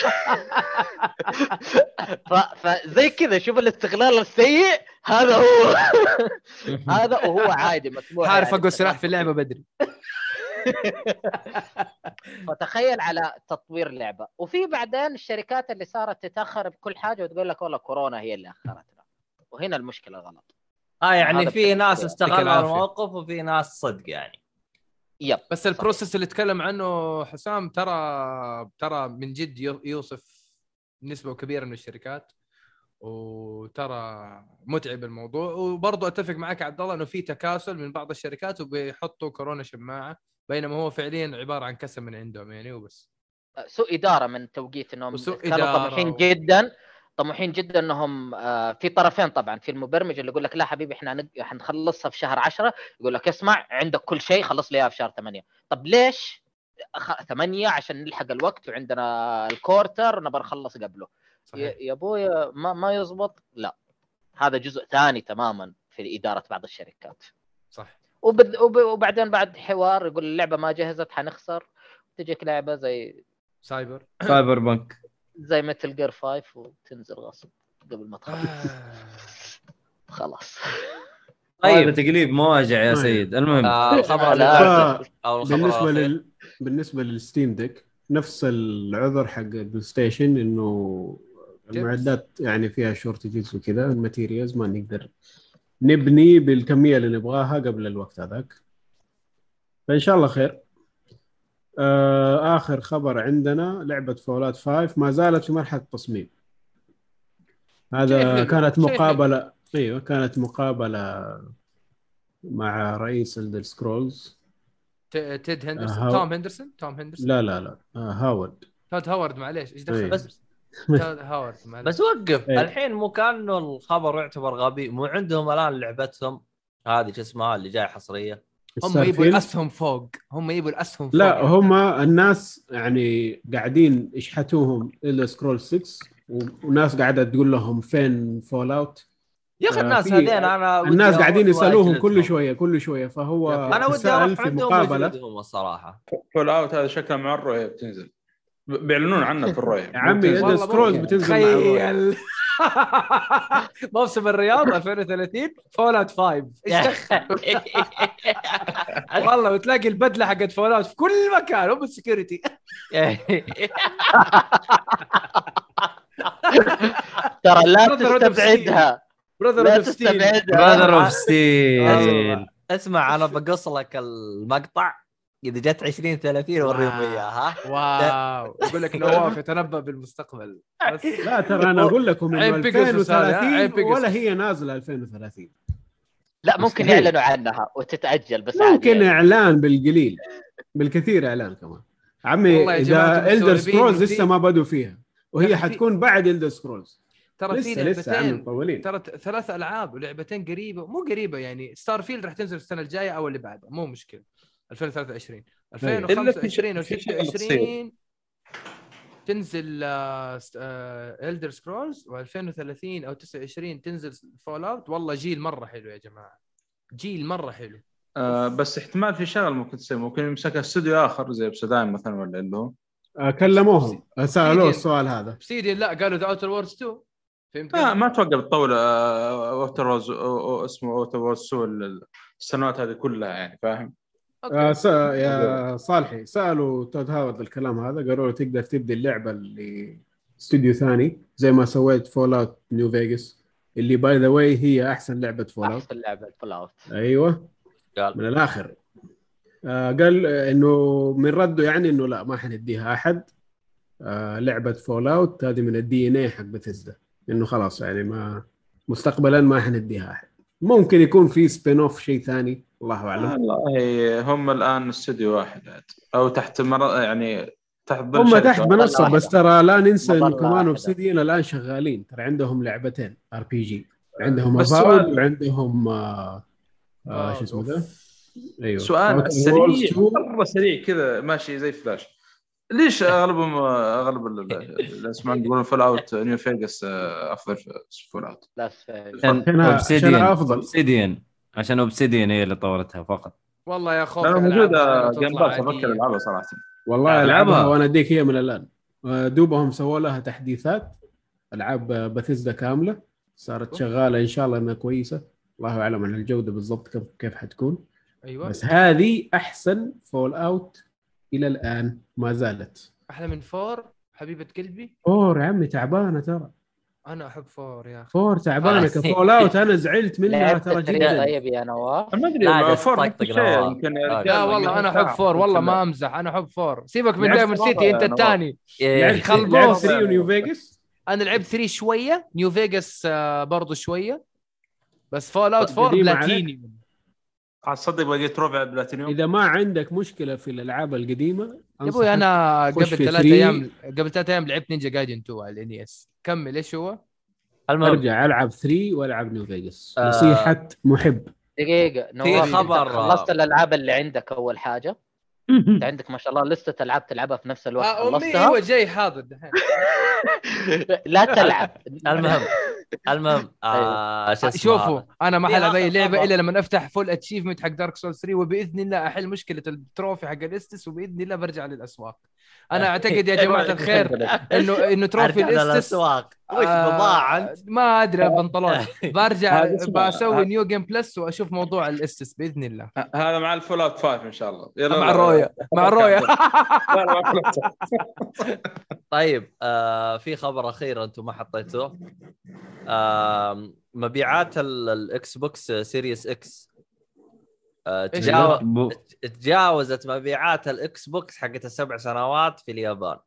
فزي كذا شوف الاستغلال السيء هذا هو. هذا وهو عادي مسموح، عارف يعني اقول سلاح في اللعبه بدري. فتخيل على تطوير لعبه، وفي بعدين الشركات اللي صارت تتاخر بكل حاجه وتقول لك والله كورونا هي اللي اخرتنا، وهنا المشكله غلط. يعني في ناس استغلوا الموقف وفي ناس صدق يعني. يب. بس البروسيس اللي تكلم عنه حسام ترى من جد يوصف نسبه كبيره من الشركات، وترى متعب الموضوع. وبرضه اتفق معك عبد الله انه في تكاسل من بعض الشركات وبيحطوا كورونا شماعه، بينما هو فعليا عباره عن كسل من عندهم يعني وبس. سوء اداره من توقيت، انهم كانوا طموحين جدا انهم في طرفين طبعا، في المبرمج اللي يقول لك لا حبيبي احنا حنخلصها في شهر 10، يقول لك اسمع عندك كل شيء خلص لي اياه في شهر 8. طب ليش 8 عشان نلحق الوقت وعندنا الكورتر ونبغى نخلص قبله. يا ابويا ما يزبط. لا هذا جزء ثاني تماما في اداره بعض الشركات. صح. وبعدين بعد حوار يقول اللعبه ما جهزت حنخسر، تجيك لعبه زي سايبر بانك زي متل جير 5 وتنزل غصب قبل ما تخلص. خلاص. طيب تقليب مواجع يا سيد. المهم الخبر بالنسبه للستيم ديك نفس العذر حق البلاي ستيشن، انه المعدات يعني فيها شورتجز وكذا، الماتيريالز ما نقدر نبني بالكميه اللي نبغاها قبل الوقت هذاك، فان شاء الله خير. آخر خبر عندنا لعبة فولات 5 ما زالت في مرحلة التصميم. هذا كانت مقابلة أيوة كانت مقابلة مع رئيس الدر سكرولز تيد هندرسون توم هندرسون لا هاورد هاورد معليش ايش دخل بس هاورد معليش. بس وقف الحين مو كانه الخبر يعتبر غبي؟ مو عندهم الان لعبتهم هذه شو اسمها اللي جاي حصرية؟ هم يبوا الاسهم فوق، لا هم الناس يعني قاعدين يشحتوهم إلى سكرول 6 وناس قاعده تقول لهم فين فول اوت يا اخي. الناس هذين انا الناس قاعدين يسالوهم كل شويه فهو انا ودي اروح عندهم واجلدهم الصراحه. فول اوت هذا شكله مع الرؤيه بتنزل، بيعلنون عنها في الرؤيه يا عمي سكرول بتنزل مع الرؤيه. موسم الرياض 2030 فول اوت 5 ايش دخل؟ والله وتلاقي البدله حقت فول اوت في كل مكان هم السكيورتي. ترى لا تستبعدها براذر اوف ستيل. اسمع انا بقص لك المقطع اذا جت 2030 وريهم اياها. واو يقول لك نواف يتنبأ بالمستقبل. بس لا ترى انا اقول لكم انه 2030 ولا هي نازله 2030. لا ممكن يعلنوا عنها وتتاجل بس ممكن يعني. اعلان بالقليل بالكثير اعلان كمان. عمي والله يا جماعة اذا إلدر المستوعبين سكرولز في- لسه ما بدوا فيها يا وهي أخي في- حتكون بعد إلدر سكرولز. ترى في لسه عم لعبتين، مطولين. ترى 3 العاب ولعبتين قريبه، مو قريبه يعني. ستار فيلد راح تنزل السنه الجايه او اللي بعدها، مو مشكله. 2023 2025 في شغلة تصير. و26 تنزل إلدر سكرولز، و2030 او 29 تنزل فول اوت. والله جيل مره حلو يا جماعه، جيل مره حلو. بس احتمال في شغل ممكن تصير، ممكن يمسك استوديو اخر زي بسدايم مثلا ولا اللي هو كلموهم سالوه Obsidian. السؤال هذا. اوبسيديان لا، قالوا ذا اوتر وورز 2. فهمت؟ ما اتوقع بتطول اوتر وورز اسمه اوتر وورز السنوات هذه كلها يعني، فاهم؟ أوكي. يا صالحي سالوا تود هاورد الكلام هذا، قالوا له تقدر تبدي اللعبه اللي استوديو ثاني زي ما سويت فول اوت نيو فيغاس اللي باي ذا واي هي احسن لعبه فول اوت. احسن لعبه فول اوت. ايوه قال من الاخر. قال انه من رده يعني انه لا ما حنديها احد. لعبه فول اوت هذه من الدي ان اي حق بثيسدا، انه خلاص يعني ما مستقبلا ما حنديها احد. ممكن يكون في سبين اوف شيء ثاني الله اعلم. والله هم الان استوديو واحد عاد او تحت يعني تحت هم شركة تحت منصه واحدة. بس ترى لا ننسى انه مظلة كمان واحدة. اوبسيديان الان شغالين، ترى عندهم لعبتين ار بي جي، عندهم بس افاود سؤال- وعندهم شو اسمه ذا. ايوه سؤال Outer سريع Worlds 2. مرة سريع كذا ماشي زي فلاش. ليش اغلب اللي اسمعون يقولون فول اوت نيو فيغاس افضل فول اوت؟ لا عشان أفضل. اوبسيديان عشان اوبسيديان هي اللي طورتها فقط. والله يا خوف لانه ألعابها موجوده لو جيم تطلع باس افكر عادية. العبها صراحه. والله ألعبها. العبها وانا اديك هي من الان. دوبهم سووا لها تحديثات، العاب بثيسدا كامله صارت شغاله ان شاء الله انها كويسه. الله اعلم عن الجوده بالضبط كيف حتكون. ايوه بس هذه احسن فول اوت الى الان ما زالت. احلى من 4 حبيبه قلبي. فور يا عمي تعبانه ترى. انا احب 4 يا اخي. فور تعبانه كفول اوت. انا زعلت منها ترى جدا. طيب يا نواف. ما ادري لا، ما جالس فور تطقطق شيء نواف. يمكن لا والله انا احب 4 والله ما امزح، انا احب 4. سيبك من لعبت دايموند سيتي انت نواف. الثاني. لعبت خلبوس. 3 ونيو فيغاس. انا لعبت 3 شويه، نيو فيغاس برضو شويه، بس فول اوت 4 قديمة بلاتيني. تصدق بقيت ربع بلاتينيوم. اذا ما عندك مشكله في الالعاب القديمه يا أنصحك ابوي انا خش قبل في 3 3. ايام لعبت نينجا جايدن 2 على الانيس. كمل ايش هو؟ المهم ارجع العب 3 والعب نيو فيغاس. آه. نصيحه محب. دقيقه نواف، خبر- أنت خلصت الالعاب اللي عندك اول حاجه؟ انت عندك ما شاء الله لسه العاب تلعبها في نفس الوقت. امي خلصتها؟ ايوه جاي حاضر دحين. لا تلعب. المهم شو اسمه شوفوا هذا؟ انا ما في حلعب آخر اي لعبه خبر. الا لما افتح فول اتشيفمنت حق دارك سول 3، وباذن الله احل مشكله التروفي حق الاستس، وباذن الله برجع للاسواق. انا اعتقد يا جماعه الخير انه تروفي أرجع الاستس للاسواق وش بضاعه انت؟ ما ادري البنطلون. برجع هذا اسمه- بسوي نيو جيم بلس واشوف موضوع الاستس باذن الله. هذا مع الفول اوت 5 ان شاء الله. يلا مع الرؤيه مع الرؤيه. لا لا ما خلصت. طيب في خبر اخير انتم ما حطيتوه. مبيعات الاكس بوكس سيريس اكس تجاوزت مبيعات الاكس بوكس حقت ال7 سنوات في اليابان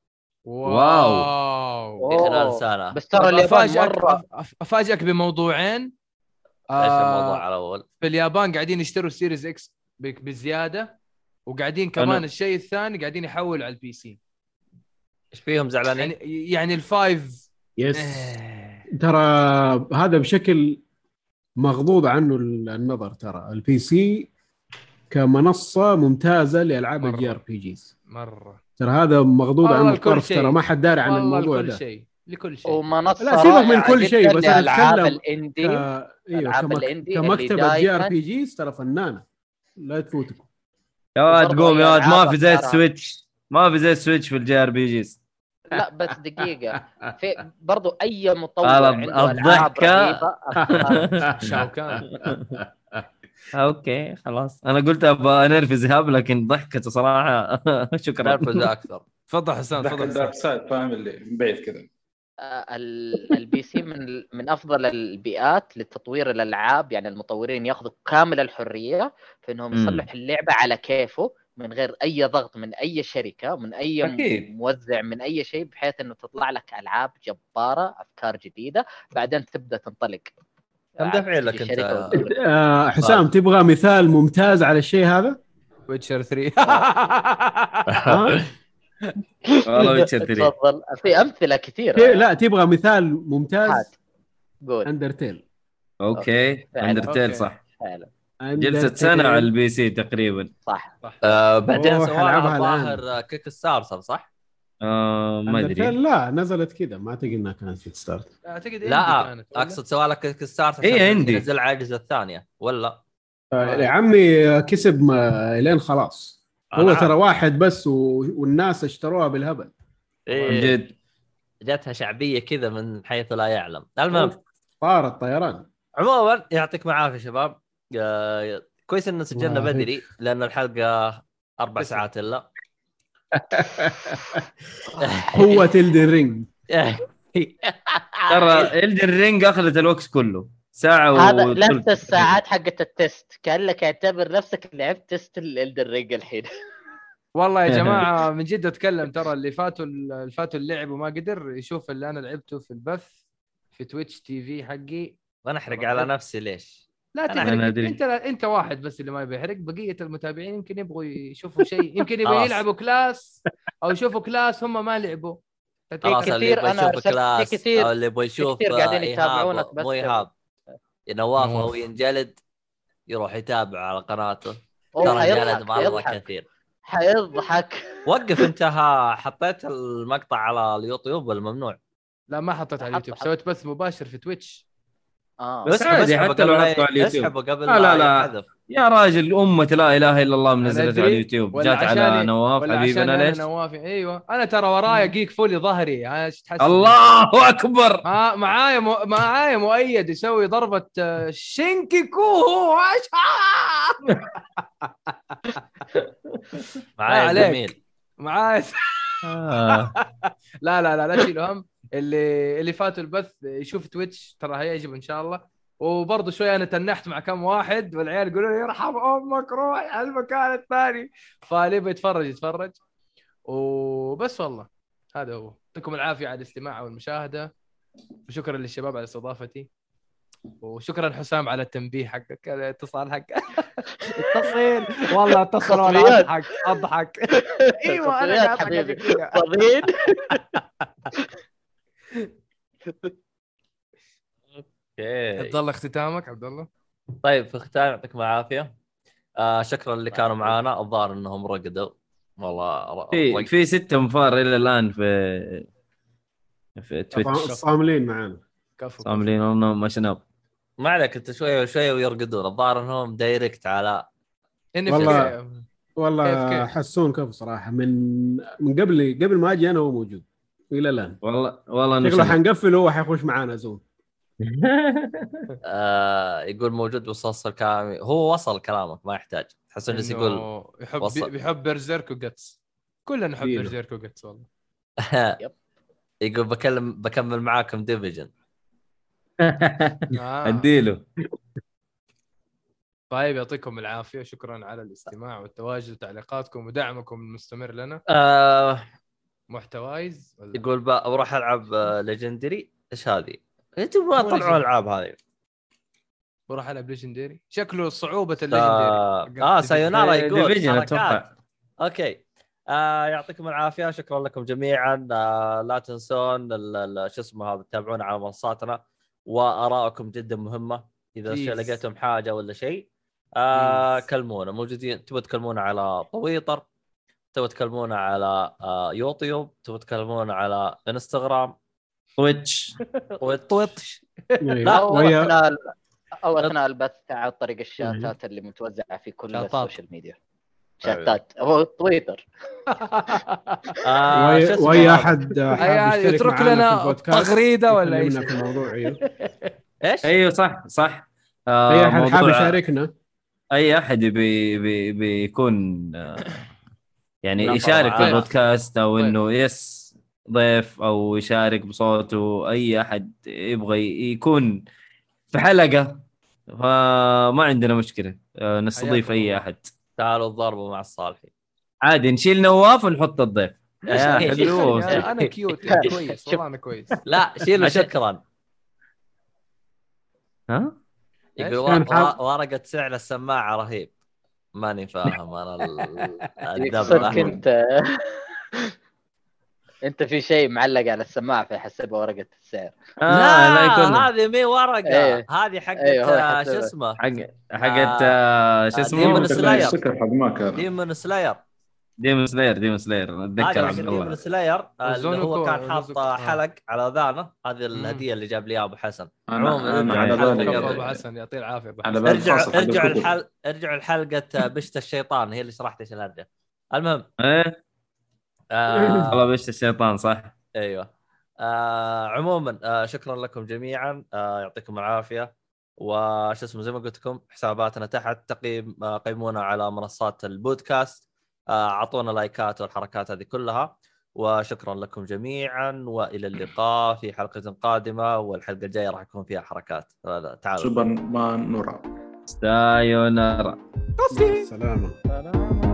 واو. في خلال سنه. بس ترى اليابان مره افاجئك بموضوعين. ايش الموضوع الاول؟ في اليابان قاعدين يشتروا سيريز اكس بزياده، وقاعدين كمان الشيء الثاني قاعدين يحولوا على البي سي. ايش فيهم زعلانين؟ يعني الفايف يس ترى هذا بشكل مغضوض عنه النظر. ترى البي سي كمنصه ممتازه لالعاب مرة. الجي ار بي جيز مره. ترى هذا مغضوض والله عنه الكل الطرف. شيء. ترى ما حد داري عن والله الموضوع لكل ده. شيء لكل شيء. ومنصه لا سيبك من كل رائعة شيء، جداً بس انا لألعاب اتكلم الاندي. ألعاب الإندي كمكتبه اللي جي ار دايماً- بي جيز ترى فنانه لا تفوتكم. يا واد وبرضه قوم هي يا واد، ما ألعاب في زي أفكار. السويتش، ما في زي السويتش في الجي ار بي جيز. لا بس دقيقه، في برضو اي مطور هذا عنده العاب الضحكة. رهيبه. شاوكان. اوكي خلاص، انا قلت ابغى نرفز هاب لكن ضحكته صراحه. شكرا. نرفز اكثر. تفضل حسان ذاك تفضل الدارك حسان. سايد فاهم اللي من بعيد كذا. البي سي من افضل البيئات لتطوير الالعاب. يعني المطورين ياخذوا كامل الحريه في انهم يصلحوا اللعبه على كيفه من غير اي ضغط من اي شركه، من اي أكيد. موزع، من اي شيء، بحيث انه تطلع لك العاب جباره، افكار جديده، بعدين تبدا تنطلق. كم دافعين لك انت؟ حسام تبغى مثال ممتاز على الشيء هذا؟ ويتشر 3. والله ويتشر 3 تفضل في امثله كثيره. لا تبغى مثال ممتاز؟ هات. قول. اندرتيل. اوكي فعلا. اندرتيل أوكي. صح، فعلا جلسة سنة على البي سي تقريبا. صح. بعدين أوه، سوى حلعبها لها الآن. ظاهر كيك ستارتر صح؟ ما ادري. اندرتيل لا نزلت كذا، ما اعتقد انها كانت في ستارت. اعتقد عندي لا كانت ولا؟ اقصد سوى لها كيك ستارتر هي عشان عندي. ينزل على الاجهزه الثانيه ولا؟ يا عمي كسب لين خلاص. هو أنا ترى واحد بس والناس اشتروها بالهبل. إيه، جد جاتها شعبيه كذا من حيث لا يعلم. المهم طار الطيران. عموما يعطيكم العافيه شباب. كويس ان سجلنا الله بدري لان الحلقه 4 تسلم. ساعات الا. قوة الدرينج. ترى إلدن رينج اخذت الوقت كله ساعة هذا وثلث. نفس الساعات حقت التست، كانك اعتبر نفسك لعبت تست الالدر رينج الحين. والله يا جماعه من جد اتكلم، ترى اللي فاتوا اللعب وما قدر يشوف اللي انا لعبته في البث في تويتش تي في حقي. وانا احرق على نفسي ليش؟ لا أنا تحرق، أدري. انت واحد بس اللي ما يبي يحرق، بقيه المتابعين يمكن يبغوا يشوفوا شيء، يمكن يبغوا خلاص. يلعبوا كلاس او يشوفوا كلاس هم ما لعبوا. خلاص اللي كثير يبغى أنا يشوف أرسلت- في كلاس كثير- او اللي يبغى يشوف كثير قاعدين يتابعونك إيهاب بس مو إيهاب نواف نواف. او ينجلد يروح يتابع على قناته. هو ترى حيضحك- انجلد مره حيضحك. كثير. حيضحك. وقف انت حطيت المقطع على اليوتيوب ولا ممنوع؟ لا ما حطيت على اليوتيوب، حط. سويت بث مباشر في تويتش. بس عادي اسحبه حتى لو قبل حطوا على اليوتيوب. اسحبه قبل لا لا ما لا. ينحذف. يا راجل أمة لا إله إلا الله منزلتها أدري، على اليوتيوب، ولا جات على عشاني- نواف ولا حبيبنا عشان ليش؟ انا نواف. ايوه انا ترى ورايا جيك فولي ظهري، ايش تحس؟ الله أكبر. معايا مؤيد يسوي ضربة شينكي كوهو. معايا عليك. جميل. معايا. لا تشيلوا هم. اللي فاتوا البث يشوف تويتش ترى هيعجب ان شاء الله. وبرضه شوي انا تنحت مع كم واحد والعيال يقولوا لي يرحم امك روح على المكان الثاني، فاللي يبغى يتفرج وبس. والله هذا هو. يعطيكم العافيه على الاستماع والمشاهده، وشكرا للشباب على استضافتي، وشكرا حسام على التنبيه حقك الاتصال حق التصوير. والله اتصل وانا اضحك. ايوه انا قاعد حبيبي كذا. فاضيين. اوكي عبد الله ختامك عبد الله. طيب في ختام يعطيكم العافيه. شكرا اللي كانوا معانا. الظاهر انهم رقدوا والله. في 6 انفار إلى الآن في تويتش صاملين معانا. كفو صاملين والله ما شناب. ما عليك انت شويه ويرقدون. الظاهر انهم دايركت على والله كيف؟ حسون كفو صراحه. من قبل ما اجي انا هو موجود الى الان. والله شكله حنقفل وهو حيخش معانا زون. يقول موجود وصل كلامي. هو وصل كلامك ما يحتاج. حسون جالس يقول بيحب برزيرك وجتس. كلنا نحب دينه. برزيرك وجتس والله. يقول بكمل معاكم ديفيجن. اديله. طيب يعطيكم العافيه، شكرا على الاستماع والتواجد وتعليقاتكم ودعمكم المستمر لنا. محتوايز يقول بروح العب ليجندري. ايش هذه؟ انتوا ما طلعوا الالعاب هذه. بروح العب ليجندري. شكله صعوبه الليجندري. سايونارا يقول ديفيجن اتوقع. اوكي. يعطيكم العافيه. شكرا لكم جميعا. لا تنسون شو اسمه هذا تتابعونا على منصاتنا، وارائكم جدا مهمه. اذا لقيتم حاجه ولا شيء كلمونا. موجودين. تبغوا تكلمونا على تويتر، تبغوا تكلمونا على يوتيوب، تبغوا تكلمونا على انستغرام، تويتش. او اثناء البث عن طريق الشاتات اللي متوزعه في كل السوشيال ميديا. شاتات او تويتر. واي احد يترك لنا تغريده ولا ايش في الموضوع. ايش؟ ايوه صح. اي احد حاب يشاركنا، اي احد بيكون يعني يشارك في البودكاست او انه ضيف او يشارك بصوته. اي احد يبغى يكون في حلقه فما عندنا مشكله، نستضيف اي احد. تعالوا الضربوا مع الصالحي عادي. نشيل نواف ونحط الضيف. انا كيوت كويس والله انا كويس. لا شيلوا شكرا. ها يقول ورقة سعر السماعة رهيب. ماني فاهم انا الدبلة. كنت انت في شيء معلق على السماعه فيحسبها ورقه السعر. لا يكون هذه مي ورقه. إيه. هذه حقت أيوه، هو يحسبها. شو اسمه حقت شو ديمون اسمه سلاير. السكر حق ماك هذا. ديمون سلاير. ديمون سلاير اتذكر هذه عبد حق الله. ديمون سلاير اللي هو كان حاط وزونوكو. حلق على ذانه. هذه الهديه اللي جاب لي اياها ابو حسن. أنا ارجع على الحلقة بالي- قبل. ابو حسن يعطيه العافيه ابو على حسن. بالي خاصة حق الكتب. ارجعوا الحلقه بشت الشيطان هي اللي شرحت ايش الهرجه. المهم ايه والله بس الشيطان صح. ايوه. عموما شكرا لكم جميعا. يعطيكم العافيه. وش اسمه زي ما قلت لكم حساباتنا تحت قيمونا على منصات البودكاست. اعطونا لايكات والحركات هذه كلها. وشكرا لكم جميعا والى اللقاء في حلقه قادمه. والحلقه الجايه راح يكون فيها حركات. تعالوا سوبر مان نورا. سايونارا. سلامة.